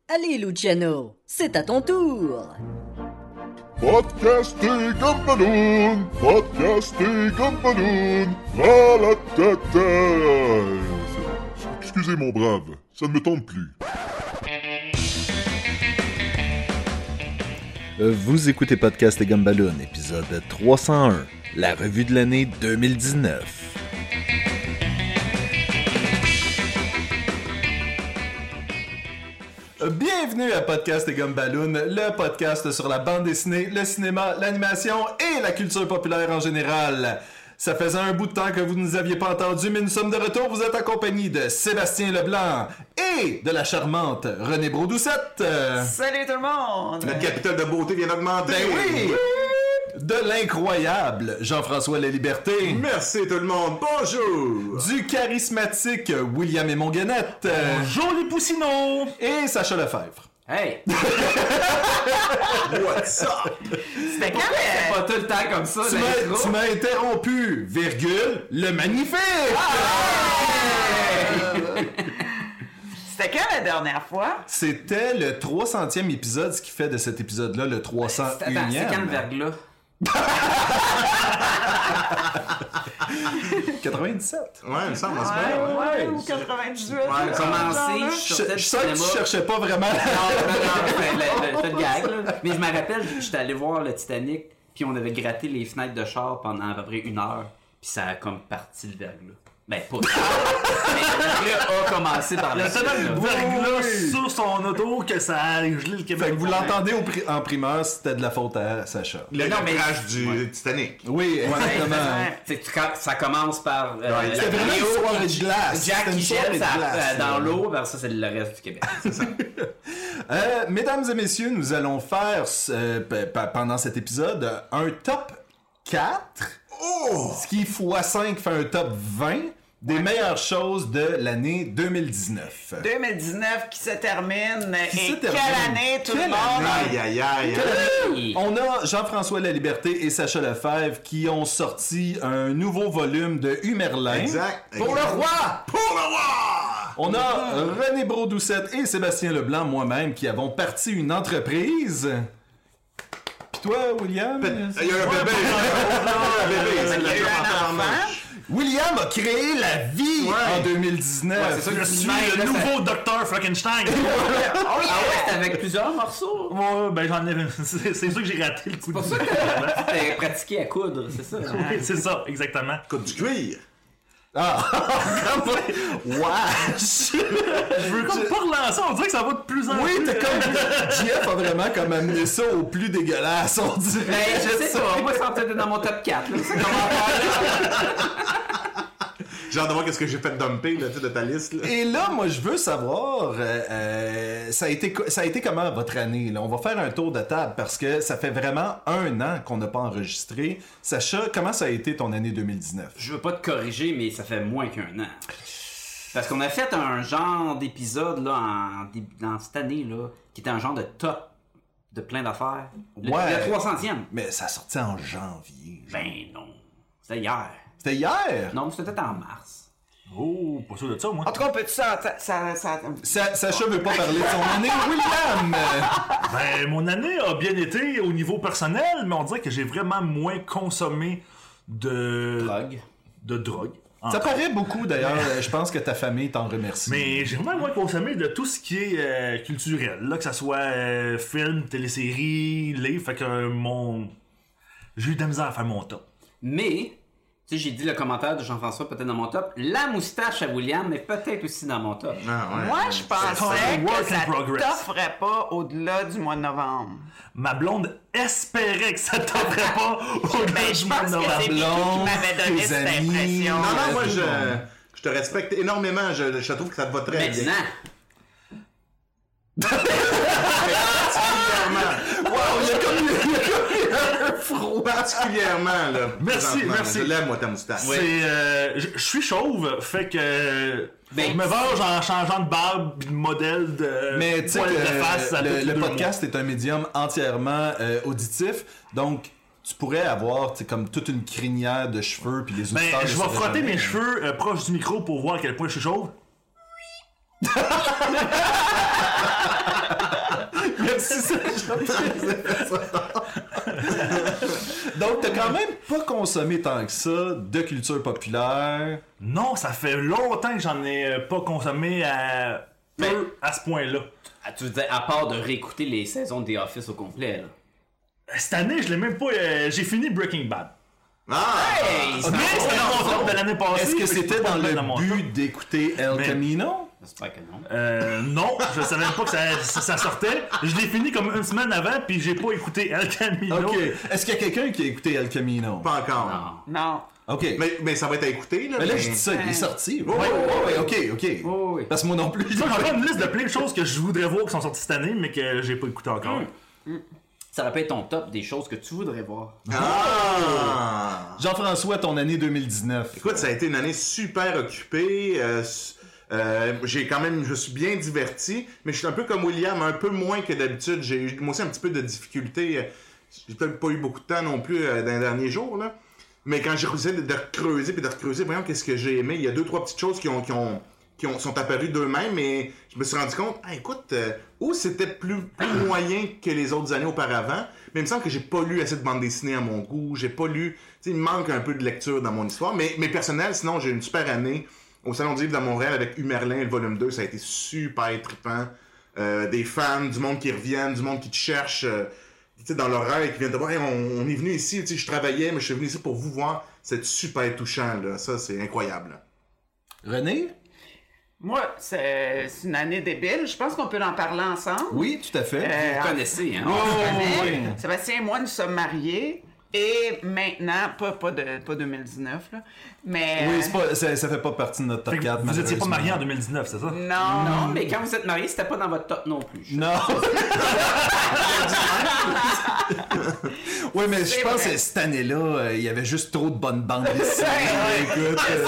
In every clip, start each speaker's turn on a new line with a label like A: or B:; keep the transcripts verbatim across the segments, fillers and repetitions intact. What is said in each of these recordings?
A: Allez, Luciano, c'est à ton tour.
B: Podcasté Gumballoon, Podcasté Gumballoon, Ralatata. Excusez mon brave, ça ne me tente plus.
C: Vous écoutez Podcast et Gumballoon, épisode trois cent un, la revue de l'année deux mille dix-neuf. Bienvenue à Podcast et Gumballoon, le podcast sur la bande dessinée, le cinéma, l'animation et la culture populaire en général. Ça faisait un bout de temps que vous ne nous aviez pas entendu, mais nous sommes de retour. Vous êtes accompagnés de Sébastien Leblanc et de la charmante Renée Brodoucette.
D: Salut tout le monde!
E: Notre capital de beauté vient d'augmenter.
C: Ben oui! De l'incroyable Jean-François Laliberté.
E: Merci tout le monde. Bonjour.
C: Du charismatique William Monguenette.
F: Bonjour les poussinots.
C: Et Sacha Lefebvre.
D: Hey!
E: What's up?
D: C'était quand même pas tout le temps comme ça,
C: Tu m'as, tu m'as interrompu, virgule, le magnifique!
D: C'était quand la dernière fois?
C: C'était le trois centième épisode, ce qui fait de cet épisode-là le trois cent unième.
D: C'était quand le verglas?
C: quatre-vingt-dix-sept.
E: Ouais, il me semble, c'est
D: Ouais,
E: bien.
D: ouais, ou quatre-vingt-dix-huit.
E: Ouais,
D: commencé,
C: Je, je sens que tu cherchais pas vraiment.
G: Non, non, non, c'était une gag, là. Mais je me rappelle, j'étais allé voir le Titanic, puis on avait gratté les fenêtres de char pendant à peu près une heure, puis ça a comme parti le verglas. Ben, pas ça. Mais le verglas a commencé par
F: Il y
G: la
F: a
G: suite.
F: tellement de
G: là.
F: verglas
C: oui.
F: sur son auto que ça a gelé le Québec.
C: Fait que vous l'entendez au pri- en primeur, c'était de la faute à Sacha.
E: Le
G: Non, mais-
E: crash du
G: Ouais.
E: Titanic.
C: Oui, exactement.
D: Ouais.
G: C'est que tu- quand ça commence par euh,
E: Ouais,
G: la
C: C'était vraiment une
G: vidéo,
C: soirée de glace.
G: Jack
C: C'était une
G: qui
C: soirée
G: jette
C: de
G: ça,
C: glace,
G: euh, dans
C: là.
G: l'eau, ben ça c'est le reste du Québec. C'est ça.
C: Euh, mesdames et messieurs, nous allons faire euh, p- p- pendant cet épisode un top quatre,
E: Oh!
C: ce qui fois cinq fait un top vingt des meilleures choses de l'année deux mille dix-neuf.
D: deux mille dix-neuf qui se termine.
C: Qui
D: et
C: se termine.
D: quelle année tout
C: Quelle
D: le monde?
E: Aïe, aïe, aïe.
G: Et-
C: On a Jean-François Laliberté et Sacha Lefebvre qui ont sorti un nouveau volume de Humerlin.
E: Exact.
C: Pour le roi!
E: Pour le roi!
C: On a René Brodoucette et Sébastien Leblanc, moi-même, qui avons parti une entreprise. Puis toi, William?
E: Il y a un bébé. Un bébé. C'est
D: Il y a eu
E: le
D: un
E: commentaire en
D: enfant.
E: manche.
C: William a créé la vie
E: Ouais.
C: en deux mille dix-neuf.
G: Ouais, c'est ça que
F: Je suis
G: Ouais,
F: le
G: là, ça-
F: nouveau docteur Frankenstein.
G: Ah ouais, c'était avec plusieurs morceaux.
F: Ouais, ben j'en ai. C'est c'est sûr que j'ai raté le coup de
G: C'est pour ça que t'as pratiqué à coudre, c'est ça?
F: Oui, c'est ça, exactement.
E: Coup du cuir.
C: Ah! Wesh!
F: Je veux comme pas relancer, on dirait que ça va de plus en
C: Oui,
F: plus.
C: t'as comme... Jeff a vraiment comme amené ça au plus dégueulasse, on dirait.
G: Ben, je sais pas, moi ça peut-être dans mon top quatre, là, ce commentaire-là.
E: J'ai hâte de voir qu'est-ce que j'ai fait dumper là, tu sais, de ta liste. Là.
C: Et là, moi, je veux savoir, euh, euh, ça, a été, co- ça a été comment votre année? Là? On va faire un tour de table parce que ça fait vraiment un an qu'on n'a pas enregistré. Sacha, comment ça a été ton année deux mille dix-neuf?
G: Je veux pas te corriger, mais ça fait moins qu'un an. Parce qu'on a fait un genre d'épisode là, en, dé- dans cette année, là, qui était un genre de top de plein d'affaires. Le,
C: Ouais.
G: le trois centième.
C: Mais ça sortait en janvier. genre.
G: Ben non. C'était hier.
C: C'était hier?
G: Non, c'était peut-être en mars.
F: Oh, pas sûr de ça, moi.
D: En tout cas, on peut-tu ça, ça, ça, ça-
C: Sa- Sacha veut pas parler de son année. William!
F: Ben, mon année a bien été au niveau personnel, mais on dirait que j'ai vraiment moins consommé de.
G: Drogue.
F: de drogue.
C: Ça paraît beaucoup, d'ailleurs. Je pense que ta famille t'en remercie.
F: Mais j'ai vraiment moins consommé de tout ce qui est euh, culturel, là, que ça soit euh, film, télésérie, livre, fait que euh, mon... J'ai eu de la misère à faire mon top.
G: Mais, tu sais, j'ai dit le commentaire de Jean-François peut-être dans mon top. La moustache à William est peut-être aussi dans mon top.
E: Ah, ouais.
D: Moi, je pensais
F: un work
D: que
F: in
D: ça
F: progress.
D: t'offrait pas au-delà du mois de novembre.
F: Ma blonde espérait que ça t'offrait pas au
D: Ben, je pense que c'est Mickey qui m'avait donné
C: tes
D: cette
C: amis.
D: impression.
E: Non, non, moi,
C: tout
E: je,
C: le monde.
E: je te respecte énormément. Je, je trouve que ça te va très bien.
G: Maintenant,
E: Particulièrement.
C: Wow, il y a comme, il y a comme un froid.
E: Particulièrement, là.
F: Merci,
E: présentement.
F: merci.
E: Je l'aime, moi, ta moustache.
F: C'est, euh, je je suis chauve, fait que
G: Ben,
F: je me venge en changeant de barbe pis de modèle de
C: Mais tu sais
F: poil
C: que
F: de face à
C: le,
F: tous
C: le
F: les deux
C: podcast est un médium entièrement euh, auditif, donc tu pourrais avoir tu sais, comme toute une crinière de cheveux puis les
F: mois.
C: auditeurs...
F: Ben, je
C: le
F: vais
C: sauraient
F: frotter
C: jamais.
F: mes cheveux euh, proches du micro pour voir à quel point je suis chauve.
C: c'est ça, donc, t'as quand même pas consommé tant que ça de culture populaire.
F: Non, ça fait longtemps que j'en ai euh, pas consommé à
G: Mais-
F: peu à ce point-là.
G: Ah, tu veux dire, à part de réécouter les saisons de The Office au complet, là.
F: Cette année, je l'ai même pas. euh, j'ai fini Breaking Bad.
E: Ah!
G: Hey,
F: Mais c'était dans mon top de l'année passée.
C: Est-ce que
F: fait je
C: c'était
F: peux pas
C: dans
F: le mettre
C: le
F: mon
C: but
F: top.
C: d'écouter El
F: Mais-
C: Camino?
G: J'espère que non.
F: Euh, non, je savais même pas que ça, ça, ça sortait. Je l'ai fini comme une semaine avant, puis j'ai pas écouté El Camino.
C: Ok. Est-ce qu'il y a quelqu'un qui a écouté El Camino?
E: Pas encore.
G: Non.
D: Non.
C: Ok. Mais,
E: Mais, mais ça va être à écouter, là.
C: là,
E: mais-
C: je dis ça, il est sorti.
E: Ouais,
C: Ouais,
E: ouais,
C: ouais, ok, ok.
G: Oh, oui.
C: Parce que moi non plus.
F: Moi, j'ai encore une liste de plein de choses que je voudrais voir qui sont sorties cette année, mais que j'ai pas écouté encore.
G: Ça va pas être ton top des choses que tu voudrais voir.
E: Ah!
C: Jean-François, ton année deux mille dix-neuf.
E: Écoute, ça a été une année super occupée. euh, euh, j'ai quand même, je suis bien diverti, mais je suis un peu comme William, un peu moins que d'habitude. J'ai eu moi aussi un petit peu de difficulté. J'ai peut-être pas eu beaucoup de temps non plus euh, dans les derniers jours, là. Mais quand j'ai essayé de, de creuser puis de recreuser, voyons qu'est-ce que j'ai aimé. Il y a deux, trois petites choses qui ont, qui ont, qui ont, sont apparues d'eux-mêmes, mais je me suis rendu compte, ah, écoute, euh, ou c'était plus, plus moyen que les autres années auparavant, mais il me semble que j'ai pas lu assez de bande dessinée à mon goût, j'ai pas lu, tu sais, il me manque un peu de lecture dans mon histoire, mais, mais personnel, sinon j'ai eu une super année au Salon du Livre de Montréal avec Humerlin, le volume deux, ça a été super trippant, euh, des fans, du monde qui reviennent, du monde qui te cherche, euh, tu sais, dans l'horaire et qui viennent te voir, hey, on, on est venu ici, tu sais, je travaillais, mais je suis venu ici pour vous voir, c'est super touchant, là, ça c'est incroyable. Là.
C: René?
D: Moi, c'est c'est une année débile. Je pense qu'on peut en parler ensemble.
C: Oui, tout à fait.
D: Euh,
G: Vous connaissez, hein?
D: on se connaît.
C: oui.
D: Sébastien et moi, nous sommes mariés. Et maintenant, pas, pas, de, pas deux mille dix-neuf, là, mais...
C: Oui,
D: euh,
C: c'est pas, ça, ça fait pas partie de notre top
F: Fait que
C: quatre.
F: vous étiez pas
C: malheureusement.
F: marié en deux mille dix-neuf, c'est ça?
D: Non,
G: Non, mais quand vous êtes mariés, c'était pas dans votre top non plus.
C: Non. Oui, mais je
D: C'est
C: pense
D: vrai.
C: que cette année-là, euh, il y avait juste trop de bonnes bandes dessinées. Écoute, euh,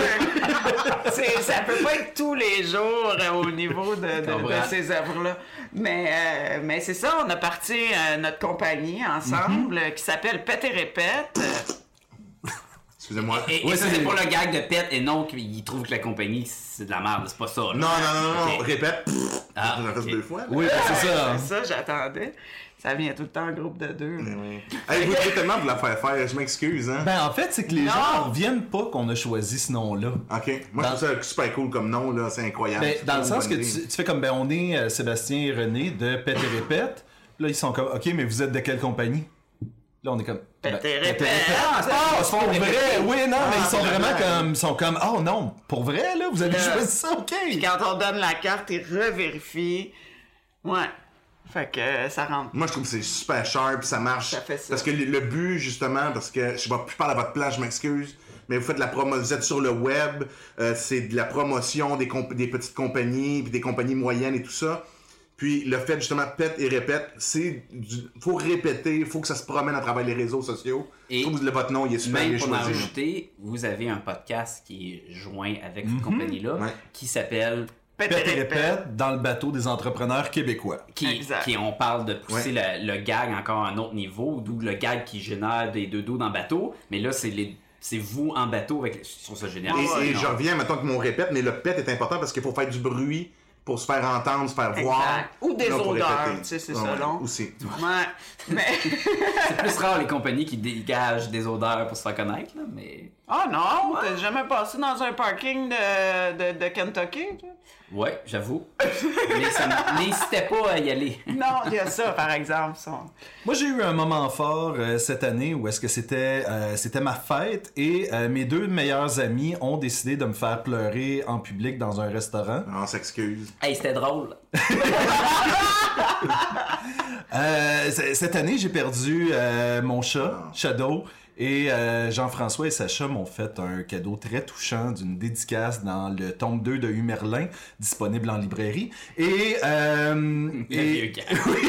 D: C'est- ça peut pas être tous les jours euh, au niveau de, de- de
G: Comprends.
D: ces œuvres-là. Mais, euh, mais c'est ça, on a parti euh, notre compagnie ensemble euh, qui s'appelle Pète et Répète. Euh,
E: Excusez-moi.
G: Et,
C: Ouais,
G: et ça,
C: c'est-
G: c'est pour le gag de pète et non qu'il trouve que la compagnie, c'est de la merde. C'est pas ça, là.
E: Non, non, non, non,
G: Ok.
E: répète.
G: Ah,
E: J'en ai fait
G: ok.
E: deux fois. là.
C: oui, c'est ça.
D: C'est ça, j'attendais. Ça vient tout le temps en groupe de deux. là.
E: Hey, vous devez tellement de la faire faire, je m'excuse, hein.
C: Ben, en fait, c'est que les
D: Non.
C: gens reviennent pas qu'on a choisi ce nom-là.
E: Ok. Moi,
C: Dans-
E: je trouve ça super cool comme nom, là, c'est incroyable.
C: Ben,
E: C'est
C: dans le
E: une
C: sens que
E: bonne
C: tu,
E: idée.
C: tu fais comme, ben, on est euh, Sébastien et René de Pète et Répète. Là, ils sont comme, ok, mais vous êtes de quelle compagnie? Là, on est comme. ben,
D: Pète et
C: Pète et
D: Répète.
C: Ah, c'est pour vrai! Oui, non, mais ils sont
E: c'est
C: vraiment
E: vrai.
C: comme. Ils sont comme, oh non, pour vrai, là, vous avez
D: Là.
C: choisi ça, ok!
D: Puis quand on donne la carte, ils revérifient. Ouais. Fait que euh, ça rentre.
E: Moi, je trouve que c'est super sharp, ça marche.
D: Ça fait ça.
E: Parce que le, le but, justement, parce que je, vais, je parle à votre place, je m'excuse, mais vous faites de la promo, vous êtes sur le web, euh, c'est de la promotion des, comp- des petites compagnies, puis des compagnies moyennes et tout ça. Puis le fait, justement, pète et répète, c'est du... faut répéter, faut que ça se promène à travers les réseaux sociaux.
G: Et
E: je trouve que le- votre nom, il est super
G: Même
E: bien
G: pour en
E: choisi.
G: rajouter, vous avez un podcast qui est joint avec cette compagnie-là,
E: Ouais.
G: qui s'appelle...
D: Pète
C: Pète et Répète dans le bateau des entrepreneurs québécois.
G: Qui,
D: Exact.
G: qui on parle de pousser le, le gag encore à un autre niveau, d'où le gag qui génère des deux dos dans le bateau, mais là, c'est les c'est vous en bateau avec... Je trouve ça génial.
E: Et,
D: Ouais,
E: et
G: non?
E: je reviens, maintenant que mon répète, mais le pète est important parce qu'il faut faire du bruit pour se faire entendre, se faire voir.
D: Exact. Ou des
E: Là, faut
D: odeurs,
E: répéter.
D: tu sais, c'est
E: Ah ouais,
D: selon.
E: Aussi.
D: Ouais. Mais.
G: C'est plus rare les compagnies qui dégagent des odeurs pour se faire connaître, là, mais...
D: Oh non, t'as jamais passé dans un parking de, de, de Kentucky, toi?
G: Ouais, j'avoue. Mais ça m- n'incitait pas à y aller.
D: Non, il y a ça, par exemple. ça.
C: Moi, j'ai eu un moment fort euh, cette année où est-ce que c'était euh, c'était ma fête et euh, mes deux meilleurs amis ont décidé de me faire pleurer en public dans un restaurant.
E: On s'excuse.
G: Hey, c'était drôle.
C: Euh, c- cette année, j'ai perdu euh, mon chat, Shadow, et euh, Jean-François et Sacha m'ont fait un cadeau très touchant d'une dédicace dans le tome deux de Humerlin, disponible en librairie. Et, euh,
G: Le vieux
C: et,
G: gars.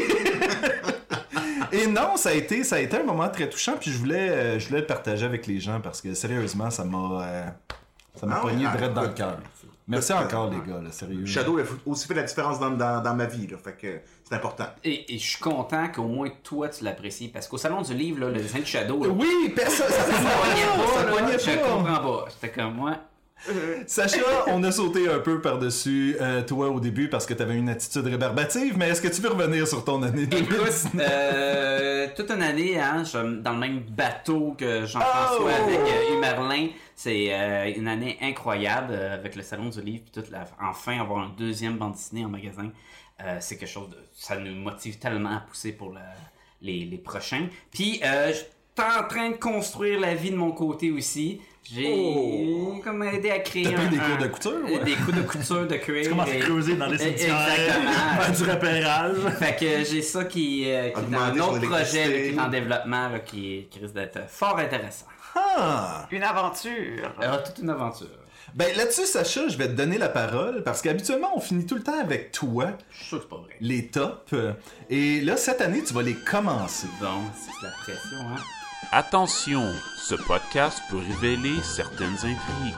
C: et non, ça a été ça a été un moment très touchant, puis je voulais euh, je voulais le partager avec les gens parce que sérieusement, ça m'a euh, ça m'a
E: Ah
C: pogné
E: ouais,
C: direct dans le
E: écoute.
C: cœur. Merci encore les gars, là, sérieux.
E: Shadow a aussi fait la différence dans, dans, dans ma vie, là. Fait que c'est important.
G: Et, et je suis content qu'au moins toi tu l'apprécies. Parce qu'au salon du livre, là, le dessin de Shadow, là,
C: Oui, personne ça
G: ça pognait
C: ça
G: pas, là,
C: pognait
G: je
C: pas.
G: comprends pas. J'étais comme moi.
C: Sacha, on a sauté un peu par-dessus euh, toi au début parce que tu avais une attitude rébarbative, mais est-ce que tu veux revenir sur ton année deux mille dix-neuf?
G: Euh, toute une année, hein, je- dans le même bateau que Jean-François
C: Oh!
G: avec euh, Hugh Merlin. C'est euh, une année incroyable euh, avec le Salon du Livre. Puis toute la... Enfin, avoir un deuxième bande dessinée en magasin, euh, c'est quelque chose de... Ça nous motive tellement à pousser pour la... les, les prochains. Puis, euh, je suis en train de construire la vie de mon côté aussi. J'ai
E: Oh.
G: comme aidé à créer
C: T'as pris
G: un,
C: des
G: un-
C: cours de couture, ouais?
G: Des cours de couture, de créer.
F: Tu commences à
G: et-
F: creuser dans les
G: et-
F: cimetières,
G: Exactement.
F: faire du repérage.
G: Fait que j'ai ça qui, euh, qui est
E: Augmenter
G: un
E: son
G: autre projet
E: électricité.
G: là, qui est en développement, là, qui, qui risque d'être fort intéressant.
C: Ah!
D: Une aventure.
G: Alors, toute une aventure.
C: Ben là-dessus, Sacha, je vais te donner la parole parce qu'habituellement, on finit tout le temps avec toi,
G: Je suis sûr que c'est pas vrai.
C: les tops. Et là, cette année, tu vas les commencer.
G: Bon, c'est de la pression, hein.
H: Attention, ce podcast peut révéler certaines intrigues.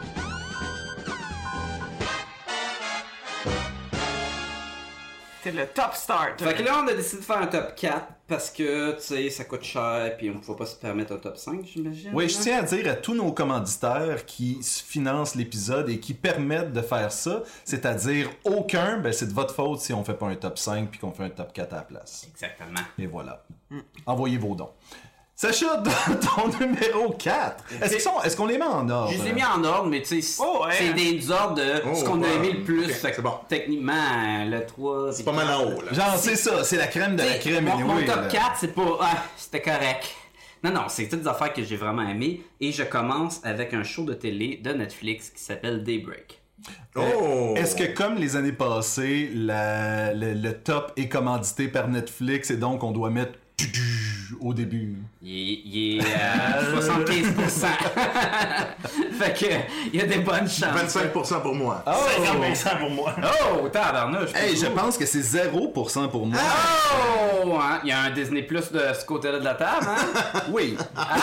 D: T'es le top start.
G: Fait que là, on a décidé de faire un top quatre parce que, tu sais, ça coûte cher puis on ne peut pas se permettre un top cinq, j'imagine.
C: Oui, je
G: hein?
C: tiens à dire à tous nos commanditaires qui financent l'épisode et qui permettent de faire ça, c'est-à-dire aucun, ben c'est de votre faute si on fait pas un top cinq puis qu'on fait un top quatre à la place.
G: Exactement.
C: Et voilà. Envoyez vos dons. Sacha, ton numéro quatre, est-ce, qu'ils sont- est-ce qu'on les met en ordre?
G: Je les ai mis en ordre, mais tu sais,
D: Oh, ouais.
G: c'est des ordres de
E: Oh,
G: ce qu'on a
E: ouais.
G: aimé le plus.
E: Ok,
G: Fait que
E: c'est bon.
G: techniquement, euh, le trois...
E: C'est pas mal en haut, là.
C: Genre, c'est ça, c'est la crème de la
G: T'sais,
C: crème.
G: mon, mon
C: anyway,
G: top
C: là.
G: quatre, c'est pas... Ah, c'était correct. Non, non, c'est toutes des affaires que j'ai vraiment aimées. Et je commence avec un show de télé de Netflix qui s'appelle Daybreak.
E: Oh!
C: Est-ce que comme les années passées, la- le, le top est commandité par Netflix et donc on doit mettre au début?
G: Il est, il est à soixante-quinze pour cent. Fait que, il y a des bonnes chances.
E: vingt-cinq pour cent pour moi.
F: cinquante pour cent pour moi.
G: Oh, tabarnouche.
C: Hey, je pense que c'est zéro pour cent pour moi.
G: Oh, hein, il y a un Disney Plus de ce côté-là de la table, hein?
C: Oui.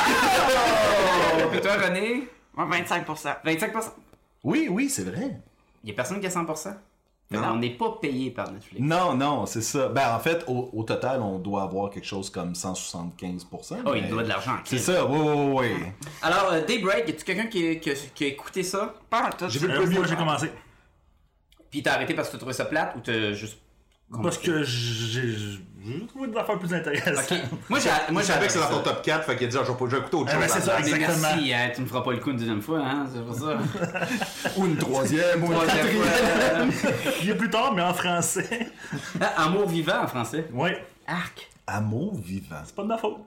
G: Oh! Puis toi, René?
D: Moi, vingt-cinq pour cent.
G: vingt-cinq pour cent.
C: Oui, oui, c'est vrai.
G: Il y a personne qui a cent pour cent. Fait
E: Non.
G: qu'on n'est pas payé par Netflix.
C: Non, non, c'est ça. Ben, en fait, au, au total, on doit avoir quelque chose comme cent soixante-quinze pour cent.
G: Oh,
C: mais-
G: il doit de l'argent.
C: C'est ça, oui, oui, oui.
G: Alors, euh, Daybreak, y a-tu quelqu'un qui, qui, qui a écouté ça?
D: Pas en tout.
E: J'ai vu le
F: Euh,
E: premier.
F: moi, j'ai commencé.
G: Puis t'as arrêté parce que t'as trouvé ça plate ou t'as juste...
F: Parce que j'ai j'ai trouvé des affaires plus intéressantes.
G: Ok. Moi, j'ai... Moi,
E: Je savais que c'est dans ton
G: ça.
E: top quatre, fait qu'il a dit, ah, je vais pas- je vais écouter autre
F: Eh
E: chose.
F: ben, c'est ça,
E: là-dedans.
G: Mais
F: exactement.
G: merci, hein, tu me feras pas le coup une deuxième fois, hein, c'est pour ça.
C: Ou une troisième, ou une
G: Troisième
C: quatrième.
G: fois.
F: Il est plus tard, mais en français.
G: Ah, Amour vivant en français.
F: Ouais,
G: Arc.
C: Amour vivant.
F: c'est pas de ma faute.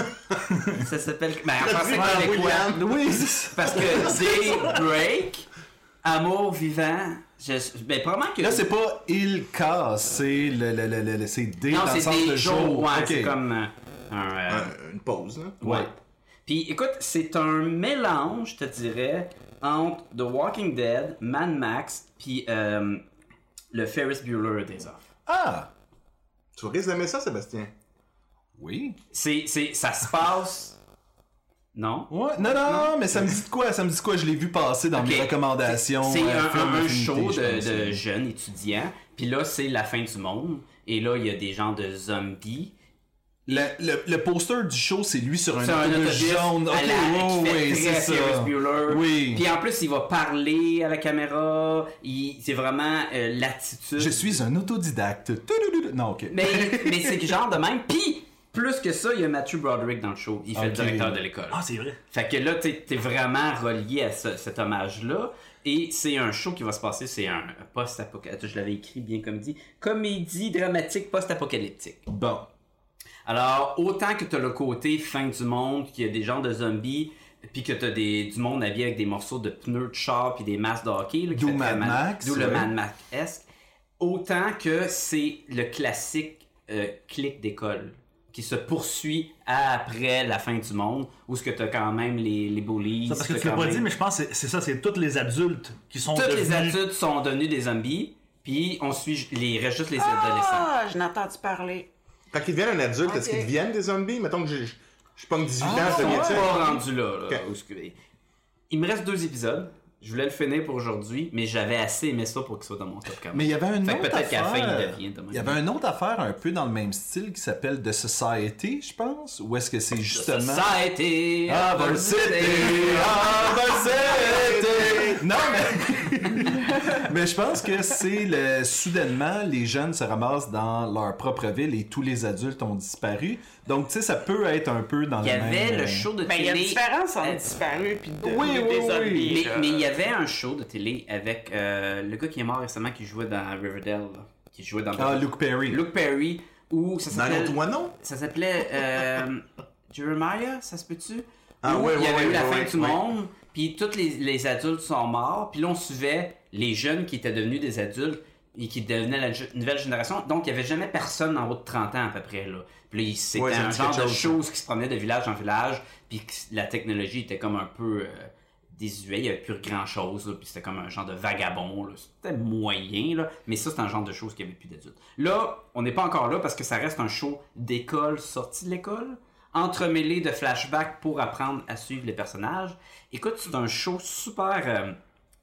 G: Ça s'appelle... Ben, en français,
E: Voilà,
G: québécois.
E: William.
C: Oui, c'est ça.
G: Parce que Daybreak, Amour vivant, je... ben probablement que...
C: Là, c'est pas il casse, c'est le, le, le, le, le- c'est des
G: Non,
C: dans le
G: c'est
C: sens
G: des
C: de
G: jours,
C: jour.
G: ouais,
C: Ok.
G: c'est comme euh, un... euh,
E: Euh, Une pause, là.
G: ouais. Puis écoute, c'est un mélange, je te dirais, entre The Walking Dead, Mad Max, puis euh, le Ferris Bueller des offres.
C: Ah!
E: Tu risques d'aimer ça, Sébastien?
C: Oui.
G: C'est, c'est, ça se passe... Non?
C: Ouais, non, non, non, mais ça me dit de quoi? Ça me dit de quoi? Je l'ai vu passer dans
G: Ok.
C: mes recommandations.
G: C'est
C: euh,
G: un,
C: Film
G: un, un
C: Affinité,
G: show
C: je
G: de,
C: pense.
G: de jeunes étudiants. Puis là, c'est la fin du monde. Et là, il y a des gens de zombies.
C: Le, le, le poster du show, c'est lui sur un
G: C'est un
C: autobus
G: autobus
C: jaune.
G: à
C: Ok,
G: la,
C: oh,
G: qui fait
C: oui,
G: très
C: c'est
G: Ferris
C: ça.
G: Bueller.
C: Oui.
G: Puis en plus, il va parler à la caméra. Il, c'est vraiment euh, l'attitude.
C: Je suis un autodidacte. Toudoudou. Non, ok.
G: Mais, mais c'est le genre de même. Puis, plus que ça, il y a Matthew Broderick dans le show. Il fait le
C: Ok.
G: directeur de l'école.
F: Ah, c'est vrai.
G: Fait que là, t'es, t'es vraiment relié à ce- cet hommage-là. Et c'est un show qui va se passer, c'est un post-apocalyptique. Je l'avais écrit bien comme dit. Comédie dramatique post-apocalyptique.
C: Bon.
G: Alors, autant que t'as le côté fin du monde, qu'il y a des genres de zombies, puis que t'as des, du monde habillé avec des morceaux de pneus de char puis des masques de hockey. Là, qui
C: D'où
G: fait très
C: Mad
G: mal-
C: Max,
G: D'où le
C: ouais.
G: Mad Max-esque. Autant que c'est le classique euh, clic d'école qui se poursuit après la fin du monde, où ce que t'as quand même les, les bullies.
F: Ça, parce que
G: t'as
F: tu l'as
G: quand
F: pas
G: même-
F: dit, mais je pense que c'est- c'est ça, c'est tous les adultes qui sont
G: Tous les
F: devenus...
G: adultes sont devenus des zombies, puis on suit les, il reste juste les adolescents.
D: Ah, je n'ai entendu parler.
E: Quand ils deviennent un adulte, est-ce
D: Ok.
E: qu'ils deviennent des zombies? Mettons que j'ai- je je pogne dix-huit
G: Ah,
E: ans, je
G: on
E: deviens
G: est
E: ça.
G: pas rendu là. là,
E: Ok.
G: où ce que- Il me reste deux épisodes. Je voulais le finir pour aujourd'hui, mais j'avais assez aimé ça pour qu'il soit dans mon top quand même.
C: Mais il y avait une
G: Fait que
C: autre
G: peut-être qu'à la fin,
C: affaire.
G: il devient de même.
C: Il y avait une autre affaire un peu dans le même style qui s'appelle The Society, je pense. Ou est-ce que c'est justement...
G: Society,
C: Our City, Our City. Non, mais... mais je pense que c'est le... soudainement, les jeunes se ramassent dans leur propre ville et tous les adultes ont disparu. Donc, tu sais, ça peut être un peu dans
G: Il y
C: le même...
G: avait le show de
D: Ben, il y a
G: télé...
D: une différence entre
G: euh,
D: disparu puis de
C: oui,
D: des
C: oui,
D: zombies.
C: oui.
G: Mais, mais il y avait un show de télé avec euh, le gars qui est mort récemment qui jouait dans Riverdale. Là, qui jouait dans...
C: Ah, Luke Perry.
G: Luke Perry, où ça
E: Dans
G: s'appelait...
E: l'autre non?
G: Ça s'appelait euh, Jeremiah, ça se peut-tu?
E: Ah
G: Où
E: ouais,
G: il y
E: ouais,
G: avait eu
E: ouais,
G: la
E: ouais,
G: fin du
E: ouais.
G: monde, puis tous les, les adultes sont morts, puis là on suivait les jeunes qui étaient devenus des adultes et qui devenaient la ge- nouvelle génération. Donc il n'y avait jamais personne en haut de trente ans à peu près. Là. Puis là, c'était
E: Ouais, ça me
G: un
E: dit
G: genre
E: quelque
G: de
E: chose,
G: chose qui se promenait de village en village, puis que la technologie était comme un peu... Euh, désuet, il n'y avait plus grand chose, là, puis c'était comme un genre de vagabond, là. C'était moyen, là, mais ça c'est un genre de choses qu'il n'y avait plus d'adultes. Là, on n'est pas encore là parce que ça reste un show d'école sorti de l'école, entremêlé de flashbacks pour apprendre à suivre les personnages. Écoute, c'est un show super euh,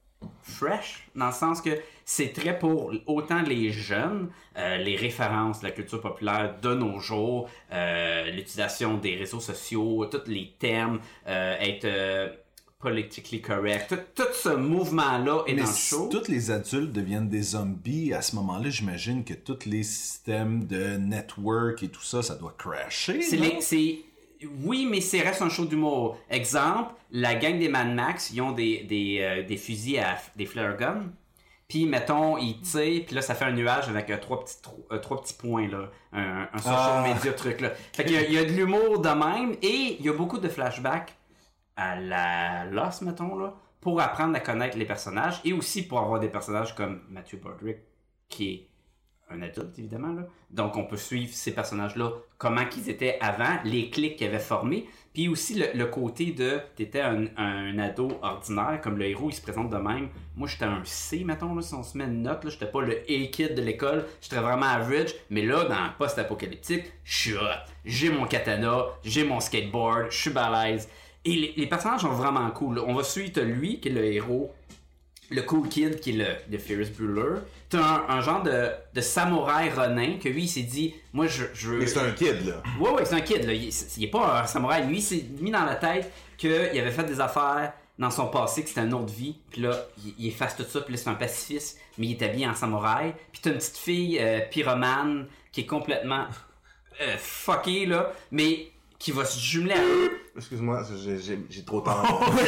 G: fresh, dans le sens que c'est très pour autant les jeunes, euh, les références de la culture populaire de nos jours, euh, l'utilisation des réseaux sociaux, tous les termes, euh, être... Euh, politically correct. Tout, tout ce mouvement-là est
C: Mais
G: dans le
C: si
G: show.
C: tous les adultes deviennent des zombies, à ce moment-là, j'imagine que tous les systèmes de network et tout ça, ça doit crasher.
G: C'est
C: non?
G: les- c'est- Oui, mais c'est reste un show d'humour. Exemple, la gang des Mad Max, ils ont des, des, euh, des fusils à des flare guns. Puis, mettons, ils tirent, puis là, ça fait un nuage avec euh, trois, petits, tro- euh, trois petits points, là. Un, un social
C: Ah.
G: media truc, là. Fait qu'il y a, il y a de l'humour de même, et il y a beaucoup de flashbacks à la Lost, mettons, là, pour apprendre à connaître les personnages, et aussi pour avoir des personnages comme Matthew Broderick, qui est un adulte, évidemment, là. Donc, on peut suivre ces personnages-là, comment qu'ils étaient avant, les clics qu'ils avaient formés, puis aussi le, le côté de, t'étais un, un ado ordinaire, comme le héros, il se présente de même. Moi, j'étais un C, mettons, là, si on se met une note, là, j'étais pas le A-kid de l'école, j'étais vraiment average, mais là, dans post-apocalyptique, je suis hot. J'ai mon katana, j'ai mon skateboard, je suis balèze. Et les, les personnages sont vraiment cool. On va suivre lui, qui est le héros, le cool kid, qui est le, le Ferris Bueller. T'as un, un genre de, de samouraï Ronin, que lui, il s'est dit, moi, je, je veux...
E: Mais c'est un kid, là.
G: Ouais, ouais, c'est un kid, là. Il, il est pas un samouraï. Lui, il s'est mis dans la tête qu'il avait fait des affaires dans son passé, que c'était une autre vie. Puis là, il, il efface tout ça, puis là, c'est un pacifiste, mais il est habillé en samouraï. Puis t'as une petite fille euh, pyromane qui est complètement euh, fuckée, là, mais qui va se jumeler à eux.
E: Excuse-moi, j'ai, j'ai, j'ai trop tard.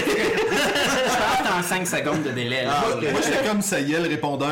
G: Je pense que t'as en cinq secondes de délai, là.
E: Ah, ok.
C: Moi, j'étais comme ça y est, le répondeur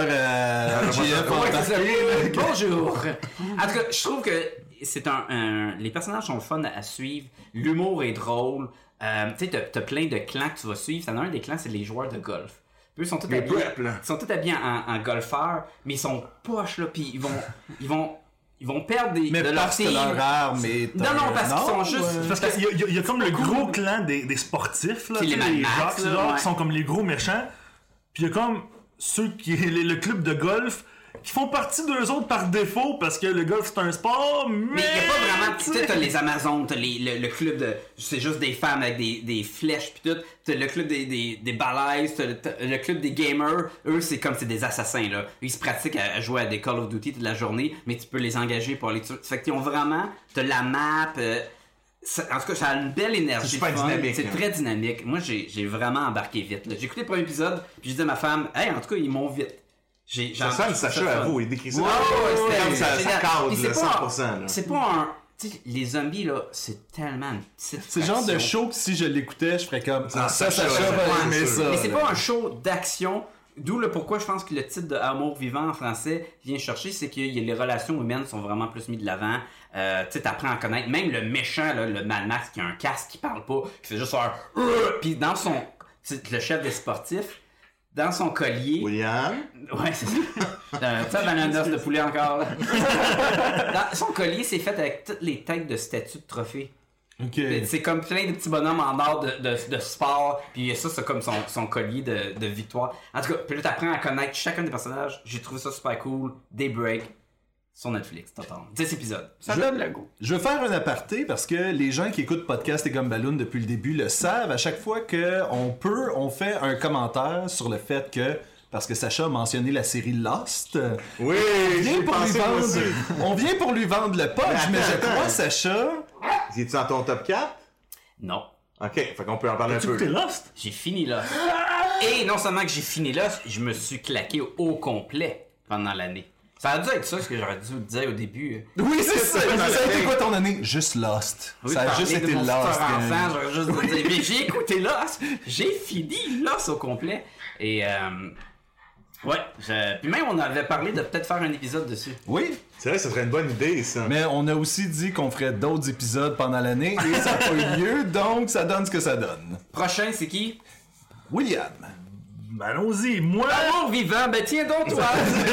C: à J F en
G: Ouais, c'est ça.
C: embarqué, là.
G: Bonjour. En tout cas, je trouve que c'est un, un- les personnages sont le fun à suivre. L'humour est drôle. Euh, tu sais, t'as, t'as plein de clans que tu vas suivre. T'en as un des clans, c'est les joueurs de golf. Eux sont tous
E: Les
G: habillés,
E: prep, là.
G: ils sont tous habillés en, en golfeurs, mais ils sont poches là, puis ils vont, ils vont, ils vont perdre des,
C: Mais
G: de leur
C: parce que
G: team.
C: leur arme est...
G: Non, non, parce qu'ils sont juste-
C: euh,
F: Parce qu'il y, a- il y a- il y a comme le gros clan des, des sportifs, là,
G: C'est
F: tu
G: les
F: sais,
G: Mad Max,
F: Jocks,
G: là,
F: là,
G: ouais.
F: qui sont comme les gros méchants. Puis il y a comme ceux qui le, le club de golf qui font partie d'eux autres par défaut parce que le golf c'est un sport, mais
G: Mais il n'y a pas vraiment. Tu
F: tu
G: sais,
F: sais,
G: t'as les Amazones, t'as les, le, le club de. C'est juste des femmes avec des, des flèches pis tout. T'as le club des, des, des balaises, t'as le, t'as le club des gamers. Eux, c'est comme c'est des assassins, là. Ils se pratiquent à, à jouer à des Call of Duty toute la journée, mais tu peux les engager pour les tuer. Fait qu'ils ont vraiment. T'as la map. euh, ça- en tout cas, ça a une belle énergie.
E: C'est super
G: fun.
E: dynamique,
G: C'est
E: là.
G: très dynamique. Moi, j'ai, j'ai vraiment embarqué vite, là. J'ai écouté le premier épisode, puis je disais à ma femme, hey, en tout cas, ils m'ont vite. J'ai,
E: Ça
G: j'ai-
E: sonne
G: j'ai
E: Sacha
G: trouvé ça
E: à
G: fun.
E: vous, il décrit ça.
G: Ouais, ouais, ouais, c'était
E: Comme ça, ça
G: génial.
E: cadre,
G: Puis c'est
E: là,
G: pas-
E: cent pour cent. là.
G: C'est pas un. Tu sais, les zombies, là, c'est tellement une petite.
C: C'est le genre de
G: fraction.
C: show que si je l'écoutais, je ferais comme... Ah, ça,
E: Sacha,
C: Sacha
E: ouais,
C: va
E: ouais,
C: aimer
E: sûr.
C: ça.
G: Mais c'est
C: là.
G: pas un show d'action. D'où le pourquoi je pense que le titre de Amour vivant en français vient chercher, c'est que y a- les relations humaines sont vraiment plus mises de l'avant. Euh, tu sais, t'apprends à connaître même le méchant, là, le Mad Max qui a un casque qui parle pas, qui fait juste faire. Puis dans son. C'est le chef des sportifs. Dans son collier.
E: William.
G: Ouais, c'est ça. Euh, Tu sais, bananas de poulet encore. Là. Dans son collier, c'est fait avec toutes les têtes de statues de trophées.
C: Ok.
G: C'est comme plein de petits bonhommes en or de, de, de sport. Puis ça, c'est comme son, son collier de, de victoire. En tout cas, puis là, t'apprends à connaître chacun des personnages. J'ai trouvé ça super cool. Daybreak sur Netflix, total. dix épisodes. Ça
C: Je-
G: donne le goût.
C: Je veux faire un aparté parce que les gens qui écoutent Podcast et Gumballoon depuis le début le savent. À chaque fois qu'on peut, on fait un commentaire sur le fait que, parce que Sacha a mentionné la série Lost,
E: Oui,
C: on vient,
E: j'ai
C: pour lui
E: pensé moi
C: vendre,
E: aussi.
C: on vient pour lui vendre le punch,
E: Mais
C: mais je
E: attends,
C: crois,
E: attends.
C: Sacha...
E: Es-tu dans ton top quatre?
G: Non.
E: Ok, fait qu'on peut en parler un
F: tu
E: peu.
F: écouté Lost?
G: J'ai fini là. Et non seulement que j'ai fini là, je me suis claqué au complet pendant l'année. Ça a dû être ça, ce que j'aurais dû vous dire au début.
C: Oui, c'est ça. Ça a été quoi ton année? Juste Lost.
G: Oui,
C: ça a juste été Lost.
G: Enfant, j'aurais juste dû dire, mais j'ai écouté Lost. J'ai fini Lost au complet. Et euh, ouais, je... puis même on avait parlé de peut-être faire un épisode dessus.
C: Oui.
E: C'est vrai, ça serait une bonne idée, ça.
C: Mais on a aussi dit qu'on ferait d'autres épisodes pendant l'année et ça n'a pas eu lieu, donc ça donne ce que ça donne.
G: Prochain, c'est qui?
C: William.
F: Ben, allons-y. Moi,
G: Amour vivant, ben tiens donc toi!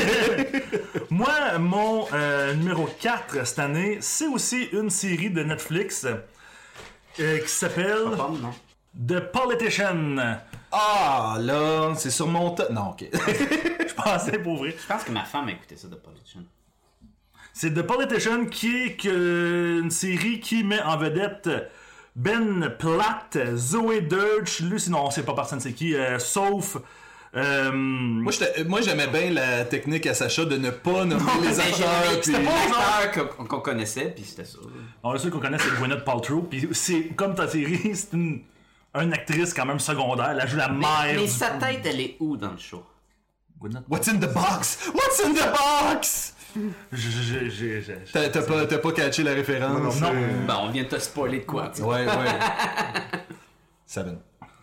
F: moi mon euh, numéro quatre cette année, c'est aussi une série de Netflix euh, qui s'appelle
G: Pas bon, non.
F: The Politician.
C: Ah, là, c'est sur mon top. Non, ok.
F: Je pensais pour vrai.
G: Je pense que ma femme a écouté ça de Politician.
F: C'est The Politician qui est que une série qui met en vedette Ben Platt, Zoé Deutsch, lui sinon on sait pas personne c'est qui, euh, sauf... Euh...
C: Moi, j'étais- moi, j'aimais bien la technique à Sacha de ne pas nommer les
G: Mais
C: acteurs.
G: j'ai-
C: puis-
G: C'était pas l'acteur qu'on qu'on connaissait, puis c'était ça.
F: On le seul qu'on connaît, c'est Gwyneth Paltrow. Puis c'est comme ta série, c'est une, une actrice quand même secondaire. Elle joue la
G: Mais,
F: mère.
G: mais
F: du-
G: sa tête, elle est où dans le show?
F: Gwyneth-
C: What's in the box? What's in the box?
F: Je- je- je- je- je-
C: T'as t'as pas, t'as pas catché la référence?
F: Non.
G: Ben, on vient de te spoiler de quoi, tu sais.
C: Ouais, ouais. Seven.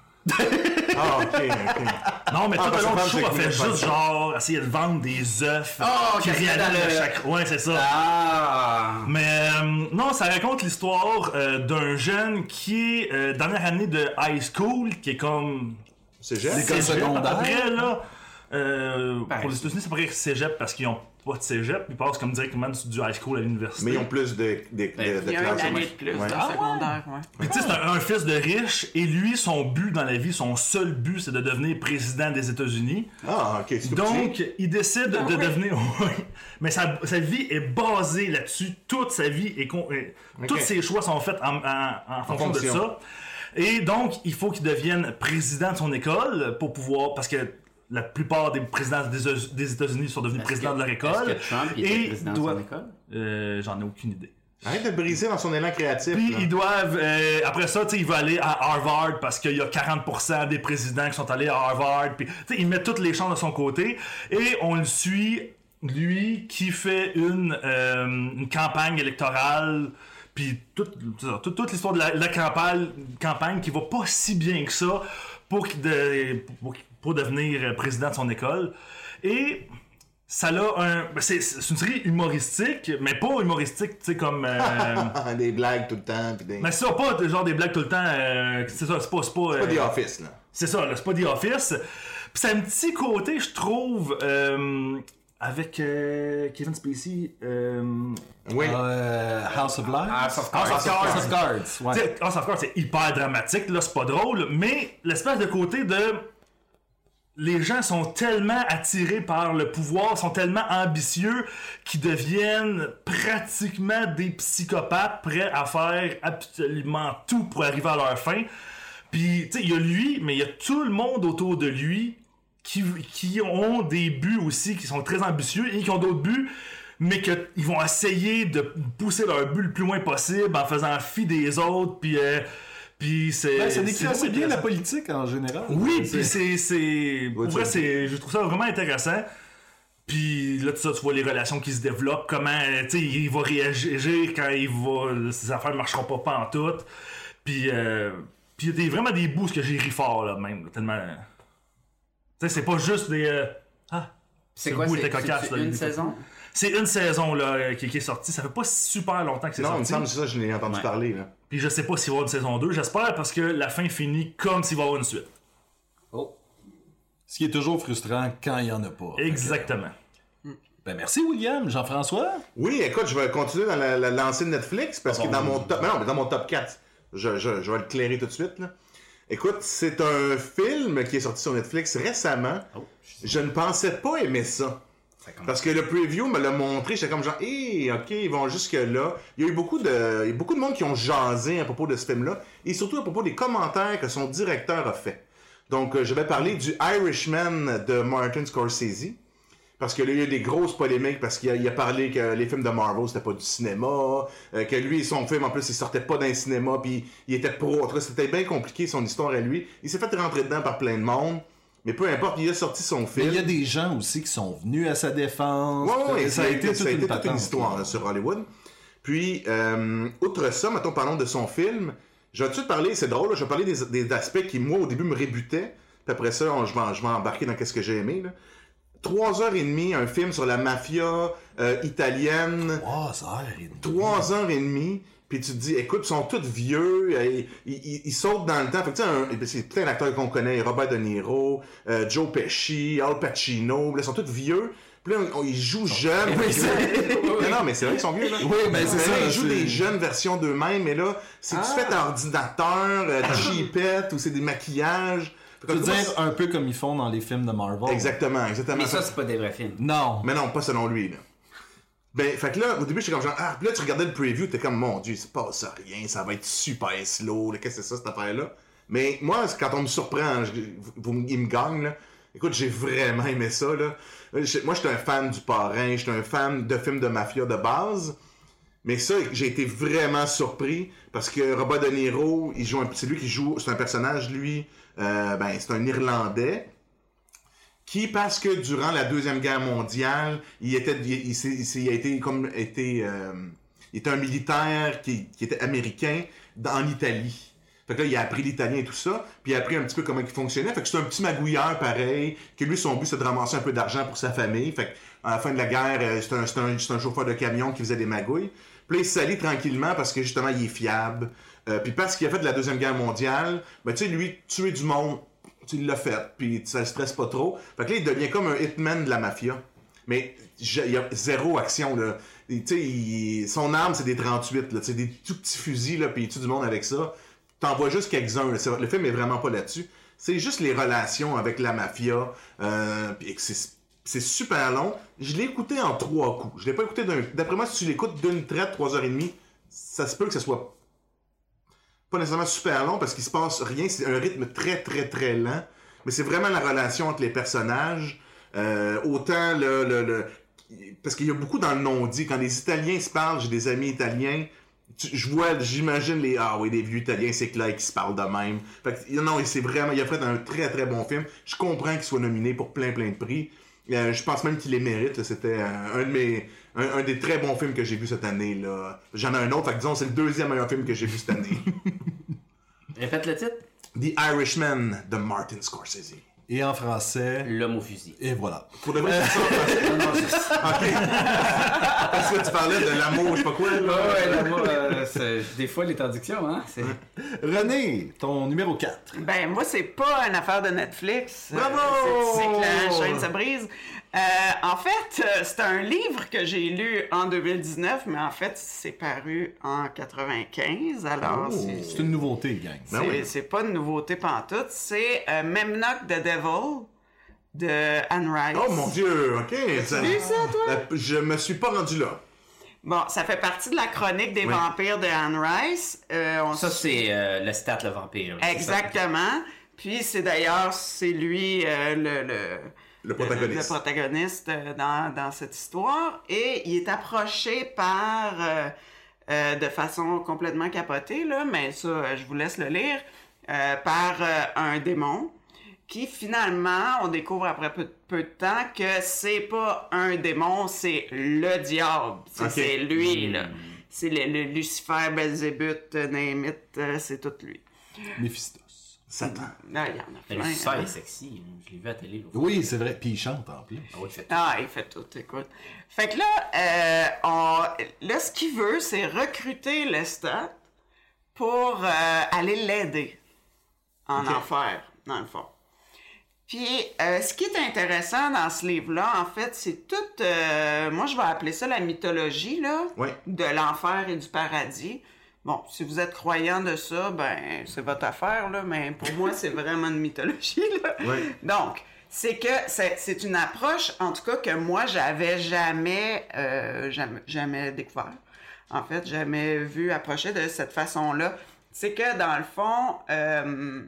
E: Ah, ok, ok.
F: Non, mais
E: Ah,
F: tout
E: parce
F: le long
E: que
F: du show,
E: c'est
F: elle fait
E: Gwyneth
F: juste
E: Paltrow.
F: genre essayer de vendre des œufs
G: Oh,
F: qui
G: qu'elle fait
F: réalisent
G: dans le-
F: chaque. Ouais, c'est ça.
G: Ah!
F: Mais euh, non, ça raconte l'histoire euh, d'un jeune qui est euh, dernière année de high school, qui est comme
E: C'est génial.
C: L'école
F: cégep,
C: secondaire.
F: à peu près, là. Euh,
G: Ben,
F: pour les États-Unis, c'est pas vrai que cégep parce qu'ils ont pas de cégep, ils passent comme directement du du high school à l'université.
E: Mais ils ont plus de, de, de, de,
G: Ben,
D: Il y a une
E: classes.
D: année de plus
E: Ouais.
D: de
F: Ah,
D: secondaire, ouais.
F: Puis tu sais, c'est un, un fils de riche, et lui, son but dans la vie, son seul but, c'est de devenir président des États-Unis.
E: Ah, ok. C'est tout
F: Donc,
E: petit.
F: il décide
D: Ah
F: de
D: oui.
F: devenir. Oui. Mais sa, sa vie est basée là-dessus. Toute sa vie est. Con... euh,
E: Ok.
F: Tous ses choix sont faits en, en- en fonction de
E: fonction.
F: ça. Et donc, il faut qu'il devienne président de son école pour pouvoir. Parce que la plupart des présidents des, des États-Unis sont devenus
G: Est-ce
F: présidents
G: que-
F: de leur école.
G: Est-ce que Trump il était
F: Et
G: président
F: doit-
G: de son école?
F: Euh, J'en ai aucune idée.
E: Arrête de briser dans son élan créatif.
F: Puis
E: là.
F: ils doivent, euh, après ça, tu sais, il va aller à Harvard parce qu'il y a quarante pour cent des présidents qui sont allés à Harvard. Puis, tu sais, il met toutes les chances de son côté et on le suit, lui, qui fait une, euh, une campagne électorale. Puis toute, c'est ça, toute, toute l'histoire de la, la campagne, campagne qui va pas si bien que ça pour, qu'il de- pour, pour devenir président de son école. Et ça a un. ben, C'est, c'est une série humoristique, mais pas humoristique, tu sais, comme. euh,
E: Des blagues tout le temps. Puis des...
F: mais c'est ça, pas de- genre des blagues tout le temps. euh, c'est ça, c'est pas. C'est pas,
E: C'est pas
F: euh,
E: des Office, là.
F: c'est ça, là, c'est pas The Office. Puis c'est un petit côté, je trouve, euh, avec euh, Kevin Spacey. Euh,
E: Oui.
C: Euh, House of Lies?
G: House of
F: House of Cards.
C: House of Cards,
F: tu
C: ouais.
F: sais, House of Cards, c'est hyper dramatique, là, c'est pas drôle, mais l'espèce de côté de. Les gens sont tellement attirés par le pouvoir, sont tellement ambitieux qu'ils deviennent pratiquement des psychopathes prêts à faire absolument tout pour arriver à leur fin. Puis, tu sais, il y a lui, mais il y a tout le monde autour de lui qui, qui ont des buts aussi, qui sont très ambitieux et qui ont d'autres buts, mais qu'ils vont essayer de pousser leur but le plus loin possible en faisant fi des autres, puis... euh, puis c'est...
C: Ben, ça décrit
F: c'est
C: assez bien la
F: intéressant.
C: politique en général.
F: Oui,
C: C'est-
F: puis c'est... c'est... Pour
E: Ouais,
F: vrai,
E: tu-
F: c'est... je trouve ça vraiment intéressant. Puis là, tout ça, tu vois les relations qui se développent, comment, tu sais, il va réagir quand il va... ses affaires ne marcheront pas pantoute. Puis... Euh... Puis il y a des- vraiment des bouts que j'ai ri fort, là, même, tellement... Tu sais, c'est pas juste des... euh, Ah!
G: C'est
F: Ce
G: quoi,
F: bout
G: c'est,
F: était cocasse,
G: c'est
F: là,
G: une
F: il-
G: saison?
F: C'est une saison, là, euh, qui, qui est sortie. Ça fait pas super longtemps que c'est
E: Non, il me
F: sorti.
E: semble que ça, je l'ai entendu
G: Ouais.
E: parler, là.
F: Puis je sais pas s'il va y avoir une saison deux. J'espère, parce que la fin finit comme s'il va y avoir une suite.
G: Oh.
C: Ce qui est toujours frustrant quand il y en a pas. Fait que-
F: Exactement.
C: Ben merci William. Jean-François?
E: Oui, écoute, je vais continuer dans la, la lancée de Netflix parce que dans mon top. Non, mais dans mon top quatre, je, je, je vais le clairer tout de suite. Là. Écoute, c'est un film qui est sorti sur Netflix récemment. Je ne pensais pas aimer ça.
G: Ça commence.
E: Parce que le preview me l'a montré, j'étais comme genre, hé, ok, ils vont jusque là. Il y a eu beaucoup de, il y a beaucoup de monde qui ont jasé à propos de ce film-là, et surtout à propos des commentaires que son directeur a fait. Donc, euh, je vais parler du Irishman de Martin Scorsese. Parce que là, il y a eu des grosses polémiques parce qu'il a, il a parlé que les films de Marvel, c'était pas du cinéma, euh, que lui, son film, en plus, il sortait pas d'un cinéma, puis il était pro. En tout cas, c'était bien compliqué, son histoire à lui. Il s'est fait rentrer dedans par plein de monde. Mais peu importe, il a sorti son
C: Mais
E: film.
C: il y a des gens aussi qui sont venus à sa défense.
E: Ouais, ouais,
C: ça a été toute
E: ça a
C: une
E: été toute
C: patente,
E: une histoire
C: là.
E: là, sur Hollywood. Puis, euh, outre ça, mettons, parlons de son film. Je vais tout de suite parler, c'est drôle, là, je vais parler des, des aspects qui, moi, au début, me rébutaient. Puis après ça, on- je vais, je vais embarquer dans qu'est-ce que j'ai aimé. Là. Trois heures et demie, un film sur la mafia euh, italienne.
C: Trois heures et demie.
E: Trois heures et demie. Puis tu te dis, écoute, ils sont tous vieux, euh, ils, ils, ils sautent dans le temps. Fait que tu sais, un- c'est plein d'acteurs qu'on connaît, Robert De Niro, euh, Joe Pesci, Al Pacino, là, ils sont tous vieux. Puis là, on- ils jouent jeunes.
C: Oui, c'est-
E: non, non, mais c'est vrai qu'ils sont vieux, là.
C: Oui, ben, c'est
E: Mais
C: ça,
E: là, ils jouent
C: c'est-
E: des jeunes versions d'eux-mêmes, mais là, c'est
D: Ah.
E: tu fait à ordinateur, euh, cheapette, ou c'est des maquillages. Fait que
C: Tu veux
E: moi,
C: dire un peu comme ils font dans les films de Marvel.
E: c'est- Exactement, exactement.
G: Mais ça, c'est pas des vrais films.
C: Non.
E: Mais non, pas selon lui, là. Ben, fait que là, au début, j'étais comme genre, ah, puis là, tu regardais le preview, t'es comme, mon Dieu, c'est pas ça, rien, ça va être super slow, là, qu'est-ce que c'est ça, cette affaire-là? Mais moi, c'est quand on me surprend, je, vous, il me gagne, là. Écoute, j'ai vraiment aimé ça, là. Je- moi, j'étais un fan du Parrain, j'étais un fan de films de mafia de base. Mais ça, j'ai été vraiment surpris parce que Robert De Niro, il joue un, c'est lui qui joue, c'est un personnage, lui, euh, ben, c'est un Irlandais. Qui, parce que durant la Deuxième Guerre mondiale, il était, il, il, s'est- il s'est- il a été comme, été, euh, il était un militaire qui, qui était américain dans- en Italie. Fait que là, il a appris l'italien et tout ça, puis il a appris un petit peu comment il fonctionnait. Fait que c'est un petit magouilleur pareil, que lui, son but, c'est de ramasser un peu d'argent pour sa famille. Fait que, à la fin de la guerre, euh, c'est un, c'est un, c'est un chauffeur de camion qui faisait des magouilles. Puis là, il s'allie tranquillement parce que, justement, il est fiable. Euh, puis parce qu'il a fait de la Deuxième Guerre mondiale, ben, tu sais, lui, tuer du monde, tu l'as fait, puis ça le stresse pas trop. Fait que là, il devient comme un hitman de la mafia. Mais je- il y a zéro action, là. Tu sais, il- son arme, c'est des trente-huit, là. Tu sais, des tout petits fusils, là, puis il tue du monde avec ça. T'en vois juste quelques-uns, là. C'est- Le film est vraiment pas là-dessus. C'est juste les relations avec la mafia. Euh, puis c'est c'est super long. Je l'ai écouté en trois coups. Je l'ai pas écouté d'un... D'après moi, si tu l'écoutes d'une traite, trois heures et demie, ça se peut que ce soit pas nécessairement super long parce qu'il se passe rien. C'est un rythme très, très, très lent. Mais c'est vraiment la relation entre les personnages. Euh, autant le, le, le... Parce qu'il y a beaucoup dans le non-dit. Quand les Italiens se parlent, j'ai des amis italiens, tu- je vois, j'imagine les... Ah oui, les vieux Italiens, c'est clair qu'ils se parlent de même. Fait que, non, c'est vraiment... Il a fait un très, très bon film. Je comprends qu'il soit nominé pour plein, plein de prix. Euh, je pense même qu'il les mérite. Là. C'était euh, un de mes... Un, un des très bons films que j'ai vu cette année. Là. J'en ai un autre, fait que disons, c'est le deuxième meilleur film que j'ai vu cette année.
G: Répète le titre.
E: The Irishman de Martin Scorsese.
C: Et en français.
G: L'homme au fusil.
C: Et voilà.
E: Pour de vrai, c'est ça.
G: Non, non, je-
E: Ok. Parce que tu parlais de l'amour, je sais pas quoi. Là.
G: Ouais, ouais, là, moi, euh, c'est- des fois, les traductions, hein, c'est...
C: René, ton numéro quatre.
D: Ben, moi, c'est pas une affaire de Netflix.
E: Bravo!
D: Euh, c'est que la chaîne se brise. Euh, en fait, euh, c'est un livre que j'ai lu en deux mille dix-neuf, mais en fait, c'est paru en quatre-vingt-quinze. Alors,
C: Oh,
D: c'est-
C: c'est une nouveauté, gang.
D: c'est
E: Ben oui.
D: c'est pas une nouveauté pantoute. C'est euh, Memnoch the Devil de Anne Rice.
E: Oh mon Dieu, ok. Ça,
D: lu ça, toi?
E: Euh, je me suis pas rendu là.
D: Bon, ça fait partie de la chronique des
E: Oui.
D: vampires de Anne Rice. Euh, on
G: Ça, c'est euh, le stat, le vampire. là, c'est ça.
D: Exactement. Puis c'est d'ailleurs, c'est lui euh, le, le,
E: Le protagoniste.
D: le protagoniste euh, dans, dans cette histoire. Et il est approché par, euh, euh, de façon complètement capotée, là, mais ça, euh, je vous laisse le lire, euh, par euh, un démon qui finalement, on découvre après peu, peu de temps que c'est pas un démon, c'est le diable. C'est
E: Ok.
D: c'est lui, là. C'est le, le Lucifer, Belzébuth, euh, name it, euh, c'est tout lui.
C: Méphistos.
E: Satan.
D: Ah, il y en a
G: Mais
D: plein.
G: Le Lucifer
D: hein.
G: est sexy. hein. Je l'ai vu à la télé. l'autre
C: Oui, c'est vrai. Puis il chante en plus.
G: fois. Ah ouais, il fait tout.
D: Ah, il fait tout, écoute. Fait que là, euh, on... là, ce qu'il veut, c'est recruter Lestat pour euh, aller l'aider en
E: Ok.
D: enfer, dans le fond. Puis, euh, ce qui est intéressant dans ce livre-là, en fait, c'est tout... euh, moi, je vais appeler ça la mythologie, là,
E: Ouais.
D: de l'enfer et du paradis. Bon, si vous êtes croyant de ça, ben, c'est votre affaire, là, mais pour moi, c'est vraiment une mythologie, là.
E: Ouais.
D: Donc, c'est que c'est, c'est une approche, en tout cas, que moi, j'avais jamais, euh, jamais, jamais découvert. En fait, jamais vu approcher de cette façon-là. C'est que, dans le fond, euh,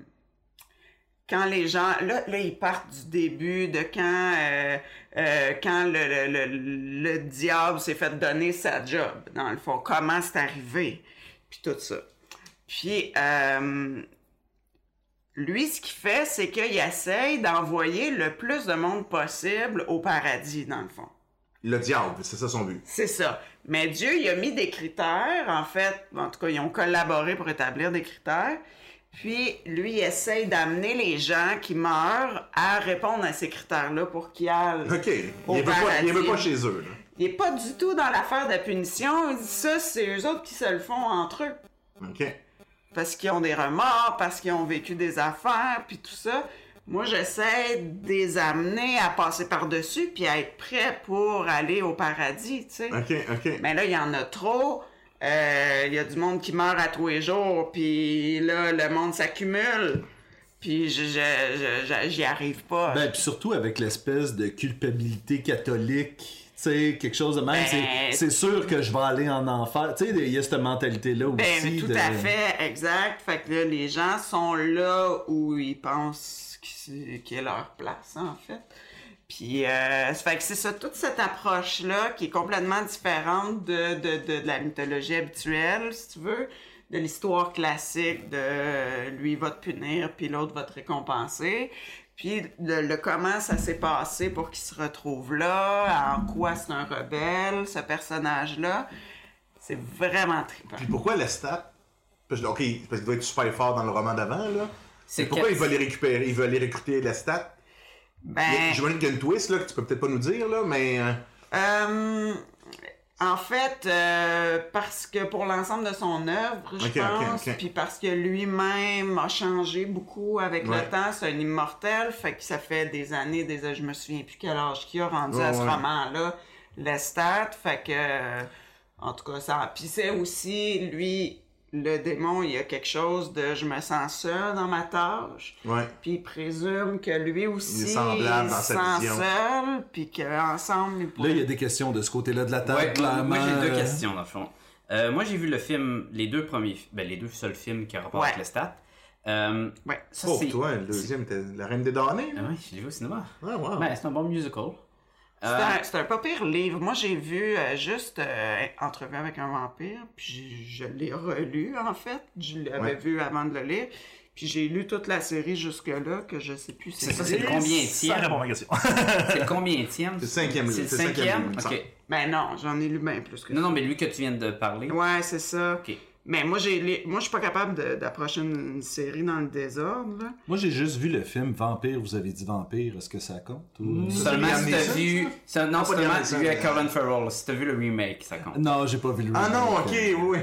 D: quand les gens... Là, là, ils partent du début de quand, euh, euh, quand le, le, le, le diable s'est fait donner sa job, dans le fond. Comment c'est arrivé, puis tout ça. Puis, euh, lui, ce qu'il fait, c'est qu'il essaye d'envoyer le plus de monde possible au paradis, dans le fond.
E: Le diable, c'est ça son but.
D: C'est ça. Mais Dieu, il a mis des critères, en fait, en tout cas, ils ont collaboré pour établir des critères. Puis, lui, il essaye d'amener les gens qui meurent à répondre à ces critères-là pour qu'ils aillent
E: OK.
D: au
E: Il ne
D: paradis.
E: veut pas chez eux. Là.
D: Il n'est pas du tout dans l'affaire de la punition. Il dit ça, c'est eux autres qui se le font entre eux.
E: OK.
D: Parce qu'ils ont des remords, parce qu'ils ont vécu des affaires, puis tout ça. Moi, j'essaie de les amener à passer par-dessus, puis à être prêts pour aller au paradis, tu sais.
E: OK, OK.
D: Mais là, il y en a trop. Euh, il y a du monde qui meurt à tous les jours, puis là, le monde s'accumule. Puis je, je, je, je- j'y arrive pas.
C: Ben, puis surtout avec l'espèce de culpabilité catholique, tu sais, quelque chose de même,
D: Ben,
C: c'est, c'est sûr que je vais aller en enfer. Tu sais, il y a cette mentalité-là aussi.
D: Ben, mais tout
C: de...
D: à fait, exact. Fait que là, les gens sont là où ils pensent qu'il est leur place, en fait. Puis, euh, ça fait que c'est ça, toute cette approche-là qui est complètement différente de, de, de, de la mythologie habituelle, si tu veux, de l'histoire classique de euh, lui va te punir, puis l'autre va te récompenser. Puis, le, le comment ça s'est passé pour qu'il se retrouve là, en quoi c'est un rebelle, ce personnage-là. C'est vraiment trippant.
E: Puis pourquoi Lestat? Parce que, OK, parce qu'il doit être super fort dans le roman d'avant, là.
G: C'est
E: Mais pourquoi
G: que-
E: il va les récupérer? Il va aller recruter Lestat?
D: Ben,
E: J'imagine qu'il y a une twist, là, que tu peux peut-être pas nous dire, là, mais... euh,
D: euh, en fait, euh, parce que pour l'ensemble de son œuvre, je
E: Ok, ok,
D: pense,
E: ok.
D: puis parce que lui-même a changé beaucoup avec
E: Ouais.
D: le temps, c'est un immortel, fait que ça fait des années, des années, je me souviens plus quel âge qu'il a rendu
E: Ouais,
D: à ce
E: ouais.
D: roman-là, Lestat, fait que, euh, en tout cas, ça... Puis c'est aussi, lui, le démon, il y a quelque chose de « je me sens seul dans ma tâche ».
E: Ouais.
D: Puis il présume que lui aussi,
E: Il est semblable dans
D: se
E: sa
D: sent
E: vision.
D: seul, puis qu'ensemble, ils
C: Là,
D: pourraient...
C: il y a des questions de ce côté-là de la table,
G: Ouais, moi,
C: clairement.
G: moi, j'ai deux
C: euh,
G: questions dans le fond. Euh, moi j'ai vu le film, les deux premiers, ben les deux seuls films qui ont rapport
D: Ouais.
G: avec Lestat. Euh,
D: Ouais.
G: ça
E: Pour
G: c'est.
E: toi, le deuxième était La Reine des Damnés,
G: Ah
E: là.
G: oui, je l'ai vu au cinéma.
E: Ouais, wow.
G: Ben c'est un bon musical.
D: C'est
G: Euh,
D: un, c'est un pas pire livre. Moi, j'ai vu euh, juste euh, Entrevue avec un vampire, puis je, je l'ai relu, en fait. Je l'avais
E: Ouais.
D: vu avant de le lire. Puis j'ai lu toute la série jusque-là, que je sais plus
G: C'est ça,
D: qui.
G: c'est le combien
F: Ça répond à ma question.
G: C'est le combien
E: C'est le cinquième
G: C'est le
E: livre, c'est le cinquième
G: cinquième?
E: livre, il me
G: Ok.
D: Ben non, j'en ai lu bien plus que
G: Non,
D: ça.
G: non, mais lui que tu viens de parler.
D: Ouais, c'est ça.
G: Ok.
D: Mais moi, j'ai li- moi je suis pas capable de- d'approcher une série dans le désordre, là.
C: Moi, j'ai juste vu le film Vampire, vous avez dit Vampire, est-ce que ça compte? ou-
G: Seulement
E: Liam
G: si t'as
E: Neeson,
G: vu. c'est- Non,
E: pas
G: seulement
E: Liam
G: si
E: Neeson,
G: t'as vu avec
E: mais-
G: Colin Farrell. Si t'as vu le remake, ça compte.
C: Non, j'ai pas vu le
E: Ah
C: remake.
E: non, ok, oui, oui.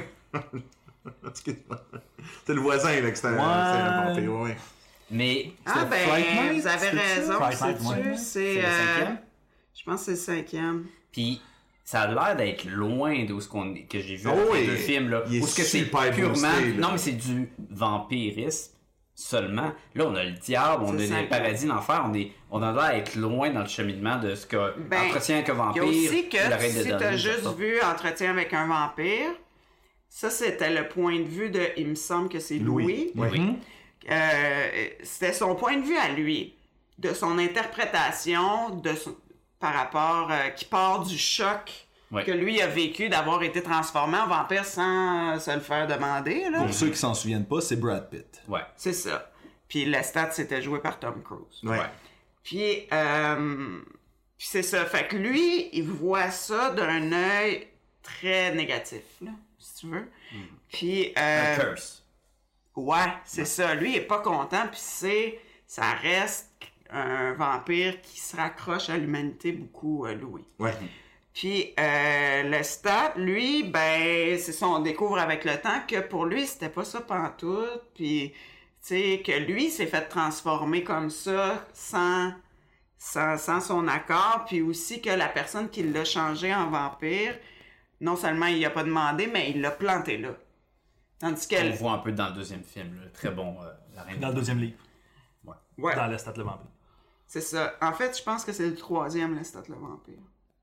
E: Excuse-moi. C'est le voisin, là, que c'était un,
C: Ouais.
E: c'est un vampire, oui.
G: Mais.
D: Ah ben,
C: Fright Night,
D: vous avez
C: c'est ça?
D: raison,
F: Fright Night,
D: sais-tu?
F: ouais.
D: C'est
G: C'est le
D: euh,
G: cinquième?
D: je pense que c'est le cinquième.
G: Puis ça a l'air d'être loin de où ce qu'on que j'ai vu
E: Oh
G: avec
E: oui,
G: les deux films là.
E: il est
G: Où ce que c'est
E: super
G: purement.
E: boosté, là.
G: Non mais c'est du vampirisme seulement. Là on a le diable, on a
D: C'est
G: le
D: cinq.
G: paradis, l'enfer. On est, on a l'air d'être loin dans le cheminement de ce que
D: Ben,
G: entretien avec un
D: Il y
G: vampire.
D: a aussi
G: ou la
D: que
G: reine des
D: si t'as
G: damnés,
D: juste
G: ça.
D: vu Entretien avec un vampire, ça c'était le point de vue de, il me semble que c'est Louis.
E: Louis.
G: Oui.
D: Euh, c'était son point de vue à lui, de son interprétation, de son- par rapport, euh, qui part du choc
G: Ouais.
D: que lui a vécu d'avoir été transformé en vampire sans se le faire demander, là.
C: Pour ceux qui s'en souviennent pas, c'est Brad Pitt.
G: Ouais.
D: C'est ça. Puis Lestat, c'était joué par Tom Cruise.
E: Ouais.
D: Puis, euh, puis c'est ça. Fait que lui, il voit ça d'un œil très négatif, là, si tu veux. Puis, euh,
G: Un curse.
D: ouais, c'est ça. Lui, il est pas content, puis c'est, ça reste un vampire qui se raccroche à l'humanité beaucoup, euh, Louis.
E: Ouais.
D: Puis euh, Lestat, lui, ben, c'est ça, on découvre avec le temps que pour lui, c'était pas ça pantoute, puis, tu sais, que lui s'est fait transformer comme ça sans, sans, sans son accord, puis aussi que la personne qui l'a changé en vampire, non seulement il a pas demandé, mais il l'a planté là. Tandis
G: On
D: qu'elle...
G: le voit un peu dans le deuxième film, là. Très bon, euh, la reine.
F: Dans le deuxième livre.
D: Ouais,
F: Dans Lestat le vampire.
D: c'est ça. En fait, je pense que c'est le troisième, Lestat le vampire.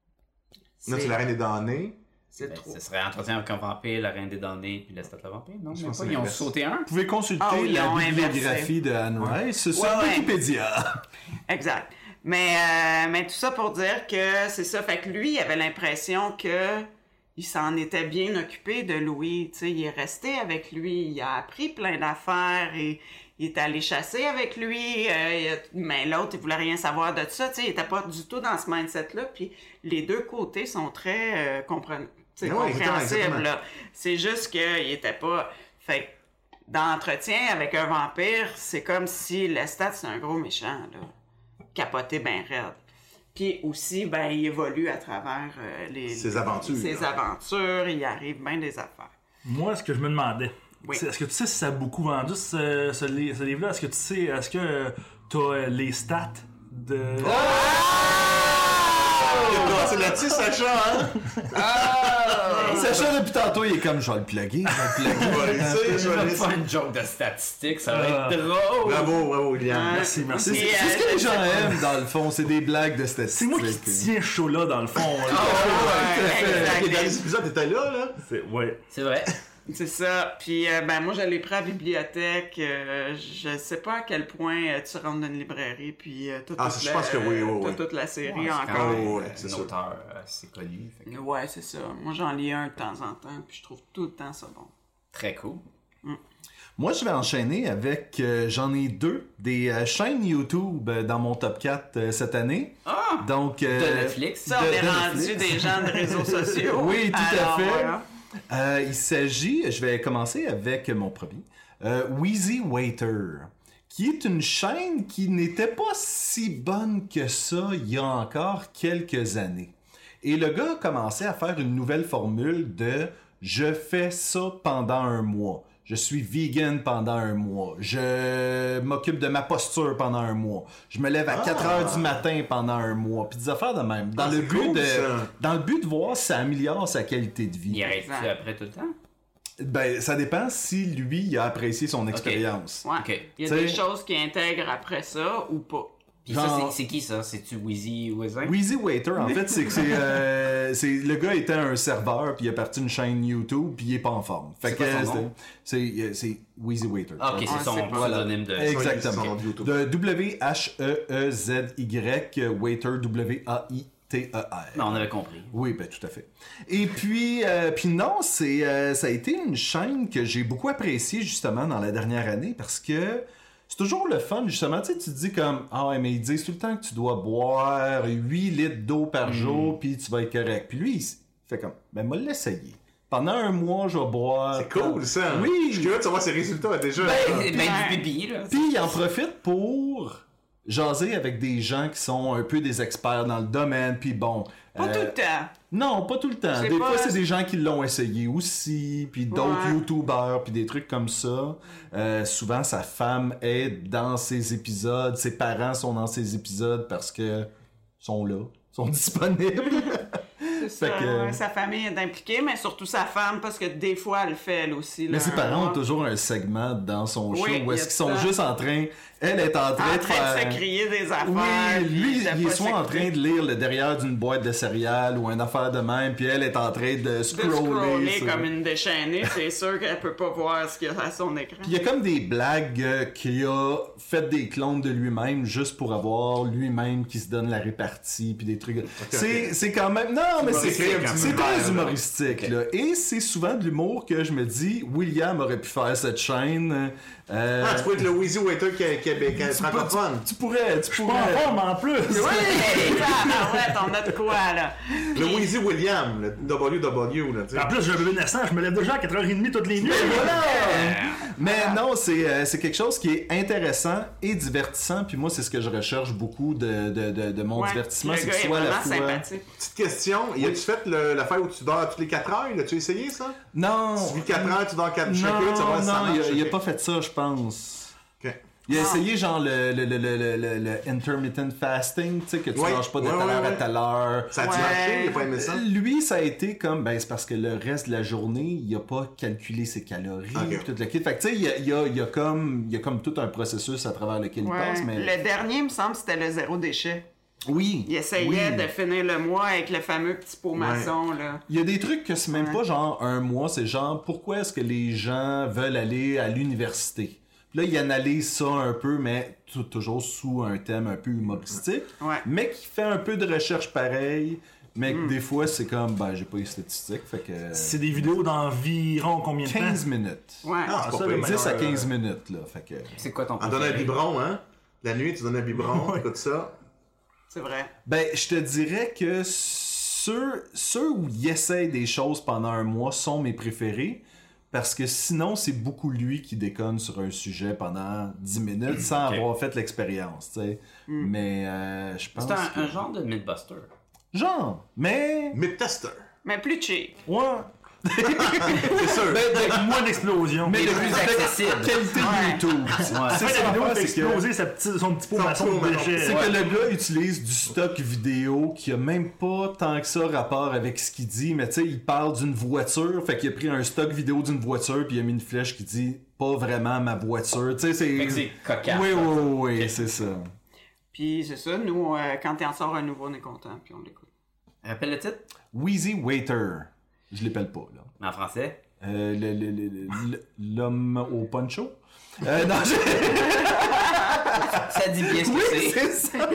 E: Non, c'est La Reine des Damnés.
D: C'est le
G: Ben,
D: trois.
G: ce serait Entretien avec un vampire, la reine des damnés, puis Lestat le vampire. Non,
E: Je
G: même
E: pense
G: pas.
E: que
G: Ils ont
E: c'est
G: sauté un.
C: Vous pouvez consulter
D: Ah oui, ils
C: la
D: ont
C: bibliographie de Anne Rice sur
D: Ouais, ouais.
C: Wikipédia.
D: Exact. Mais, euh, mais tout ça pour dire que c'est ça. Fait que lui, il avait l'impression que il s'en était bien occupé de Louis. Tu sais, il est resté avec lui. Il a appris plein d'affaires et il est allé chasser avec lui, euh, mais l'autre, il voulait rien savoir de ça, tu sais, il était pas du tout dans ce mindset-là, puis les deux côtés sont très euh, compren-
E: Ouais,
D: compréhensibles,
E: exactement.
D: là. C'est juste qu'il était pas... Fait dans l'entretien avec un vampire, c'est comme si Lestat, c'est un gros méchant, là. Capoté ben raide. Puis aussi, ben, il évolue à travers euh, les...
E: Ses aventures.
D: Ses
E: là.
D: aventures, il arrive bien des affaires.
F: Moi, ce que je me demandais,
D: Oui.
F: c'est, est-ce que tu sais si ça a beaucoup vendu ce, ce, li- ce livre-là? Est-ce que tu sais, est-ce que tu as les stats de...
E: C'est là-dessus, Sacha, hein?
C: Sacha, depuis tantôt, il est comme, je vais le plugger, je vais le plugger.
E: Je vais laisser, je
G: Je
E: vais
G: vais
E: laisser.
G: faire une joke de statistiques, ça va
F: Ah.
G: être drôle.
E: Bravo, bravo, William.
F: Merci, merci.
D: Puis,
C: C'est ce que
D: euh,
C: les gens
D: je-
C: aiment, dans le fond, c'est des blagues de
F: C'est
C: statistiques.
F: moi qui tiens chaud là, dans le fond. là.
D: Ouais,
E: Ok, dans
D: exact.
E: les épisodes, t'étais là, là?
F: C'est- ouais.
G: C'est vrai.
D: C'est ça. Puis, euh, ben, moi, je l'ai pris à la bibliothèque. Euh, je sais pas à quel point euh, tu rentres dans une librairie, puis euh, toute,
E: Ah,
D: toute
E: je
D: la,
E: pense que oui, oui, oui.
D: toute, toute la série
G: Ouais, c'est quand
D: encore.
G: même,
E: ouais,
G: euh,
E: c'est
G: un
E: sûr.
G: auteur assez connu. fait que
D: Ouais, c'est ça. Moi, j'en lis un de temps en temps, puis je trouve tout le temps ça bon.
G: Très cool.
C: Moi, je vais enchaîner avec, euh, j'en ai deux, des euh, chaînes YouTube euh, dans mon top quatre euh, cette année.
D: Ah!
C: Donc, euh,
G: De Netflix.
D: Ça, on
C: de-
D: est
C: de
D: rendu
C: Netflix.
D: des gens de réseaux sociaux.
C: Oui, tout à
D: Alors,
C: fait.
D: voilà.
C: Euh, il s'agit, je vais commencer avec mon premier, euh, Wheezy Waiter, qui est une chaîne qui n'était pas si bonne que ça il y a encore quelques années. Et le gars a commencé à faire une nouvelle formule de « je fais ça pendant un mois ». Je suis vegan pendant un mois. Je m'occupe de ma posture pendant un mois. Je me lève à quatre heures du matin pendant un mois. Puis des affaires de même. Dans,
E: Ah,
C: le
E: c'est
C: but
E: cool,
C: de,
E: ça.
C: dans le but de voir si ça améliore sa qualité de vie.
G: Il arrête-tu
D: Exact.
G: après tout le temps?
C: Ben, ça dépend si lui il a apprécié son expérience.
D: Ouais.
G: Ok.
D: Il y a
C: T'sais-
D: des choses qui intègrent après ça ou pas.
G: Puis ça,
C: Genre-
G: c'est, c'est qui ça? C'est-tu Wheezy Wizard?
C: Wheezy Waiter, en fait, c'est que c'est, euh, c'est le gars était un serveur puis il a parti une chaîne YouTube puis il est pas en forme. Fait
G: C'est
C: que
G: quoi son
C: euh,
G: nom?
C: c'est c'est c'est Wheezy Waiter.
G: Ah, ok,
D: Ouais,
G: c'est son
D: c'est pas-
G: pseudonyme de...
C: Exactement.
E: son nom de YouTube.
C: De W H E E Z Y Waiter W A I T E R.
G: Non, on avait compris.
C: Oui, ben tout à fait. Et puis, euh, puis non, c'est, euh, ça a été une chaîne que j'ai beaucoup appréciée justement dans la dernière année parce que c'est toujours le fun, justement. Tu sais, tu te dis comme, ah ouais, mais ils disent tout le temps que tu dois boire huit litres d'eau par jour puis tu vas être correct. Puis lui, il s- fait comme, ben moi l'essayer. Pendant un mois, je vais boire.
E: C'est cool, ça.
C: Oui.
E: Je suis curieux de savoir ses résultats, déjà.
G: Ben, ben du pipi, là.
C: Puis il en profite pour jaser avec des gens qui sont un peu des experts dans le domaine. Puis bon.
D: Pas
C: euh,
D: tout le temps.
C: Non, pas tout le temps.
D: C'est
C: Des
D: pas-
C: fois, c'est des gens qui l'ont essayé aussi, puis d'autres
D: Ouais.
C: YouTubers, puis des trucs comme ça. Euh, souvent, sa femme est dans ses épisodes, ses parents sont dans ses épisodes parce que sont là, sont disponibles.
D: C'est ça.
C: Fait que-
D: ouais, sa famille est impliquée, mais surtout sa femme, parce que des fois, elle le fait, elle aussi.
C: Mais
D: là,
C: ses
D: un
C: parents ont
D: mois.
C: toujours un segment dans son show
D: Oui,
C: où
D: il
C: est-ce
D: y a
C: qu'ils sont
D: ça.
C: juste en train... Elle est en train
D: En
C: de
D: train
C: faire...
D: de se crier des affaires.
C: Oui,
D: puis
C: lui,
D: de
C: il
D: pas
C: est soit en train
D: s'écouter.
C: de lire le derrière d'une boîte de céréales ou une affaire de même, puis elle est en train de
D: de
C: scroller.
D: scroller
C: sur-
D: comme une déchaînée, c'est sûr qu'elle peut pas voir ce qu'il y a à son écran.
C: Puis il y a comme des blagues euh, qu'il a fait des clones de lui-même juste pour avoir lui-même qui se donne la répartie puis des trucs. C'est c'est quand même non mais c'est
E: Humoristique, un petit
C: c'est
E: peu,
C: très
E: là.
C: humoristique là et c'est souvent de l'humour que je me dis William aurait pu faire cette chaîne. Euh,
E: Ah, tu peux être le Wheezy Waiter québécois,
C: tu, peux-
E: francophone.
C: tu pourrais tu
F: Pas en
C: pourrais.
F: forme en plus!
D: Oui! Ah ouais, on a de quoi, là?
E: Le Wheezy William, le W W, là, tu sais.
F: En plus, j'ai un bébé naissant, je me lève déjà à quatre heures trente toutes les nuits.
C: Voilà! Mais non, c'est euh, c'est quelque chose qui est intéressant et divertissant. Puis moi, c'est ce que je recherche beaucoup de, de, de, de mon
D: Ouais,
C: divertissement.
D: le
C: C'est
D: gars
C: que ce
D: est
C: soit à la
D: vraiment
C: fois.
D: sympathique.
E: Petite question, y a-tu fait le- l'affaire où tu dors toutes les quatre heures? L'as-tu essayé, ça?
C: Non!
E: Tu vis quatre heures, tu dors quatre
C: Non,
E: chaque heure, tu vas voir si ça
C: non,
E: marche.
C: il a, il a
E: ok.
C: pas fait ça, je pense.
E: Ok.
C: Il a
D: Ah.
C: essayé genre le, le, le, le, le, le- le intermittent fasting, tu sais, que tu
E: Ouais,
C: manges pas de
E: ouais,
C: telle
E: ouais,
C: heure à
E: ouais.
C: telle heure.
E: Ça a-tu
D: Ouais.
E: marché? Il a pas aimé ça?
C: Lui, ça a été comme, ben, c'est parce que le reste de la journée, il a pas calculé ses calories,
E: Ok.
C: puis tout le kit. Fait que, tu sais, il y a, il y, a, il y, a comme, il y a comme tout un processus à travers lequel il
D: Ouais.
C: passe, mais.
D: Le dernier, me semble, c'était le zéro déchet.
C: Oui.
D: Il essayait
C: oui.
D: de finir le mois avec le fameux petit pot maçon, là.
C: Il y a des trucs que c'est même
D: Ouais.
C: pas genre un mois, c'est genre pourquoi est-ce que les gens veulent aller à l'université. Puis là, il analyse ça un peu, mais tout- toujours sous un thème un peu humoristique,
D: Ouais.
C: mais qui fait un peu de recherche pareil. Mais
D: Mm.
C: des fois, c'est comme, ben, j'ai pas les statistiques, fait que...
F: C'est des vidéos d'environ combien de temps?
C: quinze minutes.
D: Ouais.
E: Ah, c'est
F: ça,
E: pas
F: le
E: pire.
C: dix à
F: meilleur,
C: quinze minutes, là, fait que...
G: C'est quoi ton
E: En donnant un
G: préféré?
E: biberon, hein? La nuit, tu donnes un biberon, écoute ça.
D: C'est vrai.
C: Ben, je te dirais que ceux, ceux où il essaie des choses pendant un mois sont mes préférés, parce que sinon, c'est beaucoup lui qui déconne sur un sujet pendant dix minutes sans
F: Ok.
C: avoir fait l'expérience, tu sais.
D: Mm.
C: Mais euh, je pense
G: C'est un,
C: que...
G: un genre de Mythbuster.
C: Genre, mais...
E: Myth-tester.
D: Mais plus cheap.
C: Ouais.
E: C'est sûr.
F: Avec moins d'explosion.
C: Mais
G: Et
C: de
G: plus accessible.
C: qualité
D: Ouais.
C: YouTube.
G: Ouais.
C: C'est
F: Après,
C: ça
F: la vidéo
C: l'affaire,
F: fait
C: c'est que...
F: exploser sa petite- son petit pot
E: Son
F: maçon
E: petit pot
F: de
E: maçon.
F: déchets.
C: C'est
F: Ouais.
C: que le gars utilise du stock vidéo qui a même pas tant que ça rapport avec ce qu'il dit, mais tu sais, il parle d'une voiture, fait qu'il a pris un stock vidéo d'une voiture puis il a mis une flèche qui dit pas vraiment ma voiture, tu sais, c'est...
G: Fait que c'est cocasse.
C: Oui, oui, oui,
G: Ok.
C: c'est ça.
D: Puis c'est ça, nous, euh, quand il en sort un nouveau, on est content, puis on l'écoute.
G: Rappelle le titre?
C: Wheezy Waiter. Je l'appelle pas, là.
G: Mais en français?
C: Euh, le- le- le- le- l'homme au poncho? Euh, non, je...
G: Ça dit bien ce que
C: Oui,
G: c'est.
C: c'est ça!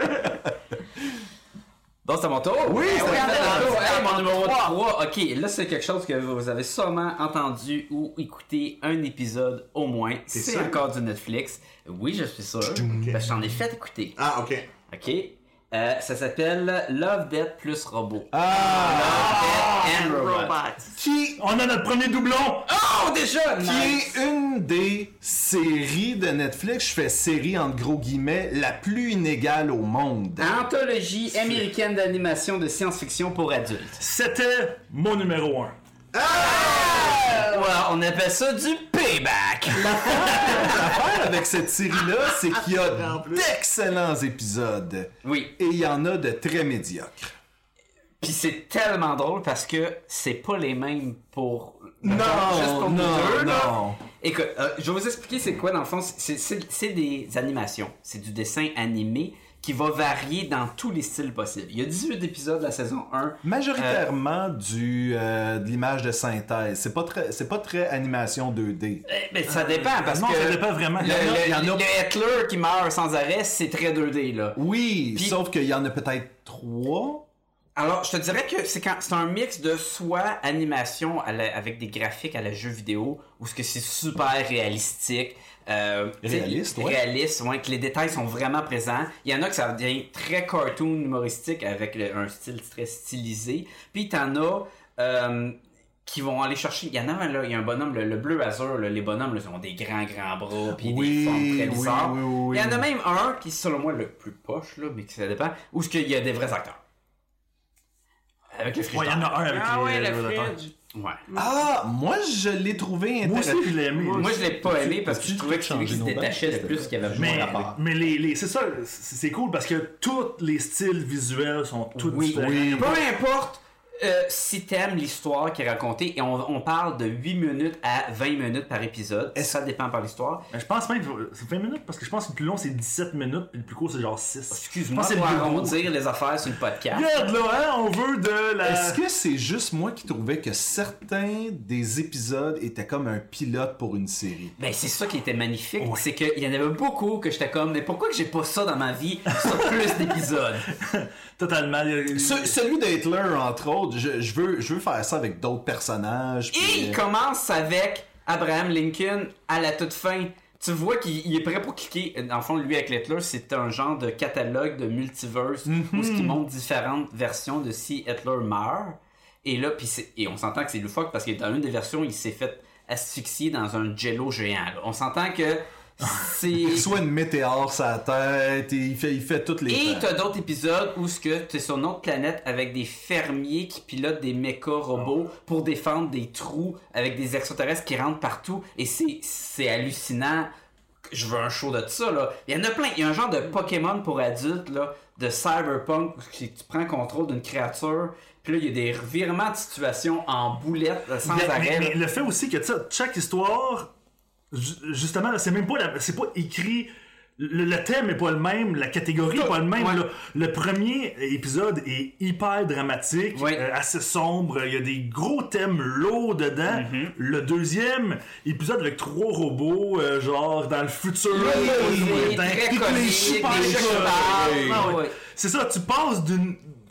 G: Bon, c'est à mon tour.
C: Oui,
G: Eh
C: c'est
G: oui,
C: à
G: c'est
C: ton
G: à mon
C: tour.
G: tour. Hey, mon numéro trois. Ok, là, c'est quelque chose que vous avez sûrement entendu ou écouté un épisode au moins. C'est
E: sûr?
G: encore du Netflix. Oui, je suis sûr. Parce que j'en ai fait écouter.
E: Ah, ok.
G: Ok. Euh, ça s'appelle Love, Death plus Robot.
C: Ah!
G: Death and Robot.
D: Robots.
C: Qui,
F: On a notre premier doublon!
G: Oh, déjà!
C: qui
G: Nice.
C: est une des séries de Netflix, je fais série entre gros guillemets, la plus inégale au monde.
G: Anthologie américaine d'animation de science-fiction pour adultes.
F: C'était mon numéro un.
G: Voilà, on appelle ça du payback.
C: L'affaire avec cette série-là, c'est qu'il y a d'excellents épisodes.
G: Oui.
C: Et il y en a de très médiocres.
G: Puis c'est tellement drôle parce que c'est pas les mêmes pour.
C: Non,
G: juste pour nous
C: non,
G: deux, là.
C: non.
G: Écoute, euh, je vais vous expliquer c'est quoi dans le fond. C'est, c'est, c'est des animations. C'est du dessin animé qui va varier dans tous les styles possibles. Il y a dix-huit épisodes de la saison un.
C: Majoritairement du, euh, de l'image de synthèse. C'est pas très, c'est pas très animation deux D.
G: Eh, ben, ça dépend parce
F: non,
G: que.
F: ça dépend vraiment.
G: Le,
C: Il y en a-
G: le-
C: il y en a-
G: le Hitler qui meurt sans arrêt, c'est très deux D là.
C: Oui,
G: Puis-
C: sauf qu'il y en a peut-être trois.
G: Alors, je te dirais que c'est quand c'est un mix de soit animation à la- avec des graphiques à la jeu vidéo, ou ce que c'est super réalistique. Euh, t'sais,
C: Réaliste, ouais.
G: Réaliste, ouais, que les détails sont vraiment présents. Il y en a que ça devient très cartoon humoristique avec le- un style très stylisé. Puis t'en as euh, qui vont aller chercher. Il y en a un là, il y a un bonhomme, le, le bleu azur, là, les bonhommes là, ont des grands grands bras, puis
C: Oui,
G: des formes très
C: oui,
G: bizarres.
C: oui, oui,
G: Il y en a
C: oui.
G: même un qui est selon moi le plus poche là, mais que ça dépend, où ce qu'il y a des vrais acteurs. Avec le
F: Ouais, il y
G: frigidaire.
F: en a un avec
D: Ah
F: les-
D: ouais,
F: les
D: le
F: rédacteurs.
D: fridge.
G: Ouais.
C: Ah, moi je l'ai trouvé
F: Moi aussi,
C: intéressant.
F: je l'ai aimé.
G: Moi, je l'ai pas aimé parce que je
C: peux-tu
G: trouvais que c'est lui qui se
C: changer nos
G: détachait
C: bains?
G: le plus, qu'il y avait
F: Mais,
G: moins rapport.
F: mais les, les- c'est ça, c'est c'est cool parce que tous les styles visuels sont tous
G: Oui,
F: différents.
C: oui.
G: Peu importe euh, si t'aimes l'histoire qui est racontée, et on, on parle de huit minutes à vingt minutes par épisode, ça dépend par l'histoire.
F: Mais je pense même que c'est vingt minutes parce que je pense que le plus long c'est dix-sept minutes puis le plus court c'est genre six.
G: Excuse-moi
F: Je pense que
G: pour
F: c'est le plus gros.
G: arrondir les affaires sur le podcast.
F: Regarde là, hein, on veut de la.
C: Est-ce que c'est juste moi qui trouvais que certains des épisodes étaient comme un pilote pour une série?
G: Ben c'est ça qui était magnifique, c'est qu'il y en avait beaucoup que j'étais comme, mais pourquoi que j'ai pas ça dans ma vie sur plus d'épisodes?
F: Totalement.
C: Ce- celui de Hitler, entre autres, je, je veux, je veux faire ça avec d'autres personnages.
G: Et
C: puis,
G: il
C: euh,
G: commence avec Abraham Lincoln à la toute fin. Tu vois qu'il il est prêt pour cliquer. Dans le fond, lui avec Hitler, c'est un genre de catalogue de multiverse où ce qui montre différentes versions de si Hitler meurt. Et là, puis c'est- et on s'entend que c'est loufoque parce que dans une des versions, il s'est fait asphyxier dans un jello géant. là. On s'entend que c'est...
C: il reçoit une météore sur la tête et il fait, il fait toutes les
G: Et
C: temps.
G: t'as d'autres épisodes où ce que t'es sur une autre planète avec des fermiers qui pilotent des méca robots pour défendre des trous avec des extraterrestres qui rentrent partout. Et c'est, c'est hallucinant. Je veux un show de ça, là. Il y en a plein. Il y a un genre de Pokémon pour adultes, là, de cyberpunk où tu prends contrôle d'une créature. Puis là, il y a des revirements de situation en boulette, là, sans
F: Mais-
G: arrêt.
F: mais,
G: là.
F: mais le fait aussi que tu sais, chaque histoire, ju- justement, là, c'est même pas, la- c'est pas écrit. Le, le thème est pas le même, la catégorie est pas le même.
G: Ouais.
F: là. Le premier épisode est hyper dramatique,
G: Ouais.
F: euh, assez sombre. Il y a des gros thèmes lourds dedans.
G: Mm-hmm.
F: Le deuxième épisode avec trois robots, euh, genre dans le futur,
G: Oui,
F: pas
G: oui,
F: lointain,
G: très
F: puis
G: comique,
F: les super
G: des jeux qui
F: cool.
G: parlent.
F: Ouais.
G: Ah ouais.
F: C'est ça, tu passes d'une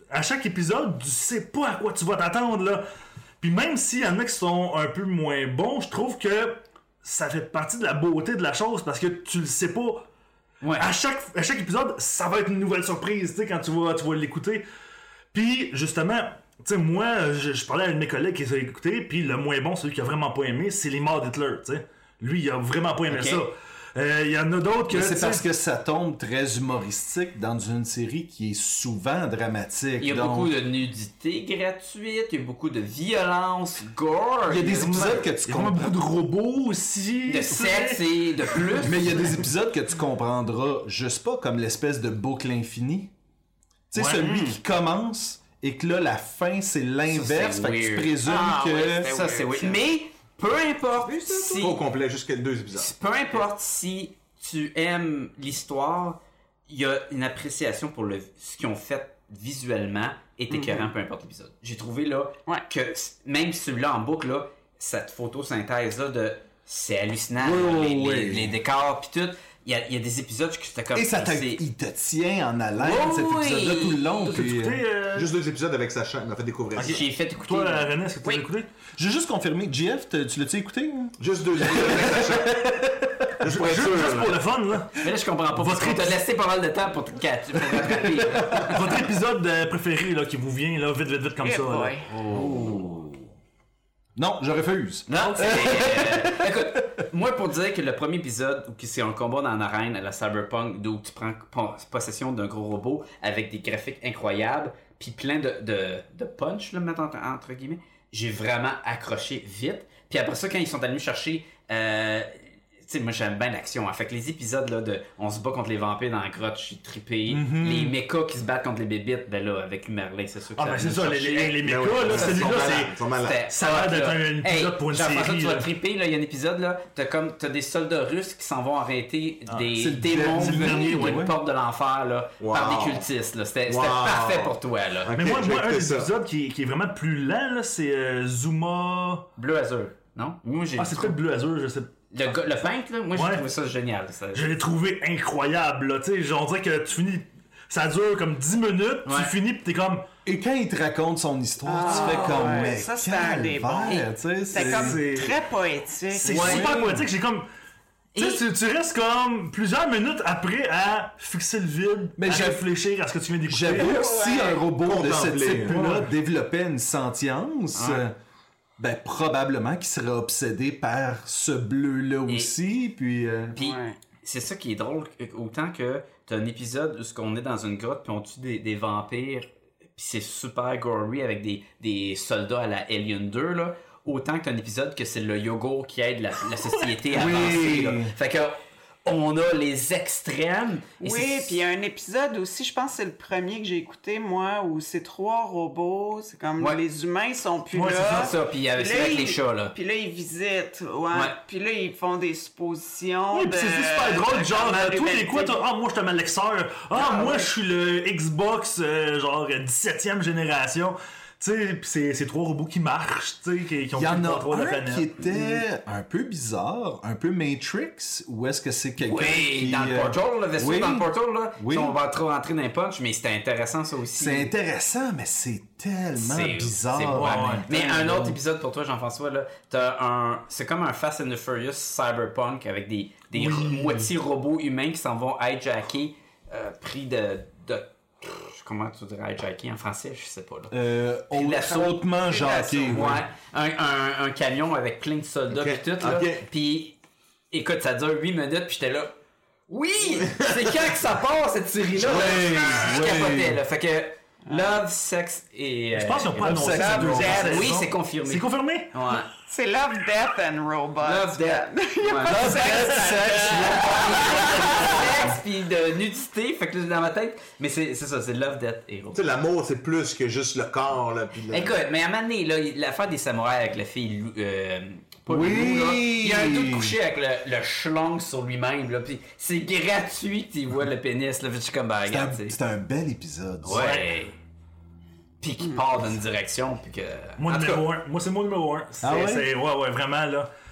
F: à chaque épisode, tu sais pas à quoi tu vas t'attendre, là. Puis même s'il y en a qui sont un peu moins bons, je trouve que ça fait partie de la beauté de la chose parce que tu le sais pas.
G: Ouais.
F: À chaque, à chaque épisode, ça va être une nouvelle surprise, tu sais, quand tu vas, tu vas l'écouter. Puis justement, tu sais, moi, je, je parlais à un de mes collègues qui s'est écouté, puis le moins bon, celui qui a vraiment pas aimé, c'est les morts d'Hitler, tu sais. Lui, il a vraiment pas aimé
G: okay.
F: ça. Il euh, y en a d'autres que...
C: Mais c'est
F: t'sais...
C: parce que ça tombe très humoristique dans une série qui est souvent dramatique.
G: Il y a
C: donc...
G: beaucoup de nudité gratuite, il y a beaucoup de violence, gore.
C: Il y a des
F: vraiment...
C: épisodes que tu
F: il y a vraiment
C: comprends.
F: beaucoup de robots aussi.
G: De sexe et de plus.
C: Mais il y a des épisodes que tu comprendras juste pas, comme l'espèce de boucle infinie. Tu sais,
F: Ouais.
C: celui qui commence et que là, la fin, c'est l'inverse.
G: Ça, c'est
C: fait que tu
G: weird.
C: présumes
G: Ah,
C: que...
G: ouais, ça, c'est oui. Mais peu importe si...
E: Pas au complet, jusqu'à deux épisodes.
G: Peu importe si tu aimes l'histoire, il y a une appréciation pour le, ce qu'ils ont fait visuellement est écœurant, mm-hmm. peu importe l'épisode. J'ai trouvé là
D: Ouais.
G: que même celui-là en boucle, là, cette photosynthèse-là, de, c'est hallucinant.
C: Oui,
G: les,
C: oui.
G: Les, les décors, pis tout. Il y a, il y a des épisodes que c'était comme...
C: Et ça te,
G: c'est-
C: il te tient en haleine,
G: Oui,
C: cet
G: oui.
C: épisode-là, tout le long.
F: T'as-tu
C: puis,
F: écouté,
C: euh,
F: euh...
E: Juste deux épisodes avec Sacha, il m'a fait découvrir ça.
G: J'ai fait écouter...
F: Toi,
G: euh,
F: René, est-ce que tu
G: oui.
F: l'as écouté?
C: J'ai juste confirmé, J F, tu l'as-tu écouté?
E: Juste deux épisodes avec Sacha. Juste pour être
F: Juste,
E: sûr,
F: juste
E: là.
F: pour le fun, là.
G: Mais là, je comprends pas.
F: Votre
G: Parce qu'on t'a
F: épi-
G: laissé pas mal de temps pour te catcher, pour rattraper.
F: Votre épisode euh, préféré, là, qui vous vient, là, vite, vite, vite, comme
D: Eh
F: ça, là.
D: boy.
C: Non, je refuse.
G: Non, c'est... euh, écoute, moi, pour dire que le premier épisode, où c'est un combat dans l'arène à la Cyberpunk, où tu prends po- possession d'un gros robot avec des graphiques incroyables, puis plein de, de, de punch, là, mettons, entre, entre guillemets, j'ai vraiment accroché vite. Puis après ça, quand ils sont allés me chercher... Euh, tu sais, moi j'aime bien l'action. Hein. Fait que les épisodes là, de on se bat contre les vampires dans la grotte, je suis trippé.
C: Mm-hmm.
G: Les mechas qui se battent contre les bébites, ben là, avec Merlin, c'est sûr que
F: Ah,
G: ça
F: ben c'est
G: va
F: ça,
G: me
F: les,
G: chercher.
F: les, les
E: Ben
F: mechas,
E: oui,
F: là,
E: ça, ils
F: celui-là,
E: sont malades,
F: c'est...
E: ils sont malades.
G: C'était
F: Ça a l'air d'être
G: hot,
F: un
G: là.
F: épisode pour une
G: Jean-François,
F: série,
G: tu vas
F: là.
G: triper, là, il y a un épisode, là, t'as comme, t'as des soldats russes qui s'en vont arrêter des
C: c'est le
G: démons
C: dernier,
G: venus
F: ouais,
G: d'une
C: ouais.
G: porte de l'enfer, là,
E: Wow.
G: par des cultistes, là. C'était c'était
E: Wow.
G: parfait pour toi, là.
E: Ok,
F: Mais moi,
E: je vais
F: moi un
E: écouter
F: des
E: ça.
F: épisodes qui, qui est vraiment plus lent, là, c'est euh, Zuma...
G: Bleu azur, non? Moi, j'ai...
F: Ah, c'est peut-être Bleu Azur, je sais pas.
G: Le, gars- le peintre, là, moi, j'ai
F: Ouais.
G: trouvé ça génial. Ça...
F: Je l'ai trouvé incroyable, là, tu sais, on dirait que tu finis... Ça dure comme dix minutes,
G: Ouais.
F: tu finis pis t'es comme...
C: Et quand il te raconte son histoire, tu fais comme,
D: ouais,
C: mais
D: ça, c'était un des bons.
C: calvaire, tu sais,
D: C'était
C: c'est-
D: comme
F: c'est-
D: très poétique.
F: C'est
G: Ouais.
F: super poétique, j'ai comme... Tu sais,
G: Et-
F: tu, tu restes comme plusieurs minutes après à fixer le vide,
C: Mais
F: à
C: j'ai-
F: réfléchir à ce que tu viens d'écouter.
C: J'avoue que si
D: Ouais.
C: un robot de ce
E: Contempler.
C: type-là
F: Ouais.
C: développait une sentience,
G: Ouais.
C: euh, ben probablement qu'il serait obsédé par ce bleu-là
G: Et-
C: aussi, puis... euh,
G: Puis
D: Ouais.
G: c'est ça qui est drôle, autant que t'as un épisode où ce qu'on est dans une grotte puis on tue des, des vampires puis c'est super gory avec des, des soldats à la Alien deux là, autant que t'as un épisode que c'est le yogourt qui aide la, la société à
C: Oui.
G: avancer là. Fait que on a les extrêmes. et
D: Oui,
G: c'est-
D: puis il y a un épisode aussi, je pense que c'est le premier que j'ai écouté, moi, où c'est trois robots, c'est comme
G: Ouais.
D: les humains sont plus
F: Ouais,
D: là.
G: c'est ça, puis il y avait
D: Puis
G: ça
D: là,
G: avec les
D: ils-
G: chats là.
D: Puis là, ils visitent, ouais.
G: Ouais.
D: Puis là, ils font des suppositions.
F: Oui, pis
D: de-
F: c'est super drôle,
D: de
F: genre,
D: comment
F: euh, toi,
D: l'humanité-
F: t'es quoi, toi? Ah, moi, je suis un Alexeur. Ah,
D: Ah,
F: moi,
D: ouais.
F: je suis le Xbox, euh, genre, dix-septième génération. Tu sais, pis c'est, c'est trois robots qui marchent, tu sais, qui, qui ont
C: Il y
F: pris
C: en
F: le
C: a
F: contrôle de la
C: un
F: planète.
C: qui était un peu bizarre, un peu Matrix, ou est-ce que c'est quelqu'un
G: Oui,
C: qui...
G: dans le
C: euh,
G: portal, le vaisseau
C: oui.
G: dans le portal, là.
C: Oui.
G: On va trop rentrer dans les punch, mais c'était intéressant ça aussi.
C: C'est intéressant, mais c'est tellement
G: C'est-
C: bizarre.
G: c'est- ouais.
C: en même
G: Mais
C: temps,
G: un
C: là.
G: autre épisode pour toi, Jean-François, là, t'as un, c'est comme un Fast and the Furious Cyberpunk avec des, des
F: Oui.
G: ro- moitié robots humains qui s'en vont hijacker, euh, pris de, de, comment tu dirais hijacker en français, je sais pas là.
C: Euh,
G: Puis
C: haut-
G: l'assaut.
C: hautement
D: Puis
C: jacké.
D: l'assaut,
C: oui.
G: Ouais, un, un, un camion avec plein de soldats
E: Ok,
G: pis tout là.
E: ok.
G: Puis écoute, ça dure huit minutes puis j'étais là. Oui! C'est quand que ça part cette série-là? là?
C: Ouais,
G: Je
C: ouais.
G: capotais là. Fait que Love, Sex et.
F: Je pense qu'ils ont pas
G: euh,
F: annoncé
C: Sex
F: la
C: and
F: deuxième
C: Robots.
F: saison.
G: Oui, c'est confirmé.
F: C'est confirmé?
G: Ouais.
D: C'est Love, Death and Robots.
G: Love, Death.
D: Il y a
G: Ouais.
D: pas de
G: Love,
D: sexe
G: Death,
D: là-dedans.
G: Sexe pis de nudité, fait que là, dans ma tête. Mais c'est c'est ça, c'est Love, Death et Robots.
E: Tu sais, l'amour, c'est plus que juste le corps, là. Puis le-
G: Écoute, mais à un moment donné, là, l'affaire des samouraïs avec la fille. Lou- Euh, pas
C: Oui.
G: Loulou, là. Il y a un doute couché avec le, le schlong sur lui-même, là. Pis c'est gratuit que tu vois le pénis, là. Puis je suis comme, bah,
C: C'était un,
G: regarde, tu sais.
C: c'était un bel épisode. ça.
G: Ouais. Pis qui part dans une direction, pis que.
F: Moi,
G: En tout
F: numéro un. Moi, c'est mon numéro un. C'est,
C: Ah ouais?
F: c'est- ouais, ouais, vraiment, là.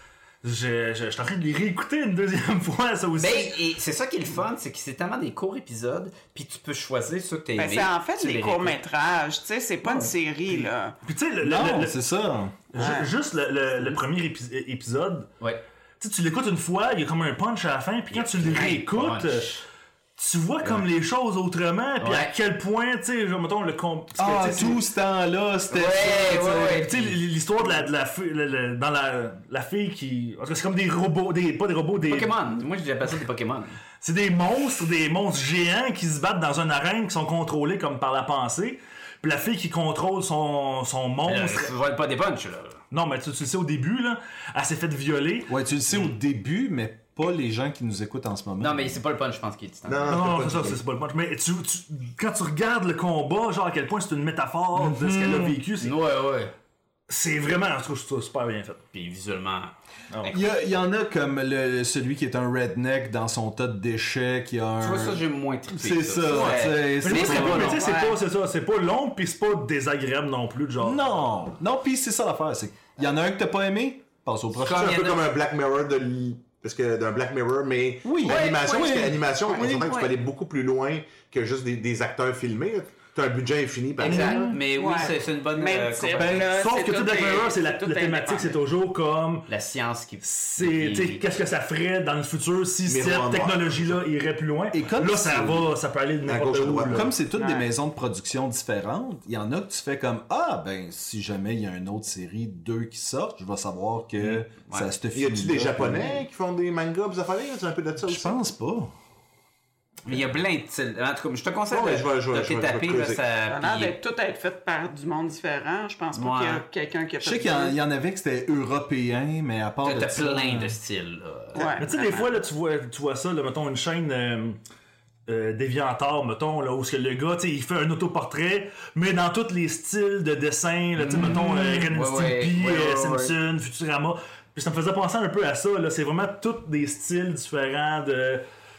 F: Je, je, je suis en train de les réécouter une deuxième fois, ça aussi.
G: Ben, et c'est ça qui est le fun, c'est que c'est tellement des courts épisodes, puis tu peux choisir ceux que t'as
D: Ben,
G: aimés.
D: c'est en fait
G: tu
D: les
G: les
D: courts-métrages, tu sais, c'est pas une série, là.
F: Puis tu sais, le, le-
C: Non,
F: le- le-
C: c'est ça.
F: ju- juste le, le- le premier épi- épisode,
G: Ouais.
F: tu sais, tu l'écoutes une fois, il y a comme un punch à la fin, puis quand tu le
G: plein de
F: réécoutes,
G: punch.
F: tu vois comme les choses autrement, puis
G: Ouais.
F: à quel point, tu sais, genre, mettons, le... Com-
C: Ah,
F: tu sais,
C: tout ce temps-là, c'était
G: Ouais,
C: ça, tu sais.
G: ouais, ouais.
F: Tu sais, l'histoire de la, de la fille, le- le- dans la, la fille qui... En tout cas, c'est comme des robots, des, pas des robots, des...
G: Pokémon. Moi, j'appelle ça des Pokémon.
F: C'est des monstres, des monstres géants qui se battent dans une arène, qui sont contrôlés comme par la pensée. Puis la fille qui contrôle son, son
G: Euh,
F: monstre...
G: Tu vois pas des punchs, là.
F: Non, mais tu, tu le sais, au début, là, elle s'est fait violer.
C: Ouais, tu le sais au début, mais pas les gens qui nous écoutent en ce moment.
G: Non, mais c'est pas le punch, je pense, qui est distant.
E: Non,
F: Non, non,
E: c'est
F: c'est
E: pas-
F: ça, c'est c'est pas le punch. Mais tu, tu- quand tu regardes le combat, genre à quel point c'est une métaphore de ce qu'elle a vécu, c'est,
G: Ouais, ouais.
F: c'est vraiment, je trouve ça super bien fait.
G: Puis visuellement.
C: Il y, a- il y en a comme le, celui qui est un redneck dans son tas de déchets, qui a un...
G: Tu vois, ça, j'ai moins trippé.
C: C'est ça, tu sais,
F: Mais,
C: c'est
F: mais c'est
C: pas-
F: pas, mais tu sais, c'est
D: Ouais.
F: pas, c'est ça, c'est pas long, pis c'est pas désagréable non plus, de genre.
C: Non, non, pis c'est ça l'affaire, c'est il y en a un que t'as pas aimé, passe au prochain.
E: C'est un
G: il y
E: peu
G: en a-
E: comme un Black Mirror de l- parce que d'un Black Mirror, mais
C: Oui.
E: l'animation,
C: Ouais,
E: parce
C: ouais.
E: que l'animation, on
C: Oui,
E: s'entend que tu
C: ouais.
E: peux aller beaucoup plus loin que juste des, des acteurs filmés. T'as un budget infini, par
G: Exact.
E: exemple.
G: Mais oui,
D: Ouais.
G: c'est c'est une bonne
D: Même
G: euh,
D: type,
G: comparaison.
D: là,
F: Sauf
D: c'est
F: que
D: tout
F: tout Black
D: est-
F: Mirror, c'est la,
D: tout
F: la thématique, c'est
D: indépendant.
F: toujours comme.
G: La science qui.
F: C'est,
G: qui-
F: tu sais, qu'est-ce que ça ferait dans le futur si
E: Miroir
F: cette
E: noir.
F: technologie-là irait plus loin.
C: Et comme
F: là,
C: c'est-
F: ça va, ça peut aller de
E: À
F: n'importe
E: gauche, à
F: où.
E: droite.
F: là.
C: Comme c'est toutes des
D: Ouais.
C: maisons de production différentes, il y en a que tu fais comme ah ben si jamais il y a une autre série deux qui sortent, je vais savoir que ça se
E: Y a-tu des Japonais qui font des mangas, pis ça fait C'est un peu de ça
C: Je
E: aussi.
C: pense pas.
G: Mais il y a plein de styles. En tout cas, je te conseille
E: Ouais,
G: de,
E: je vais- je vais-
G: de
E: je vais-
G: t'étaper,
E: je vais
G: là,
E: creuser.
G: ça.
D: Ça a l'air
G: puis-
D: d'être tout être fait par du monde différent. Je pense pas
G: Ouais.
D: qu'il y a quelqu'un qui a
C: Je
D: fait
C: sais qu'il y, en-
D: ça.
C: il y en avait que c'était européen, mais à part
G: T'as
C: de
G: t'as
C: ça,
G: plein de styles, là.
D: Ouais,
F: Mais tu sais, des
D: vraiment.
F: fois, là, tu vois, tu vois ça, là, mettons, une chaîne euh, euh, Déviantart, mettons, là, où ce que le gars, tu sais, il fait un autoportrait, mais dans tous les styles de dessin, là, tu sais, mettons, euh, Ren and
G: Ouais, ouais,
F: Stimpy,
G: ouais, ouais,
F: euh,
G: ouais.
F: Simpson, Futurama. Puis ça me faisait penser un peu à ça, là, c'est vraiment tous des styles différents de...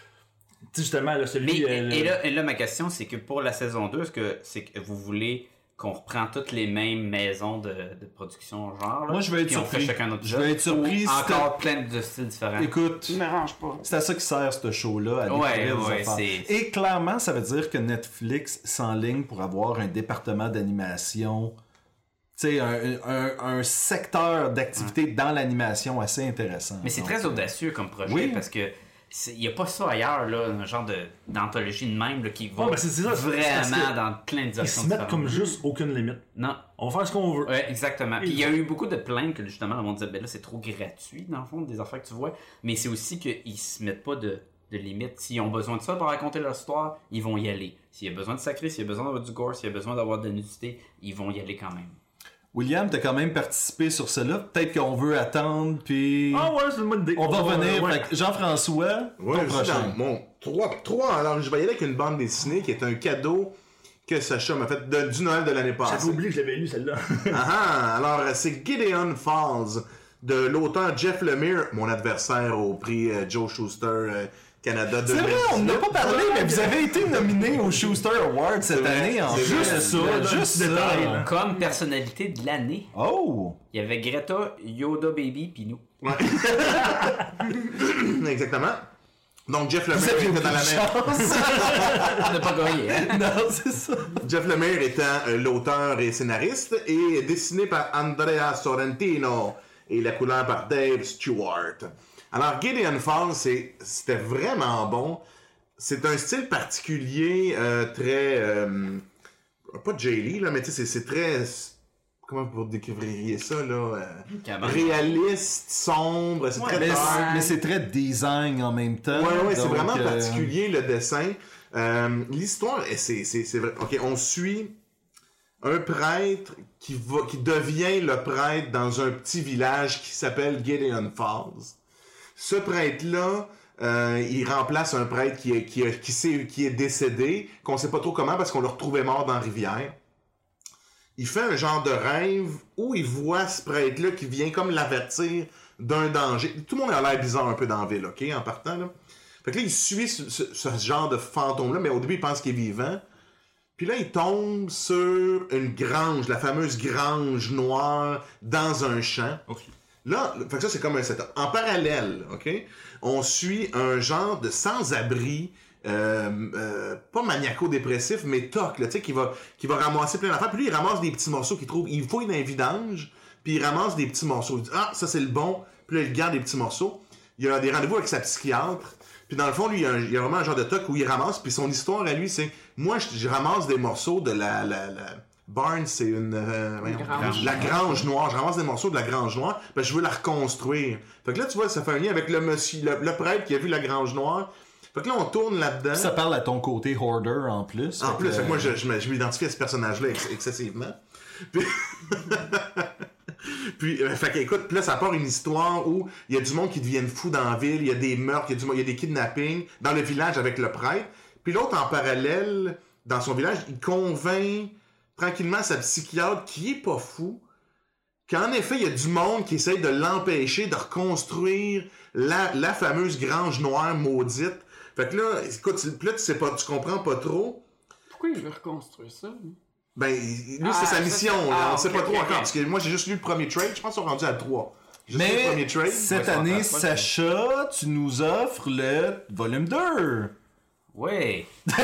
F: Tu sais, justement, là, celui...
G: Mais,
F: euh,
G: et,
F: le-
G: là, et là, ma question, c'est que pour la saison deux, est-ce que c'est que vous voulez qu'on reprend toutes les mêmes maisons de, de production genre là,
C: Moi, je vais être
G: puis on fait
C: surpris.
G: chacun notre
C: Je
G: job,
C: vais être surpris
G: ou
C: si
G: encore plein de styles différents.
C: Écoute,
D: Ça me dérange pas.
C: c'est à ça qui sert ce show-là, à
G: Ouais,
C: découvrir des
G: ouais,
C: affaires.
G: c'est-
C: Et clairement, ça veut dire que Netflix s'enligne pour avoir un département d'animation, tu sais, un, un, un secteur d'activité dans l'animation assez intéressant.
G: Mais c'est
C: Donc,
G: très audacieux comme projet
C: oui.
G: parce que il n'y a pas ça ailleurs, là, un genre de, d'anthologie de même là, qui va
F: Ouais, ben, c'est- c'est ça, c'est- c'est parce
G: vraiment
F: que
G: dans plein de
F: Ils
G: directions
F: se mettent
G: différentes.
F: comme juste aucune limite.
G: Non,
F: On va faire ce qu'on veut.
G: ouais, exactement. Puis il y a eu beaucoup de plaintes que justement le monde disait ben là c'est trop gratuit dans le fond des affaires que tu vois, mais c'est aussi qu'ils se mettent pas de, de limites. S'ils ont besoin de ça pour raconter leur histoire, ils vont y aller. S'il y a besoin de sacrer, s'il y a besoin d'avoir du gore, s'il y a besoin d'avoir de la nudité, ils vont y aller quand même.
C: William, t'as quand même participé sur cela. Peut-être qu'on veut attendre, puis
F: Ah ouais, c'est une bonne idée.
C: on va revenir.
F: Ouais.
C: Fait que Jean-François,
E: Ouais,
C: ton
E: je suis
C: prochain.
E: dans mon trois, trois. Alors, je vais y aller avec une bande dessinée qui est un cadeau que Sacha m'a fait de- du Noël de l'année
F: J'avais
E: passée.
F: oublié que je l'avais lu, celle-là.
E: Ah ah, alors, c'est Gideon Falls de l'auteur Jeff Lemire, mon adversaire au prix euh, Joe Shuster euh, Canada deux
C: C'est
E: mille
C: vrai, on n'a pas parlé, mais vous avez été nominé au Schuster Award cette
E: vrai,
C: année en
E: c'est
C: juste
E: vrai.
C: ça,
F: Là,
C: juste
F: petit détail,
C: ça.
F: là.
G: Comme personnalité de l'année,
C: Oh!
G: il y avait Greta, Yoda Baby, puis nous.
E: Exactement. Donc, Jeff
C: Vous
E: Lemire
C: avez
E: était dans la
C: aucune
E: même.
C: chance.
G: On n'a pas gagné, hein?
C: Non, c'est ça.
E: Jeff Lemire étant euh, l'auteur et scénariste et dessiné par Andrea Sorrentino et la couleur par Dave Stewart. Alors, Gideon Falls, c'est- c'était vraiment bon. C'est un style particulier, euh, très... euh, pas Jay Lee, là, mais tu sais, c'est- c'est très... Comment vous décririez ça, là? euh,
G: Comment?
E: réaliste, sombre, c'est très
C: Mais
E: dark.
C: c'est- mais c'est très design en même temps.
E: Ouais, ouais, c'est
C: donc,
E: vraiment
C: euh,
E: particulier le dessin. Euh, L'histoire, eh, c'est, c'est, c'est vrai. Ok, on suit un prêtre qui va, qui devient le prêtre dans un petit village qui s'appelle Gideon Falls. Ce prêtre-là, euh, il remplace un prêtre qui est, qui est, qui sait- qui est décédé, qu'on sait pas trop comment parce qu'on l'a retrouvé mort dans la rivière. Il fait un genre de rêve où il voit ce prêtre-là qui vient comme l'avertir d'un danger. Tout le monde a l'air bizarre un peu dans la ville, ok, en partant, là. Fait que là, il suit ce, ce- ce genre de fantôme-là, mais au début, il pense qu'il est vivant. Puis là, il tombe sur une grange, la fameuse grange noire, dans un champ. Là, fait que ça, c'est comme un setup. En parallèle, OK, on suit un genre de sans-abri, euh, euh, pas maniaco-dépressif, mais toc, là, tu sais, qui va, qui va ramasser plein d'affaires. Puis lui, il ramasse des petits morceaux qu'il trouve. Il fouille dans un vidange, puis il ramasse des petits morceaux. Il dit, ah, ça, c'est le bon. Puis là, il garde des petits morceaux. Il a des rendez-vous avec sa psychiatre. Puis dans le fond, lui, il y a, un, il y a vraiment un genre de toc où il ramasse. Puis son histoire à lui, c'est, moi, je, je ramasse des morceaux de la... la, la Barnes, c'est une... Euh, voyons,
D: grange.
E: La Grange Noire. Je ramasse des morceaux de la Grange Noire, parce que je veux la reconstruire. Fait que là, tu vois, ça fait un lien avec le monsieur, le, le prêtre qui a vu la Grange Noire. Fait que là, on tourne là-dedans.
C: Ça parle à ton côté hoarder en plus.
E: En plus,
C: que,
E: fait que moi, je, je, je m'identifie à ce personnage-là ex- excessivement. Puis... Puis, euh, fait qu'écoute, puis là, ça part une histoire où il y a du monde qui deviennent fous dans la ville, il y a des meurtres, il y a, du, il y a des kidnappings dans le village avec le prêtre. Puis l'autre, en parallèle, dans son village, il convainc tranquillement sa psychiatre, qui est pas fou, qu'en effet, il y a du monde qui essaye de l'empêcher de reconstruire la, la fameuse grange noire maudite. Fait que là, écoute, là, tu sais pas, tu comprends pas trop.
D: Pourquoi il veut reconstruire ça? Lui?
E: Ben, lui,
D: Ah,
E: c'est sa
D: ça,
E: mission,
D: c'est-
E: là.
D: ah,
E: On sait
D: ok,
E: pas
D: ok,
E: trop
D: ok.
E: encore, parce que moi, j'ai juste lu le premier trade, je pense qu'on est rendu à trois. Juste lu le
C: Mais
E: premier trade.
C: cette
E: Ouais,
C: année,
E: ça va,
C: Sacha, tu nous offres le volume deux.
G: Ouais.
E: Mais,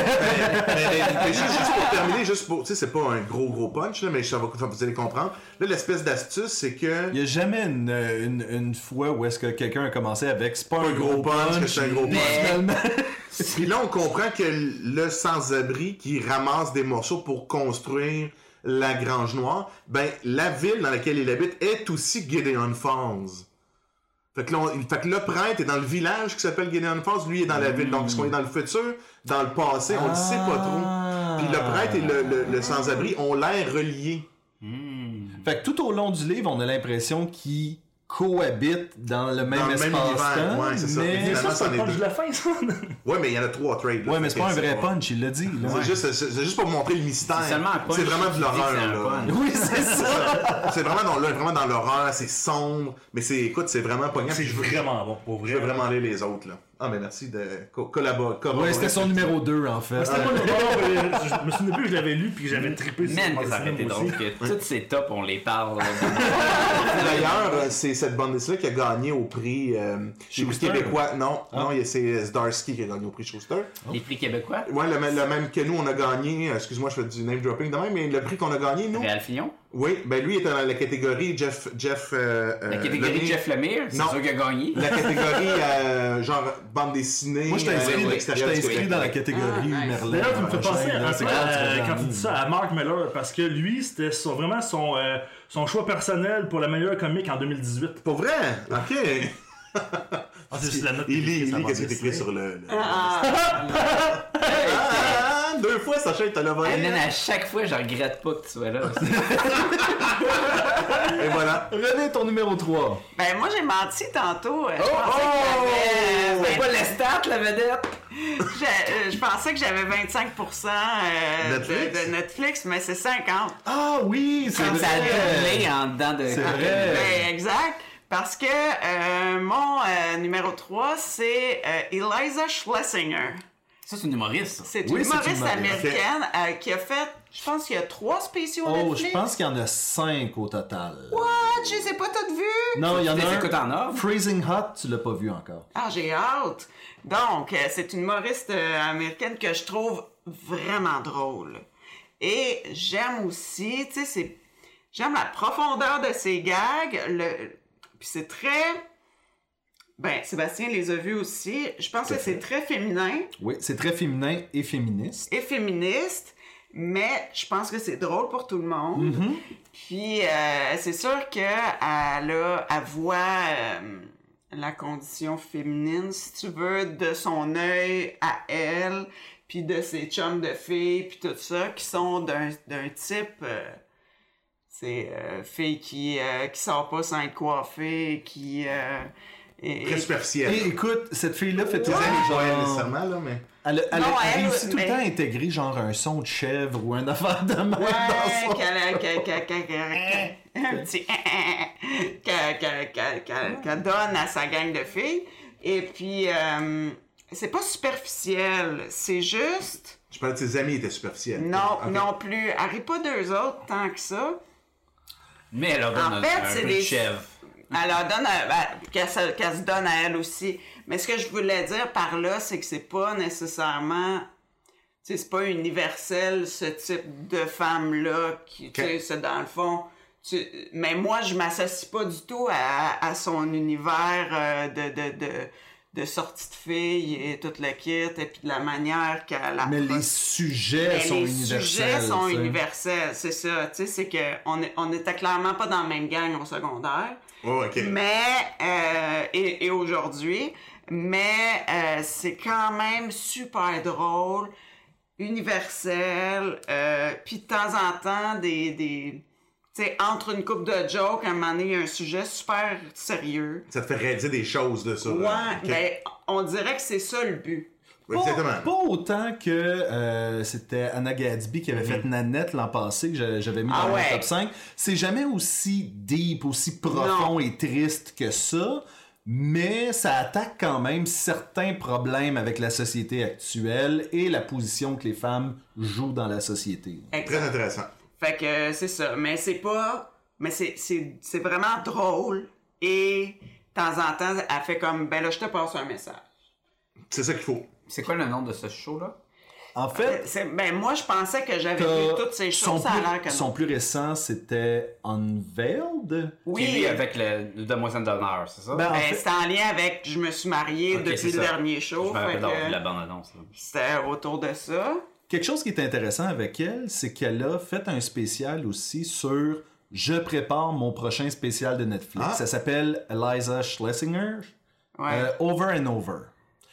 E: mais juste, juste pour terminer, juste pour, tu sais, c'est pas un gros gros punch, là, mais ça va, vous allez comprendre. Là, l'espèce d'astuce, c'est que...
C: Il y a jamais une, une, une fois où est-ce que quelqu'un a commencé avec c'est pas un,
E: un gros punch, que c'est un gros punch.
C: Finalement,
E: Puis là, on comprend que le sans-abri qui ramasse des morceaux pour construire la Grange Noire, ben, la ville dans laquelle il habite est aussi Gideon Falls. Fait que, là, on- fait que le prêtre est dans le village qui s'appelle Gideon Falls, lui est dans la ville. Donc, est-ce qu'on est dans le futur, dans le passé, on le sait pas trop. Puis le prêtre et le, le, le sans-abri ont l'air reliés.
C: Fait que tout au long du livre, on a l'impression qu'ils cohabitent dans le même
E: Dans le même
C: espace-temps.
E: univers, ouais, c'est ça.
C: mais...
E: Mais
F: Mais
E: Finalement,
F: ça, c'est
E: c'en
F: le
E: est
F: punch
E: deux.
F: de la fin, ça.
E: Ouais, mais il y en a trois trades. là.
C: Ouais, mais
E: Fait
C: c'est pas un
E: que
C: vrai
E: pas-
C: punch, il l'a dit. là.
E: C'est juste, c'est, c'est juste pour montrer le mystère.
G: C'est seulement un punch
E: C'est vraiment
G: qui
E: de
G: dit que
E: l'horreur,
G: c'est un
E: là.
G: punch.
C: Oui, c'est ça.
E: C'est vraiment dans, là, vraiment dans l'horreur, c'est sombre, mais c'est, écoute, c'est vraiment poignant.
F: C'est
E: puis je veux-
F: vraiment bon, pour
E: Je
F: vrai.
E: veux vraiment lire les autres, là. Ah, mais merci de co- collaborer.
C: Ouais, c'était son numéro deux, en fait.
F: C'était pas le bon, mais je me souviens plus que je l'avais lu puis que j'avais trippé sur
G: Man, que
F: le
G: ça aurait été
F: cinéma
G: drôle
F: aussi.
G: que tous ces tops, on les parle. là.
E: D'ailleurs, euh, c'est cette bande dessinée qui a gagné au prix euh, des prix
F: Schuster.
E: québécois. Non, non, il y a- c'est Zdarsky qui a gagné au prix Schuster.
G: Les prix québécois.
E: Ouais, le, même- le même que nous, on a gagné. euh, Excuse-moi, je fais du name dropping de même, mais le prix qu'on a gagné, nous.
G: Réal Fillon.
E: Oui, ben lui était dans la catégorie Jeff. Jeff euh,
G: La
E: euh,
G: catégorie
E: Lemire.
G: Jeff Lemire, c'est
E: Non.
G: sûr qu'il a gagné.
E: La catégorie euh, genre bande dessinée.
C: Moi, je t'ai
E: euh,
C: inscrit,
E: à
C: je
E: l'extérieur
C: t'ai
E: du
C: inscrit
E: Québec.
C: dans la catégorie
D: Ah, nice.
C: Merlin.
F: D'ailleurs, tu me fais
C: machin,
F: penser
C: là,
F: un
C: c'est
F: peu
C: clair, tu vas
F: à, quand
C: gagner.
F: tu dis ça à Mark Miller, parce que lui, c'était son- vraiment son, euh, son choix personnel pour la meilleure comique en deux mille dix-huit.
E: Pour vrai? Ok.
F: Ah, c'est juste la note
E: Il lit,
F: écrite
E: il
F: sur
E: lit
F: la
E: qu'est-ce qui est
F: bande
E: écrit
F: dessinée.
E: sur le. le-
D: Ah,
E: Ah, deux fois, Sacha, il te l'a volé.
G: Hey, man, à chaque fois, je regrette pas que tu sois là.
E: Et voilà.
C: René, ton numéro trois.
D: ben moi j'ai menti tantôt. Euh, Je
E: Oh,
D: pensais
E: oh!
D: que
G: C'est
D: j'avais,
G: pas les stats, la vedette.
D: j'ai- euh, je pensais que j'avais vingt-cinq pour cent euh,
E: Netflix?
D: de, de Netflix, mais c'est cinquante.
C: Ah oui, c'est
G: Comme ça a
C: vrai.
G: doublé en dedans de...
C: C'est vrai.
D: Ben, exact. Parce que euh, mon euh, numéro trois, c'est euh, Eliza Schlesinger.
G: Ça, c'est une humoriste, ça.
D: C'est
C: Oui,
D: une
C: c'est une
D: humoriste
C: humoriste.
D: américaine euh, qui a fait, je pense qu'il y a trois spéciaux
C: Oh,
D: Netflix.
C: je pense qu'il y en a cinq au total.
D: What? Je les ai pas toutes vues.
C: Non, il y en
G: Tu les
C: a
G: écoutes
C: un.
G: en ordre?
C: Freezing Hot, tu l'as pas vu encore.
D: Ah, j'ai hâte. Donc, euh, c'est une humoriste euh, américaine que je trouve vraiment drôle. Et j'aime aussi, tu sais, c'est... J'aime la profondeur de ses gags. Le... Puis c'est très... Ben, Sébastien les a vus aussi. Je pense
C: Tout à
D: que c'est très féminin
C: Oui, c'est très féminin et féministe.
D: et féministe, mais je pense que c'est drôle pour tout le monde.
C: Mm-hmm.
D: Puis euh, c'est sûr qu'elle a, elle voit euh, la condition féminine, si tu veux, de son œil à elle, puis de ses chums de filles, puis tout ça, qui sont d'un, d'un type... euh, c'est euh, fille qui, euh, qui sort pas sans être coiffée, qui... euh, est-
E: Très superficiel.
C: Et écoute, cette fille-là fait
E: Tes
C: toujours
E: amis, pas elle
C: genre...
E: nécessairement, là, mais.
C: Elle, a- elle a
D: Non, elle,
C: réussi tout
D: mais-
C: le temps à intégrer genre un son de chèvre ou un affaire de même
D: Ouais,
C: dans son...
D: qu'elle a- qu'elle- qu'elle- qu'elle- qu'elle- un petit qu'elle qu'elle- qu'elle- qu'elle- qu'elle donne à sa gang de filles. Et puis, euh, c'est pas superficiel, c'est juste...
E: Je parlais de ses amis, étaient superficiels.
D: Non,
E: Ok.
D: non plus. Elle rit pas d'eux autres tant que ça.
G: Mais elle leur donne
D: En
G: un,
D: fait,
G: un
D: c'est
G: peu
D: des-
G: de chèvre.
D: Elle leur donne, à, ben, qu'elle, se, qu'elle se donne à elle aussi. Mais ce que je voulais dire par là, c'est que c'est pas nécessairement, tu sais, c'est pas universel ce type de femme-là qui, tu sais, c'est dans le fond. Tu, mais moi, je m'associe pas du tout à, à son univers euh, de, de, de, de sortie de filles et tout le kit, et puis de la manière qu'elle a.
C: Mais les sujets
D: Mais
C: sont
D: les
C: universels.
D: sujets sont
C: t'sais.
D: universels, c'est ça. Tu sais, c'est que on, est, on était clairement pas dans la même gang au secondaire.
E: Oh, ok.
D: Mais, euh, et, et aujourd'hui, mais euh, c'est quand même super drôle, universel, euh, puis de temps en temps, des, des tu sais, entre une coupe de jokes, à un moment donné, il y a un sujet super sérieux.
E: Ça te fait réaliser des choses de ça.
D: Ouais,
E: là. Ok.
D: ben, on dirait que c'est ça le but.
E: Oui,
C: Pas,
E: exactement.
C: pas autant que euh, c'était Anna Gadsby qui avait fait Nanette l'an passé, que j'a- j'avais mis
D: Ah
C: dans
D: ouais.
C: mon top cinq. C'est jamais aussi deep, aussi profond
D: Non.
C: et triste que ça, mais ça attaque quand même certains problèmes avec la société actuelle et la position que les femmes jouent dans la société.
D: Exact.
E: Très intéressant.
D: Fait que euh, c'est ça. Mais c'est pas. Mais c'est, c'est, c'est vraiment drôle. Et de temps en temps, elle fait comme ben là, je te passe un message.
E: C'est ça qu'il faut.
G: C'est quoi le nom de ce show-là?
C: En fait,
D: C'est, ben moi, je pensais que j'avais
C: t'as-
D: vu toutes ces
C: son
D: choses. Ça a
C: plus-
D: l'air que
C: son
D: non.
C: plus récent, c'était Unveiled.
D: Oui,
G: Qui est lui avec le Demoiselle d'honneur, c'est ça?
C: Ben, en
D: ben,
C: fait-
D: c'est en lien avec je me suis mariée
G: Ok,
D: depuis
G: c'est
D: le
G: ça.
D: dernier
G: Je
D: show.
G: me rappelle
D: Fait
G: d'avoir vu
D: que
G: la bande-annonce. là.
D: c'était autour de ça.
C: Quelque chose qui est intéressant avec elle, c'est qu'elle a fait un spécial aussi sur je prépare mon prochain spécial de Netflix.
E: Ah.
C: Ça s'appelle Eliza Schlesinger,
D: Ouais.
C: euh, Over and Over.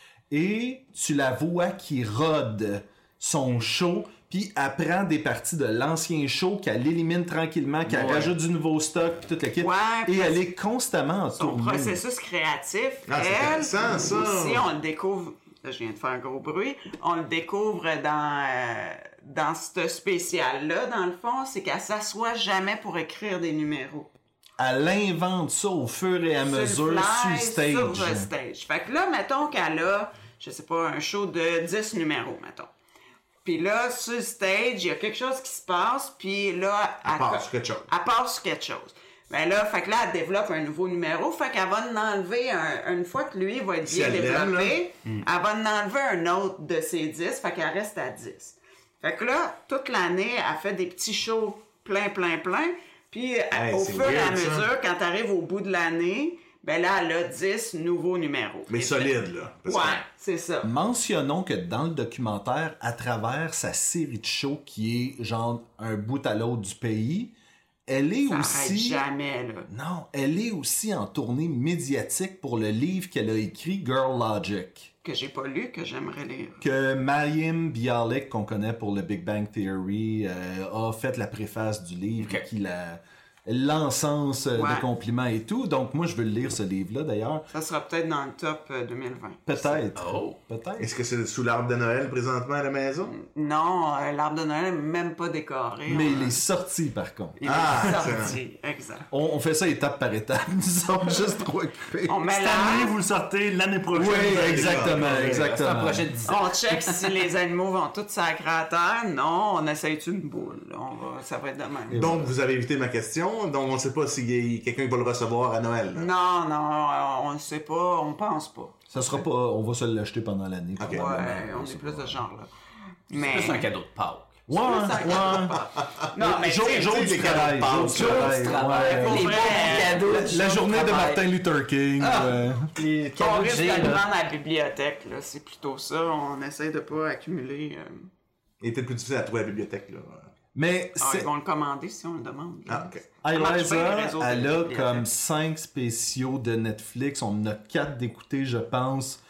C: Et tu la vois qui rôde son show, puis elle prend des parties de l'ancien show, qu'elle élimine tranquillement, qu'elle
G: Ouais.
C: rajoute du nouveau stock, puis toute la kit.
D: Ouais,
C: et
D: puis
C: elle est constamment en
D: Son
C: tournée.
D: processus créatif,
E: Ah, c'est
D: elle,
E: intéressant, ça.
D: aussi, on le découvre, là, je viens de faire un gros bruit, on le découvre dans, euh, dans ce spécial-là, dans le fond, c'est qu'elle s'assoit jamais pour écrire des numéros.
C: Elle invente ça au fur et à
D: Sur le
C: mesure
D: fly,
C: sur stage.
D: Sur le stage. Fait que là, mettons qu'elle a, je sais pas, un show de dix numéros, mettons. Puis là, sur le stage, il y a quelque chose qui se passe, puis là...
E: Elle part sur quelque chose.
D: Elle part sur quelque chose. Ben là, fait que là, elle développe un nouveau numéro, fait qu'elle va en enlever un, une fois que lui va être
E: Si
D: bien
E: elle l'aime,
D: développé, elle va en enlever un autre de ses dix, fait qu'elle reste à dix. Fait que là, toute l'année, elle fait des petits shows plein, plein, plein, puis
E: Hey,
D: au
E: c'est
D: fur et à
E: weird, ça.
D: mesure, quand t'arrives au bout de l'année, ben là, elle a dix nouveaux numéros.
E: Mais
D: Et
E: solide, là. Parce
D: Ouais,
E: que-
D: c'est ça.
C: Mentionnons que dans le documentaire, à travers sa série de shows qui est genre un bout à l'autre du pays, elle est
D: Ça arrête
C: aussi...
D: jamais, là.
C: Non, elle est aussi en tournée médiatique pour le livre qu'elle a écrit, Girl Logic.
D: Que j'ai pas lu, que j'aimerais lire.
C: Que Mayim Bialik, qu'on connaît pour le Big Bang Theory, euh, a fait la préface du livre,
G: Ok.
C: et qui la l'encense euh,
D: Ouais.
C: de compliments et tout. Donc moi, je veux le lire, ce livre-là, d'ailleurs.
D: Ça sera peut-être dans le top euh, deux mille vingt.
C: Peut-être.
G: Oh.
C: Peut-être.
E: Est-ce que c'est sous l'arbre de Noël présentement à la maison?
D: Non, euh, l'arbre de Noël n'est même pas décoré.
C: Mais
D: On-
C: il est sorti, par contre.
D: il
E: Ah,
D: est
E: excellent.
D: sorti. Exact.
C: On, on fait ça étape par étape. Nous sommes juste trop occupés.
D: On met
F: Cette année,
D: là,
F: vous le sortez, l'année prochaine.
C: Oui,
F: vous allez-
C: exactement,
G: C'est un
C: exactement.
G: projet de dix ans.
D: on check si les animaux vont tous sacrer à terre. Non, on essaye une boule. On va, ça va être de même.
E: Donc, vous avez évité ma question. Donc, on ne sait pas si y a quelqu'un qui va le recevoir à Noël. là.
D: Non, non, euh, on ne sait pas, on pense pas.
C: Ça sera pas. On va se l'acheter pendant l'année.
E: Ok.
D: Ouais,
C: probablement.
D: on est plus de ce genre-là. Mais.
G: C'est plus un cadeau de Pâques.
C: Ouais, ouais.
D: Non, mais
C: Jour,
D: tu sais,
C: jour
E: tu sais,
C: du
E: les
C: travail.
E: cadeaux de
C: Jour du
E: Pâques,
C: travail, ouais.
D: pour
G: Les
D: vrai,
G: bons cadeaux.
C: La, la journée de
G: travail.
C: Martin Luther King. ouais.
G: Les
D: on
G: cadeaux de
D: risque
G: G,
D: de le
G: là.
D: prendre à la bibliothèque, là. C'est plutôt ça. On essaie de pas accumuler. euh,
E: Il est peut-être plus difficile à trouver à la bibliothèque. Là.
C: Mais
D: Ah,
C: c'est.
D: ils vont le commander si on le demande. là.
E: Ah, ok.
D: Ça marche bien, le
C: Eliza,
D: réseau de
C: elle a
D: bibliothèques.
C: comme cinq spéciaux de Netflix. On en a quatre d'écouter, je pense.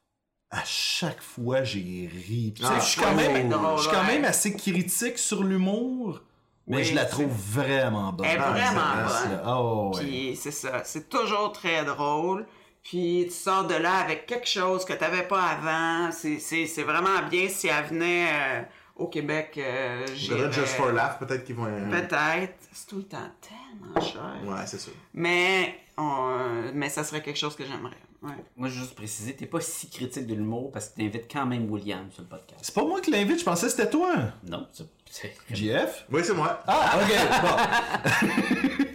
C: À chaque fois, j'ai ri. Puis, tu sais,
E: Ah,
C: je suis
D: ouais,
C: quand,
D: c'est
C: même,
D: drôle,
C: je suis quand
D: ouais.
C: même assez critique sur l'humour, mais
D: Oui,
C: je la
D: c'est-
C: trouve vraiment bonne.
D: Elle est
E: Ah,
D: vraiment
E: c'est-
D: bonne.
C: Ah, ouais.
D: Puis c'est ça, c'est toujours très drôle. Puis tu sors de là avec quelque chose que tu n'avais pas avant. C'est, c'est, c'est vraiment bien si elle venait euh, au Québec. Euh, j'irais-
E: Peut-être Just for Laugh, peut-être qu'ils vont. euh,
D: Peut-être. C'est tout le temps tellement cher.
E: Ouais, c'est ça.
D: Mais, on- mais ça serait quelque chose que j'aimerais. Ouais.
G: Moi, je veux juste préciser, t'es pas si critique de l'humour parce que t'invites quand même William sur le podcast.
C: C'est pas moi qui l'invite, je pensais que c'était toi.
G: Non, c'est- c'est...
C: J F?
E: Oui, c'est moi.
C: Ah, ok, bon.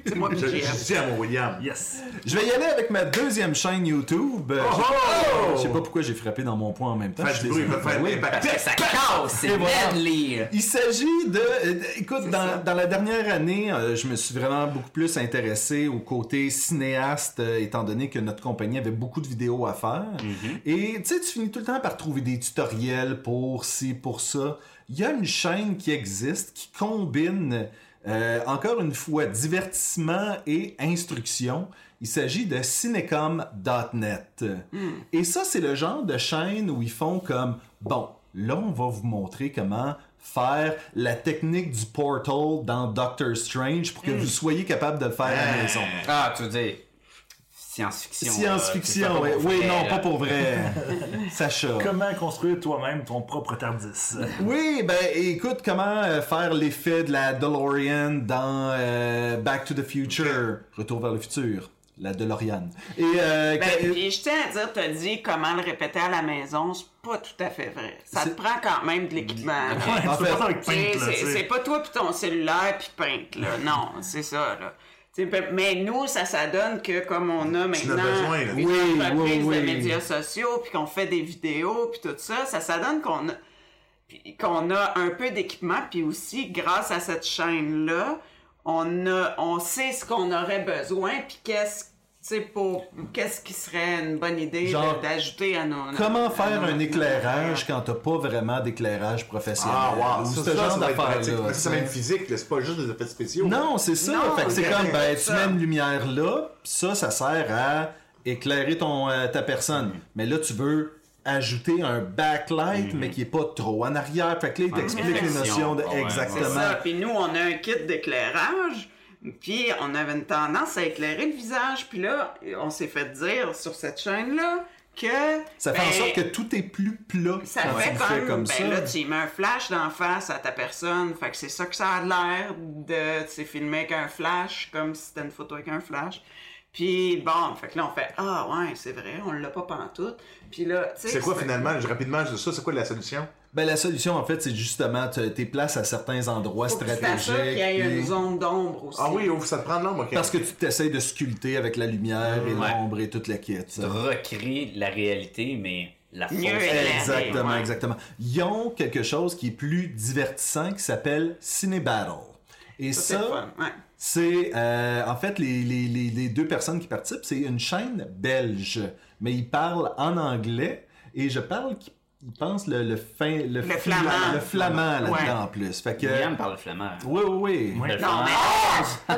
D: C'est moi,
E: Je,
D: puis
E: je
D: J F.
E: dis à mon William.
F: Yes.
C: Je vais y aller avec ma deuxième chaîne YouTube. Euh,
E: Oh!
C: Je je sais pas pourquoi j'ai frappé dans mon poing en même temps.
E: Fais
C: Je
E: du
C: suis
E: bruit,
C: désolé.
E: fais
C: Oui.
E: l'impact.
G: Parce que ça casse, c'est
C: Et voilà.
G: deadly.
C: Il s'agit de... euh, Écoute, dans, dans la dernière année, euh, je me suis vraiment beaucoup plus intéressé au côté cinéaste, euh, étant donné que notre compagnie avait beaucoup de vidéos à faire. Et tu sais, tu finis tout le temps par trouver des tutoriels pour ci, pour ça. Il y a une chaîne qui existe qui combine, euh, encore une fois, divertissement et instruction. Il s'agit de cinecom point net. Et ça, c'est le genre de chaîne où ils font comme, bon, là, on va vous montrer comment faire la technique du portal dans Doctor Strange pour que vous soyez capable de le faire à la maison.
G: Ah, tu veux dire science-fiction.
C: Science-fiction,
G: là,
C: oui.
G: c'est pas
C: Oui,
G: pour
C: non,
G: vrai,
C: pas
G: là.
C: pour vrai. Sacha.
F: Comment construire toi-même ton propre TARDIS?
C: Oui, ben écoute, comment euh, faire l'effet de la DeLorean dans euh, Back to the Future, Retour vers le futur, la DeLorean. Et euh,
D: Ben,
C: que-
D: puis je tiens à dire, t'as dit comment le répéter à la maison, c'est pas tout à fait vrai. Ça te
C: C'est-
D: prend quand même de l'équipement.
F: Ouais,
C: En
F: tu peux
C: fait,
F: pas ça avec
D: Tu sais,
F: Paint, là,
D: c'est
F: tu sais.
D: c'est pas toi pis ton cellulaire pis Paint, là. Non, c'est ça, là. Tu sais, pe- mais nous, ça, ça donne que comme on a
E: Tu en as
D: maintenant
E: besoin, là.
D: une
C: Oui,
D: entreprise
C: oui,
D: de
C: oui.
D: médias sociaux, puis qu'on fait des vidéos, puis tout ça, ça, ça donne qu'on a, puis qu'on a un peu d'équipement, puis aussi, grâce à cette chaîne-là, on a, on sait ce qu'on aurait besoin, puis qu'est-ce, tu sais, pour, qu'est-ce qui serait une bonne idée
C: Genre,
D: de- d'ajouter à nos...
C: comment
D: à
C: faire
D: nos-
C: un éclairage quand t'as pas vraiment d'éclairage professionnel?
E: Ah, wow.
C: Ou
E: Ça,
C: ce
E: ça,
C: genre
E: ça va être pratique.
C: d'affaires-là.
E: Parce que c'est
C: tu sais.
E: même physique, là. C'est pas juste des effets spéciaux.
C: Non, c'est ça.
D: Non,
C: fait que c'est
D: c'est
C: comme, ben, tu
D: ça.
C: mets une lumière là, pis ça, ça sert à éclairer ton, euh, ta personne. Mais là, tu veux ajouter un backlight, mais qui est pas trop en arrière. Fait que là, il t'explique les
G: réflexion.
C: notions de...
G: Ah ouais,
C: Exactement.
D: C'est ça. Puis nous, on a un kit d'éclairage. Puis on avait une tendance à éclairer le visage. Puis là, on s'est fait dire sur cette chaîne-là que...
C: Ça fait en
D: ben,
C: sorte que tout est plus plat
D: ça
C: quand
D: fait
C: tu le
D: comme,
C: fais comme
D: ben
C: ça.
D: là, tu y mets un flash d'en face à ta personne. Fait que c'est ça que ça a l'air de... Tu sais, filmer avec un flash, comme si c'était une photo avec un flash. Puis bon, fait que là, on fait « Ah ouais, c'est vrai, on l'a pas pantoute. » Puis là, tu sais...
E: C'est quoi finalement, je- rapidement, je dis ça, c'est quoi la solution?
C: Ben, la solution, en fait, c'est justement te- tes places à certains endroits
D: Faut que tu
C: stratégiques.
D: t'assures qu'il y ait
C: puis-
D: une zone d'ombre aussi.
E: Ah oui, oh, ça te prend de l'ombre, ok.
C: Parce que tu t'essayes de sculpter avec la lumière et
G: Ouais.
C: l'ombre et toute la quête.
G: Tu recrées la réalité, mais la fausse.
D: Mieux éclairée.
C: Exactement,
D: ouais.
C: exactement. Ils ont quelque chose qui est plus divertissant qui s'appelle Cinebattle. Et
D: Ça, c'est
C: ça,
D: le fun, ouais.
C: c'est euh, en fait les, les, les, les deux personnes qui participent, c'est une chaîne belge, mais ils parlent en anglais et je parle qu'ils ils pensent le, le, fin, le, fla-
D: flamand.
C: le flamand là-dedans
D: Ouais.
C: en plus. Fait que,
G: William parle flamand.
C: oui, oui, oui.
F: Ouais.
G: Le
D: Non,
G: flamand.
D: mais...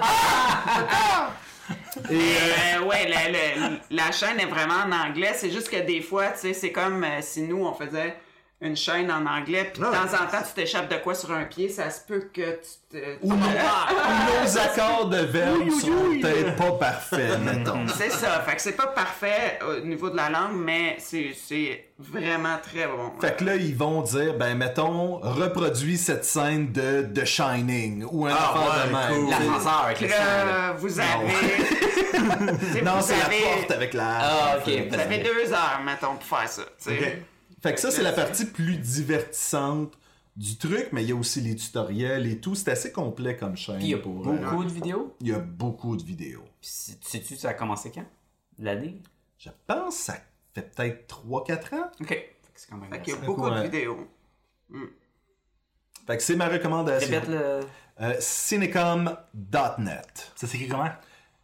C: Et, euh,
D: Euh, ouais, la, la- la chaîne est vraiment en anglais. C'est juste que des fois, tu sais, c'est comme euh, si nous, on faisait une chaîne en anglais, puis de
E: Ouais.
D: temps en temps, tu t'échappes de quoi sur un pied, ça se peut que tu te...
C: ou, nos, ou nos accords de verbe sont peut-être pas parfaits, mettons.
D: C'est ça. Fait que c'est pas parfait au niveau de la langue, mais c'est c'est vraiment très bon.
C: Fait que là, ils vont dire, ben, mettons, reproduis cette scène de The Shining ou un
E: Ah,
C: affaire de
E: ouais,
C: même.
E: cool.
C: tu sais.
G: L'ascenseur avec
D: Puis
G: le sang, là.
D: là, vous avez... Tu sais,
C: Non,
D: vous
C: c'est la
D: avez-
C: porte avec la...
G: Ah, ok.
D: Vous avez deux heures, mettons, pour faire ça. tu sais.
E: Ok.
C: Fait que ça, c'est la partie plus divertissante du truc, mais il y a aussi les tutoriels et tout. C'est assez complet comme chaîne.
G: Puis il y a
C: pour,
G: beaucoup
C: euh,
G: de vidéos.
C: il y a beaucoup de vidéos.
G: Puis si- sais-tu, ça a commencé quand? L'année?
C: Je pense que ça fait peut-être trois quatre ans.
G: Ok. Fait que c'est quand même
D: Fait qu'il y a
G: récent.
D: beaucoup de
C: Ouais.
D: vidéos.
C: Fait que c'est ma recommandation.
G: Répète le...
C: Euh, cinecom point net.
F: Ça s'écrit comment?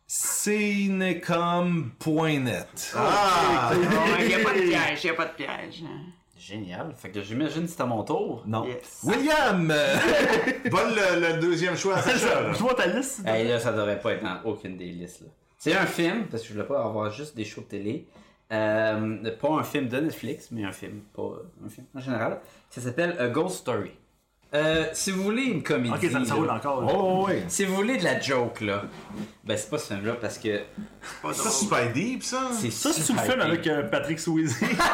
C: cinecom point net.
E: Ah!
D: Il n'y a pas de piège, il n'y a pas de piège.
G: Génial. Fait que j'imagine que c'est à mon tour.
C: Non.
D: Yes.
C: William! euh,
E: Vole le, le deuxième choix à Sacha, là.
F: Toi, ta liste?
G: Hey, là, ça devrait pas être dans aucune des listes. Là. C'est un film, parce que je voulais pas avoir juste des shows de télé. Euh, pas un film de Netflix, mais un film, pas un film en général. Ça s'appelle A Ghost Story. Euh, si vous voulez une comédie.
F: Ok, ça, ça
G: là,
F: roule encore. là.
C: Oh, oui.
G: Si vous voulez de la joke, là, ben c'est pas ce film-là parce que
D: Pas
E: Ça,
D: drôle.
E: c'est super deep, ça.
G: c'est
F: Ça, c'est le
G: super
F: film
G: deep.
F: avec euh, Patrick Swayze.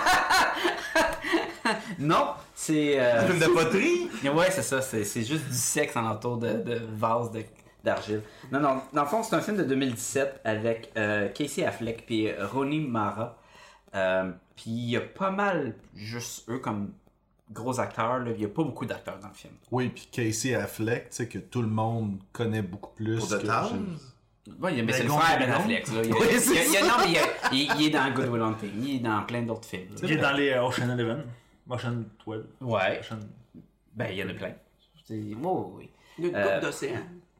G: Non, c'est. euh,
E: Un film de poterie?
G: Ouais, c'est ça. C'est, c'est juste du sexe alentour de, de vases de, d'argile. Non, non. Dans le fond, c'est un film de deux mille dix-sept avec euh, Casey Affleck puis euh, Rooney Mara. Euh, puis il y a pas mal juste eux comme gros acteurs. Là. Il y a pas beaucoup d'acteurs dans le film.
C: Oui, puis Casey Affleck, tu sais, que tout le monde connaît beaucoup plus.
E: Pour The
C: que-
E: Town?
G: Ouais, mais
F: Ben,
G: c'est le
F: Gon
G: frère Ben
F: Perignon.
G: Affleck, là. Il,
C: Oui,
G: il-
C: c'est
G: il- il-
C: ça.
G: non, mais il, il- il est dans Good Will Hunting. Il est dans plein d'autres films. là.
F: Il est dans les euh, Ocean Eleven. Ocean douze.
G: Ouais.
F: Ocean...
G: Ben, il y en a plein. C'est... Oh, oui.
D: Une
G: Euh,
D: coupe d'océan.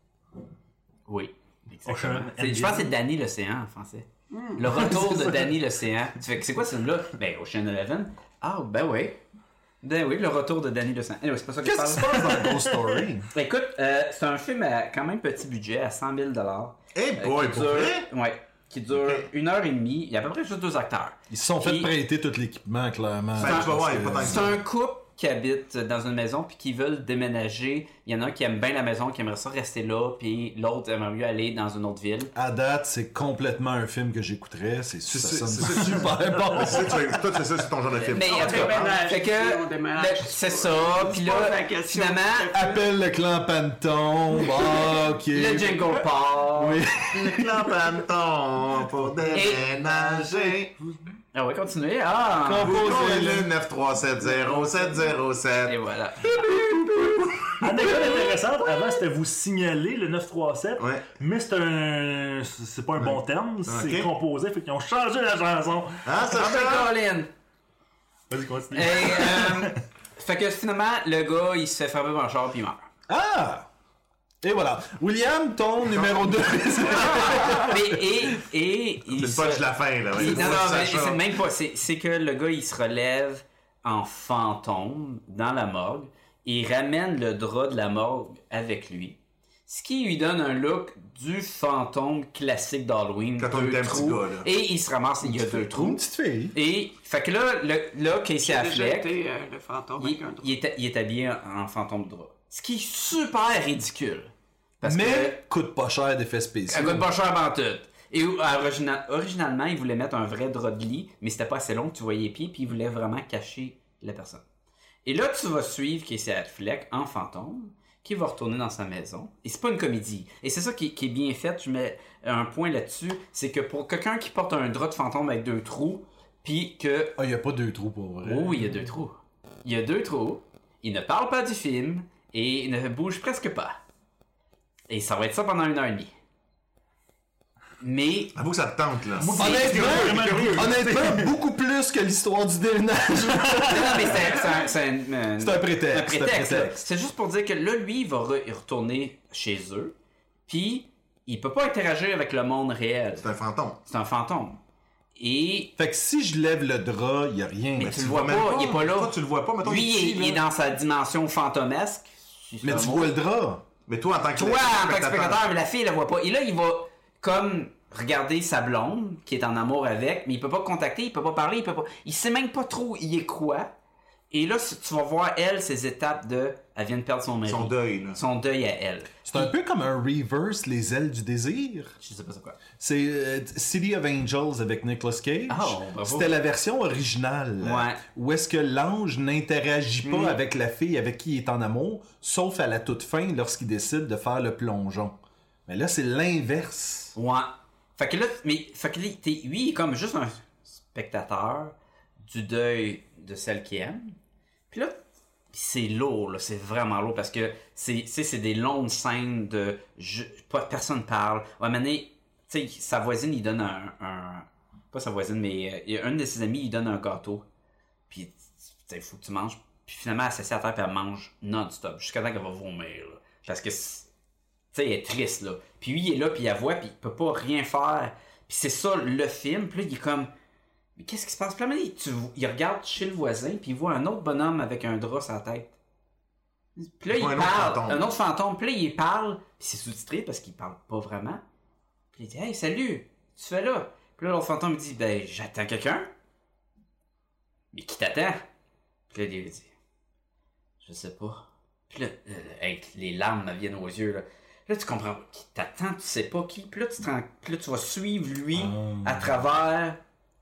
G: Oui.
F: Ocean
G: Exactement. C'est- Je pense que c'est Danny l'Océan en français. Le retour de Danny l'Océan. Tu fais que c'est quoi ce film-là? Ben, Ocean Eleven. Ah, ben oui. Ben oui, le retour de Danny l'Océan. Anyway, c'est pas ça que je
C: Qu'est-ce
G: parle.
C: qui se passe dans Ghost Story?
G: Ben, écoute, euh, c'est un film à quand même petit budget, à cent mille dollars.
E: Eh
G: Euh,
E: boy,
G: qui
E: pour
G: dure,
E: vrai?
G: ouais, qui dure
E: Ok.
G: une heure et demie. Il y a à peu près juste deux acteurs.
C: Ils se sont fait
G: Puis-
C: prêter tout l'équipement, clairement.
E: Ben, tu vas voir, il y a pas tant que
G: C'est un couple qui habite dans une maison puis qui veulent déménager. Il y en a un qui aime bien la maison, qui aimerait ça rester là, puis l'autre aimerait mieux aller dans une autre ville.
C: À date, c'est complètement un film que j'écouterais. C'est
E: C'est-
C: ça
E: c'est-
C: sonne
E: c'est-
C: super bon.
E: Tu sais, tu vas- Toi, c'est ça, c'est ton genre de film.
G: Mais en tout cas,
D: déménage,
G: fait
D: puis on
G: que
D: déménage.
G: le- c'est ça. Puis
D: pose la
G: là,
D: question.
G: finalement,
C: Appelle le clan Panton. Ah, ok.
G: le jingle part.
C: Oui.
E: Le clan Panton pour déménager.
G: Ah ouais, continuez. Ah.
E: Composez le neuf trois sept zéro sept zéro
G: Et
E: sept.
G: voilà.
F: Anecdote intéressante, avant c'était vous signaler le neuf trois sept,
E: Ouais.
F: mais c'est un. C'est pas un bon terme, c'est
E: Ok.
F: composé, fait qu'ils ont changé la chanson.
E: Ah, ça
G: Ah ben,
E: change.
G: Colin.
F: Vas-y, continue.
G: Et, euh, fait que finalement, le gars, il se fait frapper par un char puis il meurt.
C: Ah! Et voilà. William, ton numéro deux.
G: Mais, et, et, il
E: C'est pas
G: se-
E: de la fin, là.
G: il-
E: Ouais,
G: non, non,
E: ça
G: mais
E: change.
G: c'est même pas. C'est c'est que le gars, il se relève en fantôme dans la morgue. Il ramène le drap de la morgue avec lui. Ce qui lui donne un look du fantôme classique d'Halloween.
E: Quand on
G: deux
E: était un petit
G: trous.
E: gars, là.
G: Et il se ramasse, il y a deux
C: Une
G: trous.
C: petite fille.
G: Et, fait que là, le, là Casey
D: J'ai déjà
G: Affleck,
D: été euh, le fantôme
G: il,
D: avec un drap.
G: il est, il est habillé en, en fantôme de drap. Ce qui est super ridicule. Parce que
C: Mais coûte pas cher d'effets
G: ça
C: spéciaux.
G: coûte pas cher avant tout. Et origina- originalement, il voulait mettre un vrai drap de lit, mais c'était pas assez long, tu voyais les pieds, puis il voulait vraiment cacher la personne. Et là, tu vas suivre Casey Affleck en fantôme, qui va retourner dans sa maison. Et c'est pas une comédie. Et c'est ça qui, qui est bien fait, je mets un point là-dessus, c'est que pour quelqu'un qui porte un drap de fantôme avec deux trous, puis que...
C: Ah, il y a pas deux trous pour vrai.
G: Oh, il y a deux trous. Il y a deux trous, il ne parle pas du film, et il ne bouge presque pas. Et ça va être ça pendant une heure et demie. Mais...
E: Avoue que ça te tente, là.
C: Honnêtement, honnêtement, beaucoup plus que l'histoire du déménage.
G: Non, non, mais c'est c'est un, c'est un, un-
C: C'est un prétexte,
G: un prétexte,
C: c'est un
G: là.
C: prétexte.
G: C'est juste pour dire que là, lui, il va re- retourner chez eux, puis il peut pas interagir avec le monde réel.
E: C'est un fantôme.
G: C'est un fantôme. Et
C: Fait que si je lève le drap, il y a rien.
G: Mais
C: Mais,
G: tu le vois pas, il est pas là.
E: Toi, tu le vois pas, mettons,
G: lui,
E: il est
G: il,
E: ici,
G: il est
E: là.
G: dans sa dimension fantomesque. Si c'est
C: mais
G: un
C: tu
G: mot.
C: vois le drap.
E: Mais toi, en tant que
G: Toi, en tant que spectateur, mais la fille, elle la voit pas. Et là, il va comme regarder sa blonde, qui est en amour avec, mais il peut pas contacter, il peut pas parler, il peut pas... Il sait même pas trop il est quoi. Et là, tu vas voir, elle, ses étapes de... Elle vient de perdre son mari.
E: Son deuil, là.
G: Son deuil à elle.
C: C'est un peu comme un reverse Les ailes du désir.
G: Je sais pas c'est quoi.
C: C'est euh, City of Angels avec Nicolas Cage.
G: Oh, bravo.
C: C'était la version originale.
G: Ouais.
C: Où est-ce que l'ange n'interagit pas
G: Mm.
C: avec la fille avec qui il est en amour, sauf à la toute fin lorsqu'il décide de faire le plongeon. Mais là, c'est l'inverse.
G: Ouais. Fait que là, mais, fait que là, t'es- lui, il est comme juste un spectateur du deuil de celle qu'il aime. Puis là, pis c'est lourd, là, c'est vraiment lourd parce que c'est, tu sais, c'est des longues scènes de je, pas, personne parle. À un moment donné, tu sais, sa voisine, il donne un, un- pas sa voisine, mais euh, il y a un de ses amis, il donne un gâteau. Puis, tu sais, il faut que tu manges. Puis finalement, elle s'assied à terre, puis elle mange non-stop, jusqu'à temps qu'elle va vomir, là. Parce que, c'est- tu sais, elle est triste, là. Puis lui, il est là, puis il la voit, puis il peut pas rien faire. Puis c'est ça, le film. Puis là, il est comme... Mais qu'est-ce qui se passe? Puis là, tu, il regarde chez le voisin, puis il voit un autre bonhomme avec un drap sur la tête. Puis là,
E: Il
G: il
E: voit un autre
G: parle.
E: fantôme.
G: Un autre fantôme. Puis là, il parle, puis c'est sous-titré parce qu'il parle pas vraiment. Puis il dit « Hey, salut! Tu fais là? » Puis là, l'autre fantôme, il dit « Ben, j'attends quelqu'un. » « Mais qui t'attend? » Puis là, il dit « Je sais pas. » Puis là, euh, hey, les larmes me viennent aux yeux, là. Là, tu comprends pas qui t'attend, tu sais pas qui. Puis là, tu, te rends- puis là, tu vas suivre lui
C: Ah.
G: à travers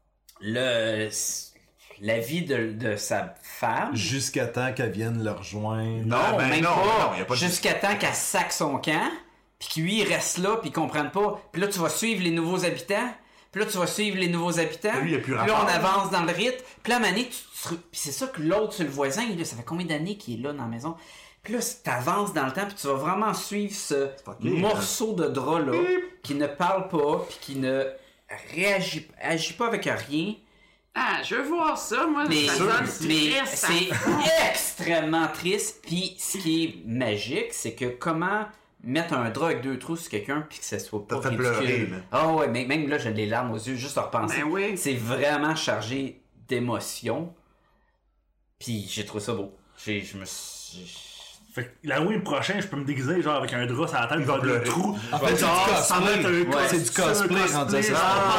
G: le la vie de, de sa femme.
C: Jusqu'à temps qu'elle vienne le rejoindre.
G: Non,
E: ben
G: même
E: non,
G: pas.
E: non, y a pas de-
G: Jusqu'à temps qu'elle sac son camp, puis que lui, il reste là, puis il comprenne pas. Puis là, tu vas suivre les nouveaux habitants. Puis là, tu vas suivre les nouveaux habitants.
E: Lui, il y a plus
G: Puis là, on
E: rapport.
G: avance dans le rythme. Puis là, à un moment donné, tu, tu- puis c'est ça que l'autre, c'est le voisin, là, ça fait combien d'années qu'il est là dans la maison? Puis là, t'avances dans le temps, puis tu vas vraiment suivre ce
E: fucké,
G: morceau de drap-là, qui ne parle pas, puis qui ne réagit agit pas avec rien.
D: Ah, je veux voir ça, moi,
G: Mais,
D: ça sonne
G: mais
D: triste, ça.
G: c'est extrêmement triste. Puis ce qui est magique, c'est que comment mettre un drap avec deux trous sur quelqu'un puis que ça soit pas
E: Ça fait
G: ridicule.
E: pleurer, là.
G: Ah ouais, mais même là, j'ai des larmes aux yeux juste à repenser.
D: Ben oui.
G: C'est vraiment chargé d'émotions. Puis j'ai trouvé ça beau. J'ai, je me suis...
F: Fait que l'Halloween prochain, je peux me déguiser genre avec un drap sur la tête,
E: Il
F: genre
E: va
F: deux
E: pleurer.
F: trous.
C: En fait, c'est
F: genre,
C: du
F: ça va
C: cosplay.
F: être un
C: Ouais,
F: cos-
C: c'est du cosplay
F: un
C: rendu à ça.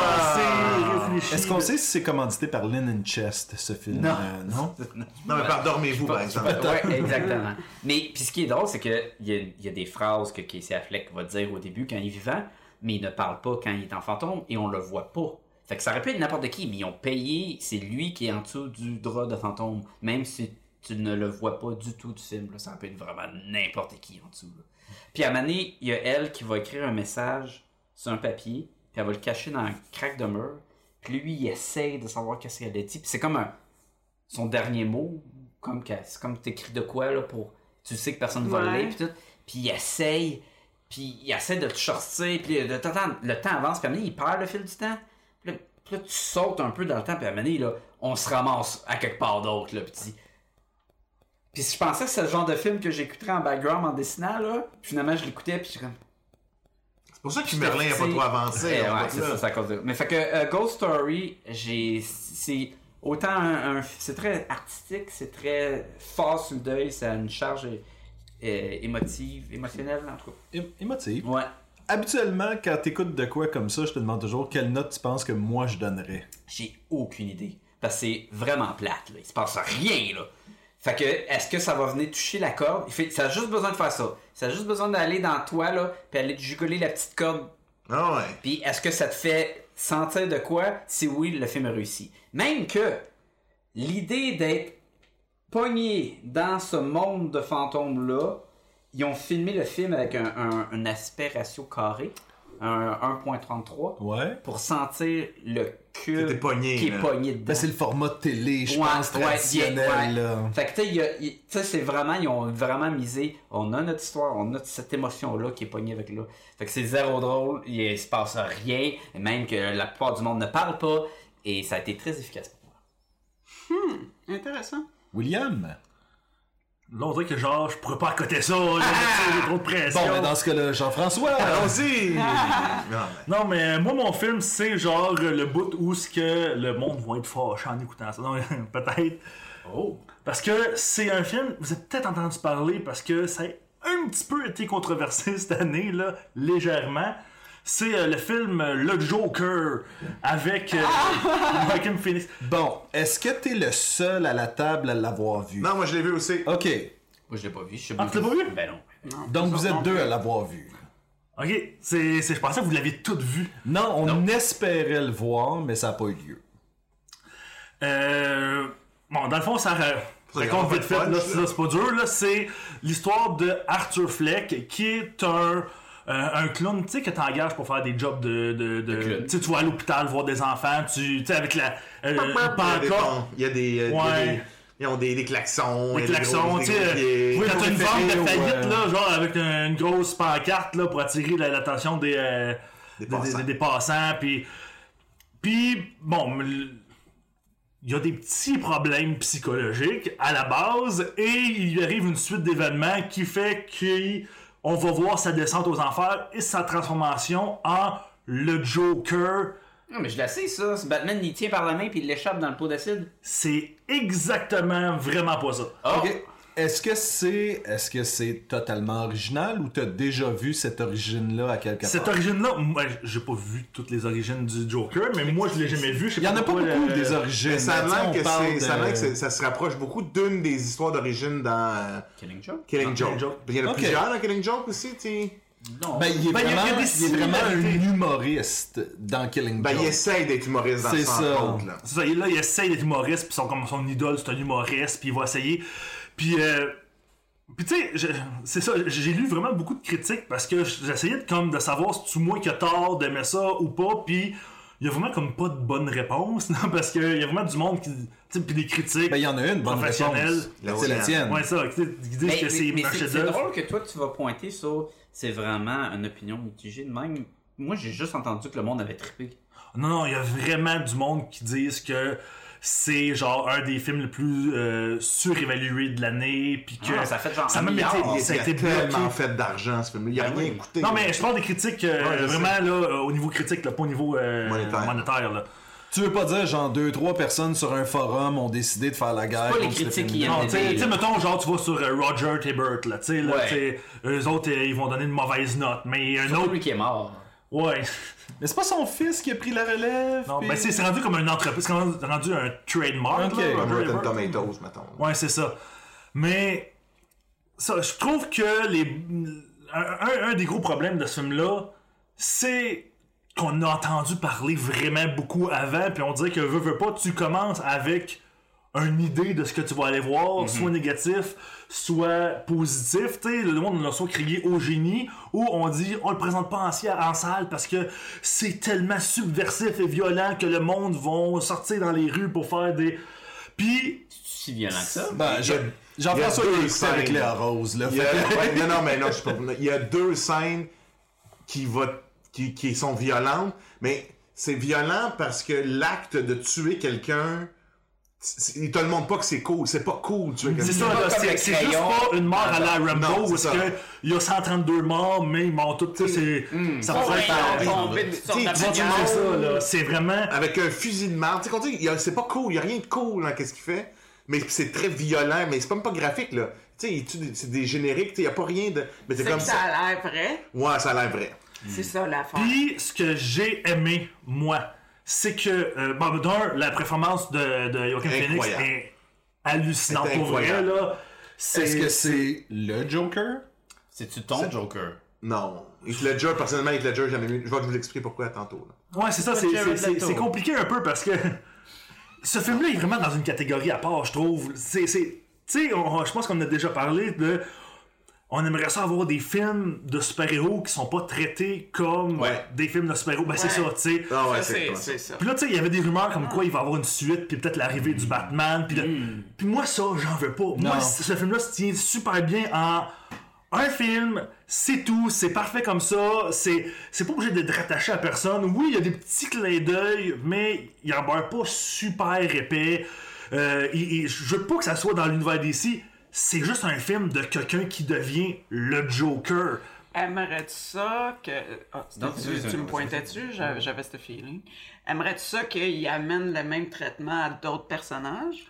F: Ah, réfléchi.
C: Est-ce qu'on sait si c'est commandité par Linen Chest, ce film?
G: Non.
C: Euh, non?
E: Non, mais pardonnez-vous, par exemple.
G: Ouais, exactement. Mais puis ce qui est drôle, c'est que il y a, il y a des phrases que Casey Affleck va dire au début quand il est vivant, mais il ne parle pas quand il est en fantôme et on le voit pas. Fait que ça aurait pu être n'importe qui, mais ils ont payé, c'est lui qui est en dessous du drap de fantôme, même si tu ne le vois pas du tout du film. Là, ça peut être vraiment n'importe qui en dessous. Là. Puis à un moment donné, il y a elle qui va écrire un message sur un papier, puis elle va le cacher dans un crack de mur. Puis lui, il essaye de savoir qu'est-ce qu'elle a dit. Puis c'est comme un, son dernier mot, comme que, c'est comme t'écris de quoi là pour... Tu sais que personne ne va le
D: Ouais.
G: lire, puis tout. Puis il essaye, puis il essaie de te sortir, puis le, le, temps, le temps avance, puis à un moment donné, il perd le fil du temps. Puis là, puis là, tu sautes un peu dans le temps, puis à un moment donné, là, on se ramasse à quelque part d'autre, là, puis tu dis... Puis je pensais que c'est le genre de film que j'écouterais en background en dessinant, là. Puis finalement, je l'écoutais, puis je suis comme...
E: C'est pour ça que Merlin n'a pas trop avancé.
G: Eh,
E: on
G: ouais,
E: va
G: c'est
E: là.
G: ça, c'est à cause de... Mais fait que euh, Ghost Story, j'ai... C'est autant un... un- c'est très artistique, c'est très fort sur le deuil, ça a une charge euh, émotive, émotionnelle, en tout cas.
C: É- Émotive.
G: Ouais.
C: Habituellement, quand t'écoutes de quoi comme ça, je te demande toujours quelle note tu penses que moi je donnerais.
G: J'ai aucune idée. Parce que c'est vraiment plate, là. Il se passe rien, là. Fait que, est-ce que ça va venir toucher la corde? Il fait, ça a juste besoin de faire ça. Ça a juste besoin d'aller dans toi, là, puis aller te jugoler la petite corde.
E: Ah ouais.
G: Puis est-ce que ça te fait sentir de quoi? Si oui, le film a réussi. Même que l'idée d'être pogné dans ce monde de fantômes-là, ils ont filmé le film avec un, un, un aspect ratio carré, un un virgule trente-trois,
C: Ouais.
G: pour sentir le cul
E: T'es pogné,
G: qui est
E: là.
G: pogné dedans.
C: Ben, c'est le format télé, je
G: Ouais,
C: pense,
G: ouais,
C: traditionnel.
G: ouais.
C: Là.
G: Fait que tu sais, il y a- il- tu sais, c'est vraiment, ils ont vraiment misé, on a notre histoire, on a cette émotion-là qui est pognée avec là. Fait que c'est zéro drôle, il se passe rien, et même que la plupart du monde ne parle pas, et ça a été très efficace pour moi.
D: Intéressant.
C: William?
F: Là, on dirait que genre, je pourrais pas accoter ça, là, tu sais, j'ai trop de pression.
C: Bon, ben dans ce cas-là, Jean-François!
E: Allons-y! Non, mais-
F: Non, mais moi, mon film, c'est genre le bout où ce que le monde va être fâché en écoutant ça. Non, peut-être.
G: Oh!
F: Parce que c'est un film, vous avez peut-être entendu parler, parce que ça a un petit peu été controversé cette année, là, légèrement. C'est euh, le film euh, Le Joker avec euh, Joaquin Phoenix.
C: Bon, est-ce que t'es le seul à la table à l'avoir vu?
E: Non, moi je l'ai vu aussi.
C: OK.
G: Moi, je l'ai pas vu. Je sais
F: Ah, tu l'as pas vu?
G: Ben non.
C: Donc vous êtes deux à l'avoir vu.
F: Ok, c'est, c'est, je pensais que vous l'aviez toutes vu.
C: Non, on espérait le voir, mais ça n'a pas eu lieu.
F: Euh, bon, dans le fond, ça
E: Ça
F: raconte
E: pas
F: vite
E: de
F: fait,
E: punch,
F: là,
E: là.
F: c'est, là, c'est pas dur, là, c'est l'histoire de Arthur Fleck, qui est un, euh, un clown, tu sais, que t'engages pour faire des jobs de... de, de
G: clown.
F: tu sais, tu vas à l'hôpital voir des enfants, tu tu sais, avec la... Euh,
E: Il y a des
F: pancarte.
E: Il y a des. euh, il y a
F: Ouais.
E: des- Ils ont des, des klaxons.
F: Des
E: il y a
F: klaxons,
E: gros-
F: tu
E: des gros
F: sais,
E: pieds.
F: oui, quand t'as une
C: préféré,
F: vente de
C: ou,
F: faillite,
C: euh,
F: là, genre avec une, une grosse pancarte, là, pour attirer la- l'attention des, euh,
E: Des
F: des,
E: passants.
F: des- des passants, puis... Puis, bon, l- il y a des petits problèmes psychologiques à la base, et il lui arrive une suite d'événements qui fait qu'on va voir sa descente aux enfers et sa transformation en le Joker.
G: Non, mais je la sais, ça. C'est Batman, il tient par la main puis il l'échappe dans le pot d'acide.
F: C'est exactement vraiment pas ça.
G: Oh!
C: OK. Est-ce que c'est est-ce que c'est totalement original ou t'as déjà vu cette origine-là à quelque
F: Cette
C: part?
F: origine-là, moi, j'ai pas vu toutes les origines du Joker, mais moi, je l'ai jamais vu. Je sais
C: Il y en a pas
F: pourquoi,
C: beaucoup
F: euh,
C: des origines.
E: Mais ça a
C: Tu sais,
E: l'air
C: on
E: que,
C: parle
E: c'est- ça, a l'air
C: de-
E: que c'est- ça se rapproche beaucoup d'une des histoires d'origine dans euh,
G: Killing Joke?
E: Killing
F: Dans
E: Joke.
F: Killing Joke.
E: Il y en a
C: Ok.
E: plusieurs dans Killing Joke aussi, tu sais.
G: Non.
C: Ben, il est
F: Ben, il y a-
C: vraiment,
F: il y a des
C: il est vraiment un
F: similarités.
C: humoriste dans Killing
E: Ben,
C: Joke.
E: il essaye d'être humoriste dans
C: C'est
E: le sens
C: ça.
E: autre, là.
F: C'est ça, et là, il essaye d'être humoriste, puis son, comme son idole, c'est un humoriste, puis il va essayer. Puis, euh, puis tu sais, je- c'est ça, j'ai lu vraiment beaucoup de critiques parce que j'essayais de, comme, de savoir si tu moi qui a tort d'aimer ça ou pas, puis il y a vraiment comme pas de bonne réponse, non? Parce qu'il y a vraiment du monde qui. Tu sais, puis des critiques.
C: Ben, il y en a une bonne
F: professionnelle.
C: réponse. C'est la tienne.
F: Ouais, ça, qui disent
G: Mais,
F: que
G: mais,
F: c'est
G: mais
F: un
G: c'est, c'est
F: chef-d'œuvre.
G: drôle que toi, tu vas pointer sur. C'est vraiment une opinion mitigée de même. Moi, j'ai juste entendu que le monde avait trippé.
F: Non, non, il y a vraiment du monde qui disent que c'est genre un des films les plus euh, surévalués de l'année, puis que
G: Ah, ça fait genre
F: ça a
G: un
F: même
G: milliard.
F: été,
E: Il
F: ça a
E: a
F: été
E: tellement
F: bloqué.
E: fait d'argent, ce film. Il a
G: Ben
E: rien
G: oui.
E: coûté.
F: Non, mais je parle des critiques euh,
E: Ouais, je
F: vraiment
E: sais.
F: là, euh, au niveau critique, là, pas au niveau euh,
E: Monétaire.
F: monétaire. Là.
C: Tu veux pas dire, genre, deux, trois personnes sur un forum ont décidé de faire la guerre
G: pas les
C: contre ce
G: critiques qui
C: film-là.
F: Non,
G: aiment
F: tu sais,
G: bébé,
F: tu sais,
G: là.
F: mettons, genre, tu vas sur euh, Roger Ebert, là, tu sais, là,
G: Ouais.
F: tu sais, eux autres, euh, ils vont donner une mauvaise note, mais un
G: Surtout
F: autre,
G: lui qui est mort.
F: ouais.
C: Mais c'est pas son fils qui a pris la relève.
F: Non,
C: puis-
F: ben c'est, c'est rendu comme une entreprise, c'est rendu rendu un trademark,
C: Ok.
F: là,
E: Comme
F: Roger
E: Rotten
F: Ebert.
E: Tomatoes, mettons.
F: Ouais, c'est ça. Mais ça, je trouve que les un, un- un des gros problèmes de ce film-là, c'est qu'on a entendu parler vraiment beaucoup avant, puis on dirait que veux, veux pas, tu commences avec une idée de ce que tu vas aller voir, soit négatif, soit positif. Tu sais, le monde on a soit crié au génie, ou on dit on le présente pas en, en salle parce que c'est tellement subversif et violent que le monde vont sortir dans les rues pour faire des. Puis
G: C'est si violent que ça.
C: Ben, je-
E: Il y a
C: Jean-François,
E: deux
C: il écoutait avec
E: scènes.
C: Léa Rose, là.
E: Il y
C: Fait
E: a-
C: que-
E: ouais, non, non, mais non, je suis pas. Il y a deux scènes qui, va, qui, qui sont violentes, mais c'est violent parce que l'acte de tuer quelqu'un, c'est- ils te le montrent pas que c'est cool. C'est pas cool de tuer quelqu'un.
F: c'est ça,
G: pas
F: là,
G: comme
F: c'est,
G: le
F: c'est juste
G: crayon.
F: pas une mort à la Rambo
E: Non,
F: où
E: c'est
F: est-ce
E: ça.
F: que il y a cent trente-deux morts, mais ils m'ont tous. Tu sais, c'est. Ça va
D: Ouais,
F: faire.
D: ils ont tombé de toutes sortes
E: T'sais,
D: de
E: tu vas dire
D: manières.
F: C'est ça, là. C'est vraiment.
E: Avec un fusil de marde. Tu sais, qu'on dit, il y a- c'est pas cool. Il y a rien de cool dans qu'est-ce qu'il fait. Mais c'est très violent, mais c'est pas même pas graphique, là. Tu sais, il tue des- c'est des génériques, tu sais, il y a pas rien de. Mais c'est
D: C'est
E: comme
D: que
E: ça.
D: ça a l'air vrai.
E: Ouais, ça a l'air vrai.
D: C'est ça l'affaire.
F: Puis, ce que j'ai aimé, moi, c'est que, euh, bon, d'un, la performance de, de Joaquin Phoenix
E: Incroyable.
F: est hallucinante
E: C'est
F: pour vrai,
E: incroyable.
F: là. C'est,
C: Est-ce que c'est le Joker?
G: C'est-tu ton Joker?
E: Non. Heath Ledger, personnellement, Heath Ledger, j'en ai mis. Je vais vous l'expliquer pourquoi tantôt. Là.
F: Ouais, c'est ça, c'est, c'est, c'est, c'est compliqué un peu parce que ce film-là est vraiment dans une catégorie à part, je trouve. C'est, c'est, tu sais, on- je pense qu'on a déjà parlé de. On aimerait ça avoir des films de super-héros qui sont pas traités comme
E: Ouais.
F: des films de super-héros. Ben, c'est ça,
D: Ouais.
F: tu sais.
E: Ah ouais,
D: Ça,
E: c'est
D: c'est,
E: quoi.
D: c'est ça.
F: Puis là, tu sais, il y avait des rumeurs comme quoi il va y avoir une suite, puis peut-être l'arrivée du Batman. Puis, là- puis moi, ça, j'en veux pas. Moi, c- ce film-là se tient super bien en un film, c'est tout, c'est parfait comme ça. C'est, c'est pas obligé d'être rattaché à personne. Oui, il y a des petits clins d'œil, mais il en beurre pas super épais. Euh, et, et je veux pas que ça soit dans l'univers D C. C'est juste un film de quelqu'un qui devient le Joker.
D: Aimerais-tu ça que. Ah, c'était-
G: Non,
D: tu,
G: c'est-
D: tu
G: c'est-
D: me pointais dessus, j'avais, j'avais ce feeling. Aimerais-tu ça qu'il amène le même traitement à d'autres personnages?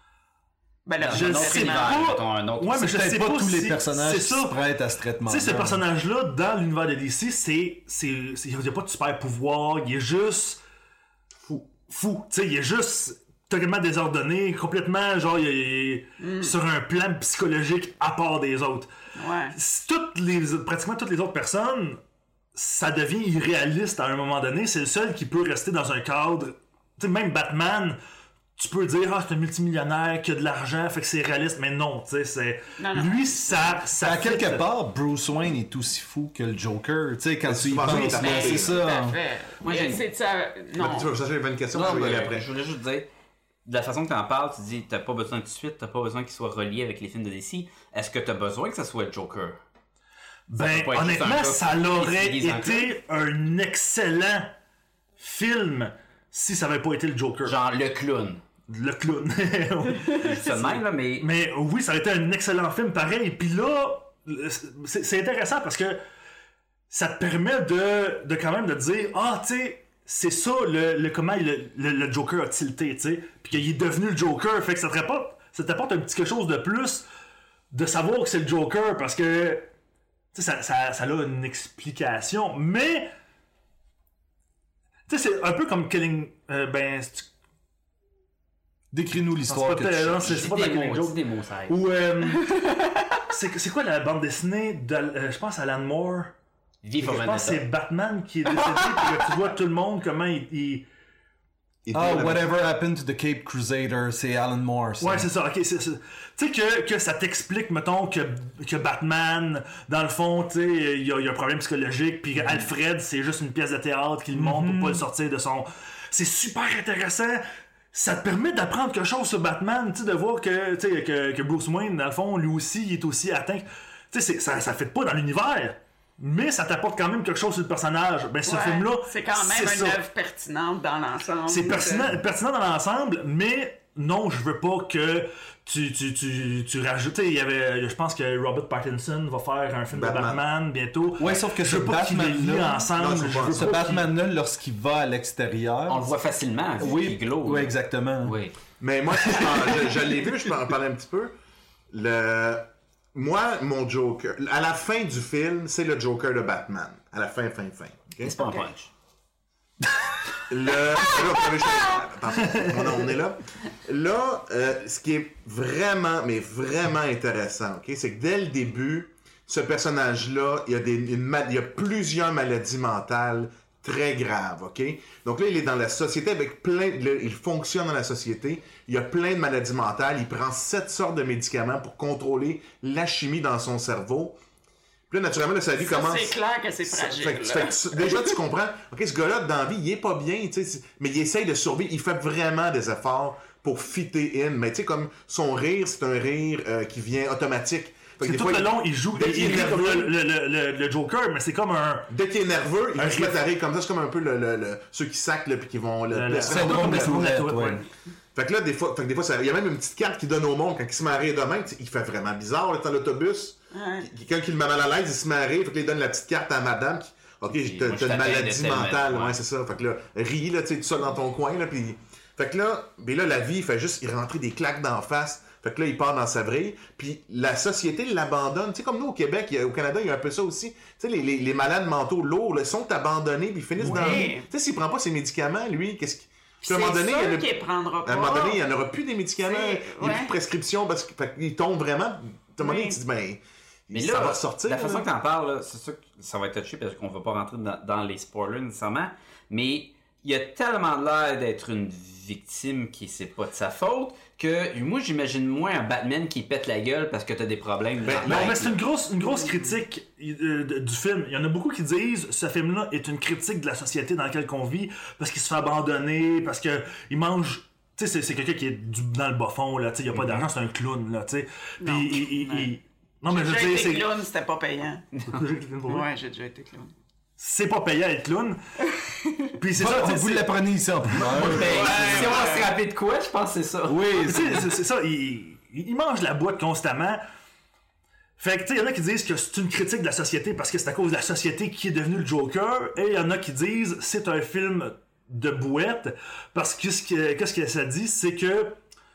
D: Ben, le
F: Je
D: même
F: sais
D: traitement.
F: pas.
G: mettons, un autre.
F: Ouais, mais
C: C'est
F: je
C: peut-être
F: sais
C: pas
F: pas
C: tous les
F: si-
C: personnages
F: c'est
C: qui
F: ça.
C: se prêtent à ce traitement.
F: Tu sais, ce personnage-là, dans l'univers de D C, c'est. c'est, c'est il n'y a pas de super pouvoir, il est juste.
E: Fou.
F: Fou. Tu sais, il est juste totalement désordonné, complètement, genre, il est sur un plan psychologique à part des autres.
D: Ouais.
F: Si Toutes les, pratiquement toutes les autres personnes, ça devient irréaliste à un moment donné. C'est le seul qui peut rester dans un cadre. Tu sais, même Batman. Tu peux dire, ah, c'est un multimillionnaire qui a de l'argent, fait que c'est réaliste, mais non, tu sais, c'est.
D: Non, non.
F: Lui, ça. ça
C: À
F: fit.
C: quelque part, Bruce Wayne est aussi fou que le Joker. Tu sais, quand tu y
E: souvent,
C: penses,
E: oui,
C: là,
E: mais
C: c'est
D: Tout à
C: ça.
D: fait.
G: Moi,
D: Et
G: j'ai-
D: c'est ça. Non.
E: Tu vas chercher une question,
G: Non,
E: je vais y aller
G: ben,
E: après.
G: je voulais juste dire, de la façon que tu en parles, tu dis t'as pas besoin de suite, t'as pas besoin qu'il soit relié avec les films de D C. Est-ce que t'as besoin que ça soit le Joker?
F: Ben,
G: peut pas être juste un
F: honnêtement,
G: gars
F: ça
G: qui
F: l'aurait
G: se déguise en
F: été un excellent film si ça avait pas été le Joker.
G: Genre le clown.
F: Le clown.
G: Je dis ça de même, là, mais.
F: Mais oui, ça aurait été un excellent film pareil. Puis là, c'est c'est intéressant parce que ça te permet de, de quand même de dire, ah, tu sais, c'est ça le, le comment le, le, le Joker a tilté, tu sais. Puis qu'il est devenu le Joker. Fait que ça te rapporte, ça t'apporte un petit quelque chose de plus de savoir que c'est le Joker parce que tu sais, ça, ça, ça a une explication. Mais tu sais, c'est un peu comme Killing. Euh, ben, c'est-
C: Décris-nous l'histoire
F: c'est
C: que
F: pas,
C: tu
F: non,
C: cherches.
F: c'est c'est pas de la
G: des
F: Killing
G: mots,
F: Joke.
G: dis des mots, ça aide.
F: Ou euh, c'est c'est quoi la bande dessinée de, euh, je pense à Alan Moore.
G: Vie
F: Je
G: for
F: pense que c'est
G: Vendetta.
F: Batman qui est décédé puis que tu vois tout le monde comment il, il,
E: Il
C: Ah,
E: dit-
C: Whatever Happened to the Cape Crusader, c'est Alan Moore. ça.
F: Ouais, c'est ça, ok. c'est- c'est- Tu sais que, que ça t'explique, mettons, que, que Batman, dans le fond, tu sais, il y, a- il y a un problème psychologique, puis Alfred, c'est juste une pièce de théâtre qu'il monte pour pas le sortir de son. C'est super intéressant. Ça te permet d'apprendre quelque chose sur Batman, tu sais, de voir que, tu sais, que, que Bruce Wayne, dans le fond, lui aussi, il est aussi atteint. Tu sais, c'est- ça, ça fait pas dans l'univers. Mais ça t'apporte quand même quelque chose sur le personnage. Ben, ce
D: Ouais,
F: film-là.
D: c'est quand même
F: c'est
D: une
F: ça.
D: œuvre pertinente dans l'ensemble.
F: C'est pertinent, pertinent dans l'ensemble, mais non, je veux pas que tu, tu, tu, tu rajoutes. Il y avait, je pense que Robert Pattinson va faire un film
E: Batman.
F: de Batman bientôt.
C: Ouais, sauf que
F: je
C: ce
F: veux pas qu'ils les lient
C: Batman-là-
F: ensemble.
E: Non, je veux
F: je
E: pas.
F: veux
C: Ce
F: pas
C: Batman-là, lorsqu'il va à l'extérieur.
G: On le voit facilement.
C: Oui,
G: Il glow.
C: oui,
G: là.
C: exactement.
G: Oui.
E: Mais moi, je, je, je l'ai vu, je peux en parler un petit peu. Le... Moi, mon Joker, à la fin du film, c'est le Joker de Batman. À la fin, fin, fin. ok?
G: C'est pas un punch.
E: Le... Là, vous savez, je- Attends, on, on est là. Là, euh, ce qui est vraiment, mais vraiment intéressant, ok, c'est que dès le début, ce personnage-là, il y a, des, une, ma- il y a plusieurs maladies mentales très graves, ok? Donc là, il est dans la société avec plein... le- il fonctionne dans la société. Il y a plein de maladies mentales. Il prend sept sortes de médicaments pour contrôler la chimie dans son cerveau. Puis là, naturellement, là, sa vie
D: Ça,
E: commence...
D: c'est clair que c'est
E: Ça-
D: fragile.
E: fait que-
D: là.
E: fait que tu- déjà, tu comprends. OK, ce gars-là, dans la vie, il est pas bien, tu sais, c'est- mais il essaye de survivre. Il fait vraiment des efforts pour fitter in. Mais tu sais, comme son rire, c'est un rire euh, qui vient automatique. Fait que
F: C'est
E: des
F: tout
E: fois,
F: le
E: il-
F: long, il joue,
E: dès
F: il,
E: qu'il est
F: il rit comme
E: nerveux-
F: le, le, le, le Joker, mais c'est comme un.
E: Dès qu'il est nerveux, il
F: Un
E: va se mettre
F: rire.
E: à rire comme ça. C'est comme un peu le, le- le- ceux qui sacent, là, puis qui vont... Le,
F: le-
E: le-
F: le-
C: syndrome de la tourette,
F: tourette,
C: ouais.
F: ouais.
E: Fait que là, des fois, fait que des fois ça- il y a même une petite carte qu'il donne au monde quand il se met à rire de même. Tu sais, il fait vraiment bizarre, là, dans l'autobus.
D: Ouais.
E: Qui- Quelqu'un qui le met mal à l'aise, il se met à rire. Fait que là, il donne la petite carte à madame. Qui, OK,
G: Puis,
E: t'as
G: moi,
E: t'as
G: je
E: une
G: t'appelle
E: maladie
G: de tel
E: mentale.
G: mec, ouais.
E: Ouais, c'est ça. Fait que là, ris, là, tu sais, tout seul dans ton coin, là, puis... Fait que là, ben là, la vie, il fait juste, il rentrer des claques d'en face. Fait que là, il part dans sa vrille. Puis la société l'abandonne. Tu sais, comme nous, au Québec, il y a- au Canada, il y a un peu ça aussi. Tu sais, les, les, les malades mentaux lourds, là, sont abandonnés, puis ils finissent
D: Oui.
E: dans... Tu sais, s'il prend pas ses médicaments, lui, qu'est-ce qu'il... Puis
D: C'est
E: à un moment donné, il y en a-
D: sûr qu'il prendra pas.
E: à un moment donné, il n'y en aura plus des médicaments.
D: C'est-
E: Il n'y a
D: ouais.
E: plus de prescription parce qu'il tombe vraiment. À un moment donné,
D: Oui.
E: tu te dis, ben,
G: Mais
E: ça
G: là,
E: va sortir.
G: la façon
E: là.
G: que t'en parles, là, c'est sûr que ça va être touché parce qu'on va pas rentrer dans, dans les spoilers nécessairement, mais il y a tellement l'air d'être une victime qui c'est pas de sa faute que moi j'imagine moins un Batman qui pète la gueule parce que t'as des problèmes.
E: Ben,
G: dans la
F: Non, mais
G: tête,
F: c'est une grosse, une grosse critique euh, de- du film. Il y en a beaucoup qui disent ce film-là est une critique de la société dans laquelle on vit parce qu'il se fait abandonner, parce que il mange. Tu sais, c'est, c'est quelqu'un qui est du- dans le bas fond, là. Tu sais, il n'y a pas d'argent, c'est un clown, là. Tu sais. Puis
D: Non.
F: il- il-
D: Ouais.
F: il- Non, mais je
D: J'ai
F: veux
D: déjà
F: dire,
D: été
F: c'est.
D: clown, c'était pas payant.
F: Ouais.
D: Ouais, j'ai déjà été clown.
F: C'est pas payant être clown. Puis c'est
C: Bon,
F: ça, tu sais,
C: vous
F: c'est-
C: l'apprenez ici en primaire.
G: Ben, si on va se rappeler de quoi, je pense que c'est ça.
C: Oui,
F: Tu sais, c'est, c'est ça, il, il mange la boîte constamment. Fait que, tu sais, il y en a qui disent que c'est une critique de la société parce que c'est à cause de la société qui est devenue le Joker, et il y en a qui disent c'est un film de bouette parce que ce que, qu'est-ce que ça dit, c'est que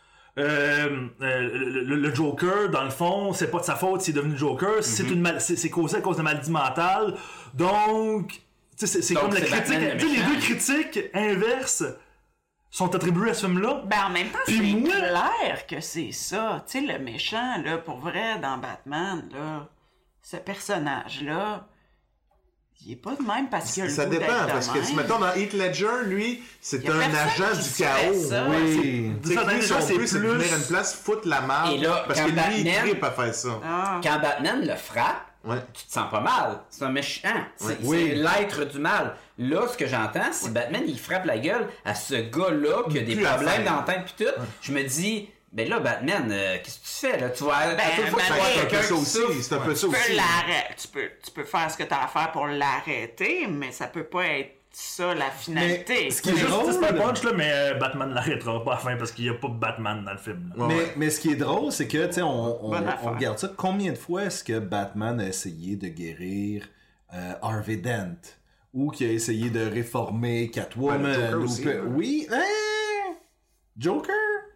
F: euh, euh, le, le Joker, dans le fond, c'est pas de sa faute s'il est devenu Joker, c'est une mal- c'est, c'est causé à cause de maladie mentale, donc, tu sais, c'est, c'est
G: Donc,
F: comme la
G: c'est
F: critique,
G: Batman le
F: tu sais, les
G: méchant.
F: deux critiques inverses sont attribuées à ce film-là.
D: Ben, en même temps,
F: Puis
D: c'est
F: moi-
D: clair que c'est ça. Tu sais, le méchant, là, pour vrai, dans Batman, là, ce personnage-là, il est pas de même parce qu'il a le
E: Ça
D: goût
E: dépend,
D: d'être de
E: parce que
D: même.
E: si mettons dans Heath Ledger, lui,
D: Y
E: c'est
D: a
E: un
D: personne
E: agent
D: qui
E: du
D: fait
E: chaos.
D: ça.
C: oui.
E: Tu sais,
F: Ça,
E: lui,
F: déjà,
E: son
F: c'est
E: but, c'est de
F: plus-
E: venir à une place, foutre la marde.
G: Et là,
E: parce
G: quand
E: que lui, il
G: Batman-
E: trippe à faire ça.
D: Ah.
G: Quand Batman le frappe,
E: Ouais.
G: tu te sens pas mal. C'est un méchant. C'est,
E: Ouais.
G: c'est
C: Oui.
G: l'être du mal. Là, ce que j'entends, si Batman il frappe la gueule à ce gars-là qui a des
E: Plus à
G: problèmes
E: faire.
G: dans la tête pis tout, je me dis, ben là, Batman, euh, qu'est-ce que tu fais là? Tu vas à
D: Ben,
G: toute fois que tu
D: Batman,
G: vois
E: C'est un peu
G: quelqu'un
E: ça
G: qui
E: aussi.
G: souffre,
E: C'est un peu ça
D: Tu peux,
E: aussi.
D: l'arrêter- tu, peux, tu peux faire ce que tu as à faire pour l'arrêter, mais ça peut pas être ça la finalité.
C: Mais ce qui
F: C'est
C: est
F: juste,
C: drôle,
F: c'est pas un punch, là, mais euh, Batman l'arrêtera pas à la fin parce qu'il y a pas de Batman dans le film. là.
E: Ouais,
C: mais,
E: ouais.
C: mais ce qui est drôle, c'est que, tu sais, on, on,
D: Bonne affaire.
C: on regarde ça. Combien de fois est-ce que Batman a essayé de guérir euh, Harvey Dent? Ou qui a essayé de réformer Catwoman?
E: Ben, le Joker
C: ou
E: aussi,
C: que-
E: hein.
C: Oui, hein? Joker?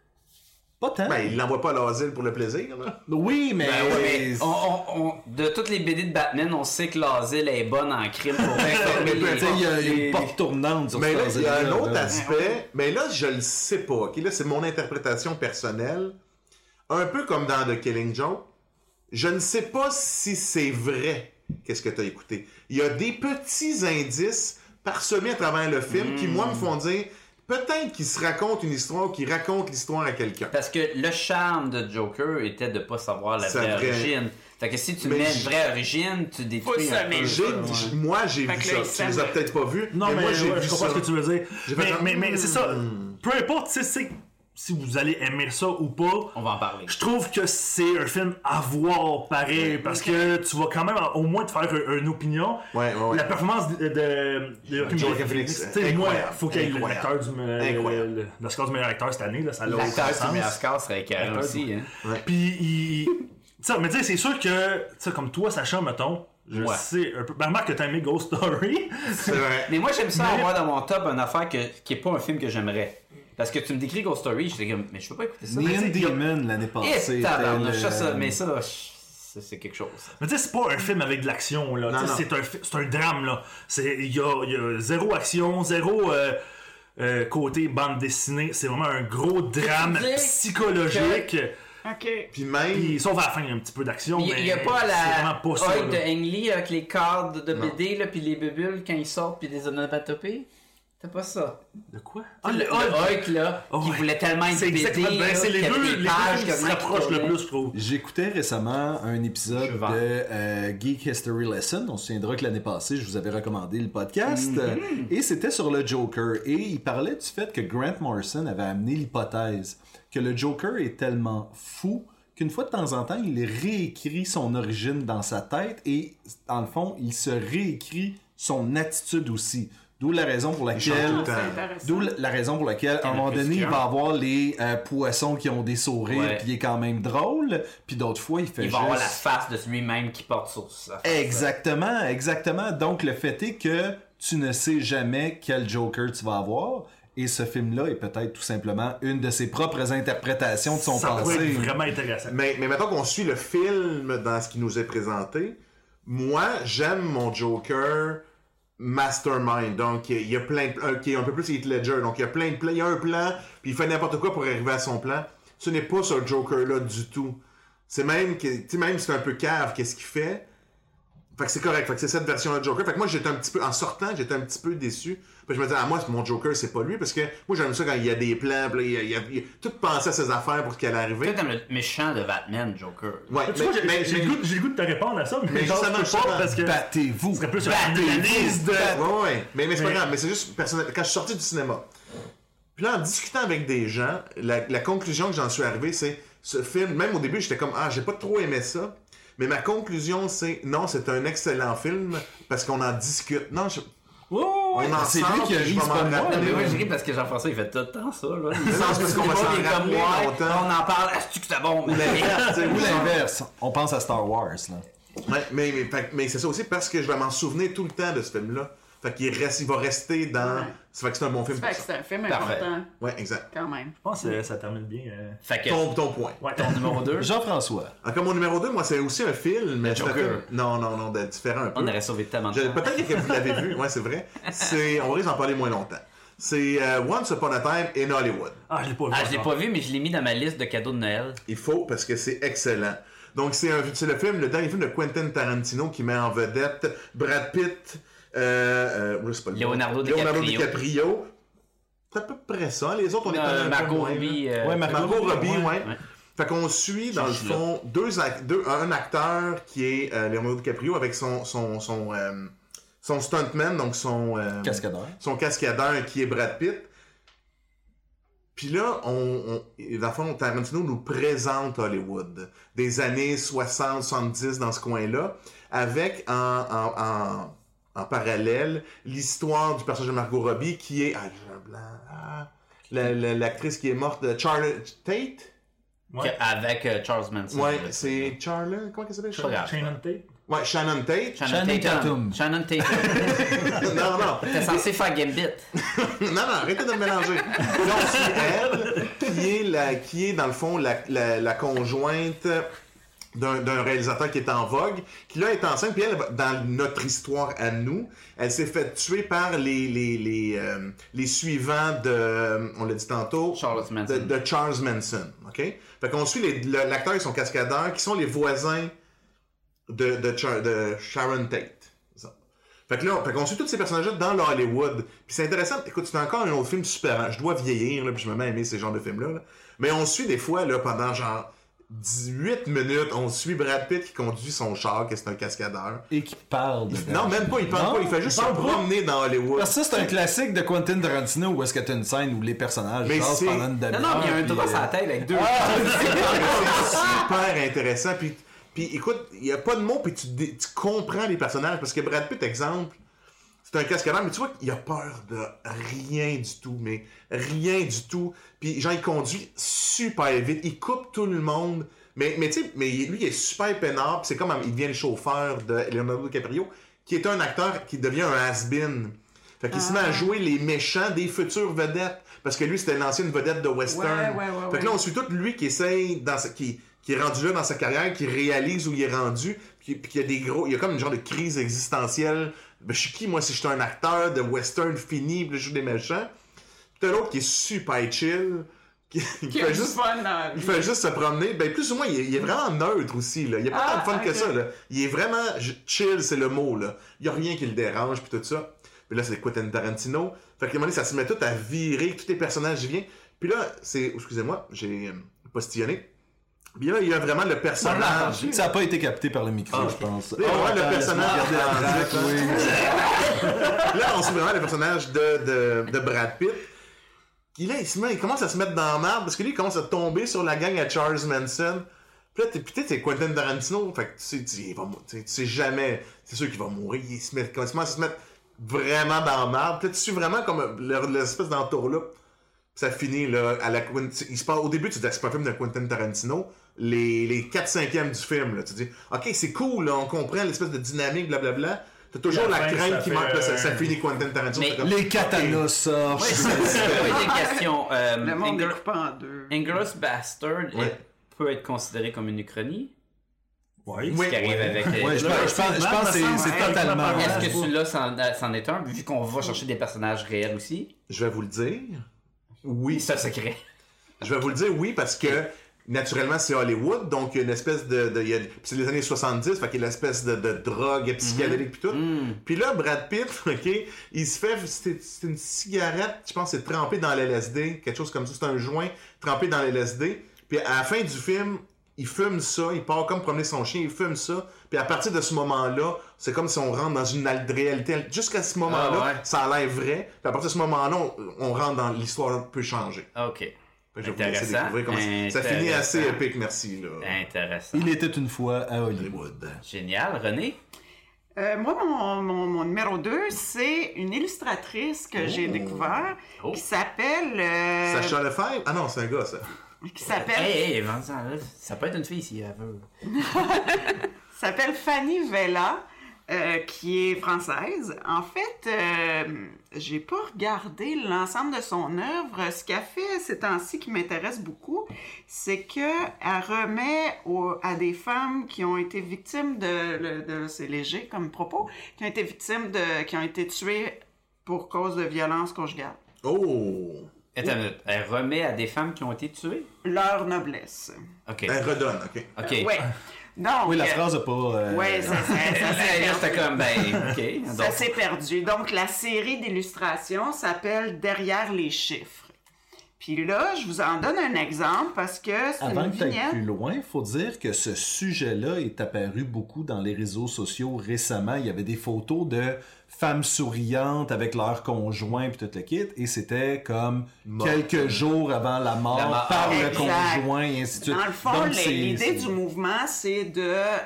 C: Pas tant.
E: Ben, il l'envoie pas à l'asile pour le plaisir, là.
C: Oui, mais...
G: Ben ouais, mais on, on- on- de toutes les B D de Batman, on sait que l'asile est bonne en crime pour informer
C: Tu sais, il y a, il y a
G: les-
C: une porte tournante sur
E: Mais là,
C: ce
E: il y a un
C: asile-là,
E: autre
C: là.
E: aspect, mais là, je le sais pas. ok? Là, c'est mon interprétation personnelle. Un peu comme dans The Killing Joke, je ne sais pas si c'est vrai, qu'est-ce que tu as écouté. Il y a des petits indices parsemés à travers le film qui, moi, me font dire peut-être qu'il se raconte une histoire ou qu'il raconte l'histoire à quelqu'un.
G: Parce que le charme de Joker était de pas savoir la vraie
E: vrai.
G: origine. Fait que si tu
E: Mais
G: mets
E: j'-
G: une vraie origine, tu
D: Faut
G: détruis
D: se
G: un peu.
D: mêler.
E: J'ai,
G: Ouais.
E: Moi, j'ai
D: Fait
E: vu
D: que
E: ça.
D: là, il
E: Tu
D: s'aime.
E: les as peut-être pas vus.
F: Non, mais,
E: moi, j'ai
F: ouais,
E: vu
F: je comprends
E: ça.
F: ce que tu veux dire.
E: J'ai
F: Mais,
E: fait comme,
F: mais, mais c'est ça.
E: hmm.
F: Peu importe, tu sais, c'est- si vous allez aimer ça ou pas,
G: On va en parler.
F: je trouve que c'est un film à voir pareil, parce que tu vas quand même au moins te faire une, une opinion.
E: Ouais, ouais, ouais.
F: La performance de, de, de Joaquin
E: Joaquin
F: Phoenix,
E: Phoenix,
F: tu sais, moi,
E: incroyable,
F: faut qu'il y ait
E: incroyable.
F: l'acteur du me-
E: Incroyable.
F: le- l'Oscar du meilleur acteur cette année, là, ça a aucun
G: L'acteur
F: sens.
G: du meilleur score serait écœurant
F: L'acteur
G: aussi.
F: du-
G: Hein.
F: Puis, il... ça, mais tu sais, c'est sûr que, tu sais, comme toi, Sacha, mettons, je
G: Ouais.
F: sais un peu. Ben, remarque que t'as aimé Ghost Story.
E: C'est vrai.
G: Mais moi, j'aime ça
F: Mais-
G: avoir dans mon top une affaire que, qui est pas un film que j'aimerais. Parce que tu me décris Ghost Story, j'étais comme, mais je peux pas écouter ça.
C: Neon
F: Mais tu sais,
C: Demon l'année passée.
G: Et tabarnak,
C: était
G: ça,
C: le-
G: mais ça, c'est c'est quelque chose.
F: Mais tu sais, c'est pas un film avec de l'action, là.
E: Non,
F: Tu sais,
E: non.
F: c'est un, fi- c'est un drame, là. C'est- Il y a, il y a zéro action, zéro euh, euh, côté bande dessinée. C'est vraiment un gros drame
G: dire
F: psychologique.
D: OK.
E: Puis même,
F: Puis, sauf à la fin, il y a un petit peu d'action,
G: Il
F: mais
G: n'y a pas
F: c'est vraiment
G: la
F: pas ça,
G: Hulk de
F: là.
G: Ang Lee avec les cadres de
E: Non.
G: B D, là, puis les bulles quand ils sortent, puis des onomatopées. T'as pas ça.
F: De quoi?
G: Ah, le, le
F: Hulk!
G: Hulk, là,
F: Oh,
G: qui
F: ouais.
G: voulait tellement être
F: C'est
G: B D,
F: exactement, ben,
G: là,
F: c'est les
G: qu'il y avait
F: deux,
G: des
F: les deux
G: pages
F: films qui se
G: quasiment qui
F: rapprochent le
G: tournaient.
F: plus, je trouve.
C: J'écoutais récemment un épisode
G: Je
C: de
G: vends.
C: euh, Geek History Lesson. On se souviendra que l'année passée, je vous avais recommandé le podcast.
G: Mm-hmm.
C: Et c'était sur le Joker. Et il parlait du fait que Grant Morrison avait amené l'hypothèse que le Joker est tellement fou qu'une fois de temps en temps, il réécrit son origine dans sa tête. Et dans le fond, il se réécrit son attitude aussi. D'où la raison pour
E: change tout
C: laquelle...
E: le temps.
D: C'est intéressant.
C: D'où la raison pour laquelle, à un
G: un
C: moment
G: peu
C: donné, il
G: scrap.
C: va avoir les euh, poissons qui ont des sourires,
G: Ouais.
C: puis il est quand même drôle, puis d'autres fois, il fait
G: Il
C: juste...
G: va avoir la face de lui-même qui porte sur sa face.
C: Exactement, exactement. Donc, le fait est que tu ne sais jamais quel Joker tu vas avoir, et ce film-là est peut-être tout simplement une de ses propres interprétations de son
F: Ça pourrait
C: passé.
F: être vraiment intéressant.
E: mais, mais maintenant qu'on suit le film dans ce qui nous est présenté, moi, j'aime mon Joker mastermind. Donc, il y a plein de plans, qui est un peu plus Heath Ledger. Donc, il y a plein de plans. Il y a un plan, puis il fait n'importe quoi pour arriver à son plan. Ce n'est pas ce Joker-là du tout. C'est même, que, tu sais, même c'est un peu cave, qu'est-ce qu'il fait. Fait que c'est correct. Fait que c'est cette version-là de Joker. Fait que moi, j'étais un petit peu, en sortant, j'étais un petit peu déçu. Puis je me disais, ah, moi, mon Joker, c'est pas lui. Parce que moi, j'aime ça quand il y a des plans, puis là, il y a, il y a- il y a tout pensé à ses affaires pour ce qu'elle arrive.
G: Toi, comme le méchant de Batman, Joker.
E: Ouais,
F: Tu vois, j'ai-
E: mais-
F: j'ai
E: mais-
F: le goût- j'ai le goût de te répondre à ça, mais,
E: Mais
F: genre,
E: justement,
F: je peux
E: justement,
F: pas parce que
C: Battez-vous!
F: ce serait plus
G: Battez-vous.
F: une analyse de...
E: Ouais, ouais, mais, mais c'est pas
F: Mais-
E: grave, mais c'est juste personnel. Quand je suis sorti du cinéma, puis là, en discutant avec des gens, la, la conclusion que j'en suis arrivé, c'est ce film, même au début, j'étais comme, ah, j'ai pas trop aimé ça, mais ma conclusion, c'est, non, c'est un excellent film, parce qu'on en discute. Non, je...
F: Oh, ouais.
E: on en
C: c'est
E: sort,
C: lui qui a
E: puis je
C: ri,
E: vais
C: c'est
E: m'en
C: pas moi,
E: rappeler.
G: Non, mais moi,
C: Ouais.
G: je ris parce que Jean-François, il fait tout le temps ça, là. Il
E: Non, c'est parce qu'on va s'en
G: il est comme,
E: rappeler
G: ouais,
E: longtemps.
G: on en parle, est-ce que c'est bon?
E: Ou l'inverse, tu sais,
C: Ou
E: ou ça-
C: l'inverse, on pense à Star Wars, là.
E: Ouais, mais, mais, fait- mais c'est ça aussi parce que je vais m'en souvenir tout le temps de ce film-là. Fait qu'il reste, il va rester dans.
D: Ouais.
E: Ça fait que c'est un bon film
D: Ça
E: pour
D: fait que c'est
E: ça.
D: un film
G: Parfait.
D: important,
E: Ouais, exact.
D: quand même.
F: Je pense que ça termine bien. euh.
G: Fait que,
E: Ton, ton point.
F: Ouais.
G: ton numéro deux,
C: Jean-François.
E: Encore mon numéro deux, moi, c'est aussi un film, mais c'est un
G: Joker.
E: film. Non, non, non, de- différent un peu.
G: on aurait sauvé tellement de
E: Je-
G: temps.
E: Peut-être que vous l'avez vu, ouais, c'est vrai. C'est, on va en parler moins longtemps. C'est euh, Once Upon a Time in Hollywood.
F: Ah, je l'ai pas vu.
G: Ah, je l'ai
F: encore.
G: pas vu, mais je l'ai mis dans ma liste de cadeaux de Noël.
E: Il faut parce que c'est excellent. Donc c'est, un, c'est le film, le dernier film de Quentin Tarantino qui met en vedette Brad Pitt, euh, euh, c'est pas le nom.
G: Leonardo
E: Leonardo
G: DiCaprio.
E: DiCaprio. C'est à peu près ça. Les autres, on est
G: Euh,
E: pas un peu
G: Margot
E: moins, là.
G: Robbie. euh,
C: Ouais, Margot
E: Margot Robbie, ouais.
G: Ouais.
E: Fait qu'on suit dans le
G: Je suis là.
E: fond deux, ac- deux un acteur qui est euh, Leonardo DiCaprio avec son son son euh, son stuntman, donc son euh,
C: Cascadeur.
E: son cascadeur qui est Brad Pitt. Puis là, on, on, dans le fond, Tarantino nous présente Hollywood des années soixante soixante-dix dans ce coin-là, avec en, en, en, en parallèle l'histoire du personnage de Margot Robbie qui est... Ah, j'ai un blanc. Ah, la- la- l'actrice qui est morte, de Charlotte Tate.
F: Ouais.
G: que- Avec euh, Charles Manson.
E: Ouais, c'est Charlotte... Comment elle s'appelle?
G: pas grave.
F: Shannon Tate.
E: Ouais, Shannon Tate.
G: Shannon
C: Shannon
G: Tatum.
C: Tatum.
G: Shannon Tatum.
E: non, non.
G: T'es censé faire Gambit.
E: non, non, arrêtez de me mélanger. Là, on suit elle, qui est, la, qui est dans le fond la, la, la conjointe d'un, d'un réalisateur qui est en vogue, qui là est enceinte, puis elle, dans notre histoire à nous, elle s'est fait tuer par les, les, les, euh, les suivants de, on l'a dit tantôt,
G: Charles Manson.
E: de, de Charles Manson. OK? Fait qu'on suit les, le- l'acteur et son cascadeur, qui sont les voisins de, de, Char- de Sharon Tate. Ça. Fait que là, fait qu'on suit tous ces personnages-là dans le Hollywood. Puis c'est intéressant, écoute, c'est encore un autre film super. Je dois vieillir, là, puis je me mets à aimer ces genres de films-là. Là. Mais on suit des fois, là, pendant genre dix-huit minutes, on suit Brad Pitt qui conduit son char, que c'est un cascadeur.
C: Et qui parle de
E: Non, même pas, il parle
C: Non,
E: pas, il fait juste
C: il
E: se
C: parle pas.
E: promener dans Hollywood.
C: Parce que ça, c'est un classique de Quentin Tarantino où est-ce que t'as une scène où les personnages
E: Mais
C: jasent
E: c'est-
C: pendant une
G: Non,
C: demi-heure.
G: non, mais il y a un
C: puis,
G: drap sur
C: euh,
G: la tête avec deux.
E: C'est super intéressant. Puis, puis écoute, il n'y a pas de mots, puis tu, dé- tu comprends les personnages. Parce que Brad Pitt, exemple, c'est un cascadeur, mais tu vois qu'il a peur de rien du tout, mais rien du tout. Puis genre, il conduit super vite, il coupe tout le monde. Mais, mais tu sais, mais lui, il est super peinard, puis c'est comme il devient le chauffeur de Leonardo DiCaprio, qui est un acteur qui devient un has-been. Fait qu'il se met à jouer les méchants des futures vedettes. Parce que lui, c'était l'ancienne vedette de western.
D: Ouais, ouais, ouais,
E: fait que là,
D: ouais.
E: on suit tout lui qui essaye, dans sa- qui, qui est rendu là dans sa carrière, qui réalise où il est rendu, puis, puis qu'il y a des gros... Il y a comme une genre de crise existentielle. Ben, je suis qui, moi, si je suis un acteur de western fini, puis là, je joue des méchants? Puis t'as l'autre qui est super chill, qui, qui
D: Qui a
E: fait
D: du
E: juste...
D: fun dans la
E: Il
D: vie.
E: fait juste se promener. Ben, plus ou moins, il est, il est vraiment neutre aussi, là. Il a pas
D: Ah,
E: tant de fun
D: ok.
E: que ça, là. Il est vraiment j- chill, c'est le mot, là. Il y a rien qui le dérange, puis tout ça. Puis là, c'est Quentin Tarantino. Fait qu'à un moment donné, ça se met tout à virer, tous les personnages viennent. Puis là, c'est... Excusez-moi, j'ai euh, postillonné. Puis là, il y a vraiment le personnage...
C: Ça n'a pas été capté par le micro,
G: Ah,
C: je pense.
E: Oui, ouais, le
C: attends,
E: personnage-
C: laisse-moi regarder la track, oui.
E: Là, on suit vraiment le personnage de, de, de Brad Pitt. Qui là, il, se met, il commence à se mettre dans la merde parce que lui, il commence à tomber sur la gang à Charles Manson. Puis là, t'es, puis t'es, c'est Quentin Tarantino. Fait que tu sais, tu, il va, mou- tu sais, tu sais jamais, c'est sûr qu'il va mourir. Il se met, il commence à se mettre vraiment dans la merde. Puis là, tu suis vraiment comme le- l'espèce d'entourloupe. Puis ça finit là, à la Quentin. Il se passe, au début, tu dis, c'est pas un film de Quentin Tarantino. Les, les quatre cinquièmes du film, là, tu dis, ok, c'est cool, là, on comprend l'espèce de dynamique, blablabla. T'as toujours
F: Puis à
E: la
F: la fin,
E: crainte
F: ça
E: qui
F: fait,
E: manque, là, ça,
F: euh,
E: ça finit Quentin Tarantino.
G: Mais
E: c'est comme,
C: Les
E: ok.
C: katanas sortent.
G: Ouais, c'est pas une question. Euh,
D: Le monde est
G: Ingr-
D: coupé en deux.
G: Inglourious Bastard
E: Ouais.
G: est- peut être considéré comme une uchronie.
F: Oui.
E: Oui.
G: Ce qui arrive avec.
C: Ouais, je pense, je pense, je pense que c'est- c'est
D: Ouais,
C: totalement...
D: ouais.
G: Est-ce que celui-là c'en, euh, c'en est un, vu qu'on va chercher des personnages réels aussi?
E: Je vais vous le dire. Oui.
G: C'est un secret.
E: Je vais vous le dire oui parce que naturellement c'est Hollywood, donc il y a une espèce de, de il y a- c'est les années soixante-dix, fait qu'il y a l'espèce de, de drogue psychédélique puis tout.
G: Mm.
E: Puis là Brad Pitt, ok, il se fait, c'est c'est une cigarette, je pense c'est trempé dans l'L S D, quelque chose comme ça, c'est un joint trempé dans l'L S D. Puis à la fin du film, il fume ça, il part comme promener son chien, il fume ça. Puis à partir de ce moment-là, c'est comme si on rentre dans une al- réalité. Jusqu'à ce moment-là,
G: Ah ouais.
E: ça a l'air vrai. Puis à partir de ce moment-là, on, on rentre dans l'histoire peut changer.
G: Ok.
E: Fait que je vais vous laisser
G: Intéressant.
E: découvrir comment ça, ça finit assez
G: Intéressant.
E: épique, merci. Là.
G: Intéressant.
C: Il était une fois à Hollywood.
G: Génial. René?
D: Euh, moi, mon, mon, mon numéro deux, c'est une illustratrice que j'ai découvert
G: Oh.
D: qui s'appelle... euh,
E: Sacha Lefebvre? Ah non, c'est un gars, ça.
D: qui s'appelle
G: Hey, hey, Vincent, là, ça peut être une fille si elle veut.
D: s'appelle Fanny Vella, euh, qui est française. En fait, euh, j'ai pas regardé l'ensemble de son œuvre. Ce qu'elle fait ces temps-ci qui m'intéresse beaucoup, c'est que elle remet au- à des femmes qui ont été victimes de, le- de c'est léger comme propos, qui ont été victimes de, qui ont été tuées pour cause de violence conjugale.
E: Oh!
G: Attends une minute. Elle remet à des femmes qui ont été tuées?
D: Leur noblesse.
G: Ok.
E: Elle redonne, ok.
G: Ok.
D: Ouais. Donc,
C: Oui, la
D: euh,
C: phrase n'a pas... euh,
D: ouais, ça, ça, ça,
G: Là,
D: s'est
G: là, j'étais
D: perdu.
G: comme, ben, ok.
D: Ça
G: Donc,
D: s'est perdu. Donc, la série d'illustrations s'appelle Derrière les chiffres. Puis là, je vous en donne un exemple parce que c'est
C: Avant
D: une
C: que tu ailles
D: vignette.
C: plus loin, il faut dire que ce sujet-là est apparu beaucoup dans les réseaux sociaux récemment. Il y avait des photos de femmes souriantes avec leurs conjoints puis tout le kit, et c'était comme
E: Mort.
C: quelques jours avant la mort,
G: La mort.
C: par le
D: Exact.
C: conjoint et ainsi de suite.
D: Dans le fond,
C: Donc,
D: les-
C: c'est-
D: l'idée
C: c'est-
D: du mouvement, c'est de...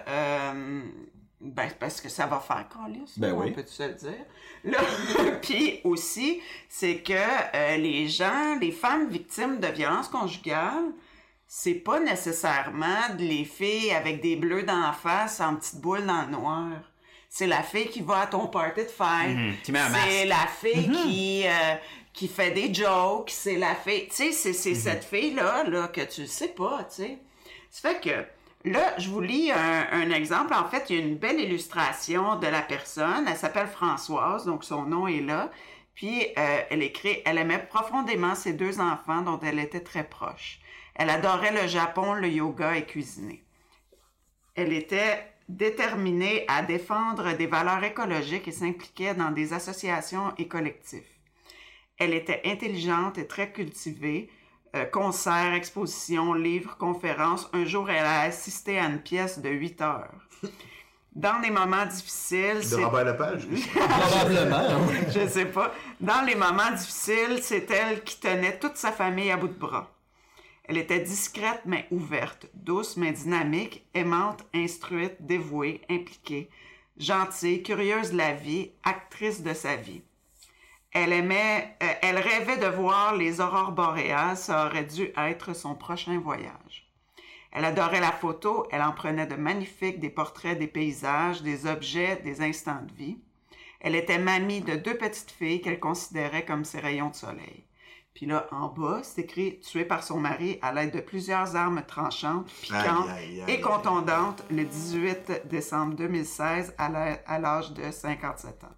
D: euh, ben, parce que ça va faire calice,
C: Ben
D: on
C: oui.
D: peut se le dire. Là, puis aussi, c'est que euh, les gens, les femmes victimes de violences conjugales, c'est pas nécessairement de les filles avec des bleus dans la face en petites boules dans le noir. C'est la fille qui va à ton party de fête.
G: Mhm, qui met un
D: C'est
G: masque.
D: la fille qui, euh, qui fait des jokes. C'est la fille... Tu sais, c'est, c'est cette fille-là là, que tu sais pas, tu sais. Ça fait que... Là, je vous lis un, un exemple. En fait, il y a une belle illustration de la personne. Elle s'appelle Françoise, donc son nom est là. Puis, euh, elle écrit « Elle aimait profondément ses deux enfants dont elle était très proche. Elle adorait le Japon, le yoga et cuisiner. Elle était déterminée à défendre des valeurs écologiques et s'impliquait dans des associations et collectifs. Elle était intelligente et très cultivée. Euh, concerts, expositions, livres, conférences. Un jour, elle a assisté à une pièce de huit heures. Dans les moments difficiles...
E: De
D: c'est...
E: Robert Lepage.
C: Probablement. oui.
D: Je sais pas. Dans les moments difficiles, c'est elle qui tenait toute sa famille à bout de bras. Elle était discrète mais ouverte, douce mais dynamique, aimante, instruite, dévouée, impliquée, gentille, curieuse de la vie, actrice de sa vie. Elle aimait, euh, elle rêvait de voir les aurores boréales, ça aurait dû être son prochain voyage. Elle adorait la photo, elle en prenait de magnifiques, des portraits, des paysages, des objets, des instants de vie. Elle était mamie de deux petites filles qu'elle considérait comme ses rayons de soleil. Puis là, en bas, c'est écrit « Tuée par son mari à l'aide de plusieurs armes tranchantes, piquantes
E: Aïe, aïe, aïe,
D: et contondantes le dix-huit décembre deux mille seize à l'a- à l'âge de cinquante-sept ans. »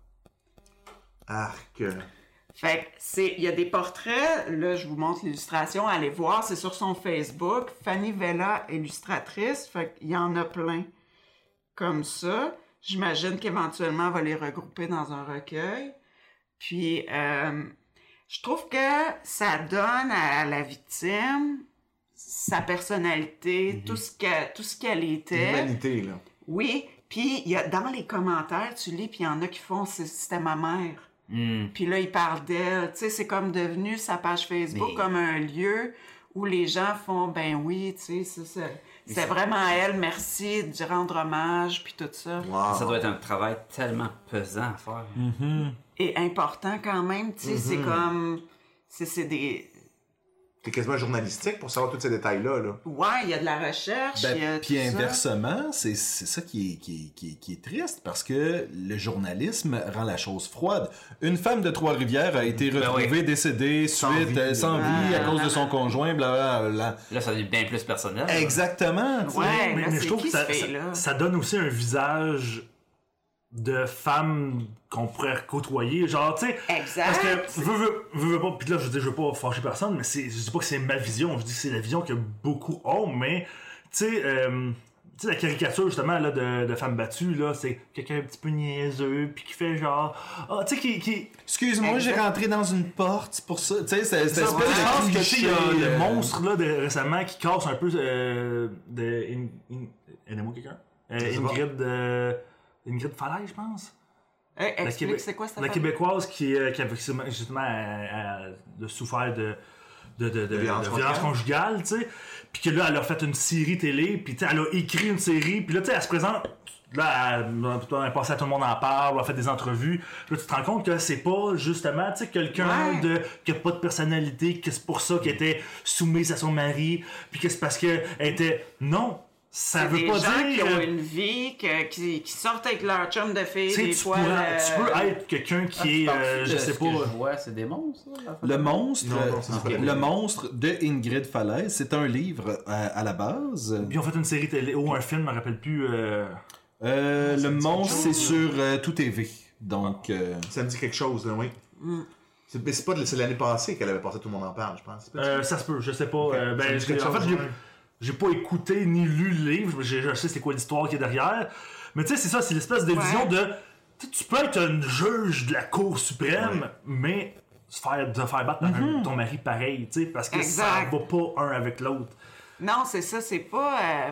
E: Arc.
D: Fait que c'est, il y a des portraits, là je vous montre l'illustration, allez voir, c'est sur son Facebook, Fanny Vella, illustratrice, fait qu'il y en a plein comme ça. J'imagine qu'éventuellement elle va les regrouper dans un recueil. Puis euh, je trouve que ça donne à la victime sa personnalité, mm-hmm. tout ce que, tout ce qu'elle était.
E: L'humanité, là.
D: Oui, puis il y a dans les commentaires, tu lis, puis il y en a qui font c'est- c'était ma mère.
G: Mm.
D: Puis là, il parle d'elle. Tu sais, c'est comme devenu sa page Facebook
G: Mais-
D: comme un lieu où les gens font, ben oui, tu sais, c'est, c'est, c'est vraiment à elle, merci de rendre hommage, puis tout ça.
E: Wow.
G: Ça doit être un travail tellement pesant à faire.
D: Et important quand même, tu sais, c'est comme, c'est, c'est des...
E: C'est quasiment journalistique pour savoir tous ces détails-là, là.
D: Ouais, il y a de la recherche, il y a
C: Ben,
D: tout
C: puis
D: ça.
C: inversement, c'est c'est ça qui est, qui, est, qui, est, qui est triste parce que le journalisme rend la chose froide. Une femme de Trois-Rivières a été retrouvée
G: oui.
C: décédée
E: Sans
C: suite
E: vie.
C: euh, sans vie à
D: Ah,
C: cause
D: ah,
C: de son
D: ah.
C: conjoint, blablabla.
G: Là, ça devient bien plus personnel. là.
C: Exactement. tu sais.
D: Ouais,
F: mais,
D: là,
F: mais
D: c'est
F: je trouve
D: qui
F: que ça,
D: ce
F: ça,
D: fait-là?
F: ça donne aussi un visage de femme qu'on pourrait côtoyer. Genre, tu sais.
D: Exact.
F: Parce que, veux, veux, veux, veux pas, puis là, je dis, je veux pas fâcher personne, mais c'est, je dis pas que c'est ma vision, je dis que c'est la vision que beaucoup ont, mais, tu sais, euh, tu sais, la caricature, justement, là, de, de femme battue, là, c'est quelqu'un un petit peu niaiseux, puis qui fait genre, ah, tu sais, qui, qui,
C: Excuse-moi, j'ai
D: Exact.
C: rentré dans une porte, c'est pour ça. Tu sais, c'est c'est
F: Ça,
C: espèce
F: je pense
C: de
F: que
C: cliché,
F: il y a
C: euh,
F: le monstre là de récemment qui casse un peu euh, de In- In- aidez-moi quelqu'un euh,
E: sais pas.
F: Ingrid euh, Ingrid Falaise, je pense.
D: Hey,
F: La
D: explique,
F: Québé-
D: c'est quoi ça?
F: La Québécoise qui, euh, qui avait justement, justement euh, euh, de souffert de de, de, de,
E: violence
F: de violence conjugale, tu sais. Puis que là, elle a fait une série télé, puis tu sais, elle a écrit une série, puis là, tu sais, elle se présente. Là, elle, elle est passée à tout le monde en parle, elle a fait des entrevues. Là, tu te rends compte que c'est pas justement, tu sais, quelqu'un
D: Ouais.
F: de qui a pas de personnalité, que c'est pour ça qu'elle était soumise à son mari, puis que c'est parce qu'elle était. Non, ça
D: C'est
F: veut
D: des
F: pas
D: gens
F: dire.
D: qui ont
F: euh,
D: une vie, que- qui, qui sortent avec leur chum de filles,
F: Tu sais,
D: des
F: tu,
D: fois...
F: pourrais-
D: euh,
F: tu peux être quelqu'un qui est, euh, je
G: De
F: sais
G: ce
F: pas.
G: que je vois, c'est des monstres, ça, la fin?
C: Le monstre,
E: Non, non, c'est
C: euh,
E: pas
C: le monstre de Ingrid Falaise, c'est un livre euh, à la base.
F: Puis ils ont fait une série télé ou un film, je me rappelle plus. euh,
C: Euh, le monstre, c'est sur euh, Tout T V. Donc, euh,
E: Ça me dit quelque chose, là, oui. C'est, mais c'est pas de, c'est l'année passée qu'elle avait passé Tout le monde en parle, je pense. C'est pas
F: Euh, ça se peut, je sais pas.
E: Ok.
F: euh,
E: Ça
F: ben,
E: me dit quelque
F: en fait,
E: chose,
F: j'ai,
E: ouais.
F: j'ai pas écouté ni lu le livre, je, je sais c'est quoi l'histoire qui est derrière. Mais tu sais, c'est ça, c'est l'espèce de
D: Ouais.
F: vision de. Tu sais, tu peux être un juge de la Cour suprême,
E: Ouais.
F: mais se faire, de faire battre un- ton mari pareil, tu sais, parce que ça
D: Exact.
F: va pas un avec l'autre.
D: Non, c'est ça, c'est pas... euh,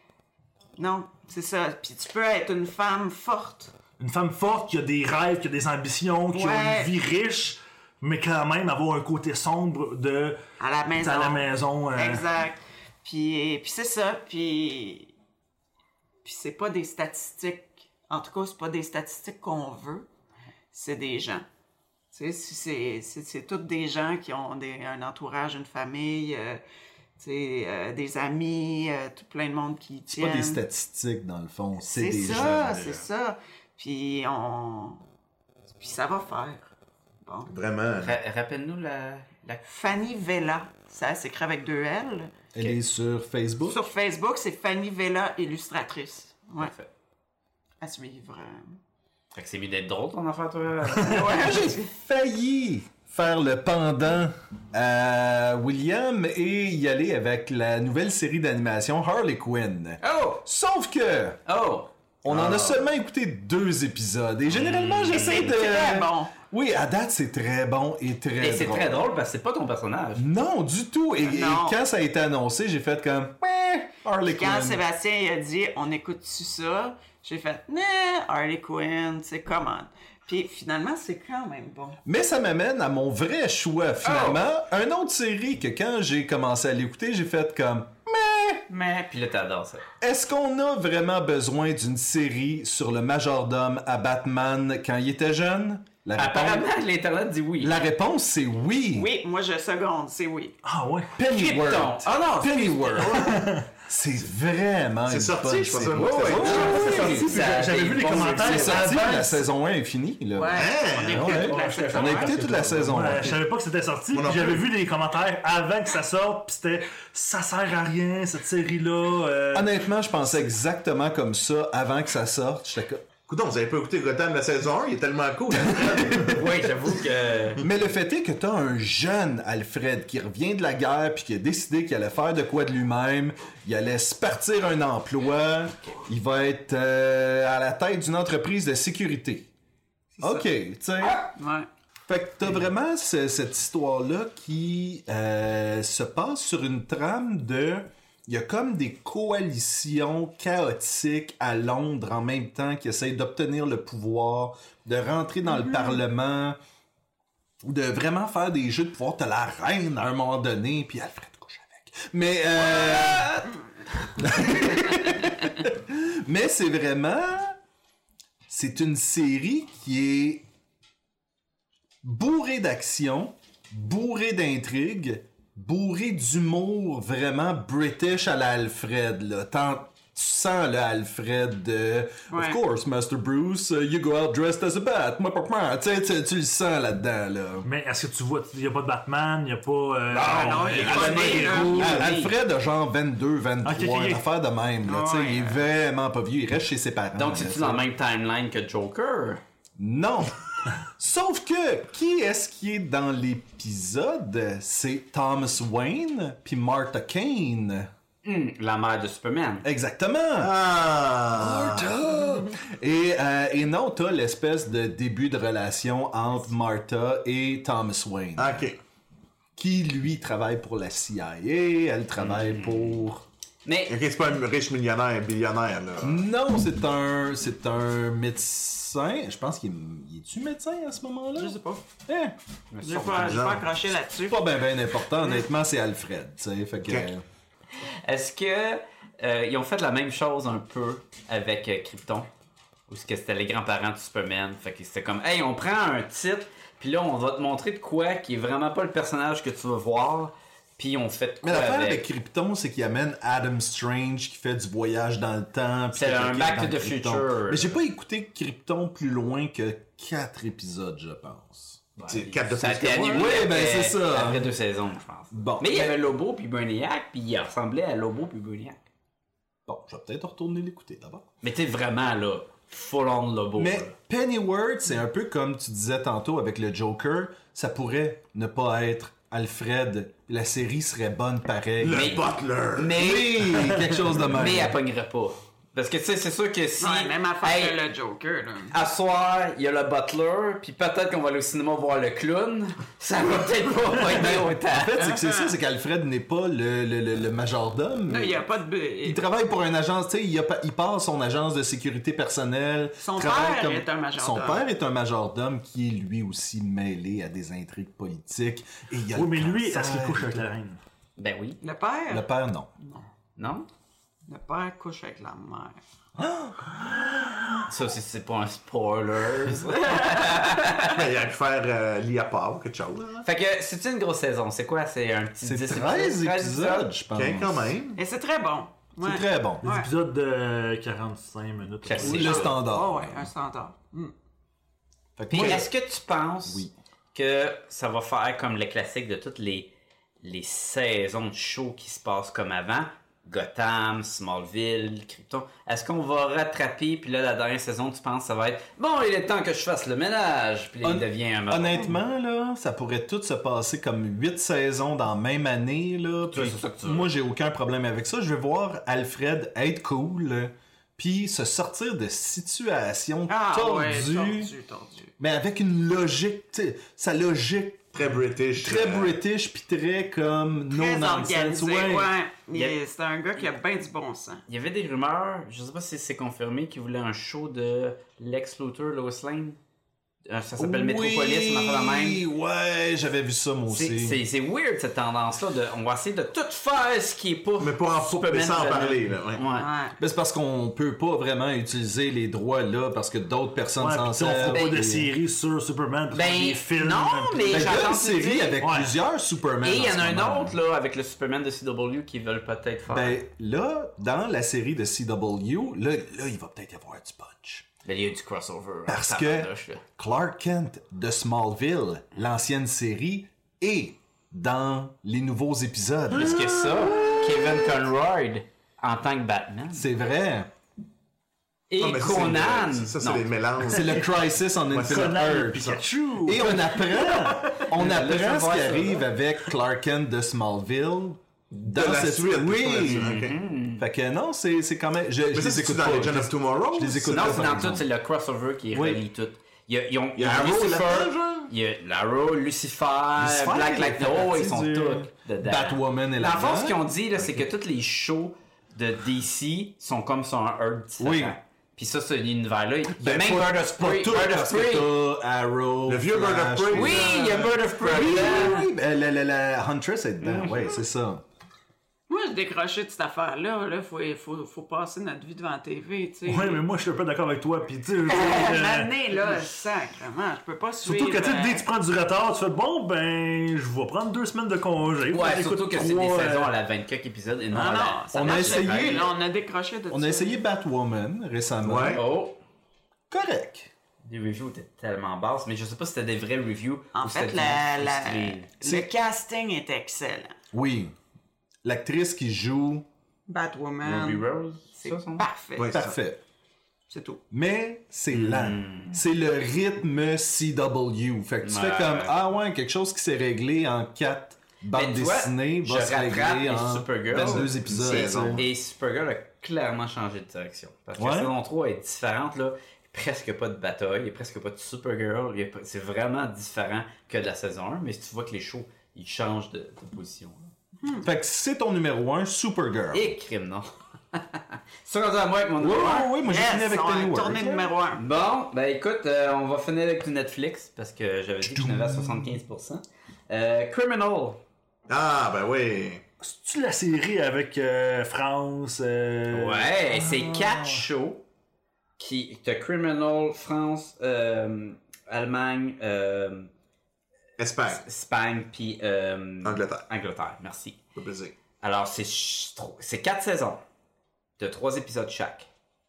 D: Non, c'est ça. Puis tu peux être une femme forte.
F: Une femme forte qui a des rêves, qui a des ambitions, qui a
D: Ouais.
F: une vie riche, mais quand même avoir un côté sombre de.
D: À la maison.
F: à la maison. euh,
D: Exact. Puis, puis c'est ça. Puis, puis c'est pas des statistiques. En tout cas, c'est pas des statistiques qu'on veut. C'est des gens. Tu sais, c'est, c'est, c'est tous des gens qui ont des, un entourage, une famille, euh, tu sais, euh, des amis, euh, tout plein de monde qui
C: c'est
D: tiennent.
C: pas des statistiques, dans le fond. C'est,
D: C'est
C: des
D: ça,
C: gens.
D: c'est ça. Puis on... Puis ça va faire. Bon.
E: Vraiment.
G: Ra- Rappelle-nous la, la...
D: Fanny Vella, ça s'écrit avec deux L.
C: Elle est sur Facebook.
D: Sur Facebook, c'est Fanny Vella, illustratrice. Ouais,
G: Parfait.
D: à suivre.
G: Fait que c'est mieux d'être drôle ton affaire, toi.
D: Ouais,
C: J'ai
D: j'ai-
C: failli faire le pendant à William et y aller avec la nouvelle série d'animation Harley Quinn.
G: Oh!
C: Sauf que
G: Oh!
C: On en
E: Ah.
C: a seulement écouté deux épisodes. Et généralement,
D: Et
C: j'essaie
D: c'est
C: de...
D: très bon.
C: Oui, à date, c'est très bon et très
G: Et c'est
C: drôle.
G: très drôle parce que c'est pas ton personnage.
C: Non, du tout. Et, et
D: Non.
C: quand ça a été annoncé, j'ai fait comme... Ouais, Harley Quinn.
D: Quand Sébastien il a dit on écoute-tu ça, j'ai fait nah, Harley Quinn, c'est comment. Puis finalement, c'est quand même bon.
C: Mais ça m'amène à mon vrai choix, finalement. Un autre série que quand j'ai commencé à l'écouter, j'ai fait comme...
D: Mais
G: Puis là, t'adores ça.
C: Est-ce qu'on a vraiment besoin d'une série sur le majordome à Batman quand il était jeune? La réponse,
G: Apparemment, l'Internet dit oui.
C: la réponse c'est oui.
D: oui, moi je seconde, c'est oui.
F: Ah ouais.
C: Pennyworth.
G: Krypton. Ah non,
C: Pennyworth. C'est vraiment
E: C'est
C: une
E: sorti,
C: bonne
E: je pense.
C: série.
E: Ouais, ouais.
G: c'est sorti,
F: ça- j'avais vu les commentaires.
C: C'est sorti,
F: avant-
C: la saison un est finie. Là.
D: Ouais, on a écouté
C: ouais.
D: toute la
F: Ouais,
D: saison.
C: On a écouté
D: un.
C: toute la saison
F: Ouais,
C: un.
F: je savais pas que c'était sorti.
E: Moi non
F: Puis j'avais
E: plus.
F: vu les commentaires avant que ça sorte. Puis c'était ça sert à rien cette série-là. euh.
C: Honnêtement, je pensais exactement comme ça avant que ça sorte. J'étais comme...
E: Coudon, vous avez pas écouté Gotham la saison un? Il est tellement cool.
G: Oui, j'avoue que.
C: Mais le fait est que t'as un jeune Alfred qui revient de la guerre puis qui a décidé qu'il allait faire de quoi de lui-même. Il allait se partir un emploi. Il va être euh, à la tête d'une entreprise de sécurité. Ok, tu sais.
D: Ouais.
C: Fait que t'as vraiment ce- cette histoire-là qui euh, se passe sur une trame de... Il y a comme des coalitions chaotiques à Londres en même temps qui essayent d'obtenir le pouvoir, de rentrer dans le Parlement, de vraiment faire des jeux de pouvoir. T'as la reine à un moment donné, puis Alfred couche avec. Mais... Euh... Mais c'est vraiment... C'est une série qui est bourrée d'action, bourrée d'intrigue, bourrée d'humour vraiment british à la Alfred, là. Tant, tu sens le Alfred de
D: Ouais.
C: Of course, Master Bruce, uh, you go out dressed as a bat. Tu sais, tu, tu le sens là-dedans, là.
F: Mais est-ce que tu vois, il n'y a pas de Batman, il n'y a pas. euh,
D: Ah, non, il est pas
F: Alfred
D: né,
F: est
D: là.
F: rouge.
C: Al- Alfred a genre vingt-deux, vingt-trois,
F: Ok, ok, ok.
C: une affaire de même, là. Tu sais,
D: Ouais.
C: il est vraiment pas vieux, il reste chez ses parents.
G: Donc,
C: là,
G: c'est-tu
C: tu
G: dans
C: sais.
G: la même timeline que Joker?
C: Non! Sauf que, qui est-ce qui est dans l'épisode? C'est Thomas Wayne puis Martha Kane.
G: Hmm, la mère de Superman.
C: Exactement!
E: Ah!
C: Et, euh, et non, t'as l'espèce de début de relation entre Martha et Thomas Wayne.
E: Ok.
C: Qui, lui, travaille pour la C I A, elle travaille pour...
G: Mais
E: Ok, c'est pas un riche millionnaire, un billionnaire, là.
C: Non, c'est un, c'est un médecin. Je pense qu'il est, il est-tu médecin à ce moment-là?
D: Je sais pas.
C: Eh,
D: J'ai pas, j'ai pas accroché là-dessus.
C: pas bien ben important, honnêtement, c'est Alfred, tu sais, fait que...
E: Ok.
G: est-ce que euh, ils ont fait la même chose un peu avec euh, Krypton? Ou est-ce que c'était les grands-parents de Superman? Fait que c'était comme, hey, on prend un titre, puis là, on va te montrer de quoi qui est vraiment pas le personnage que tu veux voir, puis on fait de quoi
C: Mais l'affaire
G: avec.
C: avec Krypton, c'est qu'il amène Adam Strange qui fait du voyage dans le temps. puis
G: C'est
C: quelqu'un
G: un
C: qui est
G: Back
C: dans
G: to the
C: Krypton.
G: Future.
C: Mais j'ai pas écouté Krypton plus loin que quatre épisodes, je pense.
E: C'est quatre de
G: Ça a
E: plus
G: été
E: que moi.
G: annulé
C: Ouais, ben,
G: après-
C: c'est ça.
G: après deux saisons, je pense.
C: Bon.
G: Mais il y avait Lobo puis Brainiac, puis il ressemblait à Lobo puis Brainiac.
C: Bon, je vais peut-être retourner l'écouter d'abord.
G: Mais tu sais, vraiment, là, full-on Lobo.
C: Mais
G: là.
C: Pennyworth, c'est un peu comme tu disais tantôt avec le Joker, ça pourrait ne pas être Alfred. La série serait bonne pareil.
E: Le
G: Mais-
E: Butler.
G: Mais,
C: Oui, quelque chose de même.
G: mais elle pognerait pas. Parce que tu sais, c'est sûr que si.
D: Ouais, même affaire
G: Hey,
D: que le Joker, là.
G: à soir, il y a le Butler, puis peut-être qu'on va aller au cinéma voir le clown. Ça va peut-être pas pogner autant.
C: En fait, c'est que c'est ça, c'est qu'Alfred n'est pas le, le, le, le majordome.
D: Là, il y a pas de...
C: Il travaille pour une agence, tu sais, il, a pas- il passe son agence de sécurité personnelle.
D: Son
C: travaille
D: père est un majordome.
C: Son père est un majordome qui est lui aussi mêlé à des intrigues politiques. Et il y a
F: Oui,
C: le
F: mais lui,
C: cancer.
F: est-ce qu'il couche avec la reine?
G: Ben oui.
D: Le père?
C: Le père, non.
G: Non?
D: Le père couche avec la mère.
G: Ça aussi, c'est pas un spoiler.
E: Mais il a pu faire euh, l'I A P A ou quelque chose. Là.
G: Fait que c'est une grosse saison. C'est quoi? C'est un petit
C: C'est
G: dix
C: treize épisodes, je pense.
E: Ok, quand même.
D: Et c'est très bon. Ouais.
C: C'est très bon.
F: Des
D: Ouais.
F: épisodes de quarante-cinq minutes.
G: Classique.
C: Le standard.
D: Oh, ouais, un standard. Hmm.
C: Fait que
G: Puis
C: moi,
G: est-ce que tu penses
C: Oui.
G: que ça va faire comme le classique de toutes les, les saisons de show qui se passent comme avant? Gotham, Smallville, Krypton. Est-ce qu'on va rattraper, puis là, la dernière saison, tu penses que ça va être « Bon, il est temps que je fasse le ménage! » Puis là, il
C: Hon-
G: devient un...
C: Honnêtement, là, ça pourrait tout se passer comme huit saisons dans la même année, là. Puis
G: c'est ça que tu veux.
C: moi, j'ai aucun problème avec ça. Je vais voir Alfred être cool, là, puis se sortir de situations
D: Ah,
C: tordues,
D: ouais, tordu, tordu.
C: mais avec une logique, tu sais, sa logique
E: Très British.
C: très
E: euh,
C: British, puis très comme
D: Très
C: no nonsense.
D: organisé,
C: Ouais.
D: ouais. Il
G: Il y a-
D: est- C'est un gars qui a bien du bon sens.
G: Il y avait des rumeurs, je sais pas si c'est confirmé, qu'il voulait un show de Lex Luthor, Lois Lane. Euh, Ça s'appelle
C: Oui,
G: Metropolis, on en fait la même.
C: ouais, j'avais vu ça moi
G: C'est-
C: aussi.
G: C'est c'est weird cette tendance-là. De, on va essayer de tout faire ce qui est pas.
E: Mais pour en
G: Superman
E: sans en
G: vanilla.
E: parler, là. Ouais.
G: Ouais.
D: Ouais.
C: Ben, c'est parce qu'on peut pas vraiment utiliser les droits là parce que d'autres personnes
F: Ouais,
C: s'en
F: pis on fera
C: servent.
F: pas de
C: et-
F: série sur Superman, parce
G: Ben,
F: que des films.
G: non, mais
C: Ben, il y a
G: j'entends
C: une série
G: dire-
C: avec
F: Ouais.
C: plusieurs Superman.
G: Et il y en
C: ce
G: a un
C: moment.
G: autre là avec le Superman de C W qui veulent peut-être faire.
C: Ben là, dans la série de C W, là, là il va peut-être y avoir du punch.
G: Ben, il y a eu du crossover.
C: Parce
G: en
C: que
G: tabarnouche, là.
C: Clark Kent de Smallville, l'ancienne série, est dans les nouveaux épisodes.
G: Plus que ça, Kevin Conroy en tant que Batman.
C: C'est vrai.
G: Et
E: Ah, mais ça, c'est
G: Conan.
E: le- Ça, c'est
G: Non.
E: des mélanges.
C: C'est le Crisis on Infinite
F: Conan et
C: Earth.
F: Pikachu.
C: Et on apprend, on
G: Là, je
C: apprend
G: veux
C: ce
G: voir
C: qui
G: ça,
C: arrive
G: là.
C: avec Clark Kent de Smallville dans
E: De la
C: cette
E: suite.
C: Oui.
E: Ok.
C: Fait que non, c'est c'est quand même. Je, je
E: Mais ça,
C: les
E: c'est
C: écoute
E: dans
C: pas.
E: Legend of Tomorrow?
C: Je les écoute
G: Non,
C: pas,
G: c'est
C: par
G: dans
C: exemple.
G: tout, c'est le crossover qui
C: Oui.
G: relie tout. Il y a, ils ont,
E: Il y a
G: ils ont
E: Arrow
G: Lucifer,
E: là-dedans, genre?
G: il y a Arrow, Lucifer,
C: Lucifer,
G: Black
C: il
G: Lightning,
C: fait
G: oh, ils
C: partie
G: sont
C: du-
G: tous dedans.
C: Batwoman est
G: Dans le fond,
C: là-dedans.
G: ce qu'ils ont dit, là, c'est que tous les shows de D C sont comme sur un Earth différent.
C: Oui.
G: Puis ça, ce univers-là, il y a
C: Ben,
G: même
C: pas-
G: Bird of
C: pas
G: Prey.
C: tout,
G: Bird of
C: parce que
G: Prey.
C: t'as Arrow,
E: Le vieux Bird of
C: Flash,
E: Prey.
G: Oui, il y a Bird of Prey.
C: Oui,
G: dedans.
C: oui, ben, la, la, la Huntress est dedans. Ouais, c'est ça.
D: Moi, j'ai décroché de cette affaire-là. Là, faut, faut, faut passer notre vie devant la T V, tu sais.
F: Ouais, mais moi, je suis un peu d'accord avec toi. Puis, tu sais, je veux dire,
D: Euh,
F: euh,
D: Mané, là, sacrément, je peux pas suivre.
F: surtout que, tu sais, dès
D: euh,
F: que tu prends du retard, tu fais bon, ben, je vais prendre deux semaines de congé.
G: Ouais,
F: Fait
G: surtout
F: écoute,
G: que c'est des
F: trois,
G: saisons
F: euh,
G: à la vingt-quatre épisodes et non
D: Non,
G: à
D: non,
G: la...
D: ça
C: On a
D: marche
C: essayé-
D: pas. Là, on a décroché de
C: On
D: ça.
C: a essayé Batwoman récemment.
E: Ouais.
G: Oh!
C: Correct.
G: Les reviews étaient tellement basses, mais je sais pas si c'était des vrais reviews
D: En
G: ou
D: fait,
G: c'était
D: la,
G: du
D: la-
G: frustré.
D: le
C: C'est-
D: casting est excellent.
C: Oui. L'actrice qui joue,
D: Batwoman,
G: Ruby Rose,
D: c'est
G: ça, son-
D: parfait.
E: Ouais.
C: parfait.
D: C'est tout.
C: Mais c'est lent. C'est le rythme C W. Fait que tu
G: Ouais.
C: fais comme, ah ouais, quelque chose qui s'est réglé en quatre bandes
G: Mais tu vois,
C: dessinées
G: je
C: va se
G: rattrape
C: régler
G: les
C: en
G: Supergirl.
C: vingt-deux épisodes.
E: Saison.
C: tu sais.
G: Et Supergirl a clairement changé de direction. Parce que
C: Ouais.
G: la saison trois est différente, là. Presque pas de bataille, il y a presque pas de Supergirl. il y a pas- C'est vraiment différent que de la saison un, mais si tu vois que les shows, ils changent de, de position. là.
C: Fait que c'est ton numéro un, Supergirl.
G: Et crime, non? C'est rendu à moi avec mon
C: Oui,
G: numéro
C: oui,
G: un.
C: oui, moi j'ai
D: Yes,
C: fini avec
D: on a
C: Pennyworth.
D: tourné
C: là.
D: numéro un.
G: Bon, ben écoute, euh, on va finir avec du Netflix, parce que j'avais dit que je n'avais à soixante-quinze pour cent. Euh, Criminal.
E: Ah, ben oui.
F: C'est-tu la série avec euh, France? euh,
G: Ouais, c'est
C: Ah.
G: quatre shows qui t'as Criminal, France, euh, Allemagne, euh,
E: Espagne.
G: Espagne, puis euh,
E: Angleterre.
G: Angleterre. Merci.
E: Ça fait plaisir.
G: Alors c'est ch- tro- c'est quatre saisons de trois épisodes chaque.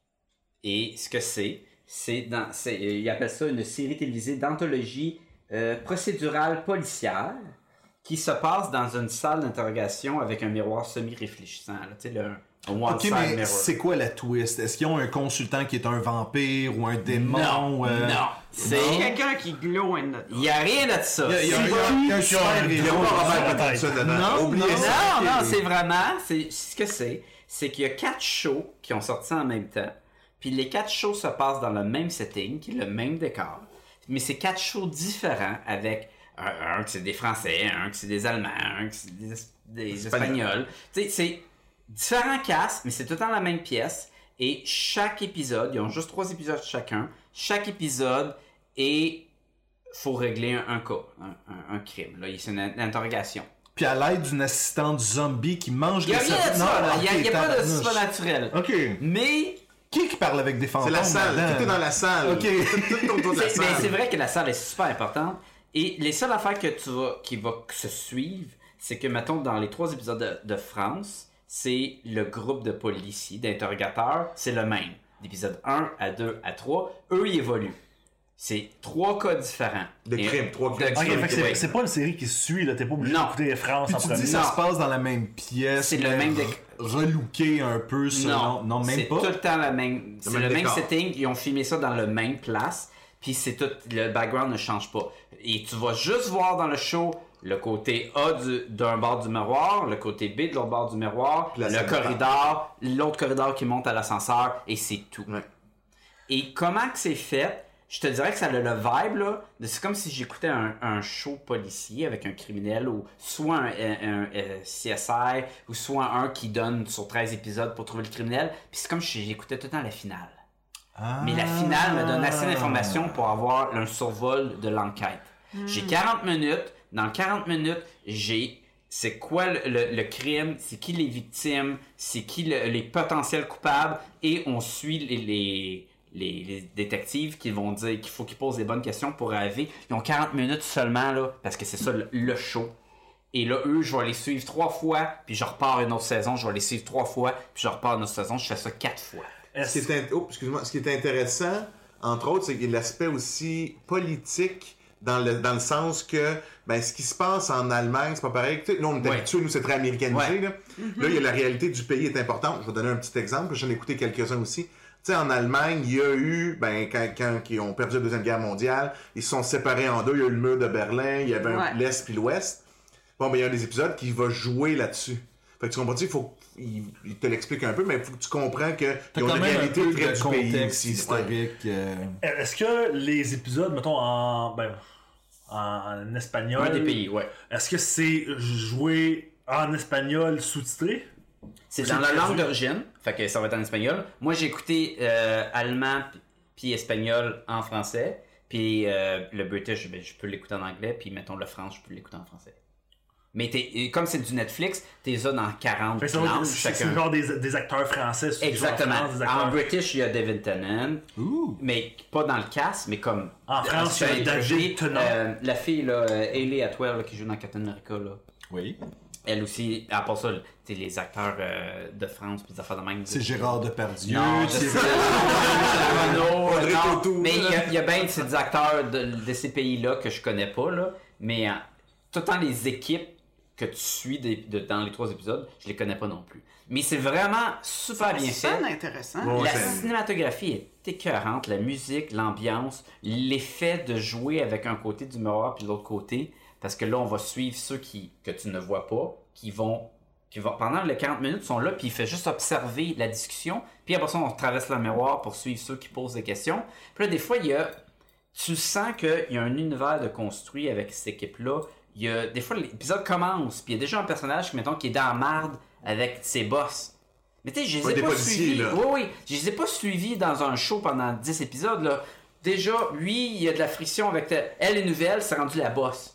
G: Et ce que c'est, c'est dans, c'est, ils appellent ça une série télévisée d'anthologie euh, procédurale policière qui se passe dans une salle d'interrogation avec un miroir semi-réfléchissant. là. Tu sais, le un one
C: Ok,
G: side
C: mais
G: mirror.
C: c'est quoi la twist? Est-ce qu'ils ont un consultant qui est un vampire ou un démon?
G: Non,
C: euh,
G: non. C'est...
D: C'est quelqu'un qui glow in the
G: Il n'y a rien de ça.
C: Il y a, il y a-
G: C'est
C: il y a- il y a un super
E: Il y a
C: héros.
E: pas Robert
F: peut-être.
E: Pattinson dedans.
C: Non,
E: Oubliez
C: non,
E: ça.
G: Non, non,
C: Ok.
G: c'est vraiment, c'est ce que c'est, c'est qu'il y a quatre shows qui ont sorti en même temps, puis les quatre shows se passent dans le même setting, qui est le même décor, mais c'est quatre shows différents avec un, un que c'est des Français, un que c'est des Allemands, un que c'est des, des Espagnols. Tu sais, c'est différents castes, mais c'est tout le temps la même pièce, et chaque épisode, ils ont juste trois épisodes chacun, chaque épisode est faut régler un, un cas, un, un, un crime. Là, c'est une, une interrogation.
C: Puis à l'aide d'une assistante zombie qui mange
G: Il n'y a
C: des
G: rien de
C: cerveaux.
G: ça, là. Il n'y a,
C: ok,
G: il y a pas de
C: tabarnouche.
G: surnaturel.
C: Ok.
G: Mais
C: Qui qui parle avec des fantômes?
E: C'est la salle.
C: là-dedans?
E: Tout est dans la salle.
C: Ok.
E: Tout, tout autour de la
G: c'est, mais
E: salle.
G: c'est vrai que la salle est super importante. Et les seules affaires que tu vas, qui va se suivre, c'est que, mettons, dans les trois épisodes de, de France, c'est le groupe de policiers, d'interrogateurs, c'est le même. D'épisode un à deux à trois, eux, ils évoluent. C'est trois cas différents.
E: De
G: Et-
E: crimes, trois
G: de
E: crimes.
F: Ok,
G: crimes,
F: fait que c'est,
G: ouais.
F: c'est pas une série qui se suit, là. T'es pas obligé
G: Non.
F: d'écouter France
C: Puis
F: en
C: tu
F: premier.
C: dis ça
G: Non.
C: se passe dans la même pièce.
G: C'est le
C: mais
G: même
C: re-
G: déc-
C: relooké un peu sur... Non, non, même
G: c'est
C: pas.
G: tout le temps la même. C'est
E: même
G: le même
E: décor.
G: setting. Ils ont filmé ça dans le même place. Puis c'est tout. Le background ne change pas. Et tu vas juste voir dans le show le côté A du, d'un bord du miroir, le côté B de l'autre bord du miroir,
E: La
G: le corridor, l'autre corridor qui monte à l'ascenseur, et c'est tout.
E: Ouais. Et
G: comment que c'est fait? Je te dirais que ça a le vibe, là. C'est comme si j'écoutais un, un show policier avec un criminel ou soit un, un, un, un C S I ou soit un qui donne sur treize épisodes pour trouver le criminel. Puis c'est comme si j'écoutais tout le temps la finale. Ah. Mais la finale me donne assez d'informations pour avoir un survol de l'enquête. Mm. J'ai quarante minutes. Dans quarante minutes, j'ai c'est quoi le, le, le crime, c'est qui les victimes, c'est qui le, les potentiels coupables et on suit les... les Les, les détectives qui vont dire qu'il faut qu'ils posent des bonnes questions pour arriver. Ils ont quarante minutes seulement, là, parce que c'est ça le, le show. Et là, eux, je vais les suivre trois fois, puis je repars une autre saison, je vais les suivre trois fois, puis je repars une autre saison, je fais ça quatre fois.
E: Ce qui est, oh, excuse-moi, ce qui est intéressant, entre autres, c'est qu'il y a l'aspect aussi politique dans le, dans le sens que ben, ce qui se passe en Allemagne, c'est pas pareil. Tu sais, là, on est ouais. habitué, nous, c'est très américanisé. Ouais. Là. Mm-hmm. Là, il y a la réalité du pays est importante. Je vais donner un petit exemple, j'en ai écouté quelques-uns aussi. Tu sais, en Allemagne, il y a eu, ben, quand, quand ils ont perdu la Deuxième Guerre mondiale, ils se sont séparés en deux. Il y a eu le mur de Berlin, il y avait un, ouais. l'Est puis l'Ouest. Bon, ben, il y a des épisodes qui vont jouer là-dessus. Fait que tu comprends, il faut, il, il te l'explique un peu, mais il faut que tu comprends que il y a une réalité près du pays aussi.
F: Historique. Euh... Est-ce que les épisodes, mettons, en, ben, en espagnol.
G: Un des pays, ouais.
F: Est-ce que c'est joué en espagnol sous-titré?
G: C'est dans la langue d'origine, fait que ça va être en espagnol. Moi, j'ai écouté euh, allemand puis espagnol en français, puis euh, le British, ben, je peux l'écouter en anglais, puis mettons le France, je peux l'écouter en français. Mais t'es, comme c'est du Netflix, t'es ça dans quarante
F: fait
G: langues.
F: C'est, c'est genre des, des acteurs français.
G: Exactement.
F: En, France, acteurs...
G: en British, il y a David Tennant, Ooh. mais pas dans le cast, mais comme...
F: En France, il y a David Tennant.
G: Euh, la fille, là, Hayley Atwell, là, qui joue dans Captain America, là.
C: Oui.
G: Elle aussi, à part ça, les acteurs euh, de France puis des affaires de même.
C: C'est Gérard Depardieu.
G: Non, c'est ça. non, non, mais il y, y a bien des acteurs de, de ces pays-là que je connais pas, là. Mais euh, tout le temps, les équipes que tu suis de, de, dans les trois épisodes, je les connais pas non plus. Mais c'est vraiment super bien fait.
D: C'est intéressant.
G: Bon, la c'est... cinématographie est écœurante, la musique, l'ambiance, l'effet de jouer avec un côté du miroir puis l'autre côté. Parce que là, on va suivre ceux qui, que tu ne vois pas, qui vont, qui vont pendant les quarante minutes, sont là, puis il fait juste observer la discussion. Puis après ça, on traverse le miroir pour suivre ceux qui posent des questions. Puis là, des fois, il y a, tu sens qu'il y a un univers de construit avec cette équipe-là. Il y a, des fois, l'épisode commence, puis il y a déjà un personnage, mettons, qui est dans la marde avec ses boss. Mais tu sais, je les ai pas suivis. Là. Oui, oui, je les ai pas suivis dans un show pendant dix épisodes, là. Déjà, lui, il y a de la friction avec... Ta... Elle est nouvelle, c'est rendu la boss.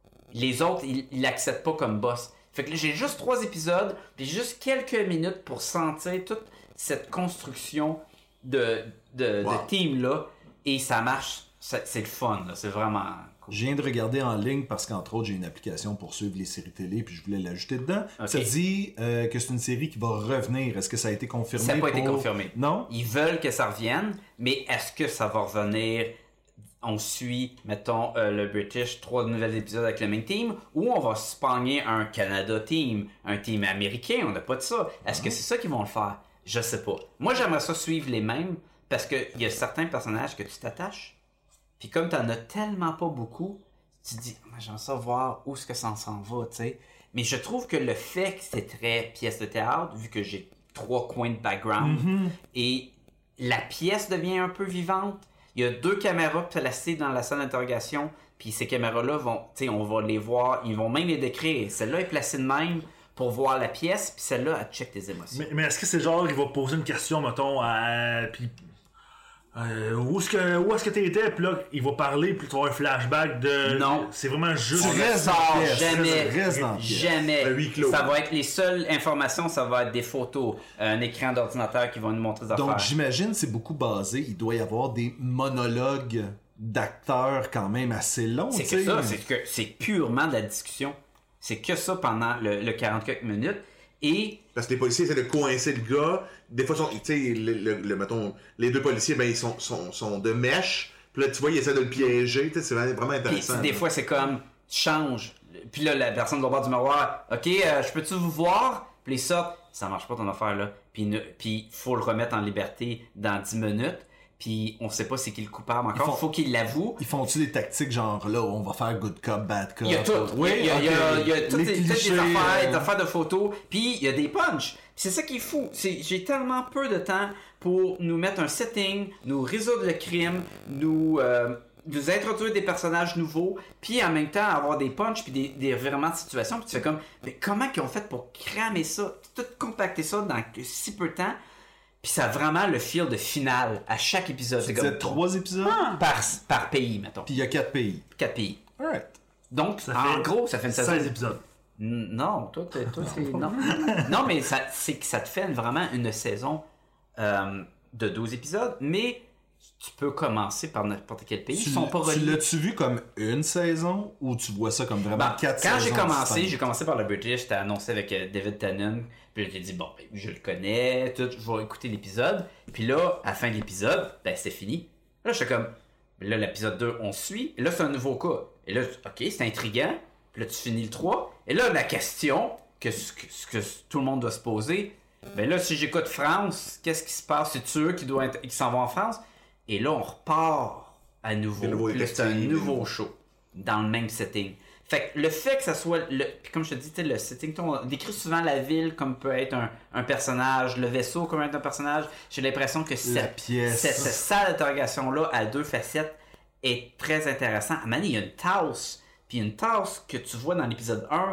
G: Les autres, ils l'acceptent pas comme boss. Fait que là, j'ai juste trois épisodes, puis juste quelques minutes pour sentir toute cette construction de, de, wow. de team-là, et ça marche. C'est, c'est le fun, là. C'est vraiment cool.
C: Je viens de regarder en ligne parce qu'entre autres, j'ai une application pour suivre les séries télé, puis je voulais l'ajouter dedans. Okay. Ça dit euh, que c'est une série qui va revenir. Est-ce que ça a été confirmé?
G: Ça n'a pas
C: pour...
G: été confirmé.
C: Non?
G: Ils veulent que ça revienne, mais est-ce que ça va revenir... On suit, mettons, euh, le British, trois nouvelles épisodes avec le même team, ou on va se pogner un Canada team, un team américain, on n'a pas de ça. Est-ce que c'est ça qu'ils vont le faire? Je sais pas. Moi, j'aimerais ça suivre les mêmes, parce qu'il y a certains personnages que tu t'attaches, puis comme t'en as tellement pas beaucoup, tu te dis, j'aimerais ça voir où est-ce que ça s'en va, tu sais. Mais je trouve que le fait que c'est très pièce de théâtre, vu que j'ai trois coins de background, mm-hmm. et la pièce devient un peu vivante. Il y a deux caméras placées dans la salle d'interrogation, puis ces caméras-là vont, tu sais, on va les voir, ils vont même les décrire. Celle-là est placée de même pour voir la pièce, puis celle-là, elle check tes émotions.
F: Mais, mais est-ce que c'est genre, il va poser une question, mettons, à, puis euh, où est-ce que où est-ce que t'étais, puis là, il va parler, puis tu vas avoir un flashback de...
G: Non.
F: C'est vraiment juste...
G: Tu restes dans jamais, reste dans jamais. Ça va être les seules informations, ça va être des photos, un écran d'ordinateur qui va nous montrer des affaires.
C: Donc j'imagine c'est beaucoup basé, il doit y avoir des monologues d'acteurs quand même assez longs.
G: C'est que ça, c'est que c'est purement de la discussion. C'est que ça pendant le, le quarante-quatre minutes. Et...
E: Parce que les policiers essaient de coincer le gars. Des fois, tu sais, le, le, le, mettons, les deux policiers, ben, ils sont, sont, sont de mèche. Puis là, tu vois, ils essaient de le piéger. C'est vraiment intéressant.
G: Puis, des fois, c'est comme, tu changes. Puis là, la personne de l'autre bord du miroir, OK, euh, je peux-tu vous voir? Puis ils sortent, ça marche pas ton affaire, là. Puis il faut le remettre en liberté dans dix minutes. puis on sait pas c'est qui le coupable encore.
C: font-
G: Faut qu'il l'avoue.
C: Ils font-tu des tactiques genre là, on va faire good cop, bad cop?
G: Il y a tout.
C: Oui,
G: il y a, il y a,
C: ok.
G: il y a toutes
C: Les
G: les, toutes
C: clichés,
G: les affaires,
C: euh,
G: des affaires de photos, puis il y a des punchs. Puis c'est ça qui est fou. C'est, j'ai tellement peu de temps pour nous mettre un setting, nous résoudre le crime, nous, euh, nous introduire des personnages nouveaux, puis en même temps avoir des punchs puis des, des revirements de situation. Puis tu fais comme, mais comment ils ont fait pour cramer ça, tout compacter ça dans si peu de temps? Puis ça a vraiment le feel de finale à chaque épisode.
C: Tu
G: C'est
C: disais
G: comme
C: trois épisodes?
G: par, par pays, mettons.
C: Puis il y a quatre pays.
G: Quatre pays.
C: Alright.
G: Donc,
F: Ça
G: en
F: fait
G: gros, ça fait une saison.
F: seize épisodes.
G: N- Non, toi, t'es- toi c'est. Non. non, mais ça, c'est que ça te fait vraiment une saison euh, de douze épisodes, mais tu peux commencer par n'importe quel pays.
C: Tu,
G: Ils sont pas
C: tu
G: reliés.
C: l'as-tu vu comme une saison ou tu vois ça comme vraiment
G: Ben,
C: quatre
G: quand
C: saisons?
G: j'ai commencé,
C: distinctes?
G: j'ai commencé par le British, c'était annoncé avec euh, David Tennant. Puis là, j'ai dit, bon, ben, je le connais, tout, je vais écouter l'épisode. Puis là, à la fin de l'épisode, ben, c'est fini. Là, j'étais comme, là, l'épisode deux, on suit. Et là, c'est un nouveau cas. Et là, ok, c'est intriguant. Puis là, tu finis le trois. Et là, la question que, ce que, ce que tout le monde doit se poser, ben là, si j'écoute France, qu'est-ce qui se passe? C'est eux qui, doivent être- qui s'en vont en France? Et là, on repart à nouveau.
E: Des nouveaux
G: Puis là, c'est un
E: détectives.
G: nouveau show dans le même setting. Fait que le fait que ça soit le. Puis comme je te dis, tu sais, le setting, on décrit souvent la ville comme peut être un, un personnage, le vaisseau comme être un personnage. J'ai l'impression que
C: La
G: cette,
C: pièce.
G: cette, cette salle d'interrogation-là à deux facettes est très intéressant. À un moment donné, il y a une tasse. Puis une tasse que tu vois dans l'épisode un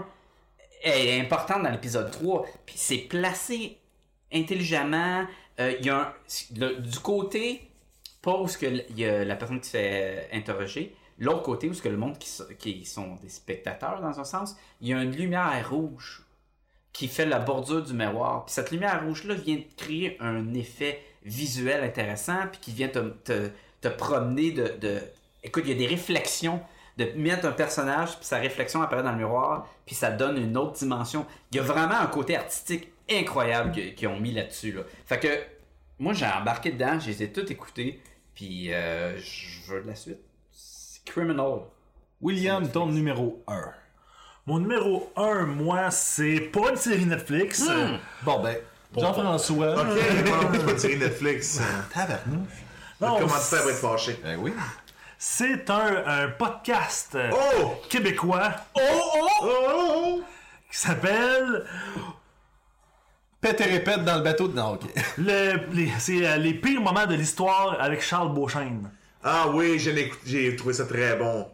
G: est importante dans l'épisode trois. Puis c'est placé intelligemment. Euh, Il y a un. le- du côté, pas où ce que l- il y a la personne qui se fait euh, interroger. L'autre côté, où ce que le monde qui, so- qui sont des spectateurs, dans un sens, il y a une lumière rouge qui fait la bordure du miroir. Puis cette lumière rouge-là vient créer un effet visuel intéressant, puis qui vient te, te, te promener de, de... Écoute, il y a des réflexions, de mettre un personnage, puis sa réflexion apparaît dans le miroir, puis ça donne une autre dimension. Il y a vraiment un côté artistique incroyable que- qu'ils ont mis là-dessus. Là. Fait que, moi, j'ai embarqué dedans, je les ai tous écoutés, puis euh, je veux de la suite. Criminal.
C: William, ton numéro un.
F: Mon numéro un, moi, c'est pas une série Netflix. Euh,
C: Bon ben, Jean-François.
E: Ok, on peut pas tirer Netflix.
C: Tabarnouche.
F: non,
E: Comment ça va être fâché?
C: Ben oui.
F: c'est un, un podcast euh,
E: Oh!
F: québécois
E: Oh, oh, oh!
F: qui s'appelle
C: Pète et répète dans le bateau de... Non, ok.
F: le, les, c'est, euh, les pires moments de l'histoire avec Charles Beauchesne.
E: Ah oui, j'ai écouté- j'ai trouvé ça très bon.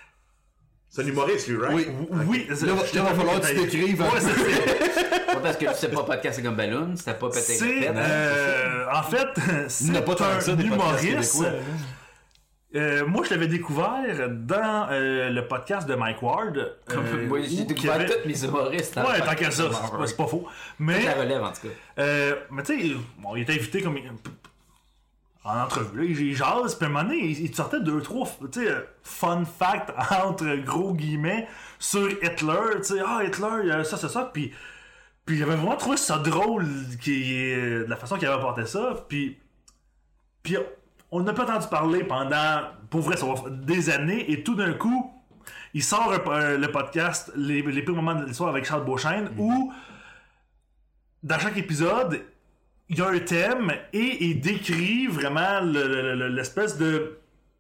E: C'est un humoriste, lui, right?
C: Oui.
F: Oui,
C: Là, va- là, va falloir que tu t'écrives.
F: Ouais, c'est, c'est,
G: Pas parce que c'est pas podcast comme Balloon, c'était pas pété.
F: c'est, euh, en fait, c'est
C: Il n'y en a pas tant que ça,
F: un
C: des podcasts
F: humoriste.
C: québécois.
F: Euh, moi, je l'avais découvert dans euh, le podcast de Mike Ward. euh,
G: Moi, j'ai
F: où
G: découvert
F: qu'il y avait-
G: tous mes humoristes.
F: Ouais, tant qu'à ça, c'est pas, c'est pas faux. Mais,
G: Je la relève, en tout cas.
F: euh, mais tu sais, bon, il était invité comme en entrevue, là, il jase, puis à un moment donné, il, il te sortait deux, trois, tu sais, euh, fun fact entre gros guillemets sur Hitler, tu sais, ah, Hitler, il y a ça, ça, ça, puis puis j'avais vraiment trouvé ça drôle qui, de la façon qu'il avait apporté ça, puis puis on n'a pas entendu parler pendant, pour vrai, ça va faire des années, et tout d'un coup, il sort un- un- le podcast Les, les pires moments de l'histoire avec Charles Beauchesne, où dans chaque épisode, il y a un thème et il décrit vraiment le- le- le- l'espèce de...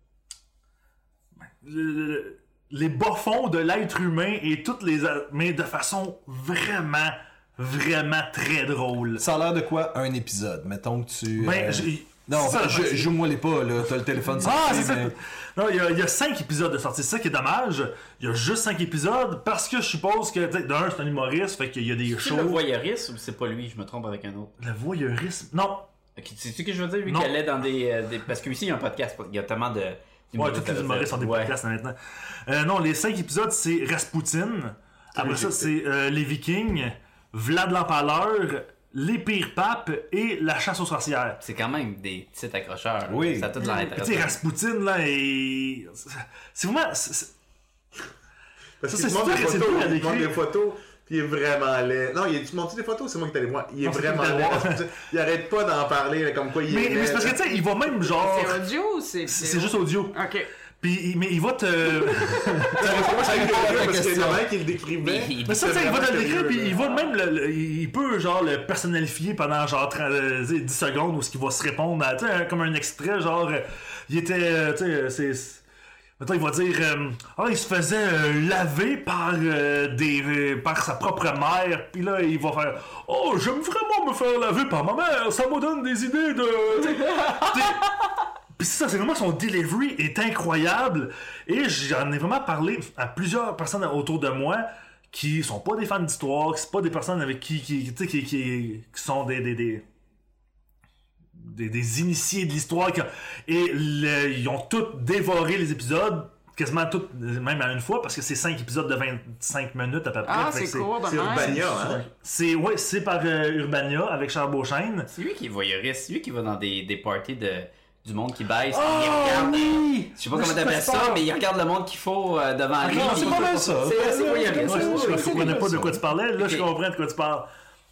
F: le- le- les bas-fonds de l'être humain et toutes les... mais de façon vraiment, vraiment très drôle.
C: Ça a l'air de quoi un épisode? Mettons que tu.
F: Ben,
C: euh,
F: j'ai-
C: Non,
F: c'est ça,
C: je-
F: c'est-
C: joue-moi les pas, là. T'as le téléphone sorti,
F: Ah, c'est ça.
C: mais-
F: Non, il y, a, il y a cinq épisodes de sortie. C'est ça qui est dommage. Il y a juste cinq épisodes parce que je suppose que, tu sais, d'un, c'est un humoriste, fait qu'il y a des
G: C'est
F: shows.
G: le voyeuriste ou c'est pas lui? Je me trompe avec un autre.
F: Le voyeurisme. Non.
G: Ok, tu sais ce que je veux dire? Lui
F: Non.
G: qui allait dans des, euh, des- Parce que ici, il y a un podcast. Il y a tellement de.
F: Ouais, tous les humoristes sont des
G: Ouais.
F: podcasts maintenant. Euh, non, les cinq épisodes, c'est Rasputin. Après ça, c'est euh, Les Vikings, Vlad l'Empaleur, Les Pires Papes et La Chasse aux sorcières.
G: C'est quand même des titres accrocheurs.
C: Oui.
G: Ça a tout l'air
F: Puis, tu sais,
G: intéressant.
F: Rasputin, là, et... c'est vraiment... c'est- c'est-
E: Parce
F: Ça,
E: qu'il
F: c'est
E: te montre des
F: super, c'est
E: photos,
F: dur à
E: il te montre
F: décrire.
E: des photos, puis il est vraiment laid. Non, il a- tu montres des photos, c'est moi qui t'allais voir. Il est
F: Non, c'est
E: vraiment
F: toi qui
E: laid.
F: t'allais voir.
E: Rasputin. Il arrête pas d'en parler, là, comme quoi il
F: Mais,
E: est
F: mais
E: laid,
F: c'est parce que,
E: là.
F: tu sais, il va même genre...
D: C'est audio ou c'est
F: C'est juste audio.
D: OK.
F: Puis, mais il va te.
E: Parce qu'il y en a un qui le décrivait.
F: Mais ça, tu sais, il va te le décrire, puis il va même, le, le- il peut genre le personnalifier pendant genre trente, euh, dix secondes où ce qu'il va se répondre, à, tu sais, comme un extrait, genre, euh, il était, euh, tu sais, c'est. c'est- Mettons, il va dire, euh, ah, il se faisait euh, laver par euh, des, euh, par sa propre mère, puis là, il va faire, oh, j'aime vraiment me faire laver par ma mère, ça me donne des idées de. Tu sais, t'sais, Puis c'est ça, c'est vraiment son delivery est incroyable. Et j'en ai vraiment parlé à plusieurs personnes autour de moi qui sont pas des fans d'histoire, qui sont pas des personnes avec qui qui, tu sais, qui, qui, qui sont des des, des, des, des initiés de l'histoire. qui- Et le- ils ont tous dévoré les épisodes, quasiment tous, même à une fois, parce que c'est cinq épisodes de vingt-cinq minutes à peu près.
D: Ah,
F: Fait que
D: c'est court,
E: C'est Urbania, hein?
F: C'est, ouais, c'est par euh, Urbania avec Charles Beauchesne.
G: C'est lui qui est voyeuriste, c'est lui qui va dans des, des parties de, du monde qui baisse.
F: Oh,
G: il regarde.
F: oui!
G: Je sais pas
F: Mais
G: comment
F: je
G: t'appelles
F: sais
G: ça,
F: pas.
G: mais il regarde le monde qu'il faut euh, devant lui.
F: non, c'est
G: puis-
F: pas mal ça.
G: C'est assez voyeuriste.
F: Moi, je, je, je comprenais pas de quoi
C: ça.
F: tu parlais. Là, je
G: Ok.
F: comprends de quoi tu parles.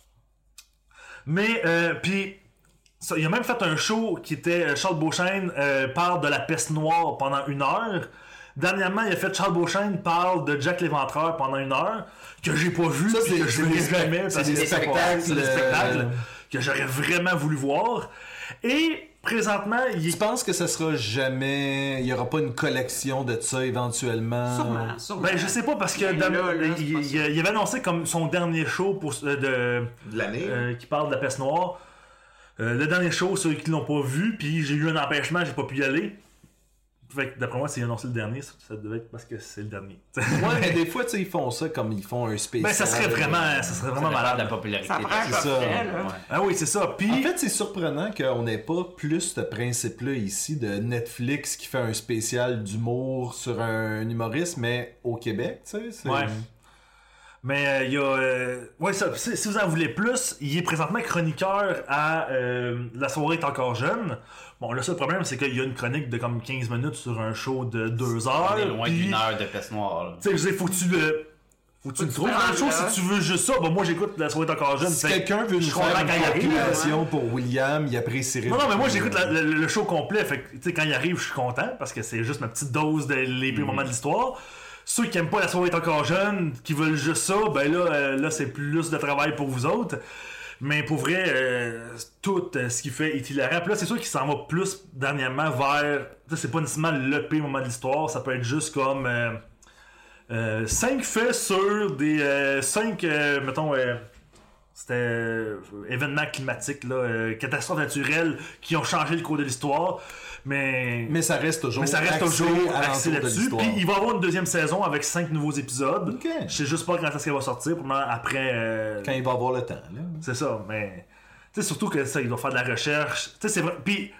F: Mais, euh, puis, ça, il a même fait un show qui était euh, Charles Beauchesne euh, parle de la peste noire pendant une heure. Dernièrement, il a fait Charles Beauchesne parle de Jack l'Éventreur pendant une heure, que j'ai pas vu,
C: Ça,
F: puis
C: c'est-
F: que je
C: c'est
F: verrai
C: des-
F: jamais.
C: c'est
F: parce
C: des
F: que
C: spectacles,
F: C'est des
C: euh,
F: spectacles que j'aurais vraiment voulu voir. Et, présentement, il est
C: Tu penses que ça sera jamais. Il y aura pas une collection de ça éventuellement?
D: Sûrement, sûrement.
F: Ben, je sais pas, parce que
D: Mais
F: dans-
D: là, là, c'est
F: il,
D: pas
F: il-
D: sûr.
F: il avait annoncé comme son dernier show pour, euh, de,
E: De l'année.
F: euh, qui parle de la peste noire. Euh, le dernier show, ceux qui l'ont pas vu, puis j'ai eu un empêchement, j'ai pas pu y aller. Fait que d'après moi, s'il a annoncé le dernier, ça, ça devait être parce que c'est le dernier.
C: Ouais, mais des fois, tu sais, ils font ça comme ils font un spécial.
F: Ben, ça serait vraiment, ça serait
G: Ça
F: vraiment
G: dépend de la
F: malade.
G: popularité.
D: Ça prend un
C: c'est ça.
D: portrait, là.
G: Ouais.
F: Ah oui, c'est ça. Puis,
C: En fait, c'est surprenant qu'on n'ait pas plus ce principe-là ici de Netflix qui fait un spécial d'humour sur un humoriste, mais au Québec, tu sais. c'est-
F: Ouais. mais euh, il y a. euh, ouais, ça, si, si vous en voulez plus, il est présentement chroniqueur à euh, La soirée est encore jeune. Bon, le seul problème, c'est qu'il y a une chronique de comme quinze minutes sur un show de deux heures.
G: On est loin
F: puis-
G: d'une heure de peste noire. là.
F: Tu sais, je veux dire, faut que tu le. Faut que tu le trouves
D: te
F: dans le
D: rendes
F: show
D: là.
F: si tu veux juste ça. Bon, moi j'écoute La soirée est encore jeune.
C: Si
F: fait-
C: quelqu'un veut nous
F: je comprends
C: faire
F: quand il
C: une
F: arrive,
C: compilation pour William, il apprécierait.
F: Non, non, mais moi
C: beaucoup.
F: j'écoute la- le, le show complet. Fait que, tu sais, quand il arrive, je suis content parce que c'est juste ma petite dose de les pires moments de l'histoire. Ceux qui aiment pas La soirée est encore jeune, qui veulent juste ça, ben là, euh, là c'est plus de travail pour vous autres. Mais pour vrai, euh, tout euh, ce qu'il fait est hilarant. Puis là, c'est sûr qu'il s'en va plus dernièrement vers. Tu sais, c'est pas nécésairement le pire moment de l'histoire, ça peut être juste comme. euh, euh, cinq faits sur des. euh, cinq, euh, mettons. euh, c'était euh, événements climatiques, là, euh, catastrophes naturelles qui ont changé le cours de l'histoire. Mais.
C: Mais ça reste toujours.
F: Mais ça reste
C: axé
F: toujours
C: alentour
F: axé
C: de
F: là-dessus.
C: l'histoire.
F: Puis il va y avoir une deuxième saison avec cinq nouveaux épisodes.
C: Ok.
F: Je sais juste pas quand est-ce qu'elle va sortir. Probablement après. euh,
C: Quand il va avoir le temps, là.
F: C'est ça, mais. Tu sais, surtout que ça, il doit faire de la recherche. Tu sais, c'est vrai. Puis.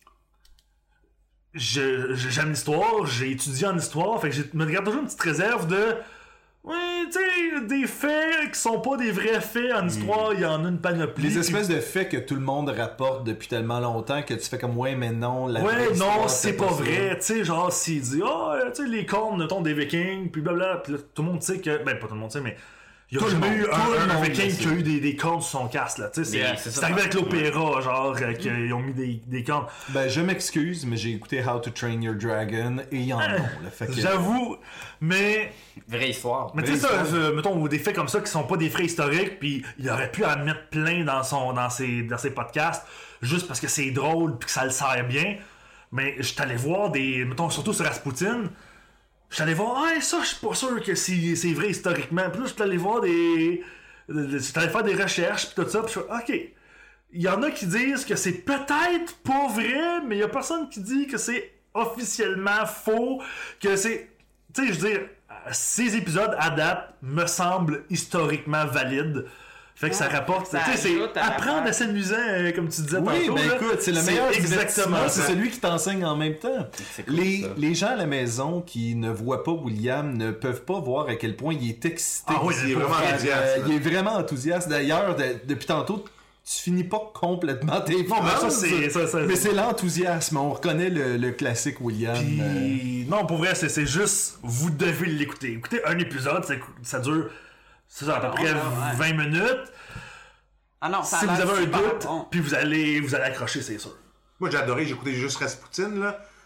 F: je- je- J'aime l'histoire, j'ai étudié en histoire, fait que je me garde toujours une petite réserve de. Oui, tu sais, des faits qui sont pas des vrais faits en histoire, il y en a une panoplie.
C: Les espèces de faits que tout le monde rapporte depuis tellement longtemps que tu fais comme ouais, mais non, la vraie
F: Ouais,
C: histoire,
F: non, c'est pas
C: ça.
F: vrai. Tu sais, genre, s'il dit, ah, euh, tu sais, les cornes, mettons, des Vikings, puis blablabla, puis là, tout le monde sait que. Ben, pas tout le monde sait, mais. Il y a
C: Tout le
F: jamais eu
C: monde, tout le
F: un, un
C: monde
F: Viking
C: le
F: qui a
C: sait.
F: eu des, des cornes sur son casque, là. Tu sais,
G: Mais
F: c'est
G: c'est
F: c'est
G: ça,
F: arrivé
G: ça.
F: avec l'opéra, genre, euh, qu'ils ont mis des, des cornes.
C: Ben, je m'excuse, mais j'ai écouté How to Train Your Dragon et il y en a. Là, fait que...
F: J'avoue, mais.
G: Vraie histoire.
F: Mais tu sais, ça, euh, mettons, des faits comme ça qui sont pas des faits historiques, puis il aurait pu en mettre plein dans, son, dans, ses, dans ses podcasts, juste parce que c'est drôle, puis que ça le sert bien. Mais je t'allais voir des. Mettons, surtout sur Rasputin. Je suis allé voir, ah, ça, je suis pas sûr que c'est c'est vrai historiquement. Puis là, je suis allé voir des. Je suis allé faire des recherches, puis tout ça, puis je fais, ok. Il y en a qui disent que c'est peut-être pas vrai, mais il y a personne qui dit que c'est officiellement faux, que c'est. Tu sais, je veux dire, ces épisodes à date me semblent historiquement valides. Fait que ça
D: Ah,
F: rapporte.
D: ça
F: Tu sais, c'est
D: ajoute à
F: apprendre
D: l'affaire.
F: à s'amuser, euh, comme tu disais
C: Oui,
F: tantôt.
C: ben
F: là.
C: écoute, c'est le
F: C'est
C: meilleur
F: exactement
C: divertissement, c'est
F: ça.
C: celui qui t'enseigne en même temps.
G: C'est cool,
C: les,
G: ça.
C: les gens à la maison qui ne voient pas William ne peuvent pas voir à quel point il est excité.
F: Ah oui,
E: il est
C: pour
E: vraiment
C: faire,
E: enthousiaste,
C: euh,
E: là.
C: il est vraiment enthousiaste. D'ailleurs, de- depuis tantôt, tu finis pas complètement tes
F: Non, mais ça,
C: phrases,
F: c'est- ça, ça-
C: mais c'est l'enthousiasme. On reconnaît le, le classique William. euh,
F: Puis, non, pour vrai, c'est c'est juste, vous devez l'écouter. Écoutez un épisode, ça, ça dure, c'est ça, à peu
D: Non,
F: près
D: non, ouais.
F: vingt minutes.
D: Ah non, ça a
F: Si vous
D: l'air
F: avez un
D: super
F: doute,
D: bon.
F: puis vous allez, vous allez accrocher, c'est sûr.
E: Moi, j'ai adoré, j'ai écouté juste Rasputin, là.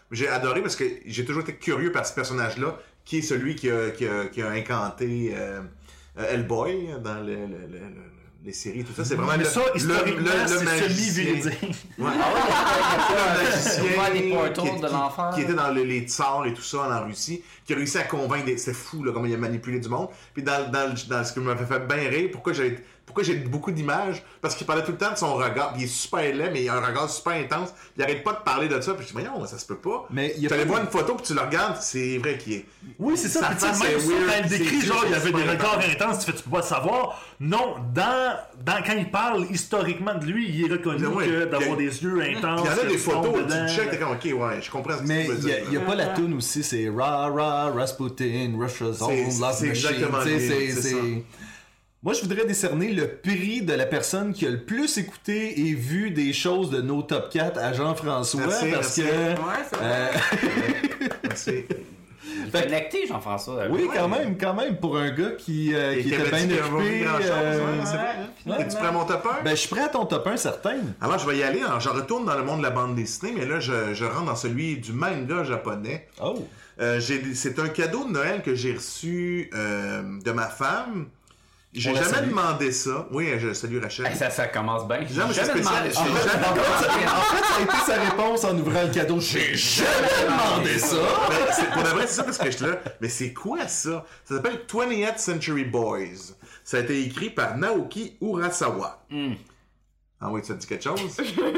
E: J'ai adoré parce que j'ai toujours été curieux par ce personnage-là, qui est celui qui a, qui a, qui a incanté euh, Hellboy dans le, le, le, le, les séries, tout ça. C'est vraiment
F: Mais
E: le,
F: ça,
E: le,
F: historiquement,
E: le, le
F: c'est
E: magicien.
F: semi-véridique.
E: Ouais.
G: Ah
E: Le magicien
G: des portals
E: qui,
G: de
E: qui-
G: l'enfer.
E: qui était dans le- les tsars et tout ça en Russie, qui a réussi à convaincre des... C'est fou, là, comment il a manipulé du monde. Puis dans, dans, dans ce qui m'a fait bien rire, pourquoi j'ai pourquoi j'ai beaucoup d'images, parce qu'il parlait tout le temps de son regard, puis il est super laid, mais il a un regard super intense, puis il arrête pas de parler de ça, puis je dis, voyons, ça se peut pas.
C: Mais il y a
E: tu allais
C: pas
E: voir
C: de-
E: une photo, puis tu le regardes, c'est vrai qu'il est...
F: Oui, c'est ça.
E: Sa
F: Puis, tu sais,
E: face
F: même
E: est
F: ça,
E: weird,
F: quand elle
E: c'est
F: décrit,
E: sûr,
F: genre, il y
E: c'est
F: avait des
E: super
F: regards
E: intense.
F: intenses, tu fais, tu peux pas le savoir. Non, dans, dans, quand il parle historiquement de lui, il est reconnu
E: Mais ouais,
F: que
E: puis
F: d'avoir
E: il y a-
F: des yeux intenses.
E: Il y en a
F: que
E: des
F: tu tombes
E: photos, tu
F: dedans.
E: te checkes, t'es comme, ok, ouais, je comprends ce que
C: Mais
E: tu veux
C: il
E: dire.
C: n'y a, y a pas la toune aussi, c'est Ra Ra Rasputin, Russia's
E: C'est-
C: Own Love
E: c'est
C: Machine.
E: exactement
C: Tu sais,
E: lui,
C: c'est-
E: c'est
C: c'est-
E: ça.
C: Moi, je voudrais décerner le prix de la personne qui a le plus écouté et vu des choses de nos top quatre à Jean-François.
E: Merci,
C: parce
E: merci.
C: que.
D: Ouais, c'est vrai.
C: euh,
E: C'est-
G: Il est connecté, Jean-François.
C: oui, quand même, quand même, pour un gars qui, euh,
E: Et
C: qui
E: qui
C: était
E: avait dit
C: bien
E: qu'il avait
C: occupé.
E: pas vu grand-chose,
C: euh,
E: ouais, c'est vrai.
C: ouais.
E: Es-tu prêt à mon top un?
C: Ben, je suis prêt à ton top un, certain.
E: Alors, je vais y aller. Alors, je retourne dans le monde de la bande dessinée, mais là, je, je rentre dans celui du manga japonais.
C: Oh.
E: Euh, j'ai- c'est un cadeau de Noël que j'ai reçu euh, de ma femme. J'ai
C: On la
E: jamais
C: salue.
E: demandé ça. Oui, je salue Rachel.
G: Hey, ça, ça commence bien.
E: Jamais
G: J'ai
E: spécial.
G: demandé ça.
E: J'ai jamais-
C: En fait, ça a été sa réponse en ouvrant le cadeau. J'ai jamais demandé ça.
E: Ben, c'est- pour de vrai, c'est ça parce que je suis là. Mais c'est quoi ça? Ça s'appelle twentieth Century Boys. Ça a été écrit par Naoki Urasawa. Ah oui, ça te dit quelque chose?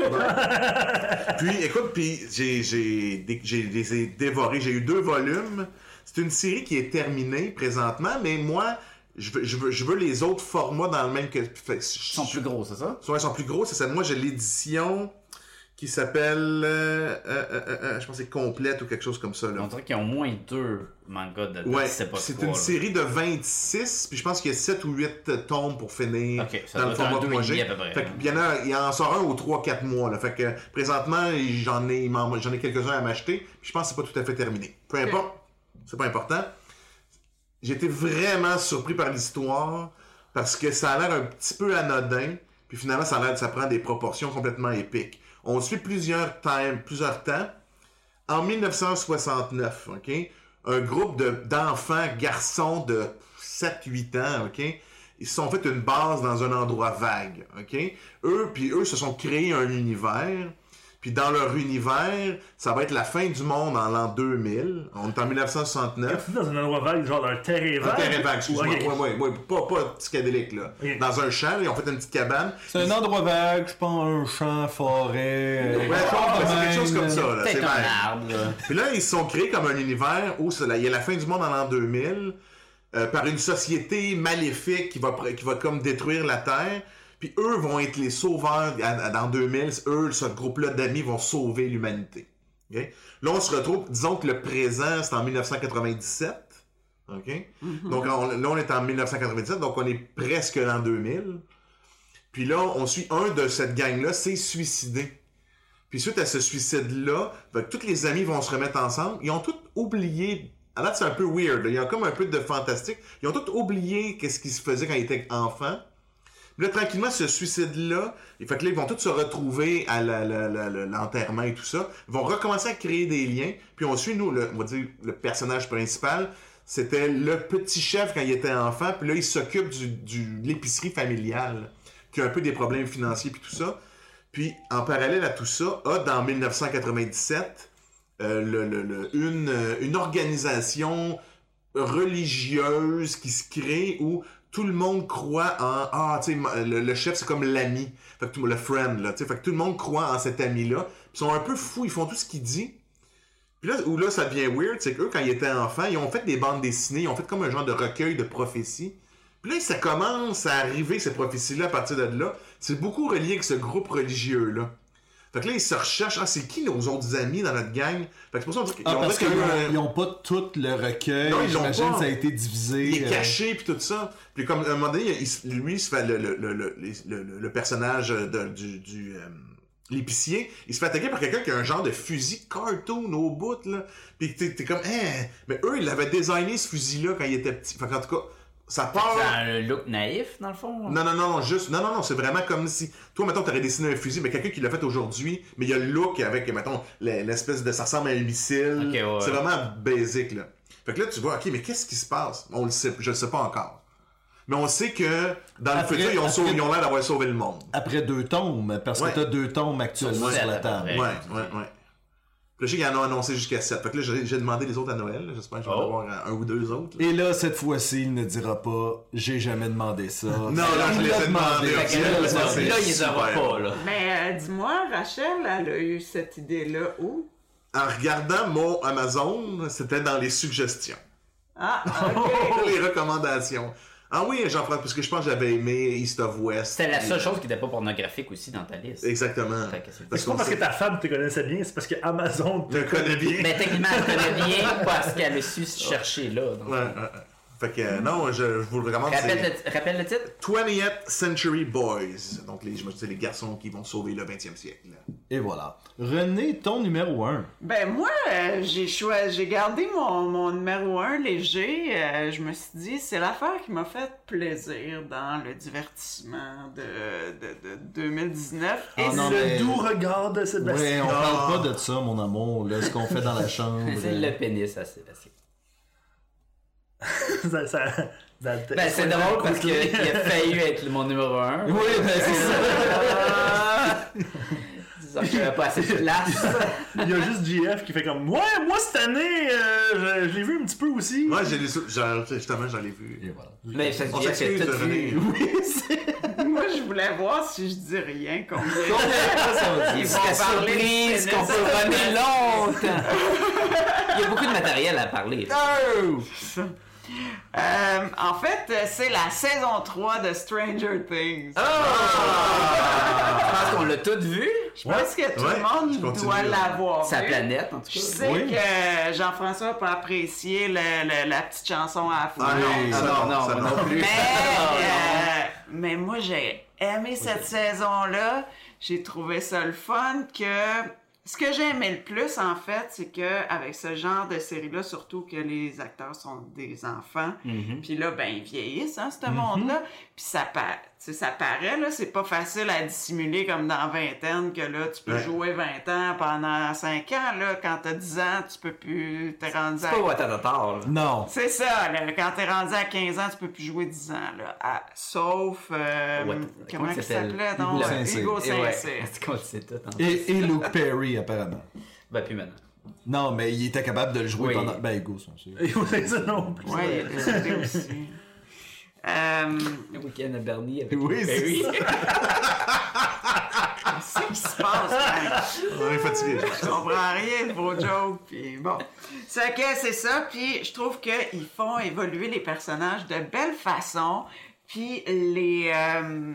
E: Puis, écoute, puis j'ai, j'ai, dé- j'ai les ai dévorés. J'ai eu deux volumes. C'est une série qui est terminée présentement, mais moi, je veux, je veux, je veux les autres formats dans le même que... Fait,
G: Ils sont plus gros, c'est ça?
E: Soit ils sont plus gros, c'est ça. Moi, j'ai l'édition qui s'appelle... euh, euh, euh, euh, je pense que c'est Complète ou quelque chose comme ça. Là.
G: On dirait qu'il y a au moins deux mangas de
E: Ouais,
G: c'est pas
E: c'est
G: trois,
E: une
G: là.
E: série de vingt-six, puis je pense qu'il y a sept ou huit tomes pour finir
G: Ok, ça
E: dans
G: doit
E: le
G: être un
E: format
G: deux et
E: projet.
G: demi à peu près.
E: Fait que, il y en a, il en sort un aux trois quatre mois. Là. Fait que présentement, j'en ai, il m'en- j'en ai quelques-uns à m'acheter, puis je pense que c'est pas tout à fait terminé. Peu importe, c'est pas important. J'ai été vraiment surpris par l'histoire parce que ça a l'air un petit peu anodin, puis finalement, ça a l'air, ça prend des proportions complètement épiques. On suit plusieurs temps, plusieurs temps. En dix-neuf cent soixante-neuf, ok, un groupe de, d'enfants, garçons de sept huit ans, ok, ils se sont fait une base dans un endroit vague, ok. Eux, puis eux se sont créés un univers. Puis dans leur univers, ça va être la fin du monde en l'an deux mille. On est en dix-neuf cent soixante-neuf.
F: C'est dans un endroit vague, genre un terrain vague.
E: Un terrain vague, excuse-moi.
F: Ouais,
E: Ouais, ouais, ouais, pas, pas psychédélique, là.
F: Ok.
E: Dans un champ, ils ont fait une petite cabane.
C: C'est un endroit vague, je pense, un champ, forêt.
E: Ouais, c'est quelque chose comme ça, là. C'est
G: Peut-être
E: vague.
G: un arbre, là.
E: Puis là, ils se sont créés comme un univers où c'est la- il y a la fin du monde en l'an deux mille euh, par une société maléfique qui va, pr- qui va comme détruire la Terre. Puis eux vont être les sauveurs à- à- dans deux mille. Eux, ce groupe-là d'amis vont sauver l'humanité. Ok? Là, on se retrouve, disons que le présent, c'est en dix-neuf cent quatre-vingt-dix-sept. OK? Donc on- là, on est en dix-neuf cent quatre-vingt-dix-sept, donc on est presque l'an deux mille. Puis là, on suit un de cette gang-là, s'est suicidé. Puis suite à ce suicide-là, fait que tous les amis vont se remettre ensemble. Ils ont tous oublié... Alors là, c'est un peu weird. là. Il y a comme un peu de fantastique. Ils ont tous oublié qu'est-ce qui se faisait quand ils étaient enfants. Puis là, tranquillement, ce suicide-là, il fait que là, ils vont tous se retrouver à la- la- la- la- l'enterrement et tout ça. Ils vont recommencer à créer des liens. Puis on suit, nous, le, on va dire, le personnage principal, c'était le petit chef quand il était enfant. Puis là, il s'occupe du, du, de l'épicerie familiale, qui a un peu des problèmes financiers puis tout ça. Puis, en parallèle à tout ça, a, dans dix-neuf cent quatre-vingt-dix-sept, euh, le, le, le- une, euh, une organisation religieuse qui se crée où tout le monde croit en... Ah, tu sais, le, le chef, c'est comme l'ami. Fait que tout, le friend, là, tu sais. Fait que tout le monde croit en cet ami-là. Ils sont un peu fous, ils font tout ce qu'il dit. Puis là, où là, ça devient weird, c'est qu'eux, quand ils étaient enfants, ils ont fait des bandes dessinées, ils ont fait comme un genre de recueil de prophéties. Puis là, ça commence à arriver, ces prophéties-là, à partir de là. C'est beaucoup relié avec ce groupe religieux-là. Fait que là, ils se recherchent. Ah, c'est qui nos autres amis dans notre gang? Fait que c'est pour ça qu'on dit qu'ils
C: Ah,
E: ont
C: parce
E: dit qu'il y a eu un-
C: qu'ils n'ont pas tout le recueil.
E: Non, ils l'ont
C: J'imagine
E: pas.
C: que ça a été divisé.
E: Il est
C: euh,
E: caché puis tout ça. Puis comme à un moment donné, il, il- lui, il se fait le, le, le, le, le, le- le personnage de, du, du euh, l'épicier, il se fait attaquer par quelqu'un qui a un genre de fusil cartoon au bout là. Puis t'es, t'es comme, hein, mais eux ils l'avaient designé ce fusil là quand il était petit. Fait qu'en tout cas, Ça part...
G: C'est un look naïf, dans le fond?
E: Non, non, non, juste... Non, non, non, c'est vraiment comme si... Toi, mettons, t'aurais dessiné un fusil, mais quelqu'un qui l'a fait aujourd'hui, mais il y a le look avec, mettons, l'espèce de... Ça ressemble à un missile.
G: Okay, ouais,
E: c'est
G: ouais.
E: vraiment basic, là. Fait que là, tu vois, OK, mais qu'est-ce qui se passe? On le sait, je le sais pas encore. Mais on sait que, dans
I: Après-
E: le futur, ils ont,
I: après-
E: sauvé- ils ont l'air d'avoir sauvé le monde.
I: Après deux tomes, parce
E: Ouais.
I: que t'as deux tomes actuellement
G: Sur
I: sur la
G: sept,
I: table.
G: à peu
E: Ouais,
G: près.
E: ouais, ouais. Puis là, je sais qu'ils en ont annoncé jusqu'à sept. Fait que là, j'ai j'ai demandé les autres à Noël. là. J'espère que je vais en
G: Oh.
E: avoir un, un ou deux autres. là.
I: Et là, cette fois-ci, il ne dira pas « J'ai jamais demandé ça ».
E: Non, là, je les ai demandé.
G: Fait que là,
E: Ça, c'est
G: là, il les aura
E: super.
G: pas, là.
D: Mais euh, dis-moi, Rachel, elle a eu cette idée-là où?
E: En regardant mon Amazon, c'était dans les suggestions.
D: Ah, ok.
E: les recommandations. Ah oui, Jean-François, parce que je pense que j'avais aimé East of West.
G: C'était la seule chose qui n'était pas pornographique aussi dans ta liste.
E: Exactement.
G: Fait que c'est-
E: Parce
F: C'est pas
E: qu'on
F: parce que
E: sait-
F: ta femme te connaissait bien, c'est parce que Amazon te
E: Je connais bien.
G: Mais techniquement, elle connaît bien parce qu'elle a su se chercher là. donc.
E: Ouais, ouais, ouais. Fait que euh, non, je, je vous le recommande.
G: Rappelle,
E: c'est
G: le, rappelle le titre?
E: twentieth Century Boys. Donc, les, je me dis, c'est les garçons qui vont sauver le vingtième siècle. là.
I: Et voilà. René, ton numéro un.
D: Ben moi, euh, j'ai choisi, j'ai gardé mon, mon numéro un léger. Euh, je me suis dit, c'est l'affaire qui m'a fait plaisir dans le divertissement de, de, de deux mille dix-neuf.
I: Ah
D: Et
I: non,
F: le
I: mais-
F: doux regard de
I: Ouais,
F: Sébastien.
I: on parle pas de ça, mon amour, là, ce qu'on fait dans la chambre.
G: C'est le pénis à Sébastien.
F: ça, ça, ça-
G: Ben, c'est drôle parce qu'il a failli être mon numéro un.
I: Oui, ben c'est ça.
G: Disons qu'il n'y avait pas assez de place.
F: Il y a juste J F qui fait comme ouais, moi cette année, euh, je, je l'ai vu un petit peu aussi.
E: Ouais, j'ai les sou- genre, justement, j'en ai vu.
I: Et voilà.
G: Mais ça
E: On
G: dit que
E: s'excuse,
G: c'est tout
E: René.
G: vu.
D: moi, je voulais voir si je dis rien combien.
G: Ils
D: Ils
G: vont
D: vont parler de
G: surprise
D: pénis.
G: qu'on peut runner longtemps. Il y a beaucoup de matériel à parler. là.
D: Euh, en fait, euh, c'est la saison trois de Stranger Things.
G: Je pense qu'on l'a tout vu.
D: Je pense que tout
E: Ouais,
D: le monde
E: je continue,
D: doit
E: là.
D: l'avoir
G: Sa
D: vu.
G: planète, en tout
D: Je
G: cas.
D: sais
I: Oui.
D: que Jean-François peut apprécier le- le- la petite chanson à la fin.
E: Ah non,
I: Oui,
E: ça
G: non,
E: non,
G: non,
E: ça
G: moi
E: non.
G: non plus.
D: Mais,
G: Ah,
D: euh, mais moi, j'ai aimé cette saison-là. J'ai trouvé ça le fun que... Ce que j'ai aimé le plus, en fait, c'est que avec ce genre de série-là, surtout que les acteurs sont des enfants,
G: Mhm.
D: puis là, ben, ils vieillissent, hein, ce monde-là. Puis ça, pa- tu sais, ça paraît, là, c'est pas facile à dissimuler comme dans vingtaine, que là, tu peux
E: Ouais.
D: jouer vingt ans pendant cinq ans, là. Quand t'as dix ans, tu peux plus... T'es rendu à...
G: C'est pas Watatata, là.
I: Non.
D: C'est ça, là, quand t'es rendu à quinze ans, tu peux plus jouer dix ans, là. Ah, sauf, euh,
G: Ouais.
D: comment
G: Comment
D: il
G: il s'appelle?
D: s'appelait,
I: Hugo
D: donc?
I: Saint-Cyr.
D: Hugo
G: Et ouais,
D: Saint-Cyr.
G: c'est qu'on le sait tout. hein.
I: Et, et Luke Perry, apparemment.
G: Ben, plus maintenant.
I: Non, mais il était capable de le jouer
G: Oui.
I: pendant... Ben, Hugo, son sûr.
F: Et ouais, ça non plus.
D: Ouais, il est décédé aussi. Euh,
G: Le week-end à Bernie avec
I: Oui, c'est
G: Perry.
D: c'est ce qui se passe, hein?
E: On est fatigué.
D: Je comprends rien de vos jokes, puis bon. C'est que c'est ça, puis je trouve qu'ils font évoluer les personnages de belle façon, puis les... euh,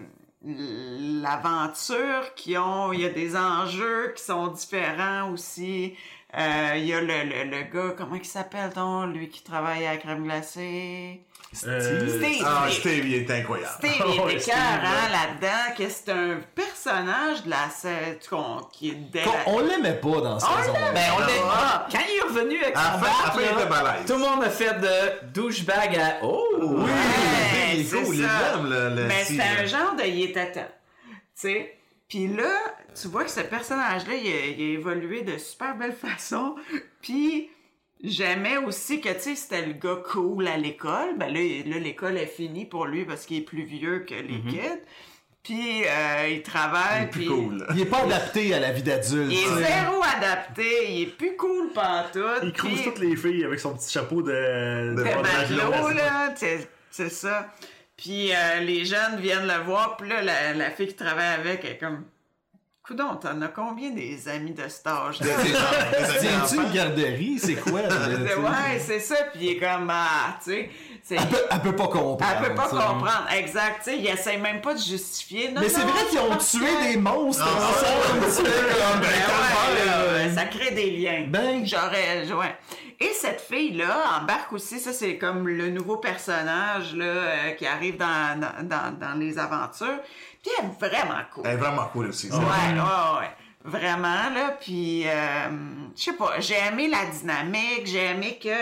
D: l'aventure qui ont, il y a des enjeux qui sont différents aussi. Euh, il y a le, le, le gars, comment il s'appelle donc, lui qui travaille à la crème glacée?
F: Euh,
D: Steve.
E: Ah,
D: Steve.
E: Steve, il est incroyable.
D: Steve, il
F: Ouais,
D: est
F: Steve,
D: écœurant
F: ouais.
D: là-dedans, que c'est un personnage de la scène qu'on- qui est dès
I: Qu'on- On l'aimait pas dans cette
D: On
I: saison.
G: Ben, on
D: Ah.
G: l'a... Quand il est revenu avec
E: À la
G: son
E: fin- à la
G: bac,
E: fin, il
G: là,
E: était balèze.
G: tout le monde a fait de douchebag à... Oh!
E: Oui,
D: Ouais,
E: il est
D: c'est
E: cool, il
D: ça.
E: aime le, le
D: Mais
E: style.
D: c'est un genre de il est à temps. Tu sais. Puis là, tu vois que ce personnage-là, il a, il a évolué de super belle façon. Puis j'aimais aussi que, tu sais, c'était le gars cool à l'école. Ben là, il- là l'école est finie pour lui parce qu'il est plus vieux que les kids. Puis euh, il travaille.
E: Plus
D: puis
E: cool.
I: Il est pas adapté à la vie d'adulte.
D: il est
I: tu sais.
D: zéro adapté. Il est plus cool pantoute.
F: Il crouse
D: puis-
F: toutes les filles avec son petit chapeau de...
E: De
F: de
D: de
F: matelot.
D: matelot, là, c'est c'est ça. Puis euh, les jeunes viennent le voir, puis là, la, la fille qui travaille avec est comme... Coudon, t'en as combien des amis de cet âge-là?
I: Tiens-tu une garderie? C'est quoi? là, tu sais?
D: Ouais, c'est ça, puis il est comme... Ah, tu sais... c'est-
I: Elle peut, elle peut pas comprendre.
D: Elle peut pas
I: tu sais.
D: comprendre, exact. Tu sais, il essaie même pas de justifier. Non,
I: Mais c'est
D: non,
I: vrai qu'ils ont
D: parce
I: tué
D: que-
I: des monstres
E: Ah,
I: ensemble. tu sais, comme,
D: Ben
I: ben,
D: ouais,
I: calvaire.
D: là, ça crée des liens.
I: Ben.
D: J'aurais, ouais. Et cette fille-là embarque aussi, ça c'est comme le nouveau personnage là, euh, qui arrive dans, dans, dans, dans les aventures. Puis elle est vraiment cool.
E: Elle est vraiment cool aussi.
D: Ouais, ouais, ouais. Vraiment, là. Puis, euh, je sais pas, j'ai aimé la dynamique, j'ai aimé que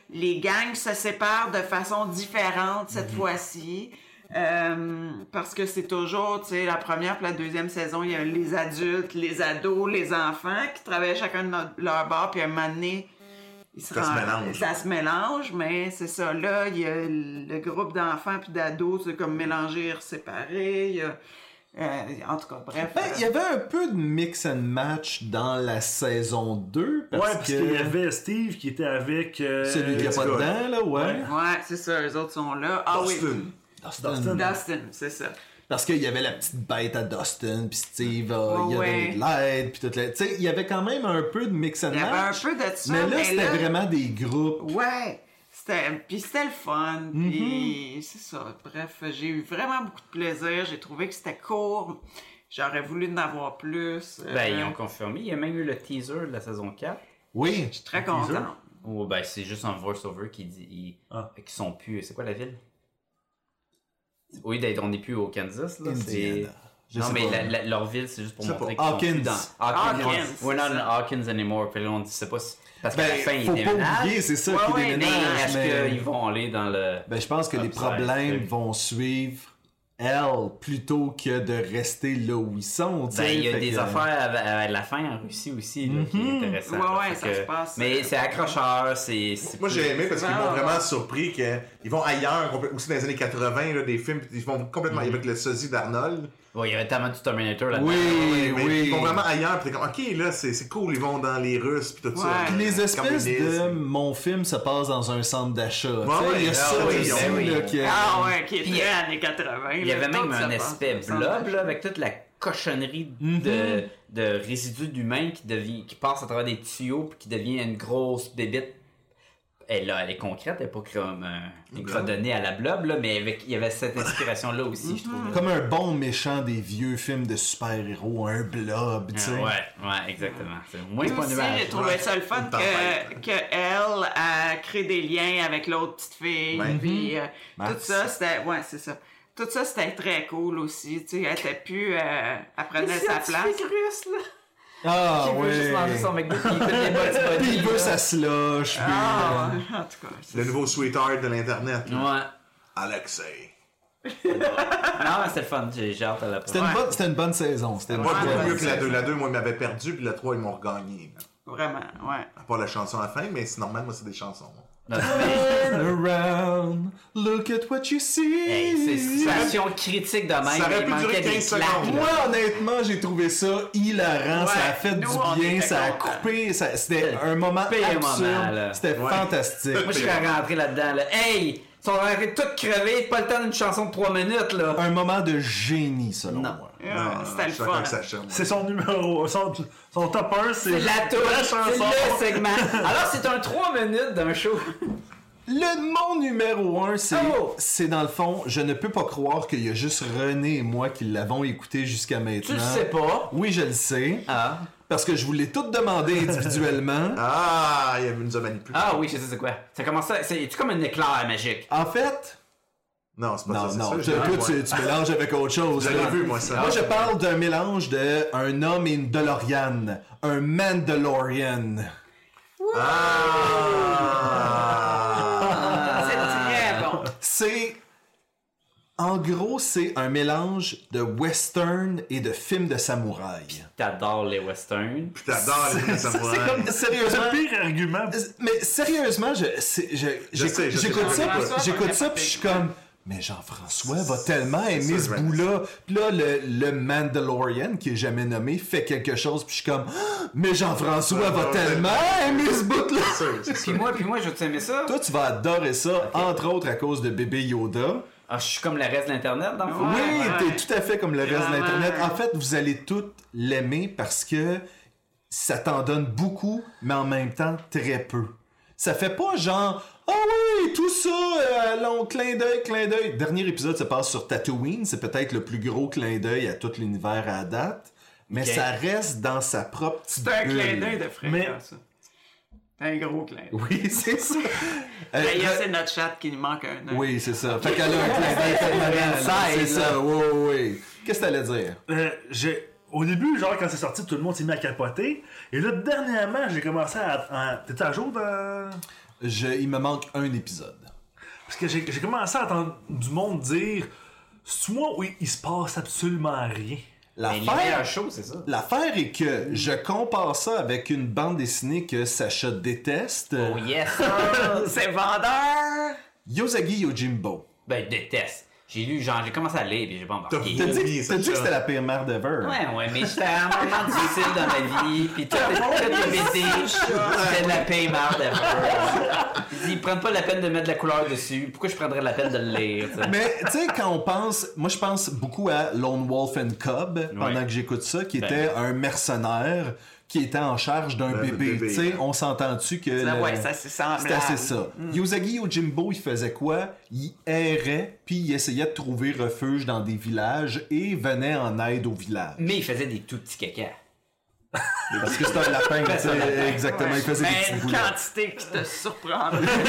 D: les gangs se séparent de façon différente cette mm-hmm. fois-ci. Euh, parce que c'est toujours, tu sais, la première puis la deuxième saison, il y a les adultes, les ados, les enfants qui travaillent chacun de notre, leur bord, puis à un moment donné, ils se
E: ça,
D: rend,
E: se mélange.
D: ça se mélange, mais c'est ça, là, il y a le groupe d'enfants puis d'ados, c'est comme mélangés, séparés, il y a... Euh, en tout cas, bref.
I: Ben, il y avait un peu de mix and match dans la saison deux. Parce
F: ouais, parce
I: que...
F: qu'il y avait Steve qui était avec... Euh...
I: Celui qui n'est pas dedans, là, ouais.
D: Ouais, c'est ça, eux autres sont là. Ah
E: Dustin.
D: oui.
I: Dustin.
D: Dustin, Dustin c'est ça.
I: Parce qu'il y avait la petite bête à Dustin, puis Steve, euh,
D: oh,
I: il y avait
D: ouais.
I: de l'aide, puis tout. Tu sais, il y avait quand même un peu de mix and match.
D: Il y avait un peu de ça,
I: mais là,
D: mais
I: c'était
D: là...
I: vraiment des groupes.
D: Ouais. C'était... Puis c'était le fun,
I: Mm-hmm.
D: puis c'est ça. Bref, j'ai eu vraiment beaucoup de plaisir. J'ai trouvé que c'était court. J'aurais voulu en avoir plus.
G: Ben,
D: euh...
G: ils ont confirmé. Il y a même eu le teaser de la saison quatre.
I: Oui.
D: Je suis très content.
G: Oh, ben, c'est juste un voice-over qui dit ils... Ah. qu'ils sont plus... C'est quoi la ville? Oui, on n'est plus au Kansas, là. C'est... Non, mais la, la, leur ville, c'est juste pour montrer qu'ils
I: Hawkins.
G: sont plus dans...
D: Hawkins.
G: Hawkins. We're not in Hawkins anymore. Puis là, on dit, c'est pas... Parce
I: ben,
G: qu'à la fin, ils
I: faut
G: déménagent.
I: pas oublier, c'est ça
D: ouais,
I: qui
D: ouais,
I: déménage.
G: Mais est-ce
I: mais...
G: qu'ils vont aller dans le...
I: Ben, je pense que les problèmes truc. vont suivre elle plutôt que de rester là où ils sont.
G: Ben, il y a des
I: que...
G: affaires à, à la fin en Russie aussi là, mm-hmm. qui est intéressant.
D: Ouais,
G: là,
D: ouais, ça
G: que...
D: se passe.
G: Mais c'est accrocheur, c'est... c'est
E: Moi,
G: plus...
E: j'ai aimé parce qu'ils m'ont
D: ouais.
E: vraiment surpris qu'ils vont ailleurs, aussi dans les années quatre-vingts, là, des films, ils vont complètement mm-hmm. avec le sosie d'Arnold.
G: Ouais, il y avait tellement du Terminator là-dedans.
I: Oui,
E: oui, mais
I: oui.
E: Ils vont vraiment ailleurs, puis t'es comme, ok, là, c'est, c'est cool, ils vont dans les Russes, puis tout
D: ouais.
E: ça.
I: Puis les espèces
E: communisme.
I: de mon film se passe dans un centre d'achat. Ouais,
E: ouais,
I: il y a
E: ah,
I: ça
E: oui,
I: aussi,
G: oui.
I: là, qui est...
D: Ah ouais, qui est
G: Puis,
D: très années quatre-vingts.
G: Il y avait
D: là,
G: même un
D: ça
G: aspect
D: passe,
G: blob là, avec toute la cochonnerie
I: Mm-hmm.
G: de, de résidus d'humains qui, devient, qui passe à travers des tuyaux puis qui devient une grosse bébite. Elle, là, elle est concrète, elle n'est pas comme euh, gredonnée à la blob, là, mais avec, il y avait cette inspiration-là aussi, je trouve.
I: Comme un bon méchant des vieux films de super-héros, un blob, tu sais.
G: Ouais, ouais, exactement. C'est moins
D: Moi
G: pas
D: aussi,
G: nuage.
D: j'ai trouvé ça le fun
E: Une
D: que,
E: tempête.
D: que elle a créé des liens avec l'autre petite fille.
E: Ouais.
D: Puis euh,
I: Ben,
D: tout ça, c'était. Ouais, c'est ça. Tout ça, c'était très cool aussi. Tu sais, elle était plus. Euh, elle prenait sa place.
G: russe, là.
I: Ah,
G: Qui veut juste manger
I: ouais.
G: son McDo puis il fait des body body.
I: Puis il veut
G: là.
I: sa slush, puis...
D: Ah, ouais. En tout cas. c'est
E: Le
D: ça.
E: nouveau sweetheart de l'Internet. là.
G: Ouais.
E: Alexei.
G: Non, mais c'était le fun. J'ai, j'ai hâte à la
I: C'était une,
D: Ouais.
I: bonne, c'était une bonne saison. C'était une
E: Moi,
I: bonne
E: beaucoup mieux que la
I: saison.
E: deux. La deux, moi, ils m'avaient perdu, puis la trois, ils m'ont regagné.
D: Vraiment, ouais.
E: À part la chanson à la fin, mais c'est normal, moi, c'est des chansons.
G: Non, mais-
I: Turn around, look at what you see.
G: Hey, c'est une situation critique de même.
E: Ça aurait
G: il
E: pu
G: manquait
E: durer
G: des
E: quinze
G: claques,
E: secondes.
G: là.
I: Moi, honnêtement, j'ai trouvé ça hilarant.
D: Ouais,
I: Ça a fait
D: nous, on
I: du bien,
D: était
I: ça a
D: contents.
I: coupé. Ça, c'était un moment
G: pire
I: absurde.
G: moment, là.
I: C'était
E: Ouais.
I: fantastique.
G: Moi, je serais rentré là-dedans. Là. Hey! Ils sont rentrés tout crevés, pas le temps d'une chanson de trois minutes, là.
I: Un moment de génie, selon
G: Non.
I: moi.
D: Yeah,
E: Non,
D: c'était
E: je
D: le
E: suis d'accord
D: fun.
E: avec Sacha, moi.
F: C'est son numéro. Son, son top un, c'est.
G: C'est la touche,
F: la
G: c'est
F: chanson.
G: le segment. Alors, c'est un trois minutes d'un show.
I: Le mon numéro un, c'est,
G: Oh!
I: c'est dans le fond, je ne peux pas croire qu'il y a juste René et moi qui l'avons écouté jusqu'à maintenant.
G: Tu le sais pas.
I: Oui, je le sais.
G: Ah.
I: Parce que je vous l'ai tout demandé individuellement.
E: Ah, il nous a manipulé.
G: Ah oui, je sais c'est quoi. Ça commence à... C'est tu comme un éclair magique.
I: En fait,
E: Non, c'est pas
I: non,
E: ça.
I: non,
E: c'est
I: tu,
E: ça,
I: toi,
E: j'ai-
I: tu, tu mélanges avec autre chose.
E: Je l'ai
I: là.
E: vu, moi, ça.
I: Moi, je parle d'un mélange de un homme et une DeLorean. Un Mandalorian.
E: Ah!
D: C'est très bon.
I: C'est... En gros, c'est un mélange de western et de film de samouraï.
G: T'adores les westerns.
E: Puis t'adores les films de
I: C'est
E: samouraï.
I: comme... Sérieusement...
F: C'est le pire argument.
I: Mais sérieusement, je, c'est- je, j'écoute,
E: sais, je sais.
I: j'écoute ça,
D: Jean-François,
I: puis- j'écoute
D: va
I: ça,
D: capoter.
I: puis je suis comme, mais Jean-François va tellement
E: c'est
I: aimer
E: ça,
I: ce
E: je vais-
I: bout-là. Puis là, le, le Mandalorian, qui est jamais nommé, fait quelque chose, puis je suis comme, Ah, mais Jean-François va
E: Ouais,
I: tellement aimer ce bout-là.
E: C'est sûr, c'est
G: Puis
E: sûr.
G: moi, puis moi, je vais t'aimer ça.
I: Toi, tu vas adorer ça, entre autres à cause de bébé Yoda.
G: Ah, je suis comme le reste de l'Internet, dans le fond.
I: Oui,
D: ouais.
I: t'es tout à fait comme le reste de
D: Vraiment.
I: l'Internet. En fait, vous allez toutes l'aimer parce que ça t'en donne beaucoup, mais en même temps, très peu. Ça fait pas genre, ah oui, tout ça, euh, long clin d'œil, clin d'œil. Dernier épisode se passe sur Tatooine, c'est peut-être le plus gros clin d'œil à tout l'univers à date, mais
G: Ok.
I: ça reste dans sa propre petite
D: C'est un
I: bulle.
D: clin d'œil de fréquence,
F: Mais-
D: ça. C'est un gros clin d'œil.
I: Oui, c'est ça. Euh,
D: D'ailleurs,
I: re-
D: c'est notre chat qui nous manque un œil.
I: Oui, c'est ça. Fait qu'elle a un clin d'œil permanent, là. C'est ça, oui, oui, oui. Qu'est-ce que t'allais dire?
F: Euh, j'ai... Au début, genre, quand c'est sorti, tout le monde s'est mis à capoter. Et là, dernièrement, j'ai commencé à. à... T'étais à jour dans.
I: je, il me manque un épisode.
F: Parce que j'ai, j'ai commencé à entendre du monde dire c'est moi où il se passe absolument rien.
G: Mais les
I: L'affaire,
G: meilleures choses, c'est ça.
I: l'affaire est que je compare ça avec une bande dessinée que Sacha déteste.
G: Oh yes!
D: C'est vendeur!
I: Yosagi Yojimbo.
G: Ben, je déteste. J'ai lu, genre, j'ai commencé à lire et j'ai pas embarqué.
E: T'as
I: T'as dit,
E: oublié
I: t'as dit
E: ça.
I: que c'était la pire merde ever.
G: Ouais, ouais, mais j'étais à un moment difficile dans ma vie, pis tout le B D, c'était de la paix marde ever. Ils prennent pas la peine de mettre de la couleur dessus, pourquoi je prendrais la peine de le lire, t'sais?
I: Mais tu sais, quand on pense, moi je pense beaucoup à Lone Wolf and Cub pendant
G: Ouais.
I: que j'écoute ça, qui
G: Ben.
I: était un mercenaire qui était en charge d'un
E: Ben,
I: bébé.
E: bébé.
I: Tu sais, on s'entend-tu que.
D: Ça,
I: le-
D: ouais, ça, c'est semblable.
I: C'était assez ça. Yosagi Yojimbo, il faisait quoi? Il errait, puis il essayait de trouver refuge dans des villages et venait en aide aux villages.
G: Mais il faisait des tout petits caca.
I: Parce que c'est un lapin, tu sais,
G: c'est un lapin.
I: exactement. Il faisait
D: Mais
I: des petits
D: une
I: boulets.
D: quantité qui te surprend.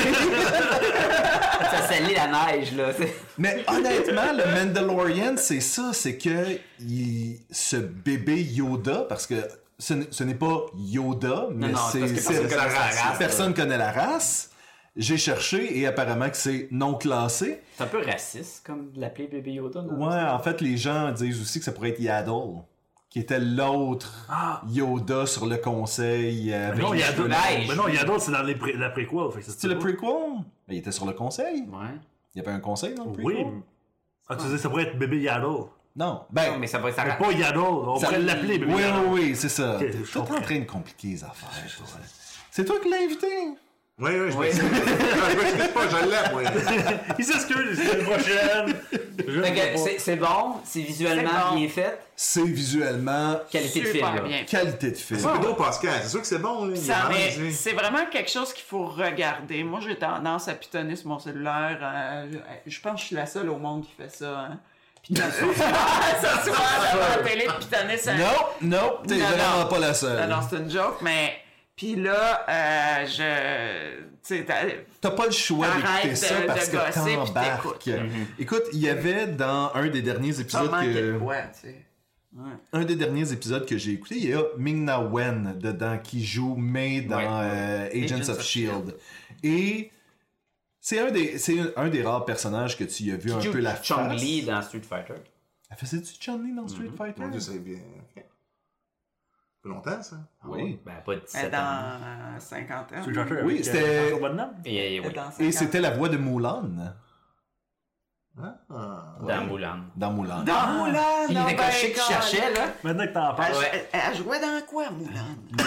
G: Ça salit la neige, là. c'est-
I: Mais honnêtement, le Mandalorian, c'est ça, c'est que il- ce bébé Yoda, parce que ce n'est, ce n'est pas Yoda, mais
G: Non, non, c'est
I: c'est,
G: parce que
I: c'est-
G: personne connaît sa race.
I: personne connaît la race. J'ai cherché et apparemment que c'est non classé.
G: C'est un peu raciste, comme de l'appeler bébé Yoda, non?
I: Ouais, en fait, les gens disent aussi que ça pourrait être Yaddle, qui était l'autre Yoda sur le conseil. euh, avec
F: Mais non, il
I: les
F: y a
I: cheveux
F: d'autres.
G: beige.
F: Mais non, il y a d'autres, c'est dans les pré- la préquel. Fait que
I: C'est le prequel? Mais il était sur le conseil.
G: Ouais.
I: Il y avait un conseil dans le prequel?
F: Oui. mais- Ah, tu sais, ça pourrait être bébé Yaddle.
I: Non. Ben,
G: Non, mais ça pourrait être sa
F: Mais
G: race.
F: pas Yaddle, on
I: ça-
F: pourrait l'appeler bébé
I: Oui,
F: Yaddle.
I: oui, oui, c'est ça.
F: Ok,
I: T'es
F: je
I: tout en
F: comprends.
I: train de compliquer les affaires. toi. C'est toi qui l'as invité?
E: Oui, oui, je
G: Oui.
E: m'excuse. Je m'excuse pas, je l'aime, moi.
F: Il s'excuse, c'est l'année prochaine. Je
G: Fait
F: ne
G: que
F: sais pas.
G: c'est, c'est bon, c'est visuellement
D: C'est bon.
G: bien fait.
I: C'est visuellement
G: Qualité de film,
D: Super
G: là.
D: bien.
I: qualité de film.
E: C'est Pedro Pascal, c'est sûr que c'est bon. Là. Il
D: Ça,
E: est
D: mais
E: vraiment, lui.
D: c'est vraiment quelque chose qu'il faut regarder. Moi, j'ai tendance à pitonner sur mon cellulaire. euh, je, je pense que je suis la seule au monde qui fait ça. Hein. Pitonner. Ça se voit devant la télé, pitonner sur un-
I: Non, non, t'es
D: Non,
I: vraiment
D: non.
I: pas la seule.
D: Non, non, c'est une joke, mais... Puis là, euh, je... Tu sais, t'as-
I: T'as pas le choix
D: Arrête
I: d'écouter ça
D: de-
I: parce
D: de
I: que
D: gosser, puis
I: t'embarques.
D: t'écoutes.
I: Écoute, il y avait dans un des derniers
D: ça
I: épisodes
D: manque
I: que...
D: de quoi, tu sais. Ouais.
I: Un des derniers épisodes que j'ai écouté, il y a Ming-Na Wen dedans qui joue May dans
G: Ouais.
I: euh, Agents,
D: Agents
I: of
D: of
I: Shield. Et c'est un des c'est un, un des rares personnages que tu as vu un
G: Qui
I: peu
G: joue
I: la
G: Chong
I: face.
G: Li dans Street Fighter.
I: Elle faisait-tu Chun-Li dans Street Fighter?
E: Mon Dieu, c'est bien. Ok. Ça fait longtemps, ça.
I: Oui.
G: Ben, pas
D: Elle est
G: dix-sept ans.
D: dans euh, cinquante ans.
F: C'est le chanteur
I: Oui,
F: avec,
I: c'était-
F: euh, Jean-Claude Van Damme.
G: Et, et,
D: Elle est
G: oui,
D: dans
I: Et
D: cinquante
I: c'était la voix de Mulan
E: Ah.
G: dans Mulan.
I: dans Mulan.
D: Dans Moulin!
G: Il y
D: non,
G: a des
D: ben,
G: cochers qui
D: God.
G: cherchaient, là.
F: Maintenant que t'en
D: Elle,
F: parles.
D: elle- elle jouait dans quoi, Moulin?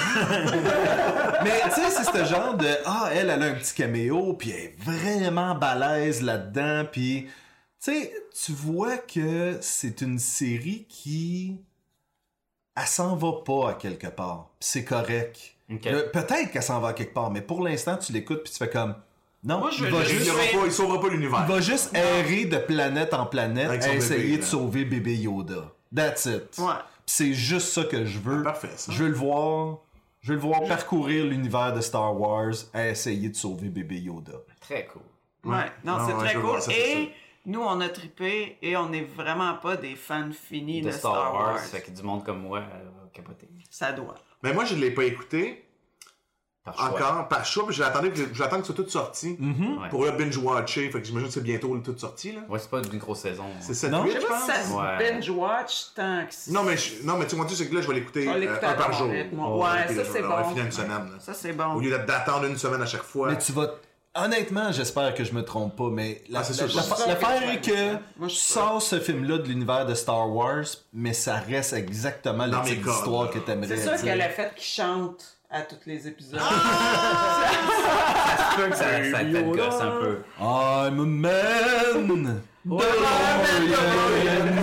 I: Mais tu sais, c'est ce genre de ah, elle, elle a un petit caméo, puis elle est vraiment balèze là-dedans, puis tu sais, tu vois que c'est une série qui elle s'en va pas à quelque part, puis c'est correct.
G: Ok.
I: Le- Peut-être qu'elle s'en va à quelque part, mais pour l'instant, tu l'écoutes puis tu fais comme non,
D: Moi, je
I: il
D: veux
I: va
D: juste-
E: Il
I: juste
E: sauvera pas, il sauvera pas l'univers.
I: il va juste errer de planète en planète
E: Avec
I: à
E: son
I: essayer
E: bébé,
I: de
E: là.
I: sauver bébé Yoda. That's it.
D: Ouais.
I: Puis c'est juste ça que je veux.
E: Ah, parfait, ça.
I: Je veux le voir. Je veux le voir parcourir l'univers de Star Wars à essayer de sauver bébé Yoda.
G: Très cool.
D: Ouais, non,
E: Non,
D: c'est
E: ouais,
D: très
E: je veux
D: cool.
E: voir ça, c'est
D: Et nous, on a trippé et on n'est vraiment pas des fans finis
G: De
D: de,
G: Star Wars, fait que du monde comme moi euh, va capoter.
D: Ça doit.
E: Mais moi, je ne l'ai pas écouté
G: Par choix.
E: encore, par choix, puis j'attendais que j'attends que ce soit tout sorti
G: Ouais.
E: pour le binge-watcher. Fait que j'imagine que c'est bientôt le tout sorti, là.
G: Ouais, c'est pas une grosse saison.
E: C'est sept
I: Non,
E: huit,
D: Je sais
E: je
D: pas si ça
E: pense.
D: se
G: Ouais.
D: binge-watch tant que ça.
E: Non, mais, je- non, mais tu vois, tu sais, c'est que là, je vais l'écouter
D: On
E: euh,
D: l'écoute
E: un
D: à
E: par
D: ton
E: jour.
D: rythme.
E: Oh,
D: Ouais,
E: puis
D: ça,
E: là, je
D: c'est
E: vais- on va
D: bon.
E: finir une semaine, là.
D: Ça, c'est
E: Au
D: bon.
E: lieu d'attendre une semaine à chaque fois.
I: Mais tu vas. Honnêtement, j'espère que je me trompe pas, mais la,
E: Ah, c'est
I: la-
E: sûr,
I: la-
E: c'est sûr.
I: l'affaire est que
D: Moi, je
I: je
D: suis
I: sors ce film-là de l'univers de Star Wars, mais ça reste exactement le
E: Dans mes
I: type
E: codes,
I: d'histoire
E: là.
I: que t'aimerais.
D: C'est sûr
I: tu sais.
D: qu'elle a fait qu'il chante à tous les épisodes.
G: Ça se peut que ça, ça te fait gosse un peu.
I: I'm a man! DeLorean.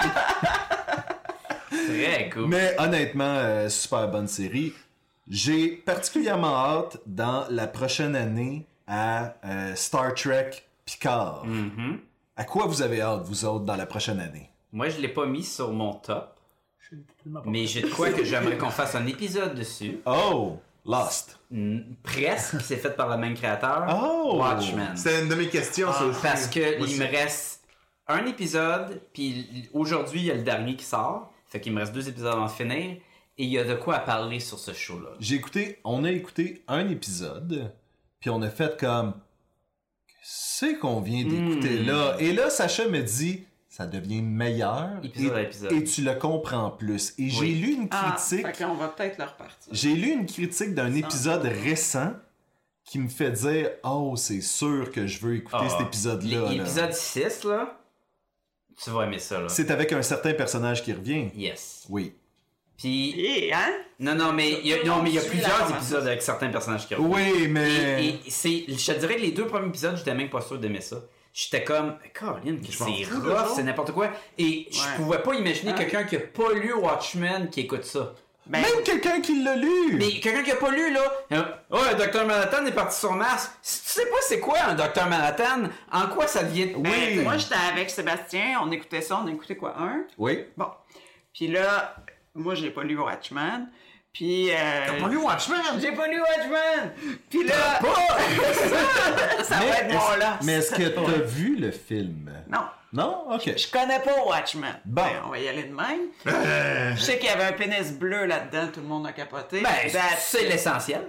G: Très cool.
I: Mais honnêtement, euh, super bonne série. J'ai particulièrement hâte dans la prochaine année à euh, Star Trek Picard.
G: Mhm.
I: À quoi vous avez hâte, vous autres, dans la prochaine année?
G: Moi, je l'ai pas mis sur mon top, mais j'ai de quoi que j'aimerais qu'on fasse un épisode dessus.
I: Oh! Lost.
G: Mm, Presque, qui s'est fait par le même créateur.
I: Oh!
G: Watchmen.
E: C'était une de mes questions, ça aussi.
G: Parce que
E: Moi
G: il
E: aussi.
G: me reste un épisode, puis aujourd'hui, il y a le dernier qui sort. Fait qu'il me reste deux épisodes avant de finir. Et il y a de quoi à parler sur ce show-là.
I: J'ai écouté, on a écouté un épisode, Puis on a fait comme... Qu'est-ce qu'on vient d'écouter
G: Mm.
I: là? Et là, Sacha me dit... Ça devient meilleur
G: Épisode
I: et,
G: à épisode.
I: et tu le comprends plus. Et j'ai
G: Oui.
I: lu une
D: Ah,
I: critique...
D: fait qu'on va peut-être le repartir.
I: J'ai lu une critique d'un épisode récent qui me fait dire « Oh, c'est sûr que je veux écouter
G: Ah,
I: cet épisode-là. là. »
G: L'épisode six, là, tu vas aimer ça, là.
I: C'est avec un certain personnage qui revient.
G: Yes.
I: Oui.
G: Puis...
D: Et, hein?
G: Non, non, mais il y a, non, mais il y a
D: Suis
G: plusieurs
D: la
G: épisodes avec certains personnages qui reviennent.
I: Oui, mais...
G: Et, et c'est, je te dirais que les deux premiers épisodes, j'étais même pas sûr d'aimer ça. J'étais comme, Caroline, que
E: m'en
G: c'est
E: fous de
G: rough,
E: ça.
G: c'est n'importe quoi. Et je
D: Ouais.
G: pouvais pas imaginer
D: Hein?
G: quelqu'un qui a pas lu Watchmen qui écoute ça.
D: Ben,
I: Même quelqu'un qui l'a lu!
G: Mais quelqu'un qui a pas lu, là, hein, ouais, docteur Manhattan est parti sur Mars. Si tu sais pas c'est quoi un docteur Manhattan, en quoi ça devient.
D: ben,
I: Oui.
D: moi, j'étais avec Sébastien, on écoutait ça, on écoutait quoi, un?
I: Oui.
D: Bon. Puis là, moi, j'ai pas lu Watchmen. Puis. Euh,
E: T'as pas lu Watchmen?
D: J'ai pas lu Watchmen! Puis là. ça va être
I: est-ce-
D: bon là.
I: Mais est-ce que t'as vu le film?
D: Non.
I: Non? OK.
D: Je connais pas Watchmen.
I: Bon.
D: Ben, on va y aller de même. Je sais qu'il y avait un pénis bleu là-dedans, tout le monde a capoté.
G: Ben,
D: That's
G: c'est
D: it.
G: l'essentiel.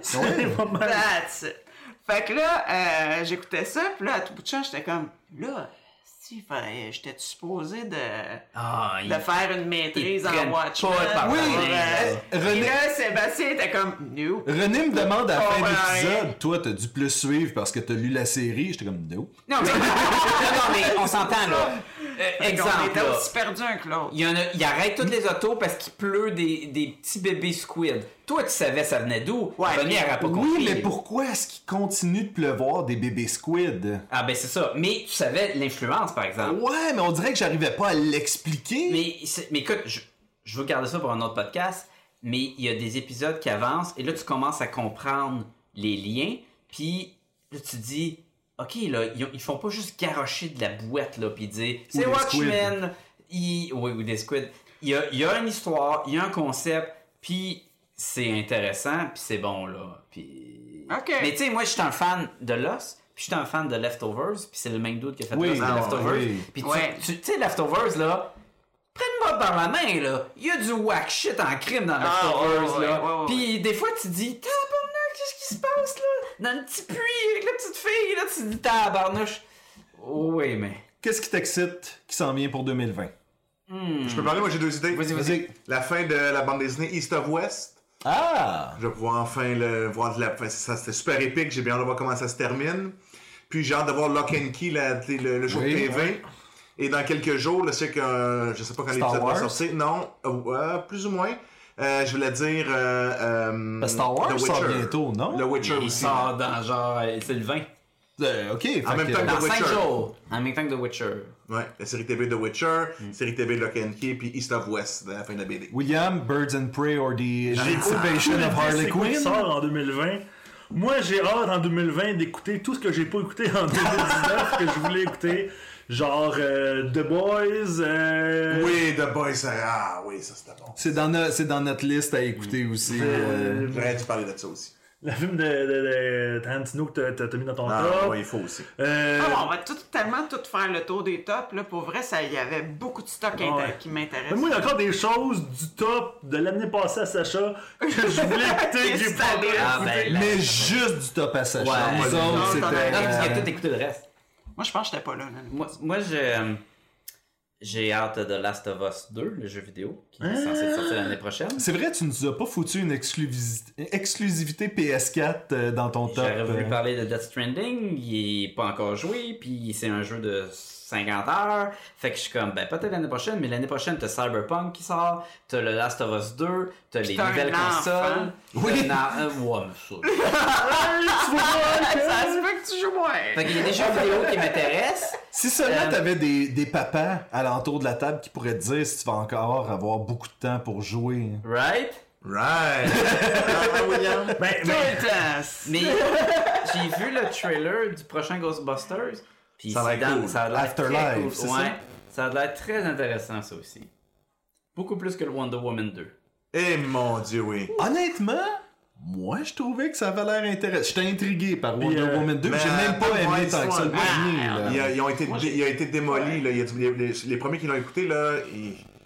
D: That's it. Fait que là, euh, j'écoutais ça, puis là, à tout bout de champ, j'étais comme, là, si, fallait- j'étais supposé de,
G: Ah, il...
D: de faire une maîtrise
G: ils
D: en
G: prennent
D: Watchmen.
G: pas par
I: Oui,
G: la main,
D: euh,
G: là.
D: Puis
I: René,
D: là, Sébastien était comme, no.
I: René me demande à la
D: Oh,
I: fin de
D: ben,
I: l'épisode, toi, t'as dû plus suivre parce que t'as lu la série. J'étais comme, no.
G: Non, mais, non, non, mais on s'entend, là. Euh,
D: Fait qu'on
G: exemple,
D: était
G: là.
D: aussi perdus un que l'autre.
G: Il, y en a, il arrête toutes les autos parce qu'il pleut des, des petits bébés squid. Toi, tu savais ça venait d'où?
D: Ouais,
G: René n'aurait pas
I: Oui,
G: compris.
I: mais pourquoi est-ce qu'il continue de pleuvoir des bébés squid?
G: Ah, ben c'est ça. Mais tu savais l'influence, par exemple.
I: Ouais, mais on dirait que j'arrivais pas à l'expliquer.
G: Mais, c'est- mais écoute, je, je veux garder ça pour un autre podcast, mais il y a des épisodes qui avancent et là, tu commences à comprendre les liens, puis là, tu te dis, OK, là, ils, ils font pas juste garrocher de la boîte, là, puis dire, c'est
I: des
G: Watchmen, il... oui, ou des squids. Il y a, il y a une histoire, il y a un concept, puis c'est intéressant, puis c'est bon, là. Puis...
D: OK.
G: Mais tu sais, moi, je suis un fan de Lost, puis je suis un fan de Leftovers, puis c'est le même dude qui a fait
I: Oui,
G: Lost et
I: ah,
G: Leftovers.
I: oui.
G: Puis tu
D: Ouais.
G: tu- tu sais, Leftovers, là, prenne-moi par la main, là. Il y a du whack shit en crime dans
D: Ah,
G: Leftovers,
D: ouais,
G: là.
D: ouais, ouais, ouais.
G: Puis des fois, tu dis, tabarnak, qu'est-ce qui se passe, là? Dans le petit puits avec la petite fille, là, tu te dis, tabarnouche. Oui, mais...
I: Qu'est-ce qui t'excite qui s'en vient pour deux mille vingt?
E: Je peux parler, moi j'ai deux idées.
G: Vas-y, vas-y.
I: Vas-y.
E: La fin de la bande dessinée East of West.
I: Ah!
E: Je vais pouvoir enfin le voir de la fin. Ça, c'était super épique. J'ai bien hâte de voir comment ça se termine. Puis j'ai hâte de voir Lock and Key, la- le, le show
I: Oui,
E: de T V.
I: ouais.
E: Et dans quelques jours, là, c'est que euh, je sais pas quand
I: Star
E: l'épisode va
I: Wars?
E: sortir. Non, euh, euh, plus ou moins. Euh, je voulais dire euh, euh,
I: Parce que Star Wars
E: The
I: sort
E: Witcher.
I: bientôt, non?
E: Le Witcher
G: Il
E: aussi.
G: sort dans genre... euh, C'est le vingt.
I: Euh, ok, fait
E: même
I: que-
E: temps que-
G: Dans
E: The
G: cinq
E: Witcher.
G: jours. En même temps que The Witcher.
E: Ouais, la série T V de Witcher, série T V de Lock and Key, puis East of West, de la fin de la B D.
I: William, Birds and Prey or the
F: J'ai
I: Anticipation of Harley
F: C'est quoi qui
I: Quinn?
F: sort en deux mille vingt? Moi, j'ai hâte en deux mille vingt d'écouter tout ce que j'ai pas écouté en deux mille dix-neuf que je voulais écouter. Genre euh, The Boys. Euh...
E: Oui, The Boys, ça- ah oui, ça c'était bon.
I: C'est dans, no- c'est dans notre liste à écouter aussi. euh,
F: Euh,
E: J'aurais dû parler de ça aussi.
F: Le film de, de, de Tarantino que t'as- t'as t'as mis dans ton
E: Ah,
F: top.
E: ouais, il faut aussi.
F: Euh,
D: Ah, bon, on va tout, tellement tout faire le tour des tops. Là. Pour vrai, ça, il y avait beaucoup de stock inter-
F: Ouais.
D: qui m'intéressent.
F: mais moi, il y a encore des choses du top de l'année passée à Sacha que je voulais écouter que j'ai pas
D: Installé.
G: Ah,
F: écouté.
G: ben, la-
I: Mais juste du top à Sacha.
G: Ouais.
I: Nous
G: Non,
I: autres,
D: non,
G: Non,
I: c'était...
G: parce qu'il a
I: euh,
G: tout écouté le reste.
D: Moi, je pense que j'étais pas là. là.
G: Moi, moi je, j'ai hâte de Last of Us deux, le jeu vidéo, qui est censé sortir l'année prochaine.
I: C'est vrai, tu nous as pas foutu une exclusivité, exclusivité P S quatre euh, dans ton top.
G: J'aurais voulu
I: euh.
G: parler de Death Stranding, il est pas encore joué, puis c'est un jeu de cinquante heures. Fait que je suis comme, ben peut-être l'année prochaine, mais l'année prochaine, t'as Cyberpunk qui sort, t'as le Last of Us deux, t'as les
D: t'as
G: nouvelles
D: un
G: consoles.
D: enfant.
G: Oui. Euh, ouais, mais ça.
D: Ça se peut que tu joues moins.
G: Fait qu'il y a des jeux vidéo qui m'intéressent.
I: Si seulement
G: Euh,
I: t'avais des, des papas alentour de la table qui pourraient te dire si tu vas encore avoir beaucoup de temps pour jouer.
G: Right?
E: Right! Ah, William?
F: Ben,
D: Tout
F: ben,
D: le temps.
G: Mais j'ai vu le trailer du prochain Ghostbusters. Puis
E: Ça a
G: c'est
E: l'air
G: dans-
E: cool.
G: ça a l'air
I: Afterlife,
G: très cool.
I: c'est
G: Ouais,
I: ça?
G: ça a l'air très intéressant, ça aussi. Beaucoup plus que le Wonder Woman deux.
E: Eh mon dieu, oui.
I: Honnêtement, moi je trouvais que ça avait l'air intéressant. J'étais intrigué par Wonder
F: euh,
I: Woman deux.
E: mais
I: J'ai même pas
E: attends,
I: aimé
E: ouais,
I: tant que ça le
E: ouais.
I: premier. là.
E: Il a, ils ont été,
D: Moi,
E: dé-
D: j'ai-
E: il a été démoli. Là. Il y a- les, les- les premiers qui l'ont écouté, là, ils,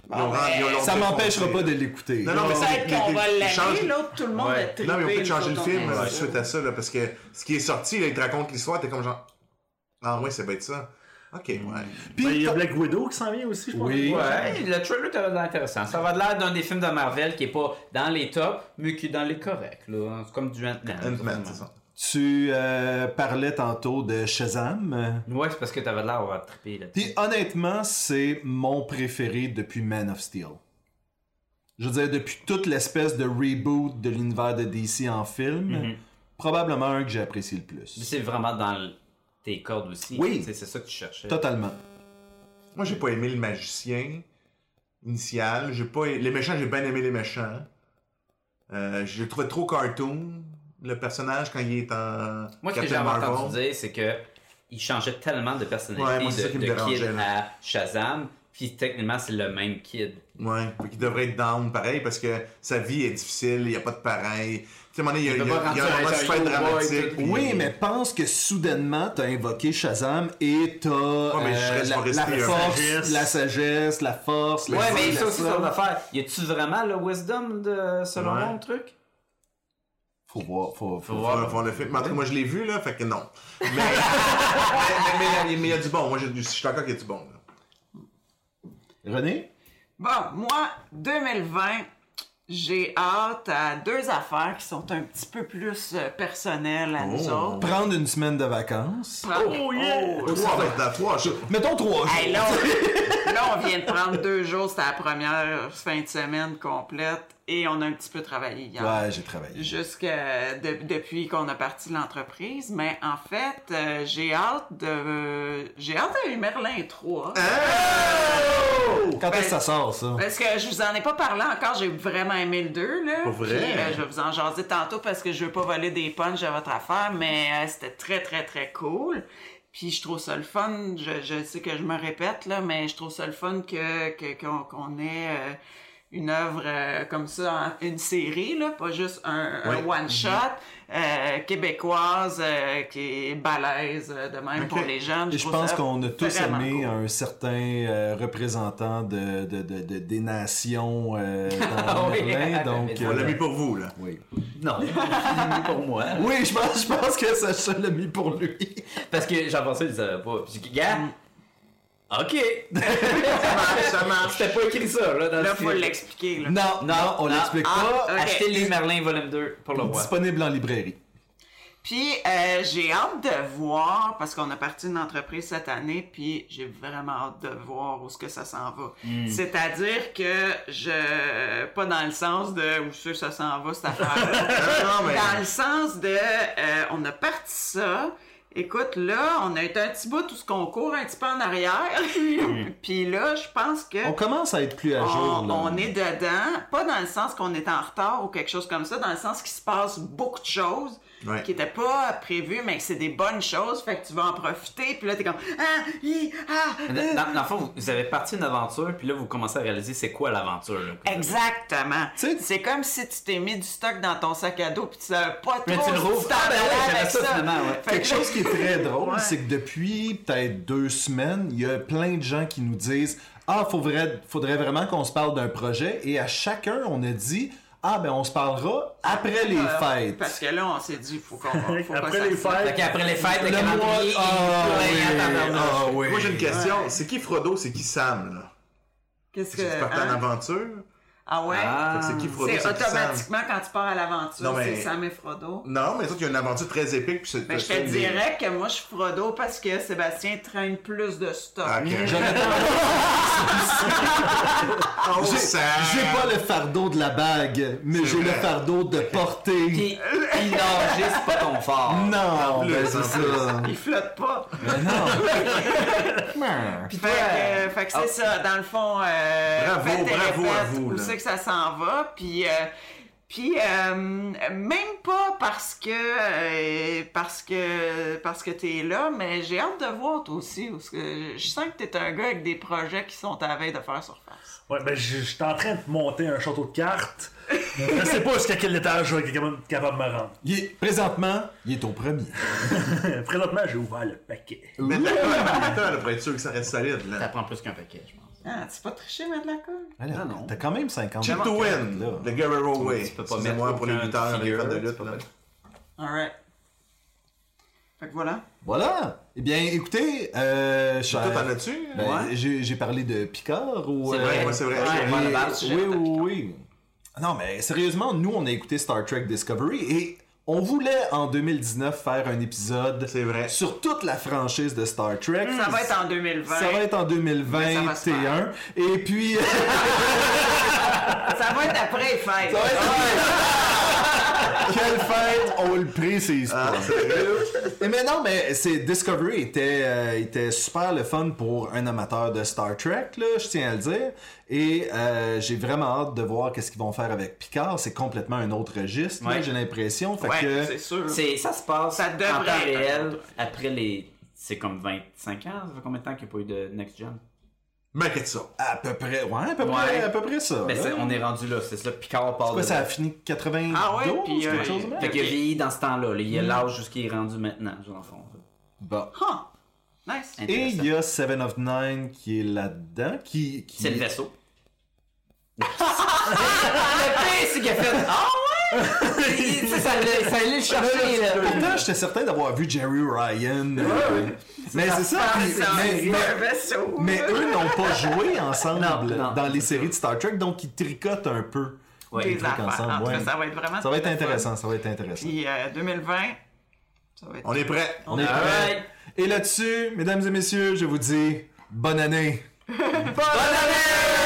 E: Ils ont rendu- ils ont
I: Ça
E: fait
I: m'empêchera
E: foncer.
I: pas de l'écouter.
E: Non, non, mais c'est-
D: Peut-être qu'on va
E: ils- ils changent-
D: l'aimer, l'autre, tout le monde
G: Ouais.
D: a trippé.
E: Non, mais on peut
D: nous
E: changer le
D: autres,
E: film
D: on
E: euh,
D: aime ça.
E: suite à ça, là, parce que ce qui est sorti, là, il te raconte l'histoire, t'es comme genre. Ah, ouais, ça va être ça. Ok, ouais.
I: Puis,
F: Ben, il y a
I: t'as-
F: Black Widow qui s'en vient aussi, je pense.
I: Oui.
G: Ouais, le trailer t'avait l'air intéressant. Ça va de l'air d'un des films de Marvel qui est pas dans les tops, mais qui est dans les corrects. Là. C'est comme du Ant-Man.
E: Ant-Man, c'est ça.
I: tu euh, parlais tantôt de Shazam.
G: Ouais, c'est parce que t'avais l'air d'avoir trippé là-dessus.
I: Puis honnêtement, c'est mon préféré depuis Man of Steel. Je veux dire, depuis toute l'espèce de reboot de l'univers de D C en film,
G: Mhm.
I: probablement un que j'ai apprécié le plus.
G: C'est vraiment dans le- tes cordes aussi.
I: Oui.
G: C'est c'est ça que tu cherchais.
I: Totalement.
E: Moi, j'ai pas aimé le magicien initial. J'ai pas... Les méchants, j'ai bien aimé les méchants. Euh, je le trouvais trop cartoon, le personnage, quand il est en
G: Moi, ce que
E: Captain
G: j'avais
E: Marvel.
G: entendu dire, c'est que il changeait tellement de personnalité
E: Ouais, moi, c'est ça
G: de,
E: qui me
G: de
E: dérangeait,
G: Kid
E: là.
G: à Shazam. Puis techniquement, c'est le même Kid.
E: Ouais, fait qu'il devrait être down pareil parce que sa vie est difficile, il n'y a pas de pareil. Tu sais, à un moment donné, il y a,
G: Il peut
E: il y a-
G: pas
E: il y a
G: rentrer
E: un moment
G: un
E: super
G: yo-boy,
E: dramatique.
G: tout.
E: puis-
I: Oui, mais pense que soudainement, t'as invoqué Shazam et t'as
E: mais je
I: euh,
E: reste
I: la,
E: pas
I: la
E: resté un-
I: force,
F: sagesse.
I: la sagesse, la force. la
G: Ouais,
I: ci,
G: mais
I: la
G: ça aussi,
I: ça.
G: c'est une affaire. Y a-tu vraiment le wisdom de selon
E: Ouais.
G: mon truc?
I: Faut voir, faut, faut,
G: Faut
E: On
G: voir.
E: va voir le film. Mais en tout cas, moi, je l'ai vu, là, fait que non. Mais mais- mais- mais- mais il y a du bon. Moi, je je suis d'accord qu'il y a du bon. Là.
I: René?
D: Bon, moi, deux mille vingt, j'ai hâte à deux affaires qui sont un petit peu plus euh, personnelles à nous
E: Oh.
D: autres.
I: Prendre une semaine de vacances.
D: Oh, yeah!
E: Trois, maintenant, trois. je-
I: Mettons trois jours.
D: Hey, là, on, là, on vient de prendre deux jours, c'était la première fin de semaine complète et on a un petit peu travaillé hier.
I: Ouais, j'ai travaillé.
D: Jusqu'à de- depuis qu'on a parti l'entreprise, mais en fait, euh, j'ai hâte de j'ai hâte de Merlin trois.
I: Quand
D: Ben,
I: est-ce que ça sort, ça?
D: Parce que je vous en ai pas parlé encore, j'ai vraiment aimé le deux, là.
E: Pour vrai?
D: Puis, euh, je vais vous en jaser tantôt parce que je veux pas voler des punchs à votre affaire, mais euh, c'était très, très, très cool. Puis je trouve ça le fun, je, je sais que je me répète, là, mais je trouve ça le fun que, que, qu'on, qu'on ait euh, une œuvre euh, comme ça, en- une série, là, pas juste un, un
E: Ouais.
D: one-shot, euh, québécoise, euh, qui est balèze euh, de même
E: Ok.
D: pour les jeunes.
I: Et je
D: trouve
I: pense
D: ça
I: qu'on a tous
D: vraiment
I: aimé
D: cool.
I: un certain euh, représentant de, de, de, de- des nations euh, dans
G: Oui,
I: Merlin, donc...
G: mais
E: On l'a
I: euh,
E: mis pour vous, là.
I: oui.
G: Non, pour moi.
I: Oui, je pense, je pense que ça, ça l'a mis pour lui.
G: Parce que j'en pensais, je savais pas. Puis j'ai dit, gars, ok.
E: Ça marche, ça marche.
G: C'était pas écrit ça, là, dans
D: Là,
G: le
D: faut
G: film.
D: l'expliquer, là.
I: Non, non, on
G: non.
I: l'explique
D: Ah,
I: pas.
D: ok.
G: Achetez les Merlin volume deux pour le roi.
I: Disponible en librairie.
D: Puis euh, j'ai hâte de voir, parce qu'on a parti une entreprise cette année, puis j'ai vraiment hâte de voir où ce que ça s'en va. C'est-à-dire que je... Pas dans le sens de où ce que ça s'en va, cette affaire-là.
E: Non, mais-
D: Dans le sens de... euh, on a parti ça... Écoute, là, on a été un petit bout tout ce qu'on court un petit peu en arrière. Puis là, je pense que...
I: On commence à être plus à jour.
D: On,
I: là.
D: on est dedans, pas dans le sens qu'on est en retard ou quelque chose comme ça, dans le sens qu'il se passe beaucoup de choses
E: Ouais.
D: qui n'étaient pas prévues, mais que c'est des bonnes choses, fait que tu vas en profiter, puis là, t'es comme ah, hi, ah,
G: Dans,
D: euh.
G: dans- dans le fond, vous avez parti une aventure, puis là, vous commencez à réaliser c'est quoi l'aventure. Là, que vous avez.
D: Exactement.
I: Tu sais-
D: C'est comme si tu t'es mis du stock dans ton sac à dos, puis tu savais pas trop
G: Mais tu le
D: si
G: rouvres.
D: t'en
G: Ah, ben
D: allais
G: ouais, j'avais
D: avec
G: ça,
D: ça.
G: finalement, ouais.
D: Fait
I: Quelque
D: que là-
I: chose qui est très drôle,
D: Ouais.
I: c'est que depuis peut-être deux semaines, il y a plein de gens qui nous disent « Ah, faudrait, faudrait vraiment qu'on se parle d'un projet. » Et à chacun, on a dit « Ah, ben on se parlera après les
D: Euh,
I: fêtes.
D: Parce que là, on s'est dit, faut qu'on faut
F: Après
D: que ça
F: les
D: se-
F: fêtes.
G: Fait qu'après les fêtes, le,
I: Le
G: calendrier,
I: mois-
G: il est
I: Ah,
G: plein
I: oui,
G: à tabarnak.
I: ah, oui.
E: Moi, j'ai une question. C'est qui Frodo, c'est qui Sam, là?
D: Qu'est-ce
E: Parce que tu
D: que...
E: partais en
D: hein?
E: aventure.
D: Ah ouais?
G: Ah.
E: Fait que c'est qui Frodo,
D: C'est
E: c'est qui Sam?
D: automatiquement quand tu pars à l'aventure,
E: Non, mais-
D: c'est Sam et Frodo.
E: Non, mais toi, il y a une aventure très épique. Puis c'est-
D: Ben, je te
E: c'est-
D: dirais que moi, je suis Frodo parce que Sébastien traîne plus de stock.
E: Ah, ok.
I: J'aurais pas-
E: Oh,
I: J'ai
E: Sam!
I: j'ai pas le fardeau de la bague, mais
E: C'est
I: j'ai le
E: vrai.
I: fardeau de porter.
G: Puis, puis nager, c'est pas ton fort.
I: Non, ben c'est ça.
D: Il flotte pas.
I: Non.
G: Puis
D: Fait
G: toi,
D: que, euh, fait que c'est ça, dans le fond. Euh,
E: Bravo,
D: faites et
E: bravo à
D: répète
E: vous,
D: Où
E: là.
D: c'est que ça s'en va, puis. euh, Puis euh, même pas parce que euh, parce que parce que t'es là, mais j'ai hâte de voir toi aussi, parce que je sens que t'es un gars avec des projets qui sont à la veille de faire surface.
F: Ouais, ben, je je suis en train de monter un château de cartes. Je sais pas jusqu'à quel étage je vais être capable- capable de me rendre.
I: Il est- présentement, il est au premier.
F: Présentement, j'ai ouvert le paquet.
E: Mais attends, attends, là, pour être sûr que ça reste solide, là.
G: ça prend plus qu'un paquet, je pense.
D: Ah, tu pas triché, mettre la colle?
I: Alors,
G: Non, non.
I: T'as quand même cinquante.
E: Chip to win,
I: là.
E: The Guerrero Way.
G: Tu peux pas
E: Excusez-moi
G: mettre
E: pour les
G: aucun
E: lutteurs, les
G: figure,
E: fans de
G: tu
E: lutte.
G: peux
E: là.
G: pas-
D: Alright. Fait que voilà.
I: Voilà. Eh bien, écoutez, euh, je
E: Toi, t'en as-tu?
I: ben,
G: Ouais.
I: j'ai, j'ai parlé de Picard ou...
G: C'est
I: euh,
G: vrai,
E: ouais, c'est vrai.
G: Ouais,
E: Ok.
G: moi, à la
I: Et-
G: base, j'ai
I: oui,
G: fait
I: oui, oui. Non, mais sérieusement, nous, on a écouté Star Trek Discovery et on voulait, en deux mille dix-neuf, faire un épisode
E: C'est vrai.
I: sur toute la franchise de Star Trek.
D: Ça va être en deux mille vingt.
I: Ça va être en deux mille vingt
D: Mais ça va se
I: et un. Et puis...
D: Ça va être après les fêtes.
I: Ça va être- Quelle fête! On le précise pas. Et mais non, mais c'est Discovery était, euh, était super le fun pour un amateur de Star Trek, là, je tiens à le dire. Et euh, j'ai vraiment hâte de voir qu'est-ce qu'ils vont faire avec Picard. C'est complètement un autre registre, là,
G: Ouais.
I: j'ai l'impression. Fait
D: Ouais,
I: que...
D: c'est sûr.
G: C'est, ça se passe
D: Ça
G: en
D: devrait
G: temps
D: être
G: réel après les. C'est comme vingt-cinq ans, ça fait combien de temps qu'il n'y a pas eu de Next Gen?
E: Mais qu'est-ce que ça?
I: À peu près, ouais, à peu,
G: Ouais.
I: Près, à peu près ça.
G: Ben,
I: là.
G: c'est- on est rendu là, c'est ça. Picard part
I: C'est quoi,
G: de
I: ça a
G: là.
I: fini quatre-vingt-douze,
D: Ah ouais, puis,
I: quelque
D: euh,
I: chose de même?
G: Fait qu'il a vieilli dans ce temps-là. là. Il a l'âge jusqu'il est rendu maintenant, genre, dans le fond.
I: Bon.
D: Huh. Nice.
I: Et
G: Intéressant.
I: il y a Seven of Nine qui est là-dedans, qui... qui...
G: C'est le vaisseau. Le pire, c'est qu'il a fait. Ah ouais! Tu sais, ça l'a ça l'a cherché, là.
I: Pourtant, j'étais certain d'avoir vu Jerry Ryan. euh, Mais c'est ça,
D: Ah,
I: puis-
D: c'est
I: mais,
D: un
I: mais-
D: vaisseau.
I: mais eux n'ont pas joué ensemble
G: Non, non,
I: dans les
G: c'est
I: séries de Star Trek, donc ils tricotent un peu.
G: Ouais,
D: Des
I: les trucs
D: affaires.
I: ensemble,
D: En tout cas,
I: ouais.
D: ça va être vraiment
I: Ça va être
D: très fun.
I: intéressant, ça va être intéressant.
D: Puis euh, deux mille vingt, ça va être...
E: On est prêt.
I: On est
G: Alright.
I: prêts. Et là-dessus, mesdames et messieurs, je vous dis bonne année.
G: Bonne année!